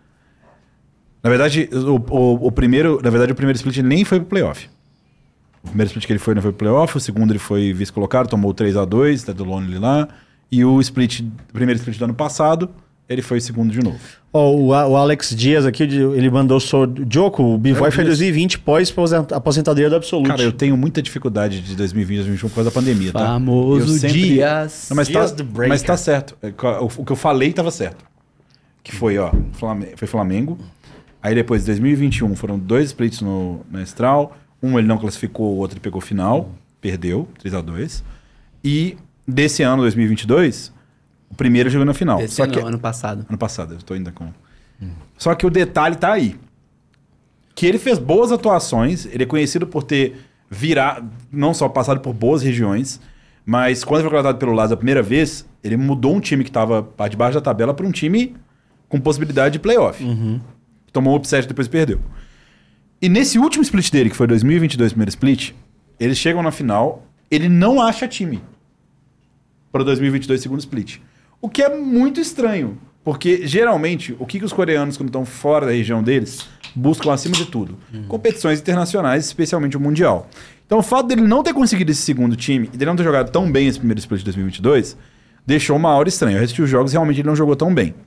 Na verdade, o primeiro split ele nem foi pro playoff. O primeiro split que ele foi não foi pro playoff, o segundo ele foi vice-colocado, tomou 3-2, tá do Lonely lá, e o primeiro split do ano passado, ele foi segundo de novo. O Alex Dias aqui, ele mandou Joko, o Bivoy foi em 2020, pós-aposentadoria do Absolute. Cara, eu tenho muita dificuldade de 2020 2021 por causa da pandemia, tá? Famoso Eu sempre- Dias. Não, mas, Dias tá, do Breaker. mas tá certo. O que eu falei tava certo. Que foi, ó, foi Flamengo. Aí depois, 2021, foram 2 splits na Estral. Um ele não classificou, o outro ele pegou final. Perdeu, 3-2. E desse ano, 2022, o primeiro jogou na final. Esse Só ano, que, ano passado. ano passado, eu tô ainda com... Só que o detalhe tá aí. Que ele fez boas atuações, ele é conhecido por ter virado, não só passado por boas regiões, mas quando foi contratado pelo Lázaro a primeira vez, ele mudou um time que estava debaixo da tabela para um time com possibilidade de playoff. Tomou um upset e depois perdeu. E nesse último split dele, que foi 2022, primeiro split, eles chegam na final, ele não acha time para 2022, segundo split. O que é muito estranho, porque geralmente, o que os coreanos, quando estão fora da região deles, buscam acima de tudo? Competições internacionais, especialmente o Mundial. Então o fato dele não ter conseguido esse segundo time, e dele não ter jogado tão bem esse primeiro split de 2022, deixou uma hora estranha. Eu assisti os jogos, realmente ele não jogou tão bem.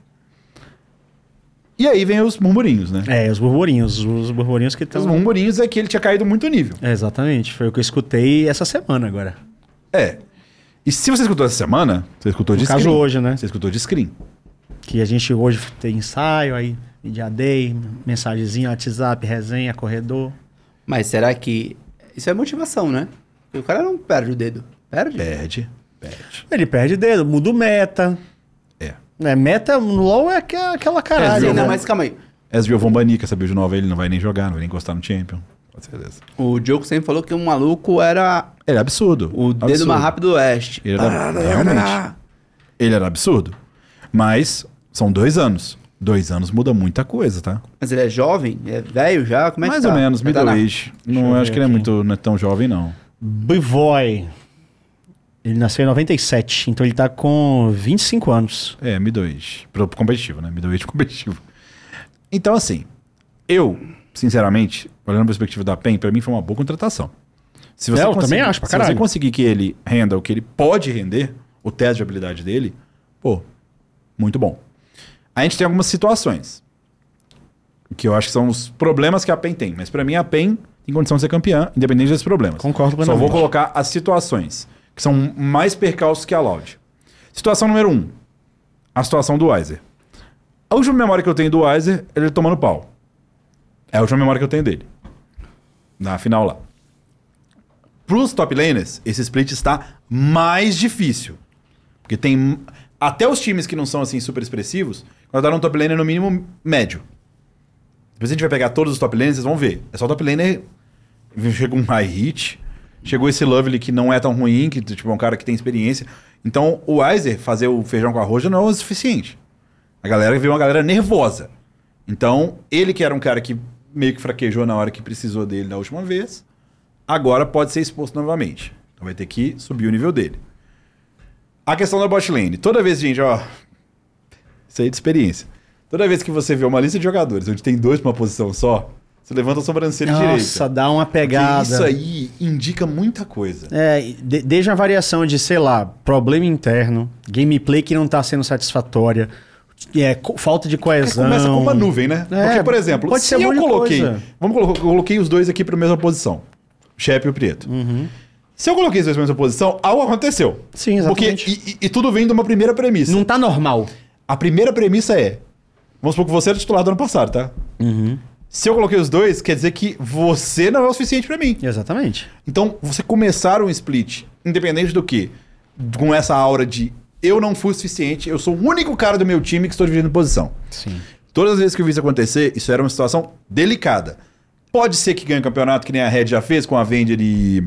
E aí vem os murmurinhos, né? Os burburinhos que estão... Os murmurinhos é que ele tinha caído muito nível. Exatamente, foi o que eu escutei essa semana agora. É. E se você escutou essa semana, você escutou de No caso screen. hoje, né? Você escutou de screen. Que a gente hoje tem ensaio, aí media day, mensagenzinha, WhatsApp, resenha, corredor. Mas será que... Isso é motivação, né? Porque o cara não perde o dedo. Perde? Perde. Ele perde dedo, muda o meta. É. Meta no LoL é aquela caralho. Sim, né? não, mas calma aí. Ezreal Von Banica, sabia de nova, ele não vai nem jogar, não vai nem encostar no Champion. Com certeza. O Diogo sempre falou que o maluco era Ele é absurdo. o dedo Absurdo. mais rápido do Oeste. Ele era, realmente. Ele era absurdo. Mas são 2 anos. 2 anos muda muita coisa, tá? Mas ele é jovem? É velho já? Como é Mais que tá? ou menos, Já tá middle na- age. Não eu acho ver que ele aqui. não é tão jovem, não. Bivoy. Ele nasceu em 97, então ele tá com 25 anos. É, middle age. Pro competitivo, né? Middle age competitivo. Então, assim, eu, sinceramente, olhando a perspectiva da PEN, pra mim foi uma boa contratação. Se Eu também acho, pra se você caralho. conseguir que ele renda o que ele pode render, o teste de habilidade dele, pô, muito bom. A gente tem algumas situações que eu acho que são os problemas que a PEN tem. Mas pra mim a PEN tem condição de ser campeã, independente desses problemas. Concordo Só plenamente. vou colocar as situações que são mais percalços que a Loud. Situação número 1. A situação do Weiser. A última memória que eu tenho do Weiser, ele tomando pau. É a última memória que eu tenho dele. Na final lá. Pros top laners, esse split está mais difícil. Porque tem... Até os times que não são assim super expressivos, guardaram um top laner no mínimo médio. Depois a gente vai pegar todos os top laners, vocês vão ver. É só top laner... Chega um high hit. Chegou esse Lovely que não é tão ruim, que tipo, é um cara que tem experiência. Então o Weiser fazer o feijão com arroz já não é o suficiente. A galera viu uma galera nervosa. Então, ele que era um cara que meio que fraquejou na hora que precisou dele da última vez, agora pode ser exposto novamente. Então vai ter que subir o nível dele. A questão da bot lane. Toda vez, gente, ó... Isso aí é de experiência. Toda vez que você vê uma lista de jogadores onde tem 2 pra uma posição só, você levanta a sobrancelha direita. Nossa, dá uma Porque pegada. isso aí indica muita coisa. É, desde a variação de, sei lá, problema interno, gameplay que não tá sendo satisfatória, falta de coesão. Começa com uma nuvem, né? É, Porque, por exemplo, pode se ser um eu monte de coloquei... coisa. Eu coloquei os dois aqui pra mesma posição. O Shep e o Prieto. Se eu coloquei os dois pra mesma posição, algo aconteceu. Sim, exatamente. Porque, e tudo vem de uma primeira premissa. Não tá normal. A primeira premissa é... Vamos supor que você era titular do ano passado, tá? Se eu coloquei os dois, quer dizer que você não é o suficiente pra mim. Exatamente. Então, você começar um split, independente do que, com essa aura de eu não fui o suficiente, eu sou o único cara do meu time que estou dividindo posição. Sim. Todas as vezes que eu vi isso acontecer, isso era uma situação delicada. Pode ser que ganhe o campeonato, que nem a Red já fez com a Vender e...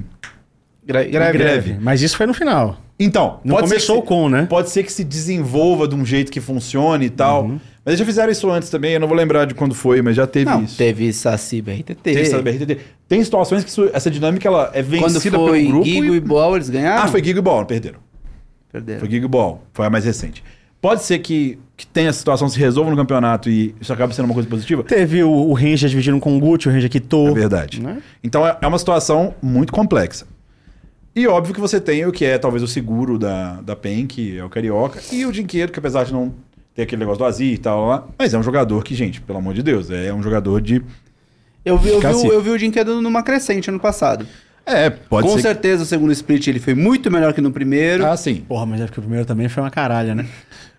Greve. Mas isso foi no final. Então, Não pode ser começou que com, né? Pode ser que se desenvolva de um jeito que funcione e tal. Mas eles já fizeram isso antes também, eu não vou lembrar de quando foi, mas já teve Não, isso. teve Saci BRTT. Teve essa BRTT. Tem situações que essa dinâmica ela é Quando vencida foi pelo grupo. Gigo e Ball, eles ganharam? Ah, foi Gigo e Ball, perderam. Perderam. Foi Gigo e Ball, foi a mais recente. Pode ser que tenha essa situação, se resolva no campeonato e isso acabe sendo uma coisa positiva? Teve o Ranger dividindo com o Gucci, o Ranger quitou. É verdade. Né? Então é uma situação muito complexa. E óbvio que você tem o que é talvez o seguro da PEN, que é o Carioca, e o Dinqueiro, que apesar de não ter aquele negócio do Azir e tal lá, mas é um jogador que, gente, pelo amor de Deus, é um jogador de... Eu vi Cacete. o Dinquedo numa crescente ano passado. Pode Com ser... certeza o segundo split ele foi muito melhor que no primeiro. Ah, sim. Porra, mas é porque o primeiro também foi uma caralha, né?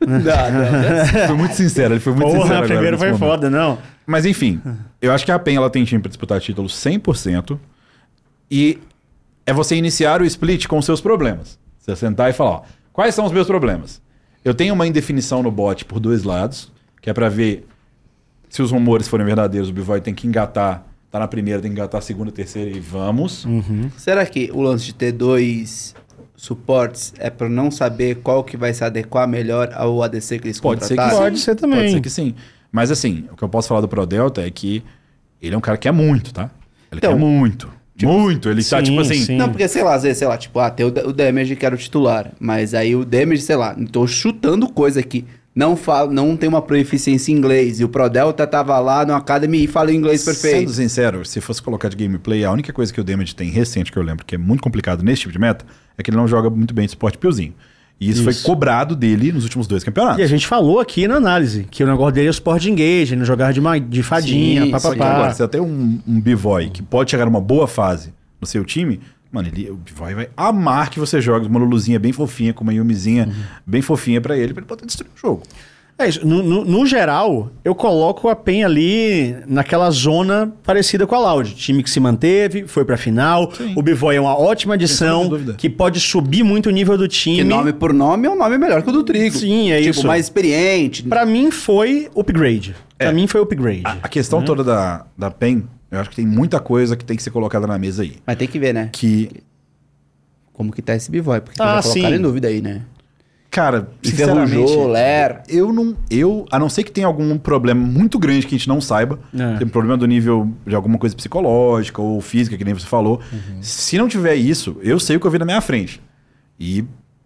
Foi muito sincero, ele foi muito sincero Porra, o agora primeiro nesse foi momento. foda, não. Mas enfim, eu acho que a PEN ela tem time pra disputar título 100%. E é você iniciar o split com os seus problemas. Você sentar e falar, ó, quais são os meus problemas? Eu tenho uma indefinição no bot por 2 lados, que é pra ver se os rumores forem verdadeiros, o Bivoy tem que engatar, tá na primeira, tem que engatar a segunda, terceira e vamos. Será que o lance de ter 2 suportes é pra não saber qual que vai se adequar melhor ao ADC que eles Pode ser que contrataram? Pode ser também. Pode ser que sim. Mas assim, o que eu posso falar do Pro Delta é que ele é um cara que quer muito, tá? Ele Então, quer muito. Muito. Ele tá sim, tipo assim... sim. Não, porque sei lá, às vezes, sei lá, tipo, tem o Damage que era o titular, mas aí o Damage, sei lá, tô chutando coisa aqui. Não tem uma proficiência em inglês. E o Pro Delta tava lá no Academy e fala inglês perfeito. Sendo sincero, se fosse colocar de gameplay, a única coisa que o Damage tem recente que eu lembro que é muito complicado nesse tipo de meta é que ele não joga muito bem de suporte piozinho. E isso foi cobrado dele nos últimos 2 campeonatos. E a gente falou aqui na análise que o negócio dele é o suporte de engage, ele não jogar de fadinha, Sim, Só que papapá. agora, você tem um Bivoy que pode chegar numa boa fase no seu time, mano, o Bivoy vai amar que você jogue uma Luluzinha bem fofinha, com uma Yumizinha bem fofinha pra ele poder destruir o jogo. É isso. No geral, eu coloco a PEN ali naquela zona parecida com a Loud. Time que se manteve, foi pra final. Sim. O Bivoy é uma ótima adição, dúvida. que pode subir muito o nível do time. Que nome por nome é um nome melhor que o do Trigo. Sim, é tipo, isso. mais experiente. Pra mim foi upgrade. Pra É. mim foi upgrade. A questão toda da PEN, eu acho que tem muita coisa que tem que ser colocada na mesa aí. Mas tem que ver, né? Que, Como que tá esse B-Boy, porque Ah, já colocaram sim. em dúvida aí, né? Cara, Enferrujou, sinceramente, Ler. a não ser que tenha algum problema muito grande que a gente não saiba, tem um problema do nível de alguma coisa psicológica ou física, que nem você falou. Se não tiver isso, eu sei o que eu vi na minha frente. E,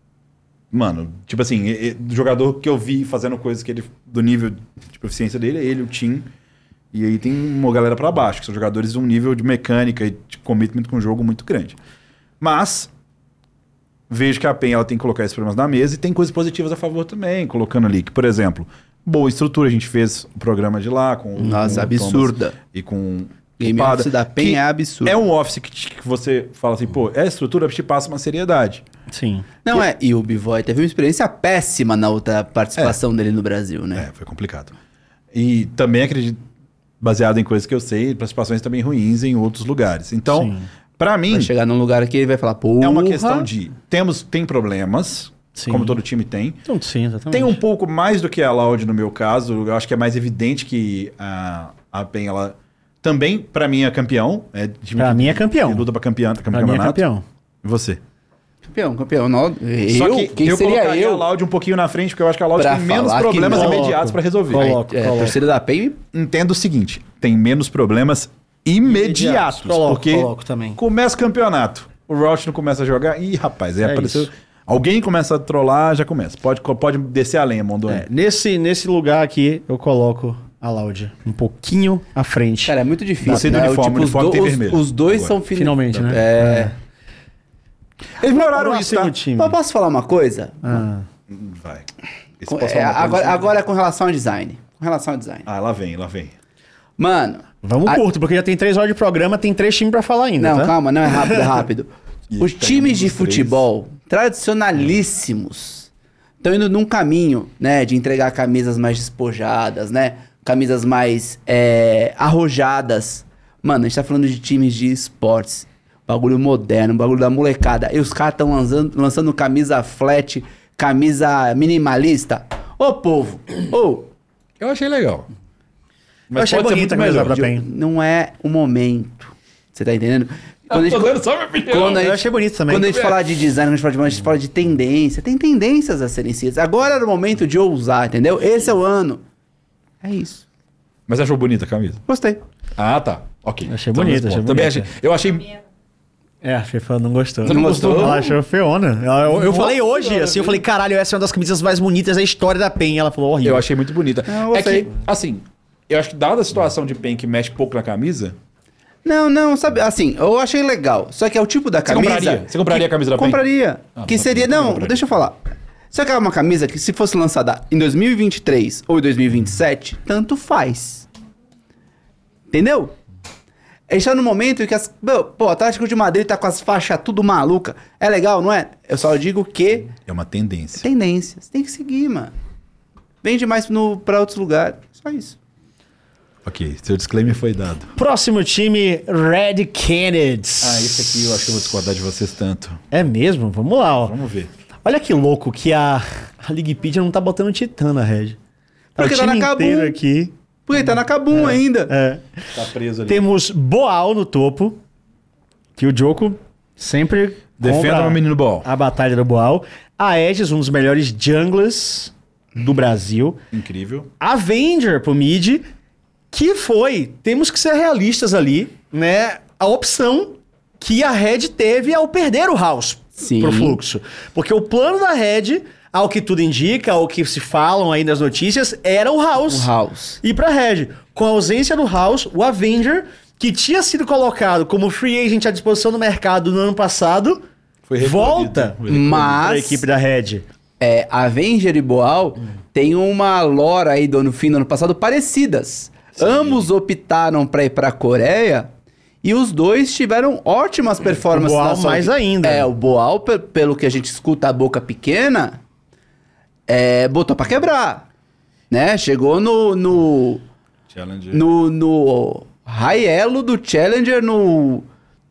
mano, tipo assim, do jogador que eu vi fazendo coisas que ele, do nível de proficiência dele, é ele, o Tim. E aí tem uma galera pra baixo, que são jogadores de um nível de mecânica e de commitment com o jogo muito grande. Mas vejo que a PEN ela tem que colocar esses problemas na mesa e tem coisas positivas a favor também, colocando ali que, por exemplo, boa estrutura, a gente fez o programa de lá com Nossa, com o absurda. Thomas e com Game o Pada, Office da PEN que é absurdo. É um office que você fala assim, pô, é a estrutura te passa uma seriedade. Sim. Não é, e o Bivoy teve uma experiência péssima na outra participação dele no Brasil, né? É, foi complicado. E também acredito, baseado em coisas que eu sei, participações também ruins em outros lugares. Então, Sim. pra mim, Vai chegar num lugar aqui e ele vai falar, pô. é uma questão de tem problemas, Sim. como todo time tem. Então, sim, exatamente. Tem um pouco mais do que a Loud no meu caso. Eu acho que é mais evidente que a PEN, ela também, pra mim, é campeão. Pra mim é campeão. Que luta pra campeonato. Pra mim é campeão. E você? Campeão. Não, Só que quem eu seria colocaria eu? a Loud um pouquinho na frente, porque eu acho que a Loud Pra tem menos falar que problemas não. imediatos pra resolver. Coloco. A torcida da PEN Entendo o seguinte, tem menos problemas imediatos. Porque Coloco também. começa o campeonato, o Rout não começa a jogar, ih, rapaz, aí É apareceu... isso. Alguém começa a trollar, já começa. Pode descer a lenha, Mondoni. Nesse lugar aqui, eu coloco a Loud um pouquinho à frente. Cara, é muito difícil. Você do né? uniforme, o uniforme tem vermelho. Os dois Agora. são Finalmente, né? É. Eles melhoraram isso, Próximo tá? time. Mas posso falar uma coisa? Vai. Esse Com- posso falar uma coisa? agora é com relação ao design. Com relação ao design. Ah, lá vem. Mano. Vamos curto, porque já tem 3 horas de programa, tem 3 times pra falar ainda, Não, tá? calma, não é rápido, é rápido. E Os tem times de uns três. futebol tradicionalíssimos estão indo num caminho, né, de entregar camisas mais despojadas, né, camisas mais arrojadas. Mano, a gente tá falando de times de esportes, bagulho moderno, bagulho da molecada. E os caras estão lançando camisa flat, camisa minimalista. Ô, povo, Eu achei legal. Eu achei pode ser bonita a muito camisa melhor. da PEN. não é o momento. Você tá entendendo? Quando a gente- Tô dando só minha opinião. Quando a Eu gente- achei bonito também. Quando a gente fala de design, quando a gente fala de tendência, tem tendências a serem seguidas. Agora era o momento de ousar, entendeu? Esse é o ano. É isso. Mas achou bonita a camisa? Gostei. Ah, tá. Ok. Achei Então, bonita, nesse achei ponto. Também bonita. achei. Eu achei... A FIFA não gostou. Você não gostou? Ela achou feona. Eu falei hoje, assim, eu falei, caralho, essa é uma das camisas mais bonitas da história da PEN. Ela falou, horrível. Eu achei muito bonita. Não, eu É gostei. que, assim, eu acho que dada a situação de PEN que mexe pouco na camisa... Não, sabe, assim, eu achei legal. Só que é o tipo da camisa... Você compraria a camisa da PEN? Compraria. Ah, Que não, seria... não Não, compraria. deixa eu falar. Só que é uma camisa que se fosse lançada em 2023 ou em 2027, tanto faz. Entendeu? A gente tá no momento em que as... Pô, o Atlético de Madrid tá com as faixas tudo maluca. É legal, não é? Eu só digo que... É uma tendência. Tendências. Tem que seguir, mano. Vende mais pra outros lugares. Só isso. Ok, seu disclaimer foi dado. Próximo time, Red Canids. Ah, esse aqui eu acho que eu vou discordar de vocês tanto. É mesmo? Vamos lá, ó. Vamos ver. Olha que louco que a Ligpedia não tá botando Titã na Red. Porque o tá time na Kabum. inteiro aqui. Porque tá na Kabum ainda. É. Tá preso ali. Temos Boal no topo, que o Joko sempre Defenda compra meu menino bom. a batalha do Boal. A Aegis, um dos melhores junglers do Brasil. Incrível. Avenger pro mid, que foi, temos que ser realistas ali, né? A opção que a Red teve ao perder o House Sim. pro fluxo. Porque o plano da Red, ao que tudo indica, ao que se falam aí nas notícias, era o House. O House. E pra Red, com a ausência do House, o Avenger, que tinha sido colocado como free agent à disposição do mercado no ano passado, Foi volta recolhido. pra Mas... equipe da Red. Avenger e Boal tem uma lore aí do fim do ano passado parecidas. Ambos optaram pra ir pra Coreia e os dois tiveram ótimas performances. O Boal na sua mais vida. ainda. O Boal, pelo que a gente escuta a boca pequena, botou pra quebrar. Né? Chegou no Challenger. high elo do Challenger, no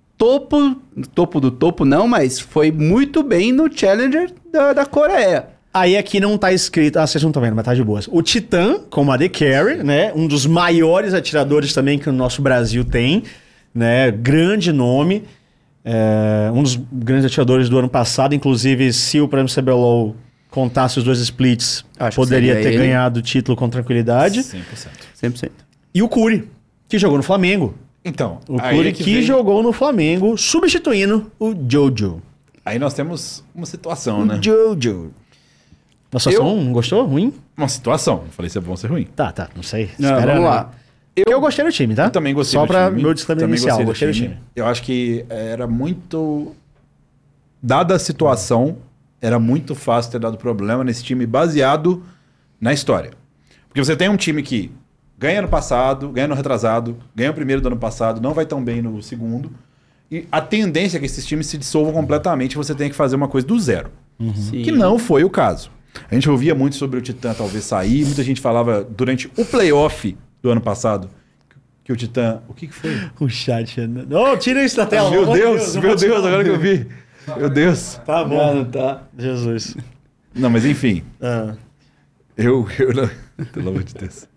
topo do topo não, mas foi muito bem no Challenger da Coreia. Aí aqui não tá escrito... Ah, vocês não estão vendo, mas tá de boas. O Titã, como a The Carry, né? Um dos maiores atiradores também que o nosso Brasil tem, né? Grande nome. Um dos grandes atiradores do ano passado. Inclusive, se o Prêmio CBLOL contasse os dois splits, Acho que poderia seria ter ele. ganhado o título com tranquilidade. 100%. 100%. E o Curi, que jogou no Flamengo. Então, O aí Curi é que vem- jogou no Flamengo, substituindo o Jojo. Aí nós temos uma situação, né? Jojo. A situação não gostou? Ruim? Uma situação. Não falei se é bom ou se é ruim. Tá, não sei. Não, Espera, vamos né? lá. Eu gostei do time, tá? Eu também gostei Só do pra time. meu disclaimer Também inicial, gostei do time. Eu acho que era muito... Dada a situação, era muito fácil ter dado problema nesse time baseado na história. Porque você tem um time que ganha no passado, ganha no retrasado, ganha o primeiro do ano passado, não vai tão bem no segundo. E a tendência é que esses times se dissolvam completamente e você tem que fazer uma coisa do zero. Sim. Que não foi o caso. A gente ouvia muito sobre o Titã talvez sair, muita gente falava durante o playoff do ano passado que o Titã... O que foi? O chat... Não, tira isso da tela. Meu pelo amor de Deus, não meu pode Deus, tirar. agora que eu vi. Meu Deus. Tá bom. Não, tá. Jesus. Não, mas enfim. Ah, Eu não... Pelo amor de Deus.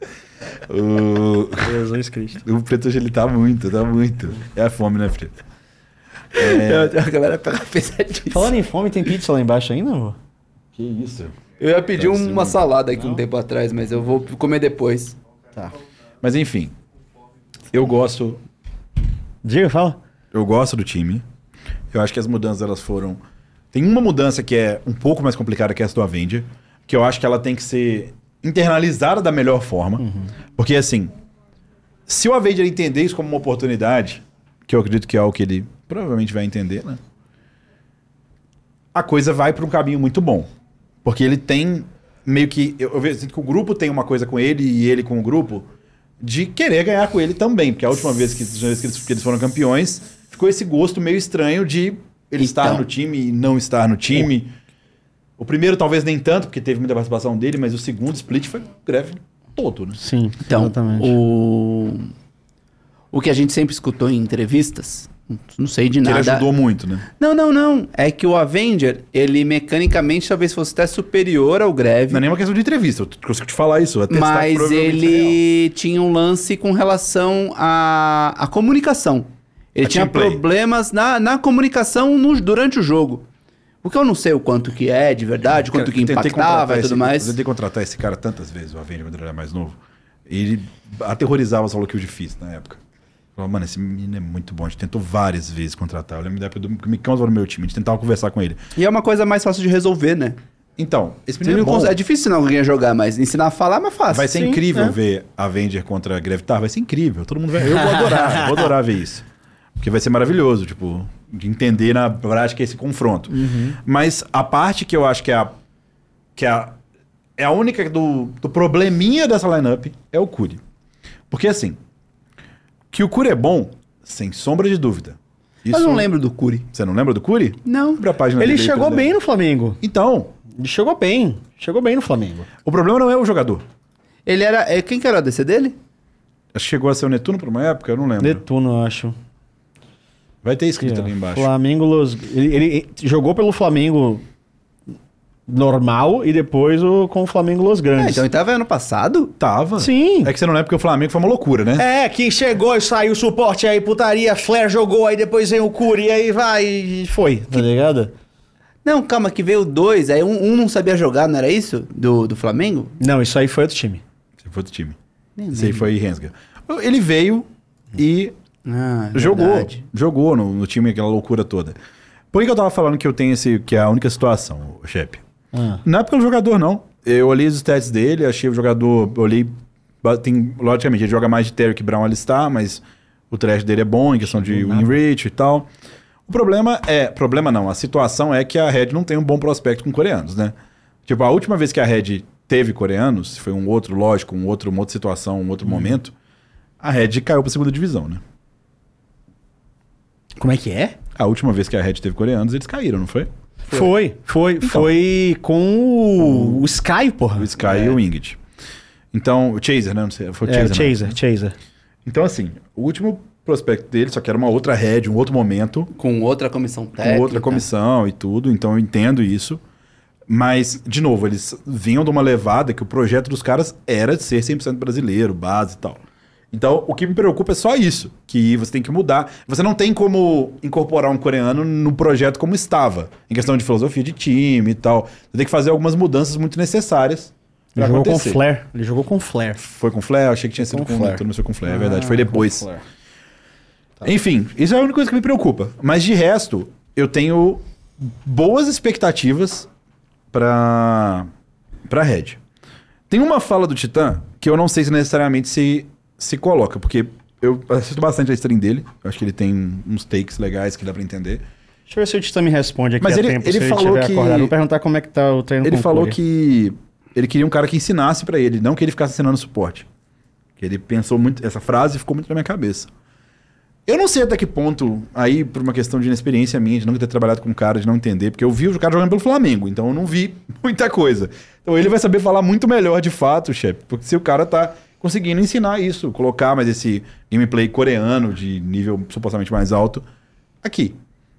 Jesus Cristo. O Preto hoje ele tá muito. É a fome, né, Preto? A galera pega pesadíssimo. Falando em fome, tem pizza lá embaixo ainda, amor? Que isso? Eu ia pedir Tá, sim. uma salada aqui um tempo atrás, mas eu vou comer depois. Tá. Mas enfim. Eu gosto Fala. do time. Eu acho que as mudanças elas foram... Tem uma mudança que é um pouco mais complicada que essa do Avenger, que eu acho que ela tem que ser internalizada da melhor forma. Porque assim, se o Avenger entender isso como uma oportunidade, que eu acredito que é algo que ele provavelmente vai entender, né? A coisa vai para um caminho muito bom. Porque ele tem meio que... Eu vejo que o grupo tem uma coisa com ele e ele com o grupo de querer ganhar com ele também. Porque a última vez que eles foram campeões, ficou esse gosto meio estranho de ele estar no time e não estar no time. O primeiro talvez nem tanto, porque teve muita participação dele, mas o segundo split foi greve todo, né? Sim, Então, exatamente. o que a gente sempre escutou em entrevistas, não sei de Que ele nada. ajudou muito, né? Não. É que o Avenger, ele mecanicamente talvez fosse até superior ao Greve, Não é nem uma questão de entrevista, eu consigo te falar isso. Até está mas provavelmente ele tinha um lance com relação à comunicação. Ele A tinha team play. problemas na comunicação durante o jogo. O que eu não sei o quanto que é de verdade, quanto que Eu tentei impactava contratar e tudo esse- mais. Eu tentei contratar esse cara tantas vezes, o Avenger, quando ele era mais novo. Ele aterrorizava os solo kill difíceis na época. Falava, mano, esse menino é muito bom. A gente tentou várias vezes contratar. Eu lembro da época do Micão no meu time. A gente tentava conversar com ele. E é uma coisa mais fácil de resolver, né? Então, esse Você menino é não bom. é difícil ensinar alguém a jogar, mas ensinar a falar é mais fácil. Vai ser Sim, incrível é. ver Avenger contra Gravitar. Vai ser incrível. Todo mundo vai... Eu vou adorar ver isso. Porque vai ser maravilhoso, tipo, de entender na prática esse confronto. Mas a parte que eu acho que é a única do probleminha dessa lineup é o Curi. Porque assim, que o Curi é bom, sem sombra de dúvida. Isso... Eu não lembro do Curi. Você não lembra do Curi? Não. Abre a página Ele dele aí, chegou presidente. bem no Flamengo. Então, Ele chegou bem. Chegou bem no Flamengo. o problema não é o jogador. Ele era... Quem que era o ADC dele? Acho que chegou a ser o Netuno por uma época, eu não lembro. Netuno, eu acho. Vai ter escrito Aqui, ó. ali embaixo. Flamengo Los... ele jogou pelo Flamengo normal e depois com o Flamengo Los Grandes. Então ele tava ano passado? Tava. Sim. É que você não lembra porque o Flamengo foi uma loucura, né? É, que chegou e saiu o suporte aí, putaria, Flair jogou, aí depois vem o Curi, e aí vai e foi, tá ligado? Não, calma, que veio dois. Aí um não sabia jogar, não era isso? Do Flamengo? Não, isso aí foi outro time. Você foi do time. Nem Esse aí lembro. foi Rensga. Ele veio e Ah, jogou verdade. no time, aquela loucura toda. Por que eu tava falando que eu tenho que é a única situação, chefe? Não é porque o jogador, não. Eu olhei os stats dele, achei o jogador, olhei, logicamente, ele joga mais de Terry que Brown Alistar, mas o trash dele é bom em questão de win rate e tal. O problema a situação é que a Red não tem um bom prospecto com coreanos, né? Tipo, a última vez que a Red teve coreanos, foi um outro, lógico, uma outra situação, um outro momento, a Red caiu pra segunda divisão, né? Como é que é? A última vez que a Red teve coreanos, eles caíram, não foi? Foi com o Sky, porra. O Sky e o Winged. Então, o Chaser, né? Não sei, foi o Chaser. né? Chaser. Então, assim, o último prospecto dele, só que era uma outra Red, um outro momento, Com outra comissão técnica. com outra comissão e tudo, então eu entendo isso. Mas, de novo, eles vinham de uma levada que o projeto dos caras era de ser 100% brasileiro, base e tal. Então, o que me preocupa é só isso, que você tem que mudar. Você não tem como incorporar um coreano no projeto como estava, em questão de filosofia de time e tal. Você tem que fazer algumas mudanças muito necessárias Ele pra jogou acontecer. com Flair. Ele jogou com Flair. Foi com Flair? Eu achei que tinha sido com Flair. não foi com Flair, é verdade. Foi depois. Com Flair. Enfim, isso é a única coisa que me preocupa. Mas de resto, eu tenho boas expectativas pra Red. Tem uma fala do Titã que eu não sei se necessariamente se coloca, porque eu assisto bastante a stream dele. Eu acho que ele tem uns takes legais que dá pra entender. Deixa eu ver se o Titã me responde aqui Mas a ele- tempo, ele se falou ele tiver que- acordado. Vou perguntar como é que tá o treino Ele com o falou Curry. que ele queria um cara que ensinasse pra ele, não que ele ficasse ensinando suporte. Que ele pensou muito, essa frase ficou muito na minha cabeça. Eu não sei até que ponto, aí por uma questão de inexperiência minha, de nunca ter trabalhado com um cara, de não entender, porque eu vi o cara jogando pelo Flamengo, então eu não vi muita coisa. Então ele vai saber falar muito melhor de fato, chefe, porque se o cara tá conseguindo ensinar isso, colocar mais esse gameplay coreano de nível supostamente mais alto aqui.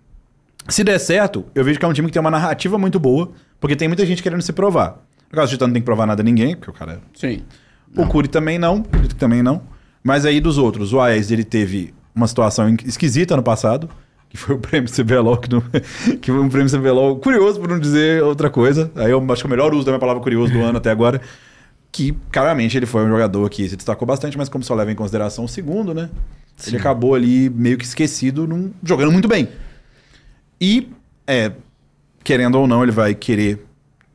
Se der certo, eu vejo que é um time que tem uma narrativa muito boa, porque tem muita gente querendo se provar. No caso do Titã não tem que provar nada a ninguém, porque o cara... Sim. O Curry também não, acredito que também não. Mas aí dos outros, o Aes, ele teve uma situação esquisita no passado, que foi o prêmio CBLOL, que foi um prêmio CBLOL curioso, por não dizer outra coisa. Aí eu acho que o melhor uso da minha palavra curioso do ano até agora, que claramente ele foi um jogador que se destacou bastante, mas como só leva em consideração o segundo, né? Ele acabou ali meio que esquecido, jogando muito bem. E, querendo ou não, ele vai querer,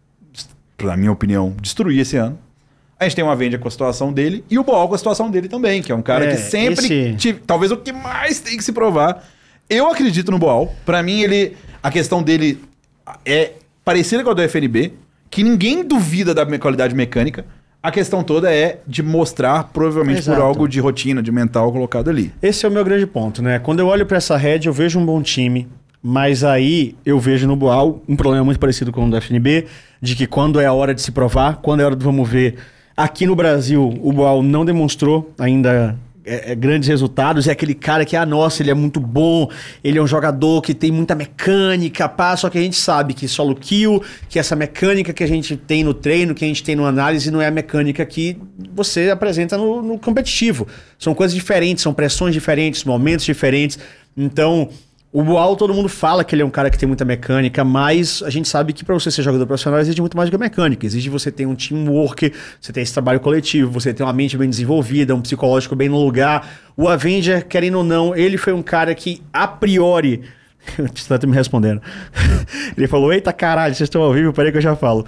na minha opinião, destruir esse ano. A gente tem uma Avenger com a situação dele e o Boal com a situação dele também, que é um cara que sempre... talvez o que mais tem que se provar. Eu acredito no Boal. Pra mim, a questão dele é parecida com a do FNB, que ninguém duvida da qualidade mecânica. A questão toda é de mostrar, provavelmente Exato. por algo de rotina, de mental colocado ali. Esse é o meu grande ponto, né? Quando eu olho pra essa Red, eu vejo um bom time, mas aí eu vejo no Boal um problema muito parecido com o do FNB, de que quando é a hora de se provar, quando é a hora do vamos ver... Aqui no Brasil, o Boal não demonstrou ainda grandes resultados. É aquele cara que, nossa, ele é muito bom, ele é um jogador que tem muita mecânica, só que a gente sabe que solo kill, que essa mecânica que a gente tem no treino, que a gente tem no análise, não é a mecânica que você apresenta no competitivo. São coisas diferentes, são pressões diferentes, momentos diferentes. Então... O Boal, todo mundo fala que ele é um cara que tem muita mecânica, mas a gente sabe que para você ser jogador profissional exige muito mais do que a mecânica. Exige você ter um teamwork, você ter esse trabalho coletivo, você ter uma mente bem desenvolvida, um psicológico bem no lugar. O Avenger, querendo ou não, ele foi um cara que, a priori... O Titã tá me respondendo. Ele falou, eita caralho, vocês estão ao vivo? Peraí que eu já falo.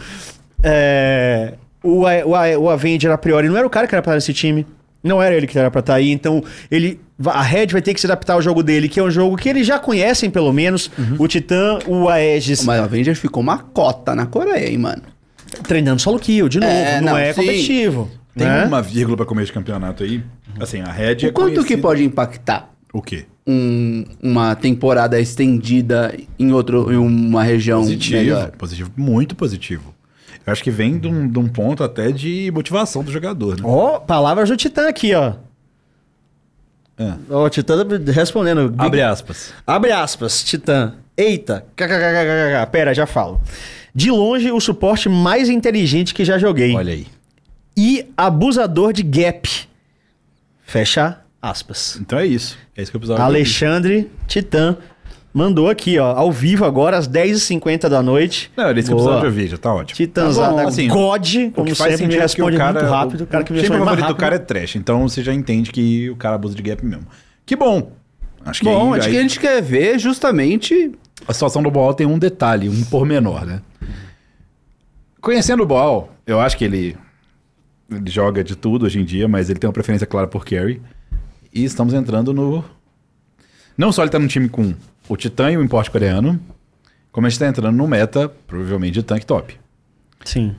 O Avenger, a priori, não era o cara que era pra estar nesse time. Não era ele que era pra estar aí, então a Red vai ter que se adaptar ao jogo dele, que é um jogo que eles já conhecem, pelo menos. O Titã, o Aegis, Mas o Avenger ficou uma cota na Coreia, hein, mano? treinando solo kill, de novo. Não é sim. competitivo. Tem né? uma vírgula pra começo de campeonato aí. Assim, a Red O quanto que conhecida- pode impactar O quê? uma temporada estendida em uma região Positivo, melhor? positivo, muito positivo. Eu acho que vem de um ponto até de motivação do jogador, né? Ó, palavras do Titã aqui, ó. Ó, o Titã respondendo. Abre aspas. Abre aspas, Titã. Eita, kkkk. Pera, já falo. De longe, o suporte mais inteligente que já joguei. Olha aí. E abusador de gap. Fecha aspas. Então é isso. É isso que eu precisava. Alexandre Titã mandou aqui, ó, ao vivo agora, às 10h50 da noite. Não, era isso que eu precisava de ouvir, já tá ótimo. Titãzada, Tá bom, assim, God, O como que faz sempre, me sentido é que responde o cara, muito rápido. O cara que me o time responde mais favorito do rápido. cara é trash, então você já entende que o cara abusa de gap mesmo. Que bom. Acho que Bom, aí, acho que a gente quer ver justamente... a situação do Boal tem um detalhe, um pormenor, né? Conhecendo o Boal, eu acho que ele joga de tudo hoje em dia, mas ele tem uma preferência clara por carry. E estamos entrando no... Não só ele tá num time com o Titã e o importe coreano, como a gente tá entrando no meta, provavelmente, de tank top. Sim.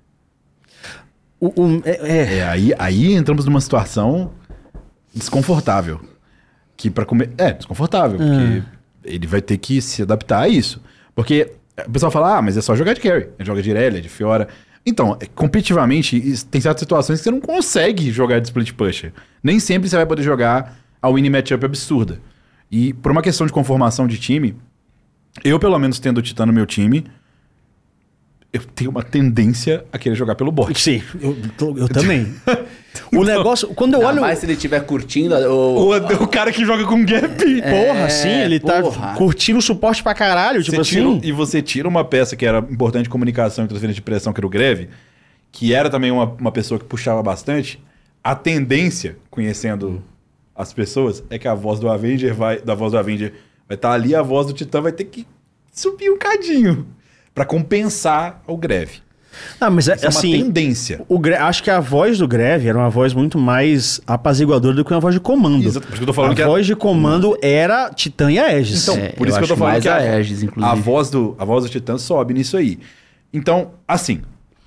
Aí entramos numa situação desconfortável. Que para comer... desconfortável, porque ele vai ter que se adaptar a isso. Porque o pessoal fala, mas é só jogar de carry. Joga de Irelia, de Fiora. Então, competitivamente, tem certas situações que você não consegue jogar de split pusher. Nem sempre você vai poder jogar a winning matchup absurda. E por uma questão de conformação de time, eu, pelo menos, tendo o Titã no meu time, eu tenho uma tendência a querer jogar pelo bot. Sim, eu também. O negócio, quando eu olho... Mas se ele estiver curtindo... O cara que joga com gap. Porra, sim, ele tá porra. curtindo o suporte pra caralho, tipo assim. E você tira uma peça que era importante de comunicação e transferência de pressão, que era o Greve, que era também uma pessoa que puxava bastante. A tendência, conhecendo as pessoas, é que a voz do Avenger vai estar ali, a voz do Titã vai ter que subir um cadinho pra compensar o Greve. Ah, mas Isso assim, é uma tendência. acho que a voz do Greve era uma voz muito mais apaziguadora do que uma voz de comando. Exato, por isso que eu tô falando a que voz de comando era Titã e Aegis. Então, por isso que eu tô falando mais que a Aegis, inclusive. a voz do Titã sobe nisso aí. Então, assim,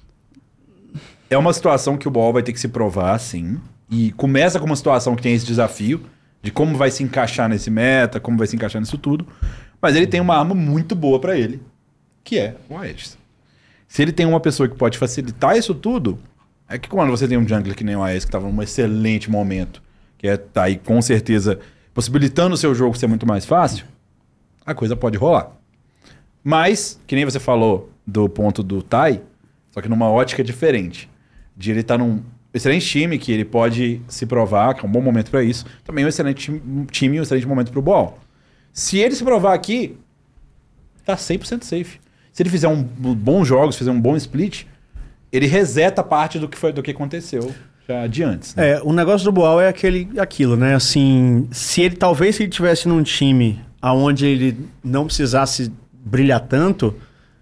é uma situação que o Ball vai ter que se provar, sim. E começa com uma situação que tem esse desafio de como vai se encaixar nesse meta, como vai se encaixar nisso tudo. Mas ele tem uma arma muito boa pra ele, que é o Aegis. Se ele tem uma pessoa que pode facilitar isso tudo, é que quando você tem um jungler que nem o Aegis, que estava num excelente momento, que tá aí com certeza possibilitando o seu jogo ser muito mais fácil, a coisa pode rolar. Mas, que nem você falou do ponto do Tai, só que numa ótica diferente. De ele estar num excelente time, que ele pode se provar, que é um bom momento para isso. Também um excelente time e um excelente momento pro Ball. Se ele se provar aqui, tá 100% safe. Se ele fizer bons jogos, fizer um bom split, ele reseta parte do que aconteceu já de antes. Né? O negócio do Boal é aquilo, né? Assim, se ele tivesse num time onde ele não precisasse brilhar tanto,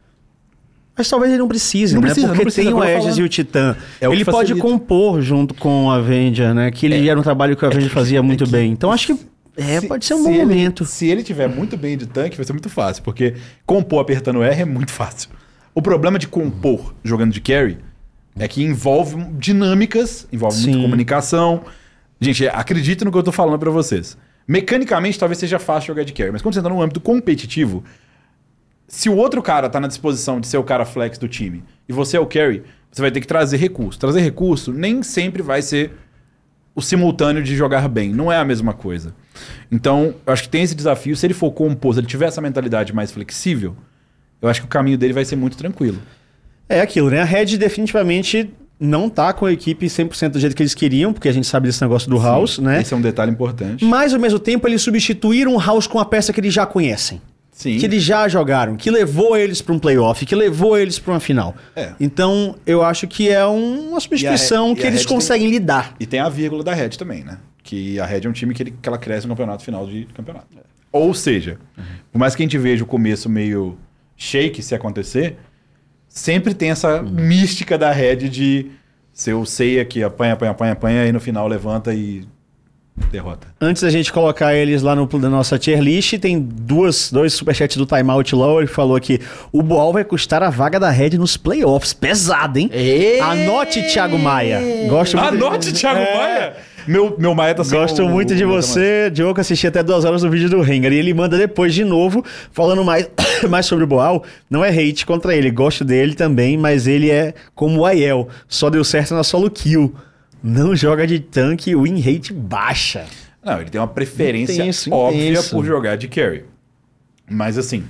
mas talvez ele não precise, né? Porque tem o Aegis e o Titã. Ele pode compor junto com o Avenger, né? Que ele era um trabalho que o Avenger fazia muito bem. Então acho que pode ser um bom momento. Se ele tiver muito bem de tanque, vai ser muito fácil, porque compor apertando R é muito fácil. O problema de compor jogando de carry é que envolve dinâmicas, envolve muita comunicação. Gente, acredite no que eu tô falando pra vocês. Mecanicamente, talvez seja fácil jogar de carry, mas quando você tá no âmbito competitivo, se o outro cara tá na disposição de ser o cara flex do time e você é o carry, você vai ter que trazer recurso. Trazer recurso nem sempre vai ser o simultâneo de jogar bem. Não é a mesma coisa. Então, eu acho que tem esse desafio. Se ele for compor, se ele tiver essa mentalidade mais flexível, eu acho que o caminho dele vai ser muito tranquilo. É aquilo, né? A Red definitivamente não tá com a equipe 100% do jeito que eles queriam, porque a gente sabe desse negócio do House, né? Esse é um detalhe importante. Mas, ao mesmo tempo, eles substituíram o House com a peça que eles já conhecem. Sim. Que eles já jogaram, que levou eles para um playoff, que levou eles para uma final. Então, eu acho que é uma substituição que eles conseguem lidar. E tem a vírgula da Red também, né? Que a Red é um time que ela cresce no campeonato, final de campeonato. Ou seja, por mais que a gente veja o começo meio shake se acontecer, sempre tem essa mística da Red de ser o Seiya que apanha, e no final levanta e derrota. Antes da gente colocar eles lá na nossa tier list, tem dois superchats do Timeout Low. Ele falou que o Boal vai custar a vaga da Red nos playoffs. Pesado, hein? Anote, Thiago Maia. Anote, Thiago Maia? Meu Maia tá sendo... Gosto muito de você, Diogo. Assisti até 2 horas do vídeo do Rengar. E ele manda depois de novo, falando mais sobre o Boal. Não é hate contra ele. Gosto dele também, mas ele é como o Aiel. Só deu certo na solo kill. Não joga de tanque, o win rate baixa. Não, ele tem uma preferência óbvia por jogar de carry. Mas assim,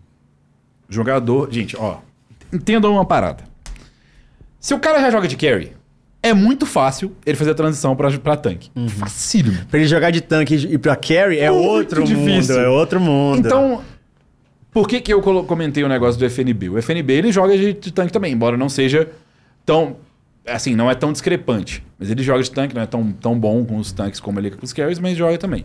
jogador... Gente, ó, entendam uma parada. Se o cara já joga de carry, é muito fácil ele fazer a transição pra tanque. Facílimo. Pra ele jogar de tanque e ir pra carry é muito outro difícil. mundo. É outro mundo. Então, por que eu comentei o negócio do FNB? O FNB, ele joga de tanque também, embora não seja tão... Assim, não é tão discrepante. Mas ele joga de tanque, não é tão bom com os tanques como ele é com os carries, mas joga também.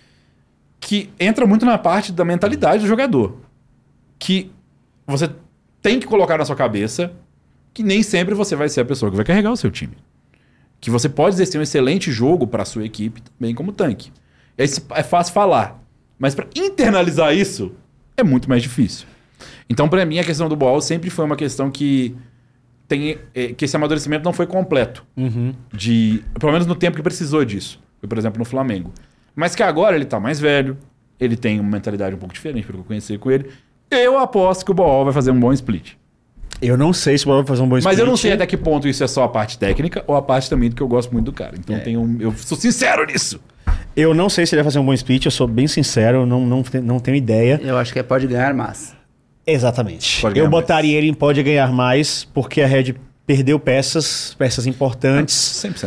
Que entra muito na parte da mentalidade do jogador. Que você tem que colocar na sua cabeça que nem sempre você vai ser a pessoa que vai carregar o seu time. Que você pode exercer um excelente jogo para a sua equipe também como tanque. É fácil falar. Mas para internalizar isso, é muito mais difícil. Então, para mim, a questão do Boal sempre foi uma questão que esse amadurecimento não foi completo. Pelo menos no tempo que precisou disso. Foi, por exemplo, no Flamengo. Mas que agora ele tá mais velho, ele tem uma mentalidade um pouco diferente, pelo que eu conheci com ele. Eu aposto que o Boal vai fazer um bom split. Eu não sei se o Boal vai fazer um bom split. Mas eu não sei até que ponto isso é só a parte técnica ou a parte também do que eu gosto muito do cara. Então eu sou sincero nisso. Eu não sei se ele vai fazer um bom split, eu sou bem sincero, não tenho ideia. Eu acho que pode ganhar mais. Exatamente. Eu botaria ele em pode ganhar mais, porque a Red perdeu peças importantes. 100%.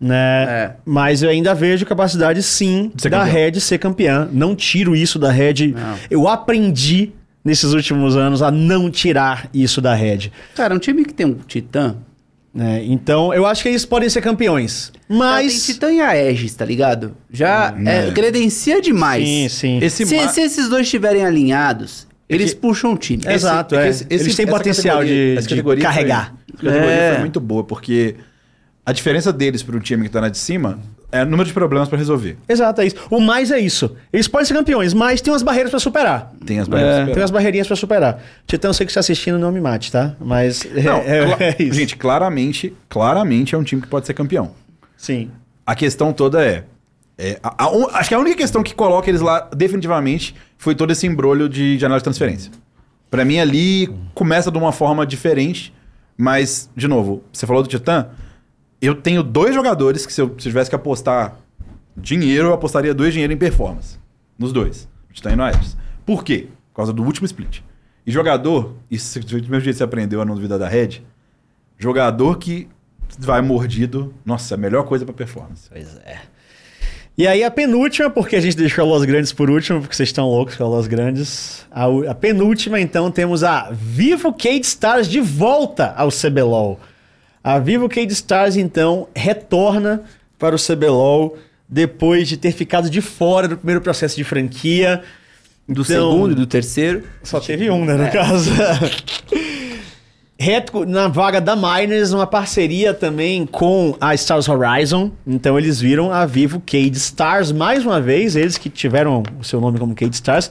né? Mas eu ainda vejo capacidade, sim, Ser da campeão. Red ser campeã. Não tiro isso da Red. Não. Eu aprendi nesses últimos anos a não tirar isso da Red. Cara, um time que tem um Titã... Né? Então, eu acho que eles podem ser campeões. Mas... Tem Titã e a Aegis, tá ligado? Já credencia demais. Sim, sim. Esse Se esses dois estiverem alinhados, eles puxam o time. Exato, Esse- eles têm essa potencial categoria- de essa categoria carregar. Essa categoria É. foi muito boa, porque a diferença deles para o time que tá na de cima é o número de problemas para resolver. Exato, é isso. O mais é isso. Eles podem ser campeões, mas tem umas barreiras pra superar. Tem as barreiras. Tem umas barreirinhas pra superar. Titã, eu sei que você tá assistindo, não me mate, tá? Mas Não, é isso. gente, claramente é um time que pode ser campeão. Sim. A questão toda acho que a única questão que coloca eles lá definitivamente foi todo esse embrolho de janela de transferência. Pra mim ali começa de uma forma diferente, mas, de novo, você falou do Titã, eu tenho 2 jogadores que se eu tivesse que apostar dinheiro, eu apostaria 2 dinheiro em performance. Nos 2. No Titã e no Aegis. Por quê? Por causa do último split. E jogador, isso do mesmo jeito que você aprendeu a não duvidar da Red, jogador que vai mordido, nossa, a melhor coisa pra performance. Pois é. E aí a penúltima, porque a gente deixou a Los Grandes por último, porque vocês estão loucos com a Los Grandes. A penúltima, então, temos a Vivo Cade Stars de volta ao CBLOL. A Vivo Cade Stars, então, retorna para o CBLOL depois de ter ficado de fora do primeiro processo de franquia. Do Então, segundo e do terceiro. Só teve um, né, no caso. Na vaga da Miners, uma parceria também com a Stars Horizon. Então eles viram a Vivo Cade Stars, mais uma vez, eles que tiveram o seu nome como Cade Stars,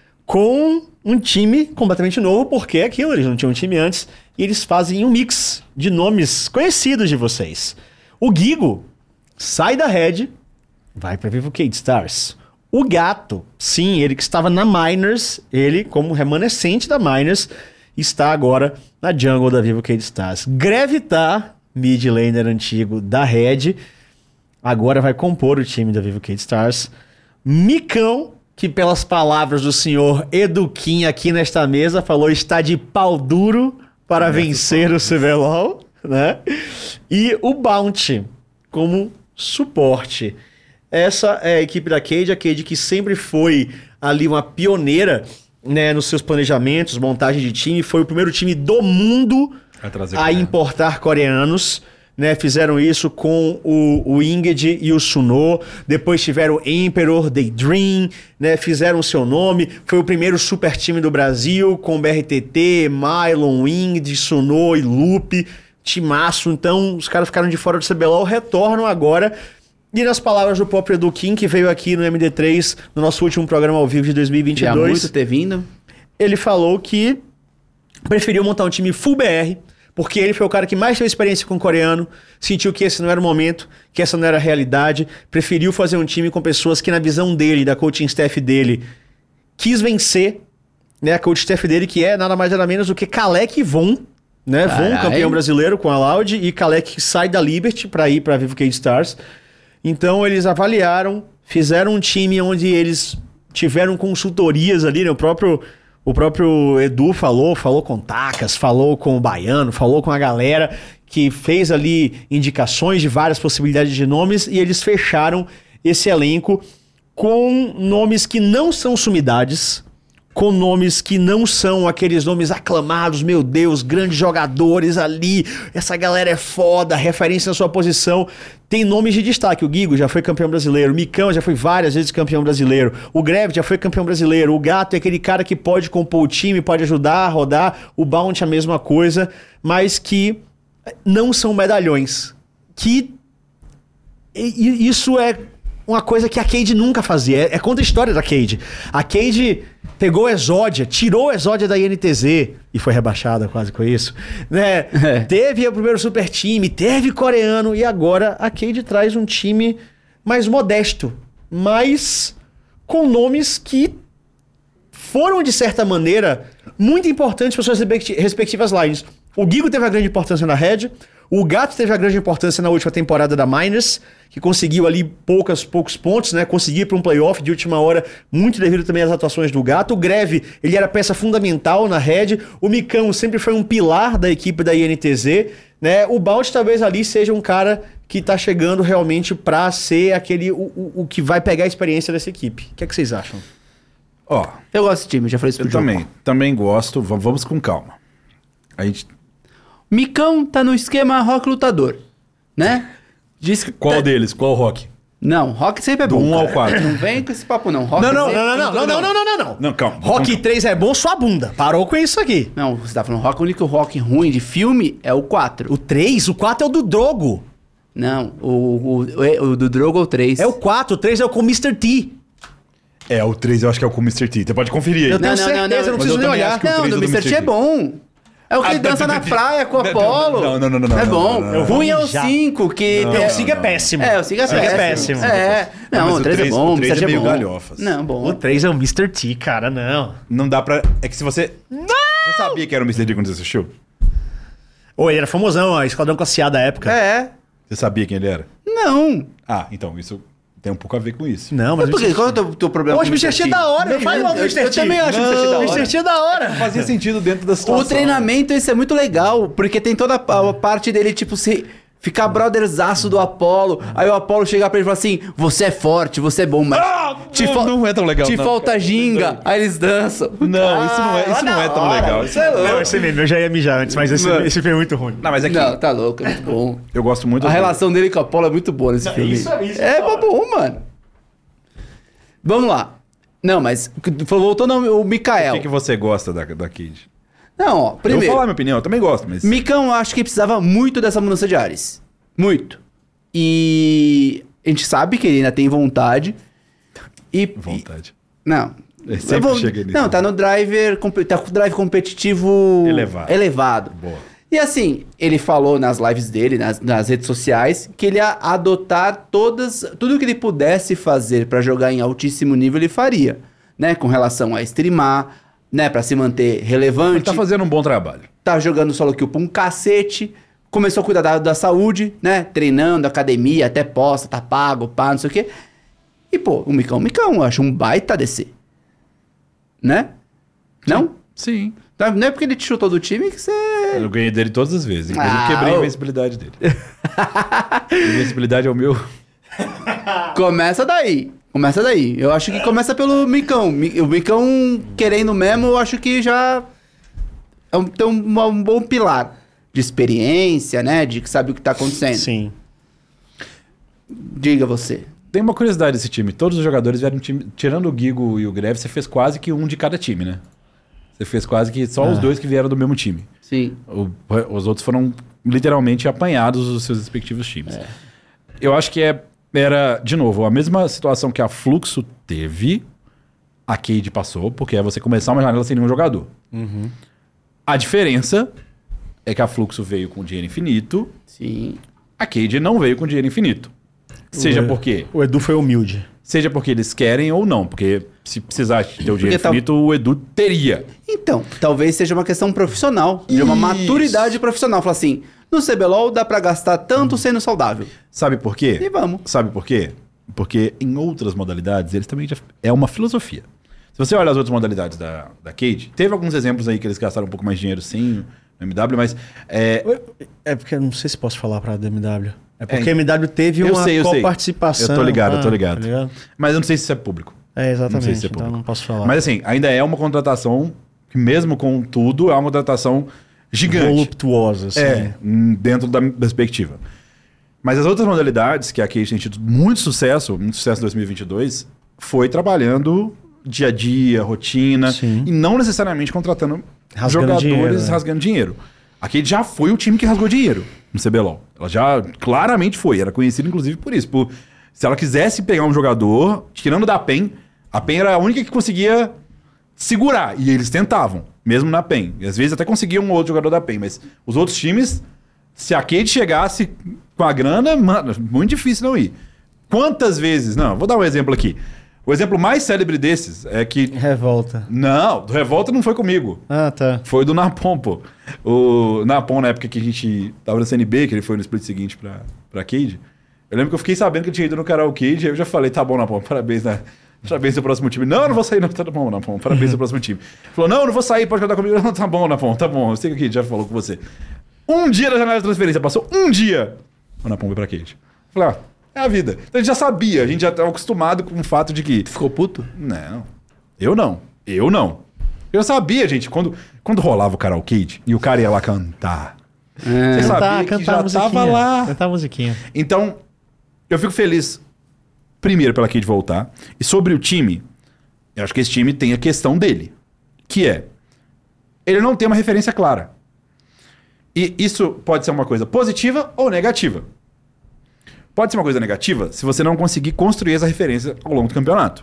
com um time completamente novo, porque é aquilo, eles não tinham um time antes, e eles fazem um mix de nomes conhecidos de vocês. O Gigo sai da Red, vai para Vivo Cade Stars. O Gato, sim, ele que estava na Miners, ele como remanescente da Miners, está agora na jungle da Vivo Cade Stars. Grevitar, mid laner antigo da Red, agora vai compor o time da Vivo Cade Stars. Micão, que pelas palavras do senhor Eduquim aqui nesta mesa, falou está de pau duro para vencer o CBLOL, né? E o Bounty como suporte. Essa é a equipe da Cade, a Cade que sempre foi ali uma pioneira, né, nos seus planejamentos, montagem de time, foi o primeiro time do mundo a importar coreanos, né? Fizeram isso com o Inged e o Suno, depois tiveram o Emperor, Daydream, né? Fizeram o seu nome, foi o primeiro super time do Brasil, com BRTT, Mylon, Inged, Suno e Loop, timaço. Então os caras ficaram de fora do CBLOL, retornam agora. E nas palavras do próprio Edu Kim, que veio aqui no MD3, no nosso último programa ao vivo de 2022... Já muito ter vindo. Ele falou que preferiu montar um time full BR, porque ele foi o cara que mais teve experiência com o coreano, sentiu que esse não era o momento, que essa não era a realidade, preferiu fazer um time com pessoas que na visão dele, da coaching staff dele, quis vencer, né? A coaching staff dele que é nada mais nada menos do que Kalec e Von, né? Von, campeão brasileiro com a Loud, e Kalec que sai da Liberty para ir para Vivo Cade Stars. Então eles avaliaram, fizeram um time onde eles tiveram consultorias ali, né? O próprio Edu falou com Takas, falou com o Baiano, falou com a galera que fez ali indicações de várias possibilidades de nomes e eles fecharam esse elenco com nomes que não são sumidades, com nomes que não são aqueles nomes aclamados, meu Deus, grandes jogadores ali, essa galera é foda, referência na sua posição. Tem nomes de destaque, o Gigo já foi campeão brasileiro, o Micão já foi várias vezes campeão brasileiro, o Greve já foi campeão brasileiro, o Gato é aquele cara que pode compor o time, pode ajudar a rodar, o Bounty a mesma coisa, mas que não são medalhões. Isso é uma coisa que a Cade nunca fazia. É contra a história da Cade. A Cade pegou o Exódia, tirou o Exódia da INTZ e foi rebaixada quase com isso, né? Teve o primeiro super time, teve coreano e agora a Cade traz um time mais modesto, mas com nomes que foram, de certa maneira, muito importantes para suas respectivas lines. O Gigo teve uma grande importância na Red, O Gato teve a grande importância na última temporada da Miners, que conseguiu ali poucos pontos, né? Conseguir para um playoff de última hora, muito devido também às atuações do Gato. O Greve, ele era peça fundamental na Red. O Micão sempre foi um pilar da equipe da INTZ, né? O Bounty talvez ali seja um cara que tá chegando realmente para ser aquele o que vai pegar a experiência dessa equipe. O que é que vocês acham? Ó, Eu gosto desse time, já falei isso pro eu Diogo. também gosto. Vamos com calma. A gente... Micão tá no esquema rock lutador, né? Diz que Qual tá- deles? Qual rock? Não, rock sempre é Do bom. 1 ao cara. 4. Não vem com esse papo, não. Rock Não, sempre- não. Calma. Rock 3 é bom, sua bunda. Parou com isso aqui. Não, você tá falando rock, o único rock ruim de filme é o 4. O 3? O 4 é o do Drogo. Não, o do Drogo é o 3. É o 4, o 3 é o com Mr. T. É, o 3 eu acho que é o com o Mr. T. Você pode conferir aí. Eu tenho certeza, eu não Mas preciso eu nem também olhar. acho que o Não, 3 do é do Mr. T é bom. É o que ele dança na praia com o Apollo. Não. É bom. não. Ruim é o Já. 5, que... Não, o 5 é péssimo. É, o 5 é péssimo. É. Não, Não, mas o 3 é bom, o 3 Mr. T é meio bom. galhofas. Não, O bom. 3 é o Mr. T, cara, não. Não dá pra... É que se você... Você sabia que era o Mr. T quando você assistiu? Ô, ele era famosão, ó, Esquadrão Classe A da época. É. Você sabia quem ele era? Não. Ah, então isso tem um pouco a ver com isso. Não, Mas mas... por quê? Qual é o teu problema Poxa, o Mr. T é da hora. Faz logo o Mr. T. Eu também acho o Mr. T da hora. O Mr. T é da hora. Fazia sentido dentro da situação. O treinamento, isso é muito legal, porque tem toda a parte dele, tipo, se ficar brotherzaço do Apollo. Aí o Apollo chegar pra ele e falar assim: você é forte, você é bom, mas. não é tão legal, Te não, falta cara. ginga. Aí eles dançam. Não, isso não é tão legal. Isso é Não, louco. esse mesmo, eu já ia mijar antes, mas Mano. esse filme é muito ruim. Não, mas é que Não, tá louco, é muito bom. eu gosto muito A do- relação dele com o Apollo é muito boa nesse filme. isso é bom, mano. Vamos lá. Não, mas voltando ao Mikael. O que você gosta da Cade? Não, ó, Eu primeiro. vou falar minha opinião, eu também gosto, mas... Micão, eu acho que precisava muito dessa mudança de ares. Muito. E a gente sabe que ele ainda tem vontade. Vontade. Não. Eu sempre cheguei nisso. Não, tá no driver. Tá com o drive competitivo elevado. Boa. E assim, ele falou nas lives dele, nas redes sociais, que ele ia adotar tudo que ele pudesse fazer pra jogar em altíssimo nível, ele faria. Né? Com relação a streamar, né? Pra se manter relevante. Ele tá fazendo um bom trabalho. Tá jogando solo kill pra um cacete. Começou a cuidar da saúde, né? Treinando, academia, até posta, tá pago, pá, não sei o quê. E, pô, o Micão, eu acho um baita DC. Né? Não? Sim. Não é porque ele te chutou do time que você... Eu ganhei dele todas as vezes. Inclusive, Ah, quebrei a ô. invencibilidade dele. A invencibilidade é o meu... Começa daí. Eu acho que começa pelo Micão. O Micão, querendo mesmo, eu acho que já tem um bom pilar de experiência, né? De que sabe o que tá acontecendo. Sim. Diga você. Tem uma curiosidade desse time. Todos os jogadores vieram um time... Tirando o Gigo e o Greve, você fez quase que um de cada time, né? Você fez quase que só os dois que vieram do mesmo time. Sim. Os outros foram literalmente apanhados dos seus respectivos times. Eu acho que era, de novo, a mesma situação que a Fluxo teve, a Cade passou, porque é você começar uma janela sem nenhum jogador. A diferença é que a Fluxo veio com dinheiro infinito, Sim. a Cade não veio com dinheiro infinito. Seja porque O Edu foi humilde. Seja porque eles querem ou não, porque se precisar ter o dinheiro tá- infinito, o Edu teria. Então, talvez seja uma questão profissional, de uma Isso. maturidade profissional. Falar assim, no CBLOL dá pra gastar tanto sendo saudável. Sabe por quê? E vamos. Sabe por quê? Porque em outras modalidades, eles também já... É uma filosofia. Se você olha as outras modalidades da Cade, teve alguns exemplos aí que eles gastaram um pouco mais de dinheiro, sim, no MW, mas... É porque eu não sei se posso falar pra DMW. É porque a MW teve eu uma sei. coparticipação. Eu tô ligado. Tá ligado? Mas eu não sei se isso é público. É, exatamente. Não sei se é Então público. não posso falar. Mas assim, ainda é uma contratação que mesmo com tudo, é uma contratação gigante. voluptuosa, assim. Dentro da perspectiva. Mas as outras modalidades, que a Cade tem tido muito sucesso em 2022, foi trabalhando dia a dia, rotina, Sim. e não necessariamente contratando Rasgando jogadores dinheiro, né? rasgando dinheiro. A Cade já foi o time que rasgou dinheiro no CBLOL. Ela já claramente foi, era conhecida inclusive por isso. Se ela quisesse pegar um jogador, tirando da PEN, a PEN era a única que conseguia segurar, e eles tentavam, mesmo na PEN. E às vezes até conseguiam um outro jogador da PEN, mas os outros times, se a Cade chegasse com a grana, mano, muito difícil não ir. Quantas vezes, não, vou dar um exemplo aqui. O exemplo mais célebre desses é que... Revolta. Não, do Revolta não foi comigo. Ah, tá. Foi do Napom, pô. O Napom, na época que a gente tava na CNB, que ele foi no split seguinte pra Cade, eu lembro que eu fiquei sabendo que ele tinha ido no Karaokê, aí eu já falei, tá bom, Napom, parabéns, né? Parabéns pro próximo time. Não, eu não vou sair, não. Tá bom, Napom, parabéns pro próximo time. Falou, não, eu não vou sair, pode contar comigo. Não, tá bom, Napom, tá bom. Eu sei que o Cade já falou com você. Um dia na janela de transferência, passou um dia. O Napom veio pra Cade. Falei, é a vida. Então a gente já sabia, a gente já estava acostumado com o fato de que... Ficou puto? Não. Eu não. Eu sabia, gente, quando rolava o karaokê e o cara ia lá cantar. Você sabia que já tava lá. Cantar a musiquinha. Então, eu fico feliz, primeiro, pela Cade voltar. E sobre o time, eu acho que esse time tem a questão dele. Que é, ele não tem uma referência clara. E isso pode ser uma coisa positiva ou negativa. Pode ser uma coisa negativa se você não conseguir construir essa referência ao longo do campeonato.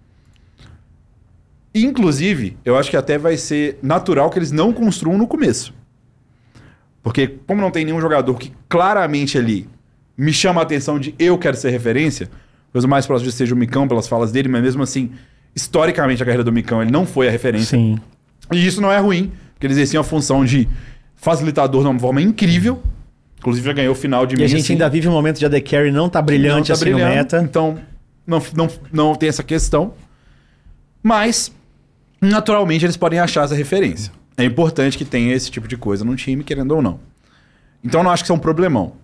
Inclusive, eu acho que até vai ser natural que eles não construam no começo. Porque como não tem nenhum jogador que claramente ali me chama a atenção de eu quero ser referência, talvez o mais próximo seja o Micão pelas falas dele, mas mesmo assim, historicamente a carreira do Micão ele não foi a referência. Sim. E isso não é ruim, porque eles exerciam a função de facilitador de uma forma incrível. Inclusive já ganhou o final de E a gente ainda vive um momento de AD Carry não tá brilhante assim no meta. Então, não tem essa questão. Mas, naturalmente, eles podem achar essa referência. É importante que tenha esse tipo de coisa num time, querendo ou não. Então, eu não acho que isso é um problemão.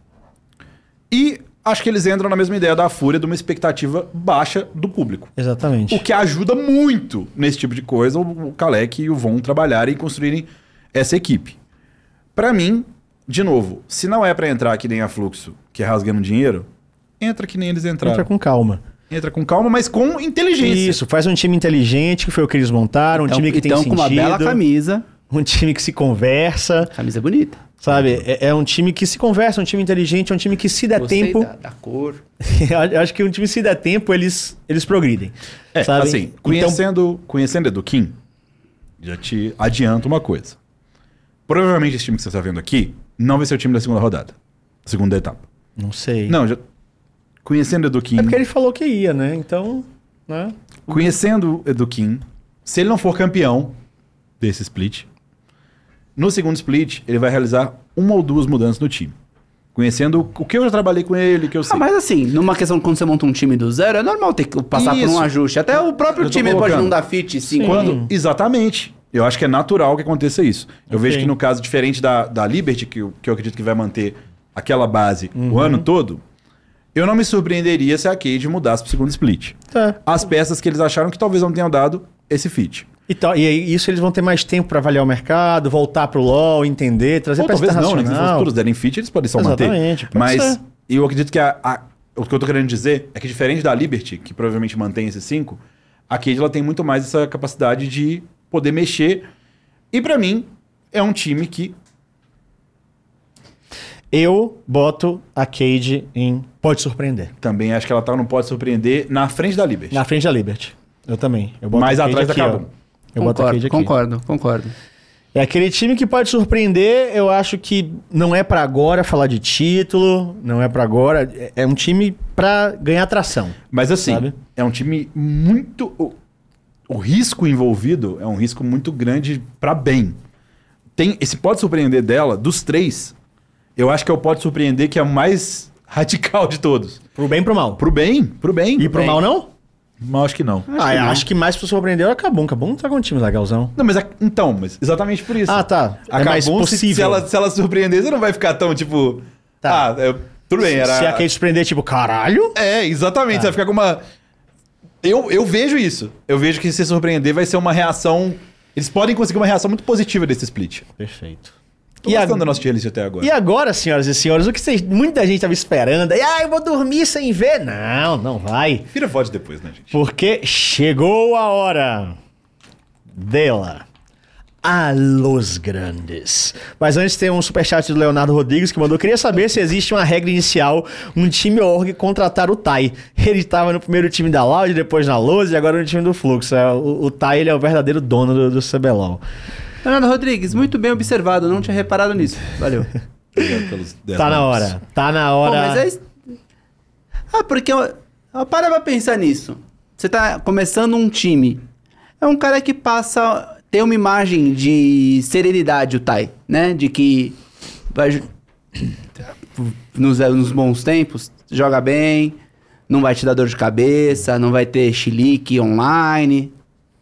E acho que eles entram na mesma ideia da Fúria, de uma expectativa baixa do público. Exatamente. O que ajuda muito nesse tipo de coisa o Kalec e o Von trabalharem e construírem essa equipe. Pra mim... De novo, se não é pra entrar que nem a Fluxo, que é rasgando dinheiro, entra que nem eles entraram. Entra com calma. Entra com calma, mas com inteligência. Isso, faz um time inteligente, que foi o que eles montaram, um time que tem sentido. com uma bela camisa. Um time que se conversa. Camisa bonita. Sabe? É um time que se conversa, um time inteligente, é um time que se der Gostei tempo... da cor. Eu acho que um time se der tempo, eles progridem. Sabe? Assim, conhecendo Edu Kim, já te adianto uma coisa. Provavelmente esse time que você está vendo aqui não vai ser o time da segunda rodada. Segunda etapa. Não sei. Não, conhecendo Edu Kim... É porque ele falou que ia, né? Então... Né? Conhecendo Edu Kim, se ele não for campeão desse split, no segundo split, ele vai realizar uma ou duas mudanças no time. Conhecendo o que eu já trabalhei com ele, que eu sei. Mas assim, numa questão quando você monta um time do zero, é normal ter que passar por um ajuste. Até o próprio time pode não dar fit, sim. Exatamente. Eu acho que é natural que aconteça isso. Eu vejo que no caso diferente da Liberty, que eu acredito que vai manter aquela base o ano todo, eu não me surpreenderia se a Cade mudasse pro segundo split. Tá. As peças que eles acharam que talvez não tenham dado esse fit. E aí, isso eles vão ter mais tempo para avaliar o mercado, voltar pro LoL, entender, trazer Ou peça talvez não, né? Se os internacional. futuros derem fit, eles podem só Exatamente, manter. pode Mas ser. eu acredito que o que eu tô querendo dizer é que diferente da Liberty, que provavelmente mantém esses 5, a Cade ela tem muito mais essa capacidade de poder mexer. E pra mim, é um time que... Eu boto a Cade em pode surpreender. Também acho que ela não pode surpreender na frente da Liberty. Na frente da Liberty. Eu também. Eu boto Mais a Cade atrás da aqui, ó. Kabum. Eu boto a Cade aqui. Concordo. É aquele time que pode surpreender. Eu acho que não é pra agora falar de título, não é pra agora. É um time pra ganhar atração. Mas assim, sabe? é um time muito... O risco envolvido é um risco muito grande pra bem. Esse pode surpreender dela, dos 3, eu acho que é o pode surpreender que é o mais radical de todos. Pro bem e pro mal. Pro bem. E pro mal não? Mas acho que não. Acho que mais pra surpreender é o Kabum. Kabum tá com um time legalzão. Não, mas exatamente por isso. Ah, tá. A É mais Kabum, possível. se ela surpreender, você não vai ficar tão, tipo... Tá. Tudo bem, era... Se a Cade surpreender, tipo, caralho... Exatamente. Você vai ficar com uma... Eu vejo isso. Eu vejo que se surpreender vai ser uma reação... Eles podem conseguir uma reação muito positiva desse split. Perfeito. Tô gostando da nossa tier list até agora. E agora, senhoras e senhores, o que muita gente tava esperando? Eu vou dormir sem ver. Não vai. Vira voz depois, né, gente? Porque chegou a hora dela. A Los Grandes. Mas antes tem um superchat do Leonardo Rodrigues que mandou: queria saber se existe uma regra inicial, um time org contratar o Tai. Ele estava no primeiro time da Loud, depois na Los e agora no time do Fluxo. O Tai, ele é o verdadeiro dono do CBLOL. Leonardo Rodrigues, muito bem observado, não tinha reparado nisso. Valeu. Obrigado pelos 10 Tá na minutos. hora. Tá na hora. Pô, mas é... porque... para pra pensar nisso. Você tá começando um time. É um cara que tem uma imagem de serenidade, o Tai, né? De que vai nos bons tempos, joga bem, não vai te dar dor de cabeça, não vai ter chilique online.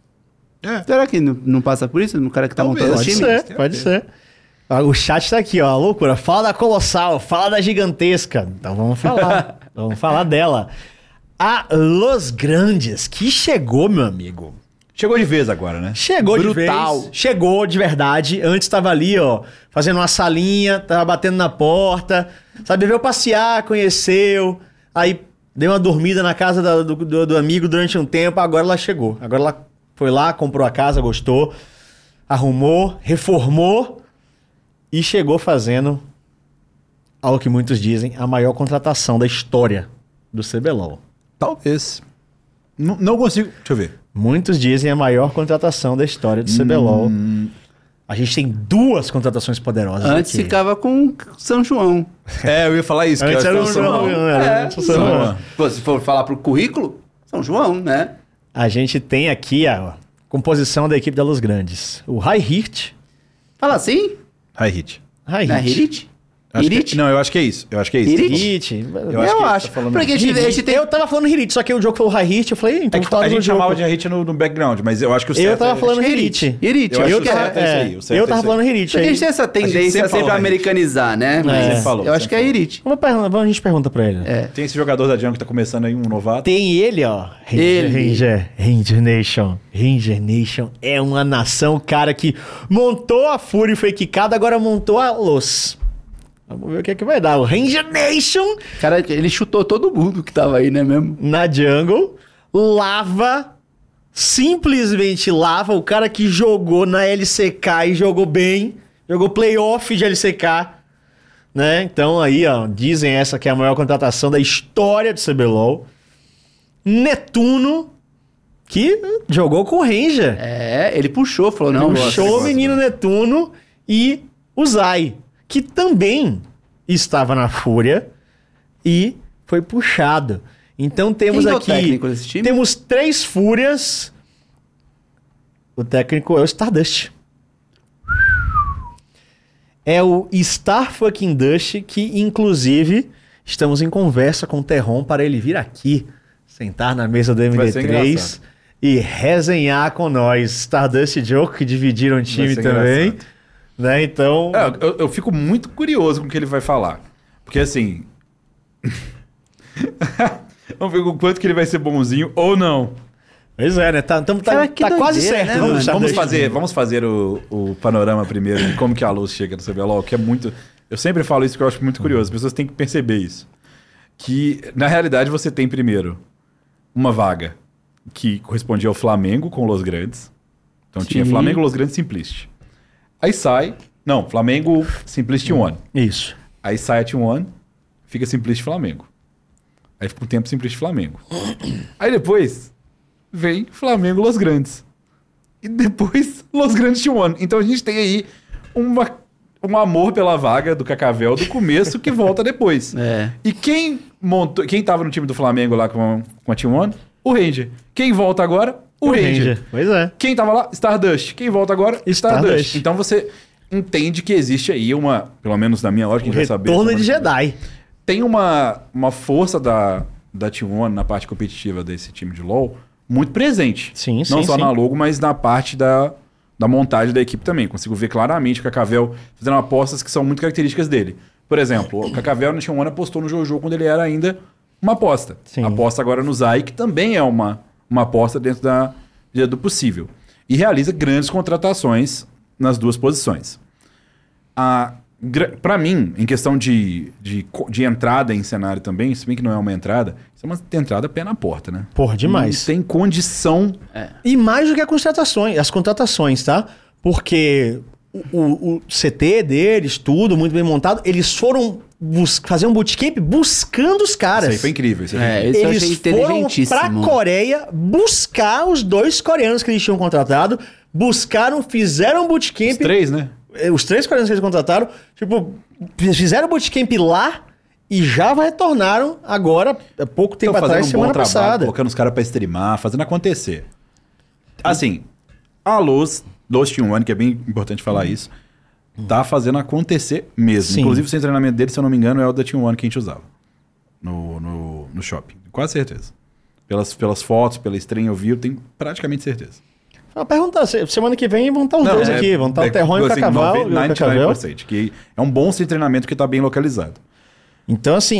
Será que não passa por isso? No cara que tá montando o time? Pode ser. O chat tá aqui, ó, loucura. Fala da Colossal, fala da Gigantesca. Então vamos falar. Vamos falar dela. A Los Grandes, que chegou, meu amigo. Chegou de vez agora, né? Chegou Brutal. de vez. Chegou de verdade. Antes tava ali, ó, fazendo uma salinha, tava batendo na porta. Sabe, veio passear, conheceu. Aí deu uma dormida na casa do amigo durante um tempo. Agora ela chegou. Agora ela foi lá, comprou a casa, gostou. Arrumou, reformou. E chegou fazendo, ao que muitos dizem, a maior contratação da história do CBLOL. Talvez. Não consigo. Deixa eu ver. Muitos dizem a maior contratação da história do CBLOL. A gente tem 2 contratações poderosas Antes aqui. ficava com São João. Eu ia falar isso. Antes que eu era acho o que João. Antes o São João. Pô, se for falar pro currículo, São João, né? A gente tem aqui a composição da equipe da Los Grandes. O High Hirt. Fala assim? High hit. High Na Hirt. Hirit? Acho que- Hirit? Não, eu acho que é isso. Eu acho que é isso. Hirit? Hirt. Eu acho que ele acho. tá falando Porque a gente tem... Eu tava falando Hirit, só que o jogo falou High Hirt, eu falei, então É que fala a do gente jogo. chamava de hit no background, mas eu acho que o certo Eu tava é- falando Hirit. Hirit. Hirit, Eu acho eu que acho o que certo é. é isso aí. O certo Eu é tava isso aí. falando Hirit. Porque a aí. gente tem essa tendência sempre sempre falou a Hirit. americanizar, né? Sempre falou, eu acho que é sempre Hirit. A gente pergunta pra ele. É. Tem esse jogador da Jungle que tá começando aí, um novato. Tem ele, ó. Ranger Nation. Ranger Nation é uma nação, cara, que montou a Fúria e foi quicado, agora montou a Los. Vamos ver o que é que vai dar. O Ranger Nation Cara, ele chutou todo mundo que tava aí, né mesmo? na jungle. Lava. Simplesmente lava. O cara que jogou na LCK e jogou bem. Jogou playoff de LCK. Né? Então aí, ó. Dizem essa que é a maior contratação da história do CBLOL. Netuno. Que jogou com o Ranger. É, ele puxou, falou, não, Puxou o menino Netuno e o Zai, que também estava na Fúria e foi puxado. Então temos Quem é o aqui... técnico desse time? Temos 3 Fúrias. O técnico é o Stardust. É o Star fucking Dust, que inclusive estamos em conversa com o Terron para ele vir aqui, sentar na mesa do Vai ser MD3 engraçado. e resenhar com nós. Stardust e Joke, que dividiram o time ser também. engraçado. Né? Então... Eu fico muito curioso com o que ele vai falar. Porque assim. Vamos ver o quanto que ele vai ser bonzinho ou não. Pois é, né? Tá Cara, que quase doideira, certo. né, do mano? Stardust. Vamos fazer o panorama primeiro de como que a luz chega no CBLOL, que é muito... Eu sempre falo isso que eu acho muito curioso. As pessoas têm que perceber isso. Que, na realidade, você tem primeiro uma vaga que correspondia ao Flamengo com Los Grandes. Então tinha Sim. Flamengo, Los Grandes, Simplicity. Aí sai... Não, Flamengo, Simplicity One. Isso. Aí sai a T1, fica Simplicity Flamengo. Aí fica um tempo Simplicity Flamengo. Aí depois vem Flamengo Los Grandes. E depois Los Grandes T1. Então a gente tem aí um amor pela vaga do Cacavel do começo que volta depois. É. E quem tava no time do Flamengo lá com a T1? O Ranger. Quem volta agora? O Ranger. Pois é. Quem tava lá? Stardust. Quem volta agora? Stardust. Então você entende que existe aí pelo menos na minha lógica, a gente vai saber. Retorno de semana que vem. Jedi. Tem uma força da T1 na parte competitiva desse time de LoL muito presente. Sim, Não sim, só sim. na logo, mas na parte da montagem da equipe também. Consigo ver claramente o Cacavel fazendo apostas que são muito características dele. Por exemplo, o Cacavel na T1 apostou no Jojo quando ele era ainda uma aposta. Sim. Aposta agora no Zai, que também é uma aposta dentro do possível. E realiza grandes contratações nas 2 posições. Pra mim, em questão de entrada em cenário também, se bem que não é uma entrada, isso é uma entrada pé na porta, né? Porra, demais. Não tem condição. E mais do que as contratações, tá? Porque o CT deles, tudo muito bem montado, eles foram fazer um bootcamp buscando os caras. Isso aí foi incrível. Isso aí foi É, incrível. isso eu achei Eles foram inteligentíssimo. pra Coreia buscar os 2 coreanos que eles tinham contratado, fizeram um bootcamp. Os 3, né? Os 3 coreanos que eles contrataram, tipo, fizeram bootcamp lá e já retornaram agora, há pouco tempo Tão atrás, fazendo semana trabalho, passada. colocando os caras pra streamar, fazendo acontecer. Assim, a Lost Team One, que é bem importante falar isso, tá fazendo acontecer mesmo. Sim. Inclusive, o seu treinamento dele, se eu não me engano, é o da Team One que a gente usava no shopping. Quase certeza. Pelas fotos, pela stream eu vi, eu tenho praticamente certeza. Vou perguntar, semana que vem vão estar os dois aqui, vão estar o Terron e o Cacaval. 99%, que é um bom treinamento que tá bem localizado. Então, assim,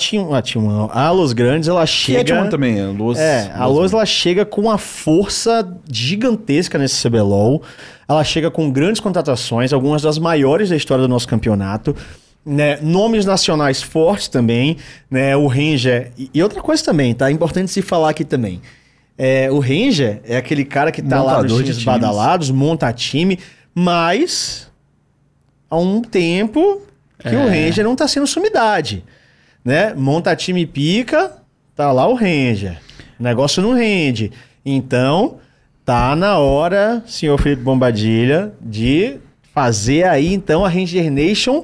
a Los Grandes, ela E a chega... Team One também, a Los, ela chega com uma força gigantesca nesse CBLOL. Ela chega com grandes contratações, algumas das maiores da história do nosso campeonato. Né? Nomes nacionais fortes também. Né? O Ranger... E outra coisa também, tá? Importante se falar aqui também. O Ranger é aquele cara que tá lá nos times badalados, monta time, mas há um tempo que o Ranger não tá sendo sumidade, né? Monta time pica, tá lá o Ranger. O negócio não rende. Então, tá na hora, senhor Felipe Bombadilha, de fazer aí, então, a Ranger Nation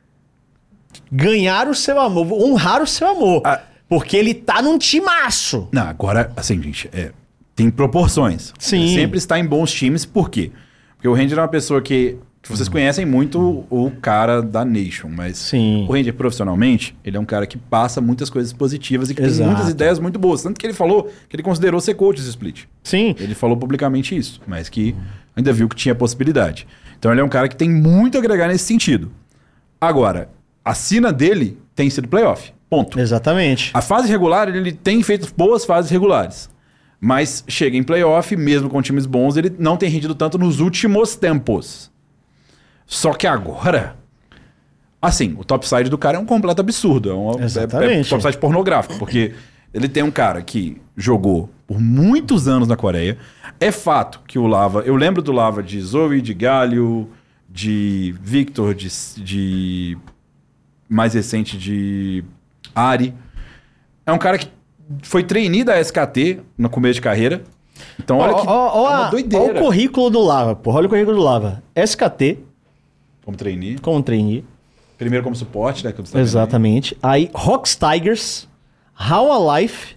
ganhar o seu amor, honrar o seu amor. Porque ele tá num timaço. Não, agora, assim, gente, tem proporções. Sim. Ele sempre está em bons times, por quê? Porque o Ranger é uma pessoa que vocês conhecem muito o cara da Nation, mas Sim. o Ranger profissionalmente, ele é um cara que passa muitas coisas positivas e que tem Exato. muitas ideias muito boas. Tanto que ele falou que ele considerou ser coach do Split. Sim. Ele falou publicamente isso, mas que ainda viu que tinha possibilidade. Então ele é um cara que tem muito a agregar nesse sentido. Agora, a sina dele tem sido playoff. Ponto. Exatamente. A fase regular, ele tem feito boas fases regulares. Mas chega em playoff, mesmo com times bons, ele não tem rendido tanto nos últimos tempos. Só que agora... Assim, o topside do cara é um completo absurdo. É topside pornográfico, porque ele tem um cara que jogou por muitos anos na Coreia. É fato que o Lava... Eu lembro do Lava de Zoe, de Galio, de Victor, de mais recente de Ari. É um cara que foi trainee da SKT no começo de carreira. Então olha que é uma doideira. Olha o currículo do Lava, porra. Olha o currículo do Lava. SKT, Como trainee. como trainee. Primeiro como suporte, né? Exatamente. Aí, Hawks Tigers, How Alive,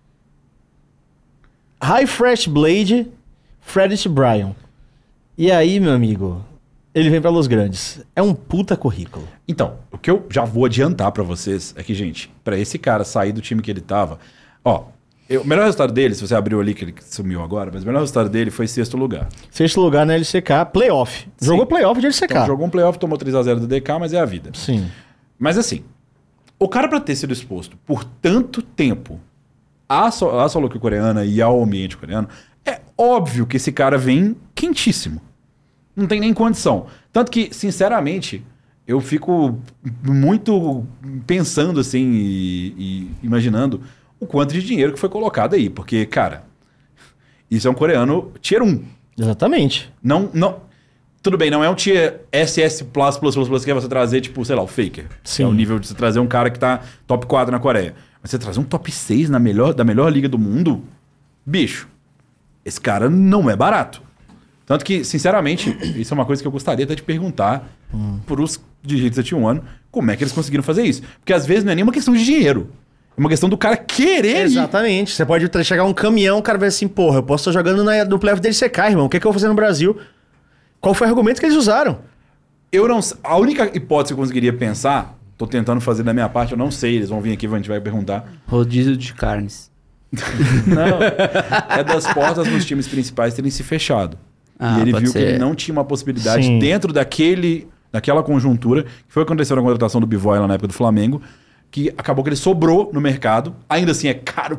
High Fresh Blade, Frederick Bryan. E aí, meu amigo, ele vem pra Los Grandes. É um puta currículo. Então, o que eu já vou adiantar pra vocês é que, gente, pra esse cara sair do time que ele tava... Ó, o melhor resultado dele, se você abriu ali, que ele sumiu agora, mas o melhor resultado dele foi 6º lugar. 6º lugar na LCK, playoff. Sim. Jogou playoff de LCK. Então, jogou um playoff, tomou 3-0 do DK, mas é a vida. Sim. Mas assim, o cara pra ter sido exposto por tanto tempo à solo coreana e ao ambiente coreano, é óbvio que esse cara vem quentíssimo. Não tem nem condição. Tanto que, sinceramente, eu fico muito pensando assim e imaginando o quanto de dinheiro que foi colocado aí. Porque, cara, isso é um coreano tier 1. Exatamente. Não, tudo bem, não é um tier SS++, que é você trazer, tipo, sei lá, o Faker. Sim. É o nível de você trazer um cara que tá top 4 na Coreia. Mas você trazer um top 6 da melhor liga do mundo, bicho, esse cara não é barato. Tanto que, sinceramente, isso é uma coisa que eu gostaria até de perguntar pros dirigentes da T1, como é que eles conseguiram fazer isso. Porque às vezes não é nenhuma questão de dinheiro. É uma questão do cara querer ir. Exatamente. Você pode chegar um caminhão, o cara vai assim, porra, eu posso estar jogando no playoff dele secar, irmão. O que é que eu vou fazer no Brasil? Qual foi o argumento que eles usaram? Eu não... A única hipótese que eu conseguiria pensar, tô tentando fazer da minha parte, eu não sei, eles vão vir aqui, a gente vai perguntar. Rodízio de carnes. Não. É das portas dos times principais terem se fechado. Ah, e ele pode viu que ser. ele não tinha uma possibilidade Sim. dentro daquela conjuntura, que foi o que aconteceu na contratação do Bivoy lá na época do Flamengo, que acabou que ele sobrou no mercado. Ainda assim é caro.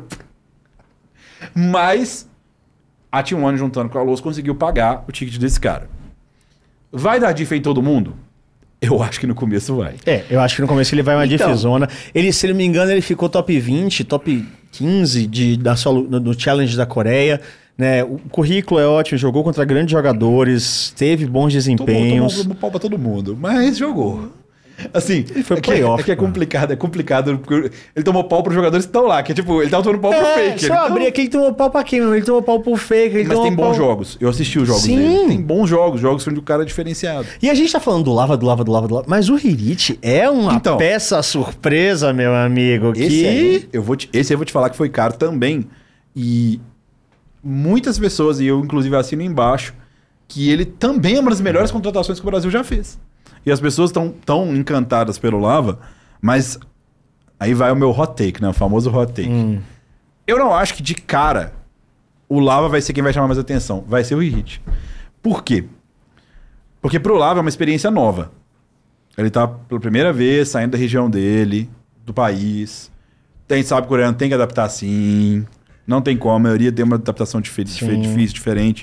Mas a T1 juntando com a Lowe's conseguiu pagar o ticket desse cara. Vai dar diff em todo mundo? Eu acho que no começo vai. Eu acho que no começo ele vai uma Então. difusona. Ele, se não me engano, ele ficou top 20, top 15 do Challenge da Coreia. Né? O currículo é ótimo, jogou contra grandes jogadores, teve bons desempenhos. Tomou pau pra todo mundo, mas jogou. Assim, foi é que, playoff, é que é complicado, porque ele tomou pau pros jogadores que estão lá, que é tipo, ele tava tomando pau pro fake. Só abrir aqui, ele tomou pau pra quem, meu? Ele tomou pau pro fake, ele Mas tomou tem bons pau... jogos. Eu assisti os jogos Sim. dele. Tem bons jogos onde o cara é diferenciado. E a gente tá falando do Lava, mas o Hirit é uma Então, peça surpresa, meu amigo, Esse aí, eu vou te falar que foi caro também. E muitas pessoas, e eu inclusive assino embaixo, que ele também é uma das melhores contratações que o Brasil já fez. E as pessoas estão tão encantadas pelo Lava, mas aí vai o meu hot take, né? O famoso hot take. Eu não acho que de cara o Lava vai ser quem vai chamar mais atenção. Vai ser o Hirit. Por quê? Porque pro Lava é uma experiência nova. Ele tá pela primeira vez saindo da região dele, do país. A gente sabe que o coreano tem que adaptar sim. Não tem como, a maioria tem uma adaptação difícil, diferente.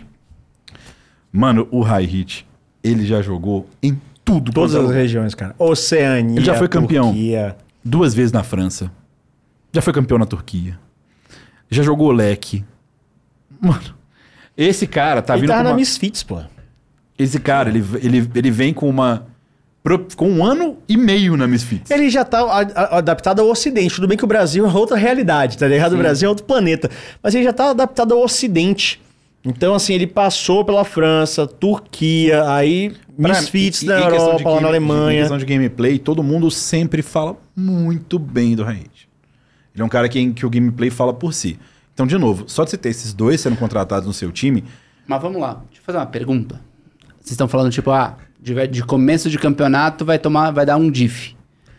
Mano, o Hirit, ele já jogou em tudo. Todas as regiões, cara. Oceania, Ele já foi campeão Turquia. 2 vezes na França. Já foi campeão na Turquia. Já jogou leque. Mano, esse cara tá Ele vindo tava com na uma... Misfits, pô. Esse cara, ele vem com uma... Com 1 ano e meio na Misfits. Ele já tá adaptado ao Ocidente. Tudo bem que o Brasil é outra realidade, tá ligado? O Brasil é outro planeta. Mas ele já tá adaptado ao Ocidente. Então, assim, ele passou pela França, Turquia, aí Misfits na Europa, lá na Alemanha. Em questão de gameplay, todo mundo sempre fala muito bem do Hirit. Ele é um cara que o gameplay fala por si. Então, de novo, só de você ter esses dois sendo contratados no seu time... Mas vamos lá, deixa eu fazer uma pergunta. Vocês estão falando, tipo, de começo de campeonato vai dar um diff.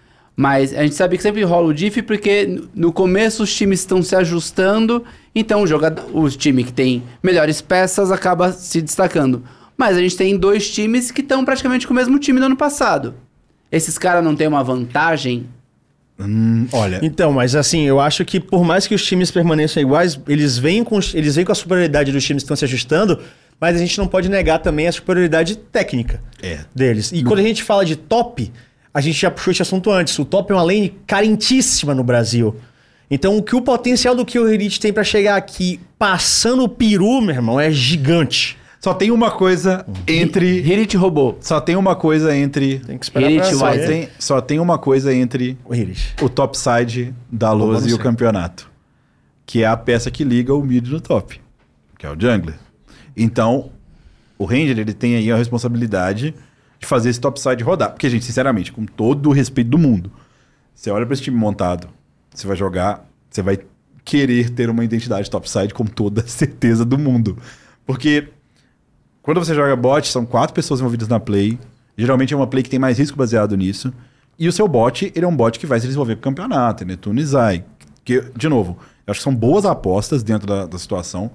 Mas a gente sabe que sempre rola o diff porque no começo os times estão se ajustando, então o time que tem melhores peças acaba se destacando. Mas a gente tem 2 times que estão praticamente com o mesmo time do ano passado. Esses caras não têm uma vantagem? Olha... Então, mas assim, eu acho que por mais que os times permaneçam iguais, eles vêm com a superioridade dos times que estão se ajustando, mas a gente não pode negar também a superioridade técnica deles. E quando a gente fala de top, a gente já puxou esse assunto antes. O top é uma lane carentíssima no Brasil. Então, o potencial do que o Hirit tem pra chegar aqui passando o peru, meu irmão, é gigante. Só tem uma coisa entre... Hirit roubou. Só tem uma coisa entre... Tem que esperar Hirit pra Wise. sair. Só tem uma coisa entre O Hirit. o topside da Lose e o campeonato. Que é a peça que liga o mid no top. Que é o jungler. Então, o Ranger, ele tem aí a responsabilidade de fazer esse topside rodar. Porque, gente, sinceramente, com todo o respeito do mundo, você olha pra esse time montado, você vai jogar, você vai querer ter uma identidade topside com toda a certeza do mundo. Porque quando você joga bot, são 4 pessoas envolvidas na play. Geralmente é uma play que tem mais risco baseado nisso. E o seu bot, ele é um bot que vai se desenvolver com o campeonato, Netune e Zai. Que, de novo, eu acho que são boas apostas dentro da situação.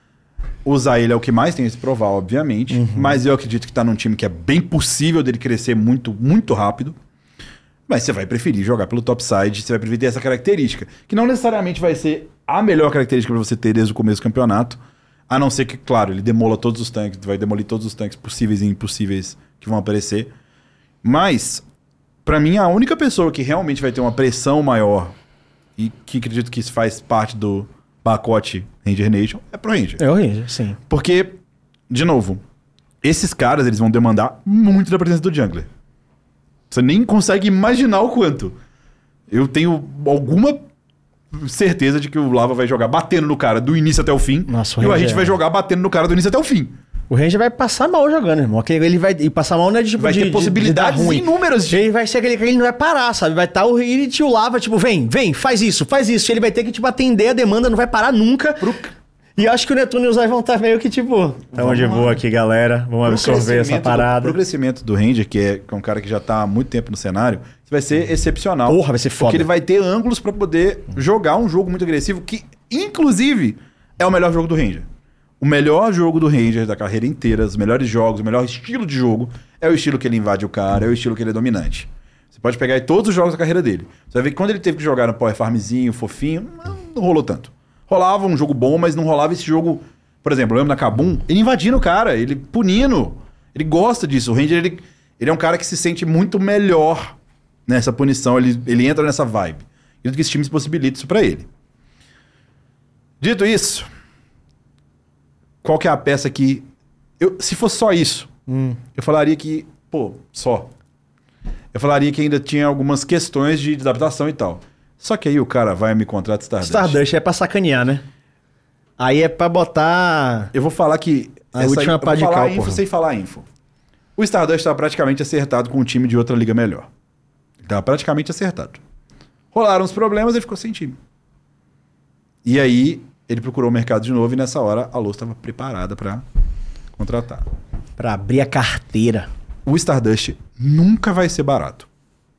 Usar ele é o que mais tem a se provar, obviamente. Mas eu acredito que tá num time que é bem possível dele crescer muito, muito rápido. Mas você vai preferir jogar pelo topside, você vai preferir ter essa característica. Que não necessariamente vai ser a melhor característica para você ter desde o começo do campeonato. A não ser que, claro, ele demola todos os tanques, vai demolir todos os tanques possíveis e impossíveis que vão aparecer. Mas, pra mim, a única pessoa que realmente vai ter uma pressão maior e que acredito que isso faz parte do pacote Ranger Nation é pro Ranger. É o Ranger, sim. Porque, de novo, esses caras eles vão demandar muito da presença do jungler. Você nem consegue imaginar o quanto. Eu tenho alguma certeza de que o Lava vai jogar batendo no cara do início até o fim. Nossa, o e o Ranger Agente vai jogar batendo no cara do início até o fim. O Ranger vai passar mal jogando, irmão. Ele vai e passar mal não é de tipo Vai de, ter possibilidades de dar ruim. inúmeras. Ele vai ser aquele que ele não vai parar, sabe? Vai estar o Hirit e o Lava, tipo, vem, faz isso. Ele vai ter que, tipo, atender a demanda, não vai parar nunca. E eu acho que o Netune e o Zai vão estar meio que, tipo, tamo de boa aqui, galera. Vamos absorver essa parada. Pro crescimento do Ranger, que é um cara que já tá há muito tempo no cenário, isso vai ser excepcional. Porra, vai ser foda. Porque ele vai ter ângulos pra poder jogar um jogo muito agressivo, que, inclusive, é o melhor jogo do Ranger. O melhor jogo do Ranger da carreira inteira, os melhores jogos, o melhor estilo de jogo, é o estilo que ele invade o cara, é o estilo que ele é dominante. Você pode pegar aí todos os jogos da carreira dele. Você vai ver que quando ele teve que jogar no Power Farmzinho, fofinho, não rolou tanto. Rolava um jogo bom, mas não rolava esse jogo... Por exemplo, eu lembro na Kabum, ele invadindo o cara, ele punindo. Ele gosta disso. O Ranger, ele é um cara que se sente muito melhor nessa punição. Ele entra nessa vibe. E que esse time possibilita isso pra ele. Dito isso, qual que é a peça que... se fosse só isso, eu falaria que, pô, só. eu falaria que ainda tinha algumas questões de adaptação e tal. Só que aí o cara vai e me contrata Stardust. Stardust é pra sacanear, né? Aí é pra botar... Eu vou falar que... A última pá de eu vou falar cal, info porra. sem falar info. O Stardust tá praticamente acertado com um time de outra liga melhor. Ele tava praticamente acertado. Rolaram os problemas e ele ficou sem time. E aí, ele procurou o mercado de novo e nessa hora a Lowe's estava preparada para contratar. Pra abrir a carteira. O Stardust nunca vai ser barato.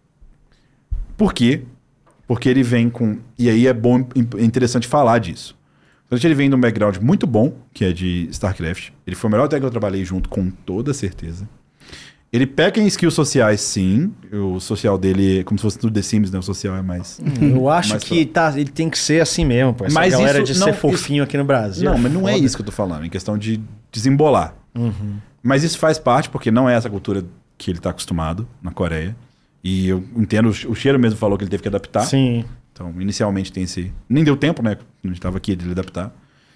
Por quê? Porque ele vem com... E aí é bom, é interessante falar disso. O Stardust ele vem de um background muito bom, que é de StarCraft. Ele foi o melhor técnico que eu trabalhei junto, com toda certeza. Ele peca em skills sociais, sim. O social dele é como se fosse do The Sims, né? O social é mais... Eu acho mais que ele tem que ser assim mesmo, pô. Essa Mas galera isso de não- ser fofinho aqui no Brasil. Não, mas não é foda. isso que eu tô falando. Em questão de desembolar. Mas isso faz parte, porque não é essa cultura que ele tá acostumado na Coreia. E eu entendo, o Cheiro mesmo falou que ele teve que adaptar. Sim. Então, inicialmente tem esse... Nem deu tempo, né? A gente tava aqui de ele adaptar.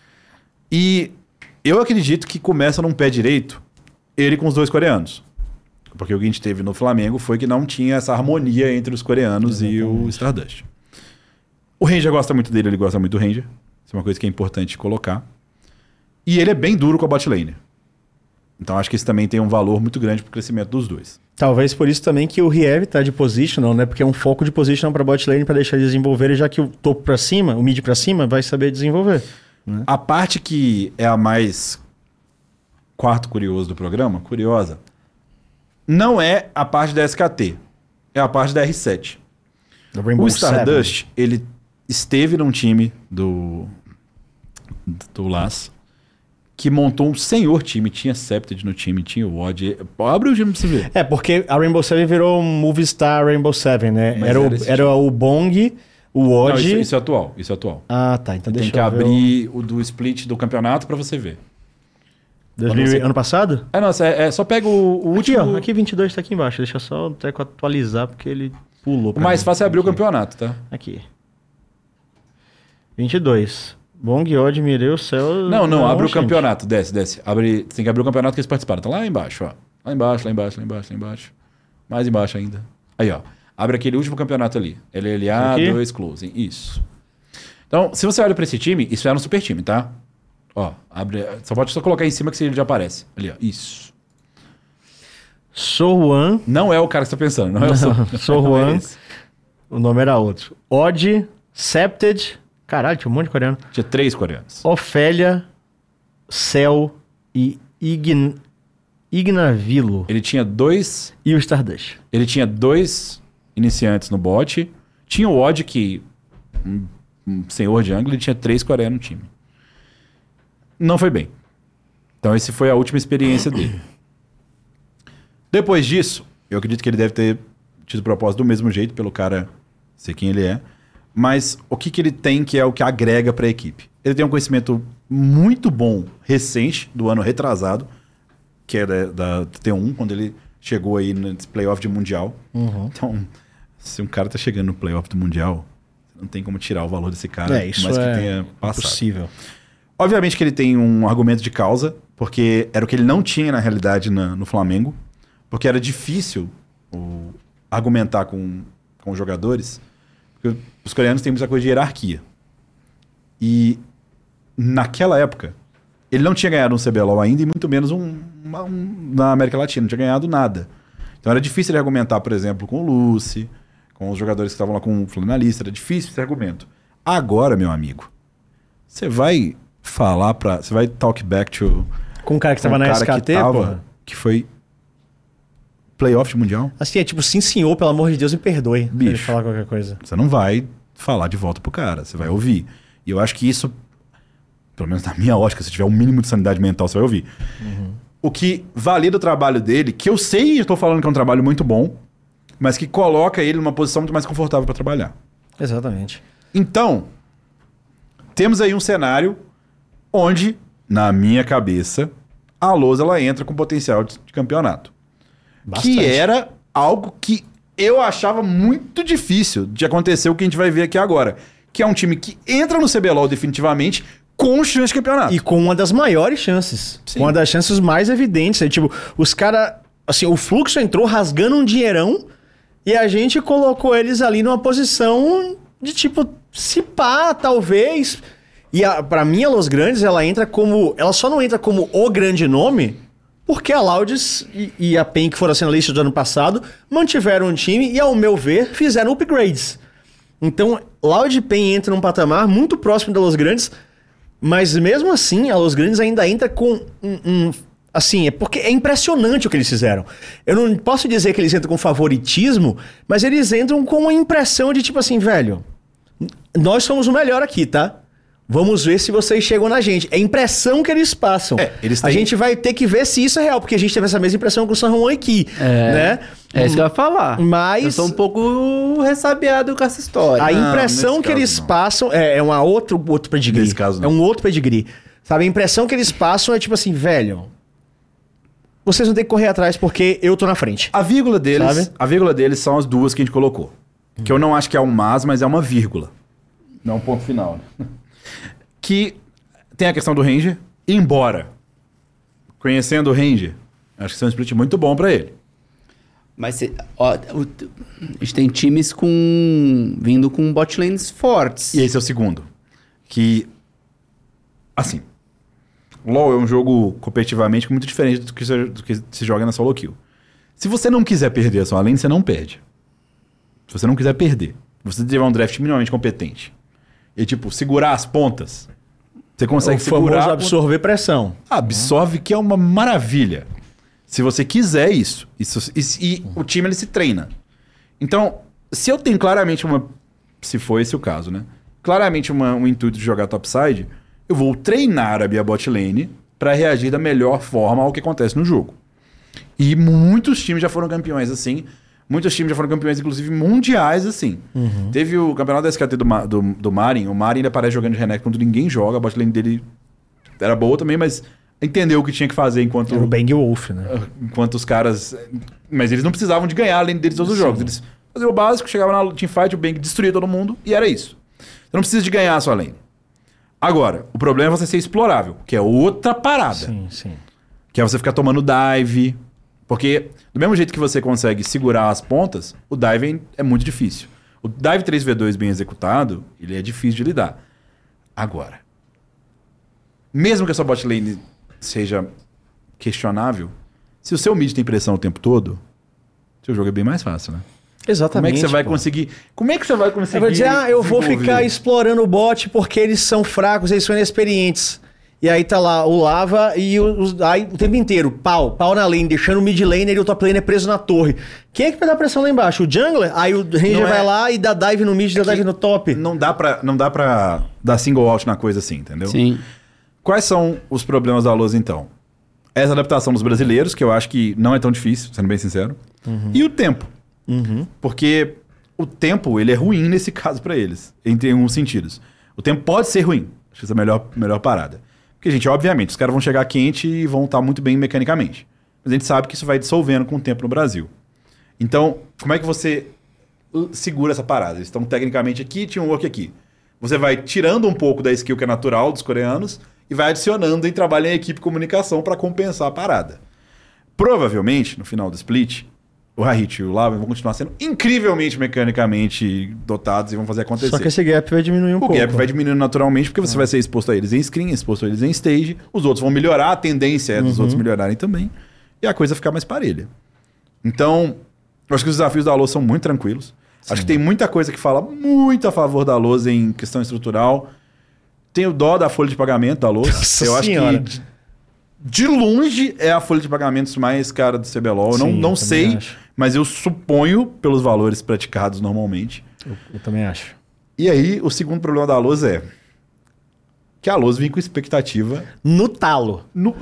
E eu acredito que começa num pé direito ele com os dois coreanos. Porque o que a gente teve no Flamengo foi que não tinha essa harmonia entre os coreanos e o Stardust. O Ranger gosta muito dele, ele gosta muito do Ranger. Isso é uma coisa que é importante colocar. E ele é bem duro com a bot lane. Então acho que isso também tem um valor muito grande pro crescimento dos dois. Talvez por isso também que o Riev tá de positional, né? Porque é um foco de positional pra bot lane pra deixar eles desenvolverem, já que o topo pra cima, o mid pra cima, vai saber desenvolver. A parte que é a mais quarto curioso do programa, curiosa, não é a parte da SKT, é a parte da R7. Do Rainbow O Stardust, ele esteve num time do LAS, que montou um senhor time, tinha Septed no time, tinha o Odd. Abre o time pra você ver. É, porque a Rainbow Seven virou um Movistar Rainbow Seven, né? Mas Era, era esse era o Bong, o Não, Odd... isso é atual, isso é atual. Ah, tá. Então Tem deixa que eu ver abrir o do split do campeonato pra você ver. Ano passado? É, nossa, só pega o Aqui, último... ó. Aqui 22 tá aqui embaixo. Deixa eu só o Teco atualizar, porque ele pulou. O mais fácil é abrir o campeonato, tá? Aqui. 22. Bong, Odd, Mirei, o Céu... Não, abre o gente. campeonato, desce. Abre, tem que abrir o campeonato que eles participaram. Tá lá embaixo, ó. Lá embaixo. Mais embaixo ainda. Aí, ó. Abre aquele último campeonato ali. LLA, Aqui? 2 Closing. Isso. Então, se você olha pra esse time, isso era um super time, tá? Ó, abre... Só pode colocar em cima que ele já aparece. Ali, ó. Isso. Sohuan. Não é o cara que você tá pensando, não é o seu. Sohuan. Não é esse. O nome era outro. Odd, Septed... Caralho, tinha um monte de coreano. Tinha 3 coreanos. Ofélia, Cell e Ignavilo. Ele tinha 2... E o Stardust. Ele tinha 2 iniciantes no bot. Tinha o Odd, que... Um senhor de ângulo, ele tinha 3 coreanos no time. Não foi bem. Então, essa foi a última experiência dele. Depois disso, eu acredito que ele deve ter tido propósito do mesmo jeito, pelo cara ser quem ele é. Mas o que ele tem que é o que agrega para a equipe? Ele tem um conhecimento muito bom, recente, do ano retrasado, que é da T1, quando ele chegou aí nesse playoff de Mundial. Então, se um cara tá chegando no playoff do Mundial, não tem como tirar o valor desse cara, Isso mas que é tenha passado. possível. Obviamente que ele tem um argumento de causa, porque era o que ele não tinha na realidade no Flamengo, porque era difícil argumentar com os jogadores, porque os coreanos têm muita coisa de hierarquia. E naquela época, ele não tinha ganhado um CBLOL ainda, e muito menos na América Latina, não tinha ganhado nada. Então era difícil ele argumentar, por exemplo, com o Lucy, com os jogadores que estavam lá com o Flanalista, era difícil esse argumento. Agora, meu amigo, você vai falar você vai talk back to... Com o cara que com tava o na cara SKT, porra. que foi playoff de Mundial. Assim, é tipo, sim senhor, pelo amor de Deus, me perdoe. Bicho. Ele falar qualquer coisa. Você não vai falar de volta pro cara, você vai ouvir. E eu acho que isso, pelo menos na minha ótica, se tiver um mínimo de sanidade mental, você vai ouvir. O que valida o trabalho dele, que eu sei e estou falando que é um trabalho muito bom, mas que coloca ele numa posição muito mais confortável para trabalhar. Exatamente. Então, temos aí um cenário onde, na minha cabeça, a Lowe's ela entra com potencial de campeonato. Bastante. Que era algo que eu achava muito difícil de acontecer o que a gente vai ver aqui agora. Que é um time que entra no CBLOL definitivamente com chance de campeonato. E com uma das maiores chances. Sim. Uma das chances mais evidentes. É, tipo, os caras... Assim, o Fluxo entrou rasgando um dinheirão E a gente colocou eles ali numa posição de tipo, se pá, talvez. E pra mim, a Los Grandes, ela só não entra como o grande nome, porque a Loudis e a PEN, que foram finalistas do ano passado, mantiveram o time e, ao meu ver, fizeram upgrades. Então, Loud e PEN entra num patamar muito próximo da Los Grandes, mas mesmo assim, a Los Grandes ainda entra com assim, é porque é impressionante o que eles fizeram. Eu não posso dizer que eles entram com favoritismo, mas eles entram com uma impressão de tipo assim, velho, nós somos o melhor aqui, tá? Vamos ver se vocês chegam na gente. É a impressão que eles passam. A gente vai ter que ver se isso é real, porque a gente teve essa mesma impressão com o San Juan aqui, né? É isso que eu ia falar. Mas... eu sou um pouco ressabiado com essa história. A impressão que eles passam é outro pedigree. Nesse caso, não. É um outro pedigree. Sabe, a impressão que eles passam é tipo assim, velho, vocês vão ter que correr atrás porque eu tô na frente. A vírgula deles, Sabe? a vírgula deles são as duas que a gente colocou. Que eu não acho que é um mas é uma vírgula. Não é um ponto final. Né? Que tem a questão do Ranger, embora, conhecendo o Ranger, acho que isso é um split muito bom pra ele. Mas a gente tem times vindo com bot lanes fortes. E esse é o segundo. Que, assim, LoL é um jogo competitivamente muito diferente do que se joga na solo kill. Se você não quiser perder a sua lane, você não perde. Se você não quiser perder, você tiver um draft minimamente competente e, tipo, segurar as pontas, você consegue segurar... O famoso absorver pressão. Absorve, que é uma maravilha. Se você quiser isso e o time ele se treina. Então, se eu tenho claramente se for esse o caso, né? Claramente um intuito de jogar topside, eu vou treinar a minha bot lane para reagir da melhor forma ao que acontece no jogo. E muitos times já foram campeões assim. Muitos times já foram campeões, inclusive mundiais, assim. Teve o campeonato da SKT do Marin. O Marin ainda parece jogando de Renekton quando ninguém joga. A bot lane dele era boa também, mas entendeu o que tinha que fazer enquanto... Era o Bang Wolf, né? Enquanto os caras... Mas eles não precisavam de ganhar além deles todos os jogos. Eles faziam o básico, chegavam na teamfight, o Bang destruía todo mundo e era isso. Você não precisa de ganhar a sua lane. Agora, o problema é você ser explorável, que é outra parada. Sim, sim. Que é você ficar tomando dive... Porque, do mesmo jeito que você consegue segurar as pontas, o dive é muito difícil. O dive 3v2 bem executado, ele é difícil de lidar. Agora, mesmo que a sua bot lane seja questionável, se o seu mid tem pressão o tempo todo, seu jogo é bem mais fácil, né? Exatamente. Como é que você vai conseguir... Como é que você vai conseguir... Eu vou dizer, eu vou desenvolver? ficar explorando o bot porque eles são fracos, eles são inexperientes. E aí tá lá o Lava e aí, o tempo inteiro, pau na lane, deixando o mid laner e o top laner preso na torre. Quem é que vai dar pressão lá embaixo? O jungler? Aí o Ranger vai lá e dá dive no mid, dá dive no top. Não dá pra dar single out na coisa assim, entendeu? Sim. Quais são os problemas da Loz, então? Essa adaptação dos brasileiros, que eu acho que não é tão difícil, sendo bem sincero. E o tempo. Porque o tempo, ele é ruim nesse caso pra eles, em alguns sentidos. O tempo pode ser ruim. Acho que essa é a melhor parada. Porque, gente, obviamente, os caras vão chegar quente e vão estar muito bem mecanicamente. Mas a gente sabe que isso vai dissolvendo com o tempo no Brasil. Então, como é que você segura essa parada? Eles estão tecnicamente aqui, teamwork aqui. Você vai tirando um pouco da skill que é natural dos coreanos e vai adicionando em trabalho em equipe e comunicação para compensar a parada. Provavelmente, no final do split, o Harit e o Lava vão continuar sendo incrivelmente mecanicamente dotados e vão fazer acontecer. Só que esse gap vai diminuir um pouco. O gap vai diminuindo naturalmente porque você vai ser exposto a eles em screen, exposto a eles em stage. Os outros vão melhorar, a tendência é dos outros melhorarem também. E a coisa ficar mais parelha. Então, eu acho que os desafios da LoL são muito tranquilos. Sim. Acho que tem muita coisa que fala muito a favor da LoL em questão estrutural. Tenho dó da folha de pagamento da LoL. Eu acho que de longe é a folha de pagamentos mais cara do CBLOL. Eu não sei, mas eu suponho pelos valores praticados normalmente. Eu também acho. E aí, o segundo problema da LoL é que a LoL vem com expectativa... No talo. No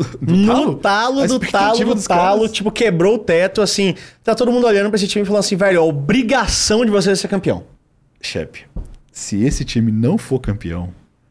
talo. Tipo, quebrou o teto, assim. Tá todo mundo olhando pra esse time e falando assim, velho, a obrigação de você ser campeão. Chefe, se esse time não for campeão,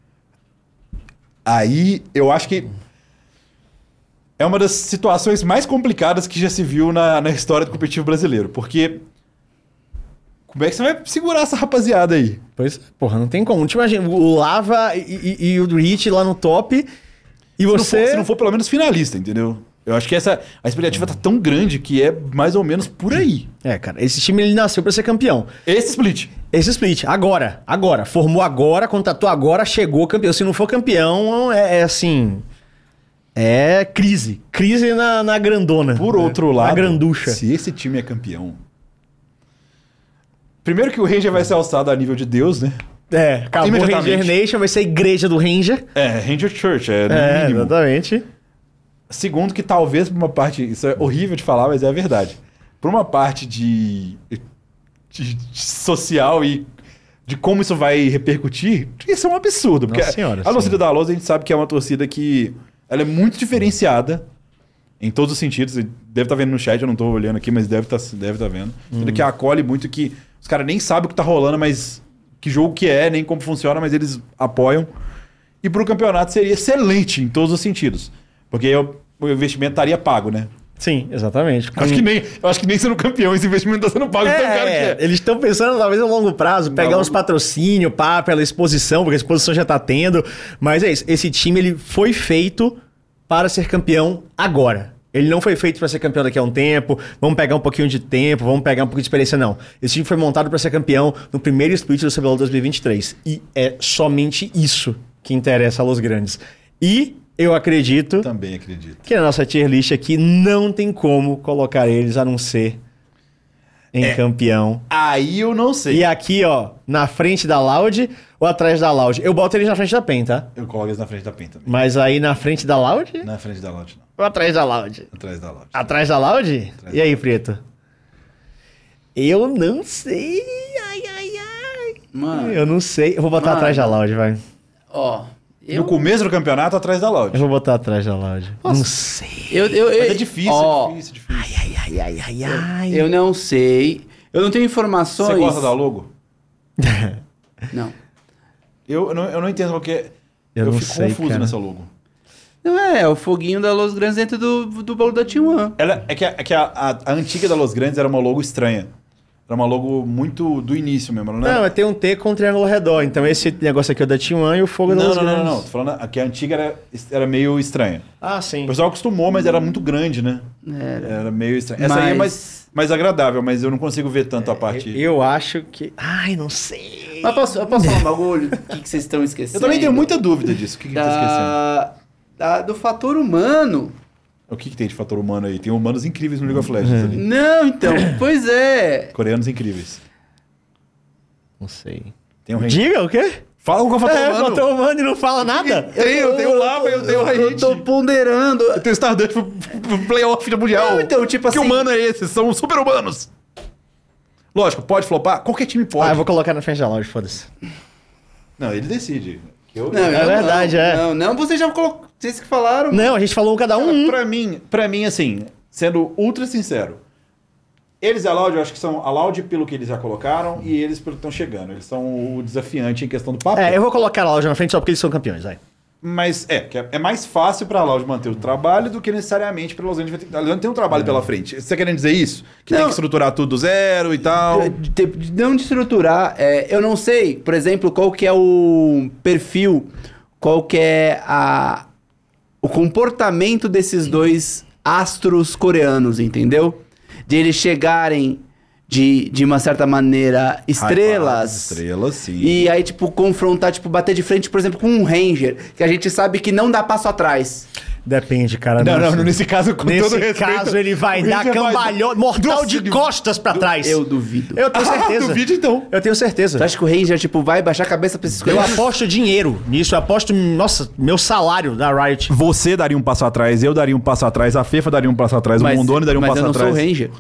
aí eu acho que é uma das situações mais complicadas que já se viu na história do competitivo brasileiro. Porque como é que você vai segurar essa rapaziada aí? Pois, porra, não tem como. Não te imagina, o Lava e o Rich lá no top e você... Se não for pelo menos finalista, entendeu? Eu acho que a expectativa tá tão grande que é mais ou menos por aí. Cara, esse time ele nasceu pra ser campeão. Esse split. Esse split, agora. Formou agora, contratou agora, chegou campeão. Se não for campeão, assim... É crise. Crise na grandona. Por outro lado, na granducha. se esse time é campeão... Primeiro que o Ranger vai ser alçado a nível de Deus, né? Acabou o Ranger Nation, vai ser a igreja do Ranger. Ranger Church, no mínimo. Exatamente. Segundo que talvez por uma parte... Isso é horrível de falar, mas é a verdade. Por uma parte de social e de como isso vai repercutir, isso é um absurdo. Porque a torcida da Lousa, a gente sabe que é uma torcida que ela é muito diferenciada em todos os sentidos. Deve estar vendo no chat, eu não estou olhando aqui, mas deve estar vendo. Que acolhe muito, que os caras nem sabem o que está rolando, mas que jogo que é, nem como funciona, mas eles apoiam. E para o campeonato seria excelente em todos os sentidos. Porque o investimento estaria pago, né? Sim, exatamente. Eu acho que nem sendo campeão esse investimento está sendo pago. Tão caro que é. Eles estão pensando talvez a longo prazo, pegar uns patrocínios, pela exposição, porque a exposição já está tendo. Mas é isso, esse time ele foi feito para ser campeão agora. Ele não foi feito para ser campeão daqui a um tempo, vamos pegar um pouquinho de tempo, vamos pegar um pouquinho de experiência, não. Esse time foi montado para ser campeão no primeiro split do CBLOL 2023. E é somente isso que interessa a Los Grandes. E eu acredito... Também acredito. Que a nossa tier list aqui não tem como colocar eles a não ser em campeão. Aí eu não sei. E aqui, ó, na frente da Loud ou atrás da Loud? Eu boto eles na frente da PEN, tá? Eu coloco eles na frente da PEN também. Mas aí na frente da Loud? Na frente da Loud, não. Ou atrás da Loud? Atrás da Loud. Atrás da Loud? E aí, Preto? Eu não sei. Mano. Eu não sei. Eu vou botar atrás da Loud, vai. Ó... No começo do campeonato, atrás da Loud. Eu vou botar atrás da Loud. Não sei. Mas é difícil, difícil. Ai. Eu não sei. Eu não tenho informações. Você gosta da logo? Não. Eu não entendo porque eu fico confuso nessa logo. Não é o foguinho da Los Grandes dentro do bolo da T1. É que a antiga da Los Grandes era uma logo estranha. Era uma logo muito do início mesmo, não é? Não, tem um T com um triângulo ao redor. Então esse negócio aqui é o da T1 e o fogo da Los Grandes. Não. Tô falando que a antiga era meio estranha. Ah, sim. O pessoal acostumou, mas era muito grande, né? Era meio estranha. Essa aí é mais agradável, mas eu não consigo ver tanto a parte... Eu acho que... Ai, não sei. Mas posso falar um bagulho? O que vocês estão esquecendo? Eu também tenho muita dúvida disso. O que tá esquecendo? Do fator humano. O que tem de fator humano aí? Tem humanos incríveis no League of Legends ali. Não, então. Pois é. Coreanos incríveis. Não sei. Tem um Diga o quê? Fala com o fator humano. Fator humano e não fala nada? Eu tenho o Lava, eu tenho o Raid. Eu tô ponderando. Eu tenho o Stardust pro playoff da Mundial. Não, então, tipo assim... Que humano é esse? São super humanos. Lógico, pode flopar? Qualquer time pode. Eu vou colocar na frente da Loud, foda-se. Não, ele decide. É verdade, Não, vocês já colocou... Vocês que falaram. Não, a gente falou cada um. Pra mim, assim, sendo ultra sincero, eles e a Loud, eu acho que são a Loud pelo que eles já colocaram e eles pelo que estão chegando. Eles são o desafiante em questão do papel. Eu vou colocar a Loud na frente só porque eles são campeões, vai. Mas é mais fácil pra Loud manter o trabalho do que necessariamente pra Los Angeles. A Los Angeles tem um trabalho pela frente. Você tá querendo dizer isso? Que tem que estruturar tudo do zero e tal? Não de estruturar. Eu não sei, por exemplo, qual que é o perfil, qual que é o comportamento desses dois astros coreanos, entendeu? De eles chegarem de uma certa maneira estrelas. Estrelas, sim. E aí, tipo, confrontar, tipo, bater de frente, por exemplo, com um Ranger, que a gente sabe que não dá passo atrás. Depende, cara. Não, nesse caso, com todo respeito... Nesse caso, ele vai dar cambalhota, mortal de costas pra trás. Eu duvido. Eu tenho certeza. Duvido, então. Eu tenho certeza. Tu acha que o Ranger, tipo, vai baixar a cabeça pra esses Eu aposto dinheiro nisso. Eu aposto, meu salário da Riot. Você daria um passo atrás, eu daria um passo atrás, a Fefa daria um passo atrás, o Mondoni daria um passo atrás. Mas eu não sou o Ranger.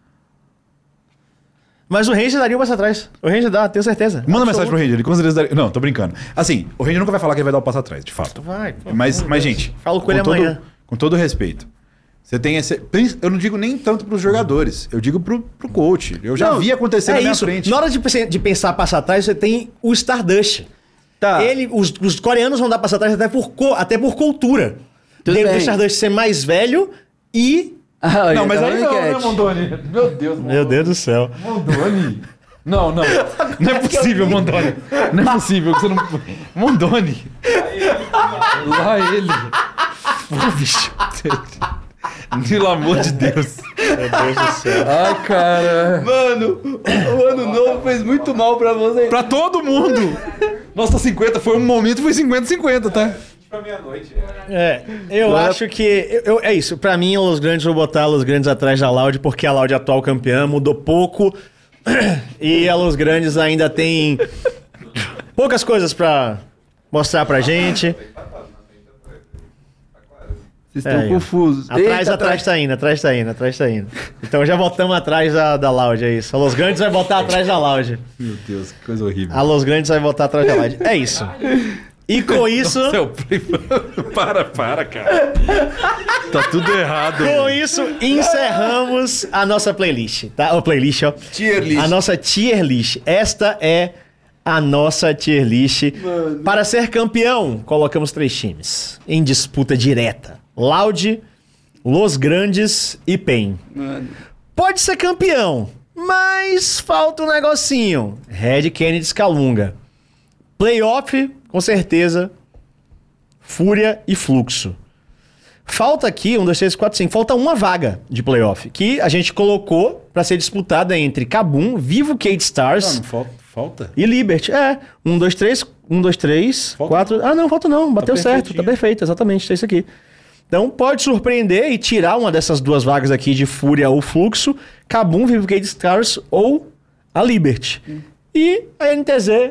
Mas o Ranger daria um passo atrás. O Ranger dá, tenho certeza. Manda mensagem pro Ranger, ele com certeza daria... Não, tô brincando. Assim, o Ranger nunca vai falar que ele vai dar um passo atrás, de fato. Vai. Mas gente... Falo com ele amanhã. Com todo respeito. Você tem esse... Eu não digo nem tanto pros jogadores. Eu digo pro coach. Eu já vi acontecer na minha frente. Na hora de pensar passo atrás, você tem o Stardust. Tá. Os coreanos vão dar passo atrás até por cultura. Tudo bem. O Stardust ser mais velho e... Não, mas aí não, né, Mondoni? Meu Deus, Mondoni. Meu Deus do céu. Mondoni. Não. Não é possível, Mondoni. Não é possível que você não... Mondoni. Lá ele. Pô, bicho. Pelo amor de Deus. Meu Deus do céu. Ai, cara. Mano, o ano novo fez muito mal pra você. Pra todo mundo. Nossa, 50 foi um momento, foi 50-50, tá? Eu acho que... é isso. Pra mim, Los Grandes, vou botar Los Grandes atrás da Loud, porque a Loud é a atual campeã, mudou pouco. E a Los Grandes ainda tem poucas coisas pra mostrar pra gente. Vocês estão confusos. Atrás tá indo. Então já botamos atrás da Loud, é isso. A Los Grandes vai botar atrás da Loud. Meu Deus, que coisa horrível. A Los Grandes vai botar atrás da Loud. É isso. E com isso... Seu primo. Para, cara. Tá tudo errado. Com isso, encerramos a nossa playlist, tá? O playlist, ó. Tier list. A nossa tier list. Esta é a nossa tier list. Mano. Para ser campeão, colocamos 3 times em disputa direta. Loud, Los Grandes e PEN. Mano. Pode ser campeão, mas falta um negocinho. Red Kennedy Scalunga. Playoff, com certeza. Fúria e Fluxo. Falta aqui, 1, 2, 3, 4, 5. Falta uma vaga de playoff, que a gente colocou pra ser disputada entre Kabum, Vivo Cade Stars Não falta? e Liberty. 1, 2, 3, 1, 2, 3, Falta? 4... Ah, não, falta não. Bateu certo, perfeitinho. tá perfeito, exatamente, é isso aqui. Então pode surpreender e tirar uma dessas 2 vagas aqui de Fúria ou Fluxo, Kabum, Vivo Cade Stars ou a Liberty. E a NTZ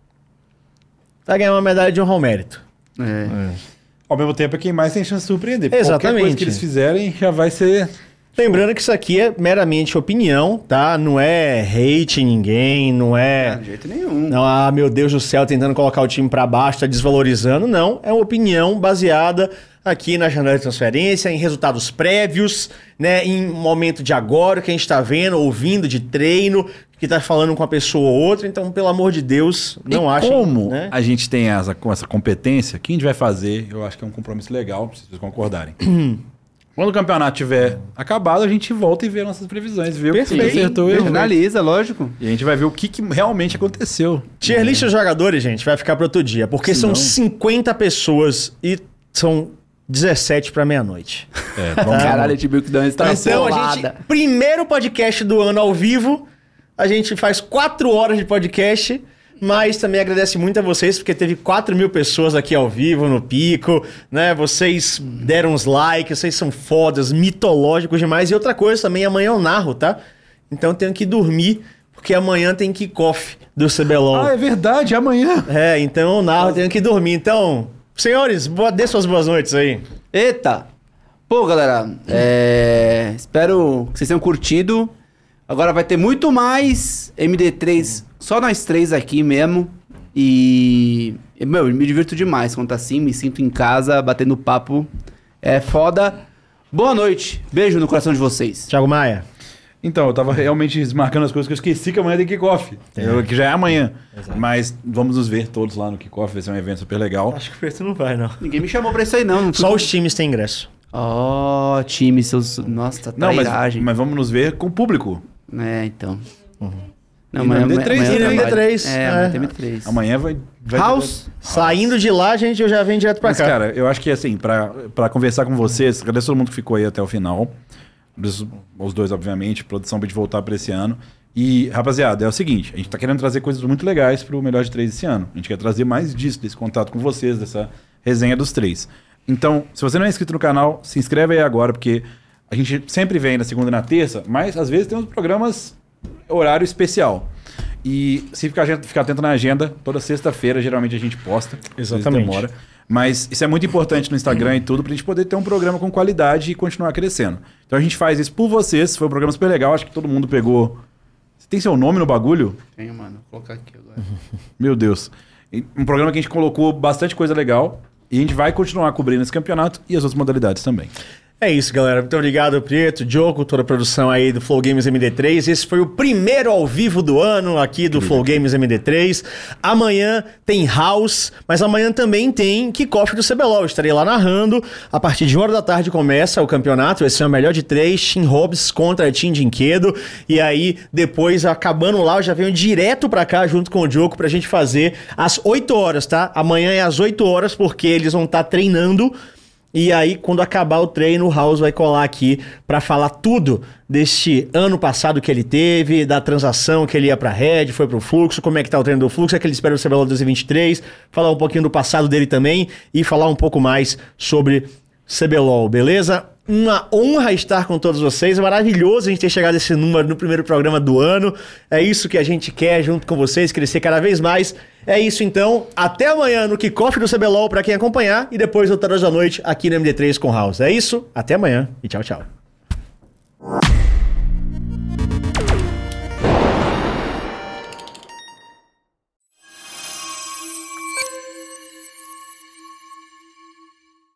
vai ganhar uma medalha de honra ao mérito. Ao mesmo tempo é quem mais tem chance de surpreender. Exatamente. Qualquer coisa que eles fizerem já vai ser... Lembrando que isso aqui é meramente opinião, tá? Não é hate em ninguém, não é... De jeito nenhum. Não, meu Deus do céu, tentando colocar o time pra baixo, tá desvalorizando. Não, é uma opinião baseada aqui na janela de transferência, em resultados prévios, né? Em momento de agora, que a gente tá vendo, ouvindo de treino, que tá falando com uma pessoa ou outra. Então, pelo amor de Deus, não achem... Como né? a gente tem essa competência, o que a gente vai fazer, eu acho que é um compromisso legal, se vocês concordarem. Quando o campeonato tiver acabado, a gente volta e vê nossas previsões, vê o que Perfeito. acertou e errou. Analisa, lógico. E a gente vai ver o que realmente aconteceu. Tier list dos jogadores, gente, vai ficar para outro dia, porque são 50 pessoas e são 17 para meia-noite. Caralho, a gente viu que deu uma Então a extrapolada. gente, primeiro podcast do ano ao vivo, a gente faz 4 horas de podcast, mas também agradece muito a vocês, porque teve 4.000 pessoas aqui ao vivo no Pico, né? Vocês deram uns likes, vocês são fodas, mitológicos demais. E outra coisa também, amanhã eu narro, tá? Então eu tenho que dormir, porque amanhã tem kickoff do CBLOL. Ah, é verdade, amanhã. Então eu narro, eu tenho que dormir. Então, senhores, dê suas boas noites aí. Eita! Pô, galera, espero que vocês tenham curtido. Agora vai ter muito mais MD3, só nós 3 aqui mesmo. E, meu, eu me divirto demais quando tá assim, me sinto em casa, batendo papo. É foda. Boa noite, beijo no coração de vocês. Thiago Maia. Então, eu tava realmente desmarcando as coisas que eu esqueci que amanhã tem kickoff. Que já é amanhã. Mas vamos nos ver todos lá no kickoff, vai ser um evento super legal. Acho que o Preto não vai, não. Ninguém me chamou pra isso aí, não. Só os times têm ingresso. Ó, time, seus... Nossa, Não, trairagem. mas vamos nos ver com o público. Então. Não, E no MD3, amanhã e no eu trabalho. MD3, amanhã tem MD3. Amanhã vai House? Saindo de lá, gente, eu já venho direto pra Mas, cá. cara, eu acho que assim, pra conversar com vocês, agradeço todo mundo que ficou aí até o final. Os 2, obviamente, produção de voltar pra esse ano. E, rapaziada, é o seguinte, a gente tá querendo trazer coisas muito legais pro Melhor de 3 esse ano. A gente quer trazer mais disso, desse contato com vocês, dessa resenha dos 3. Então, se você não é inscrito no canal, se inscreve aí agora, porque a gente sempre vem na segunda e na terça, mas às vezes tem uns programas horário especial. E se ficar atento na agenda, toda sexta-feira geralmente a gente posta. Exatamente. Às vezes demora. Mas isso é muito importante no Instagram e tudo, pra gente poder ter um programa com qualidade e continuar crescendo. Então a gente faz isso por vocês, foi um programa super legal, acho que todo mundo pegou... Você tem seu nome no bagulho? Tenho, mano. Vou colocar aqui agora. Meu Deus. Um programa que a gente colocou bastante coisa legal e a gente vai continuar cobrindo esse campeonato e as outras modalidades também. É isso, galera. Muito obrigado, Preto, Diogo, toda a produção aí do Flow Games MD3. Esse foi o primeiro ao vivo do ano aqui do Flow Games MD3. Amanhã tem House, mas amanhã também tem kickoff do CBLOL. Estarei lá narrando. A partir de 1h da tarde começa o campeonato. Vai ser o melhor de 3. Team Hobbs contra Team Dinquedo. E aí, depois, acabando lá, eu já venho direto pra cá junto com o Diogo pra gente fazer às 8 horas, tá? Amanhã é às 8 horas, porque eles vão estar treinando E aí, quando acabar o treino, o House vai colar aqui pra falar tudo deste ano passado que ele teve, da transação que ele ia pra Red, foi pro Fluxo, como é que tá o treino do Fluxo, é que ele espera o CBLOL 2023, falar um pouquinho do passado dele também e falar um pouco mais sobre CBLOL, beleza? Uma honra estar com todos vocês, é maravilhoso a gente ter chegado a esse número no primeiro programa do ano, é isso que a gente quer junto com vocês, crescer cada vez mais. É isso então, até amanhã no kickoff do CBLOL para quem acompanhar e depois 8 horas da noite aqui no MD3 com House. É isso, até amanhã e tchau, tchau.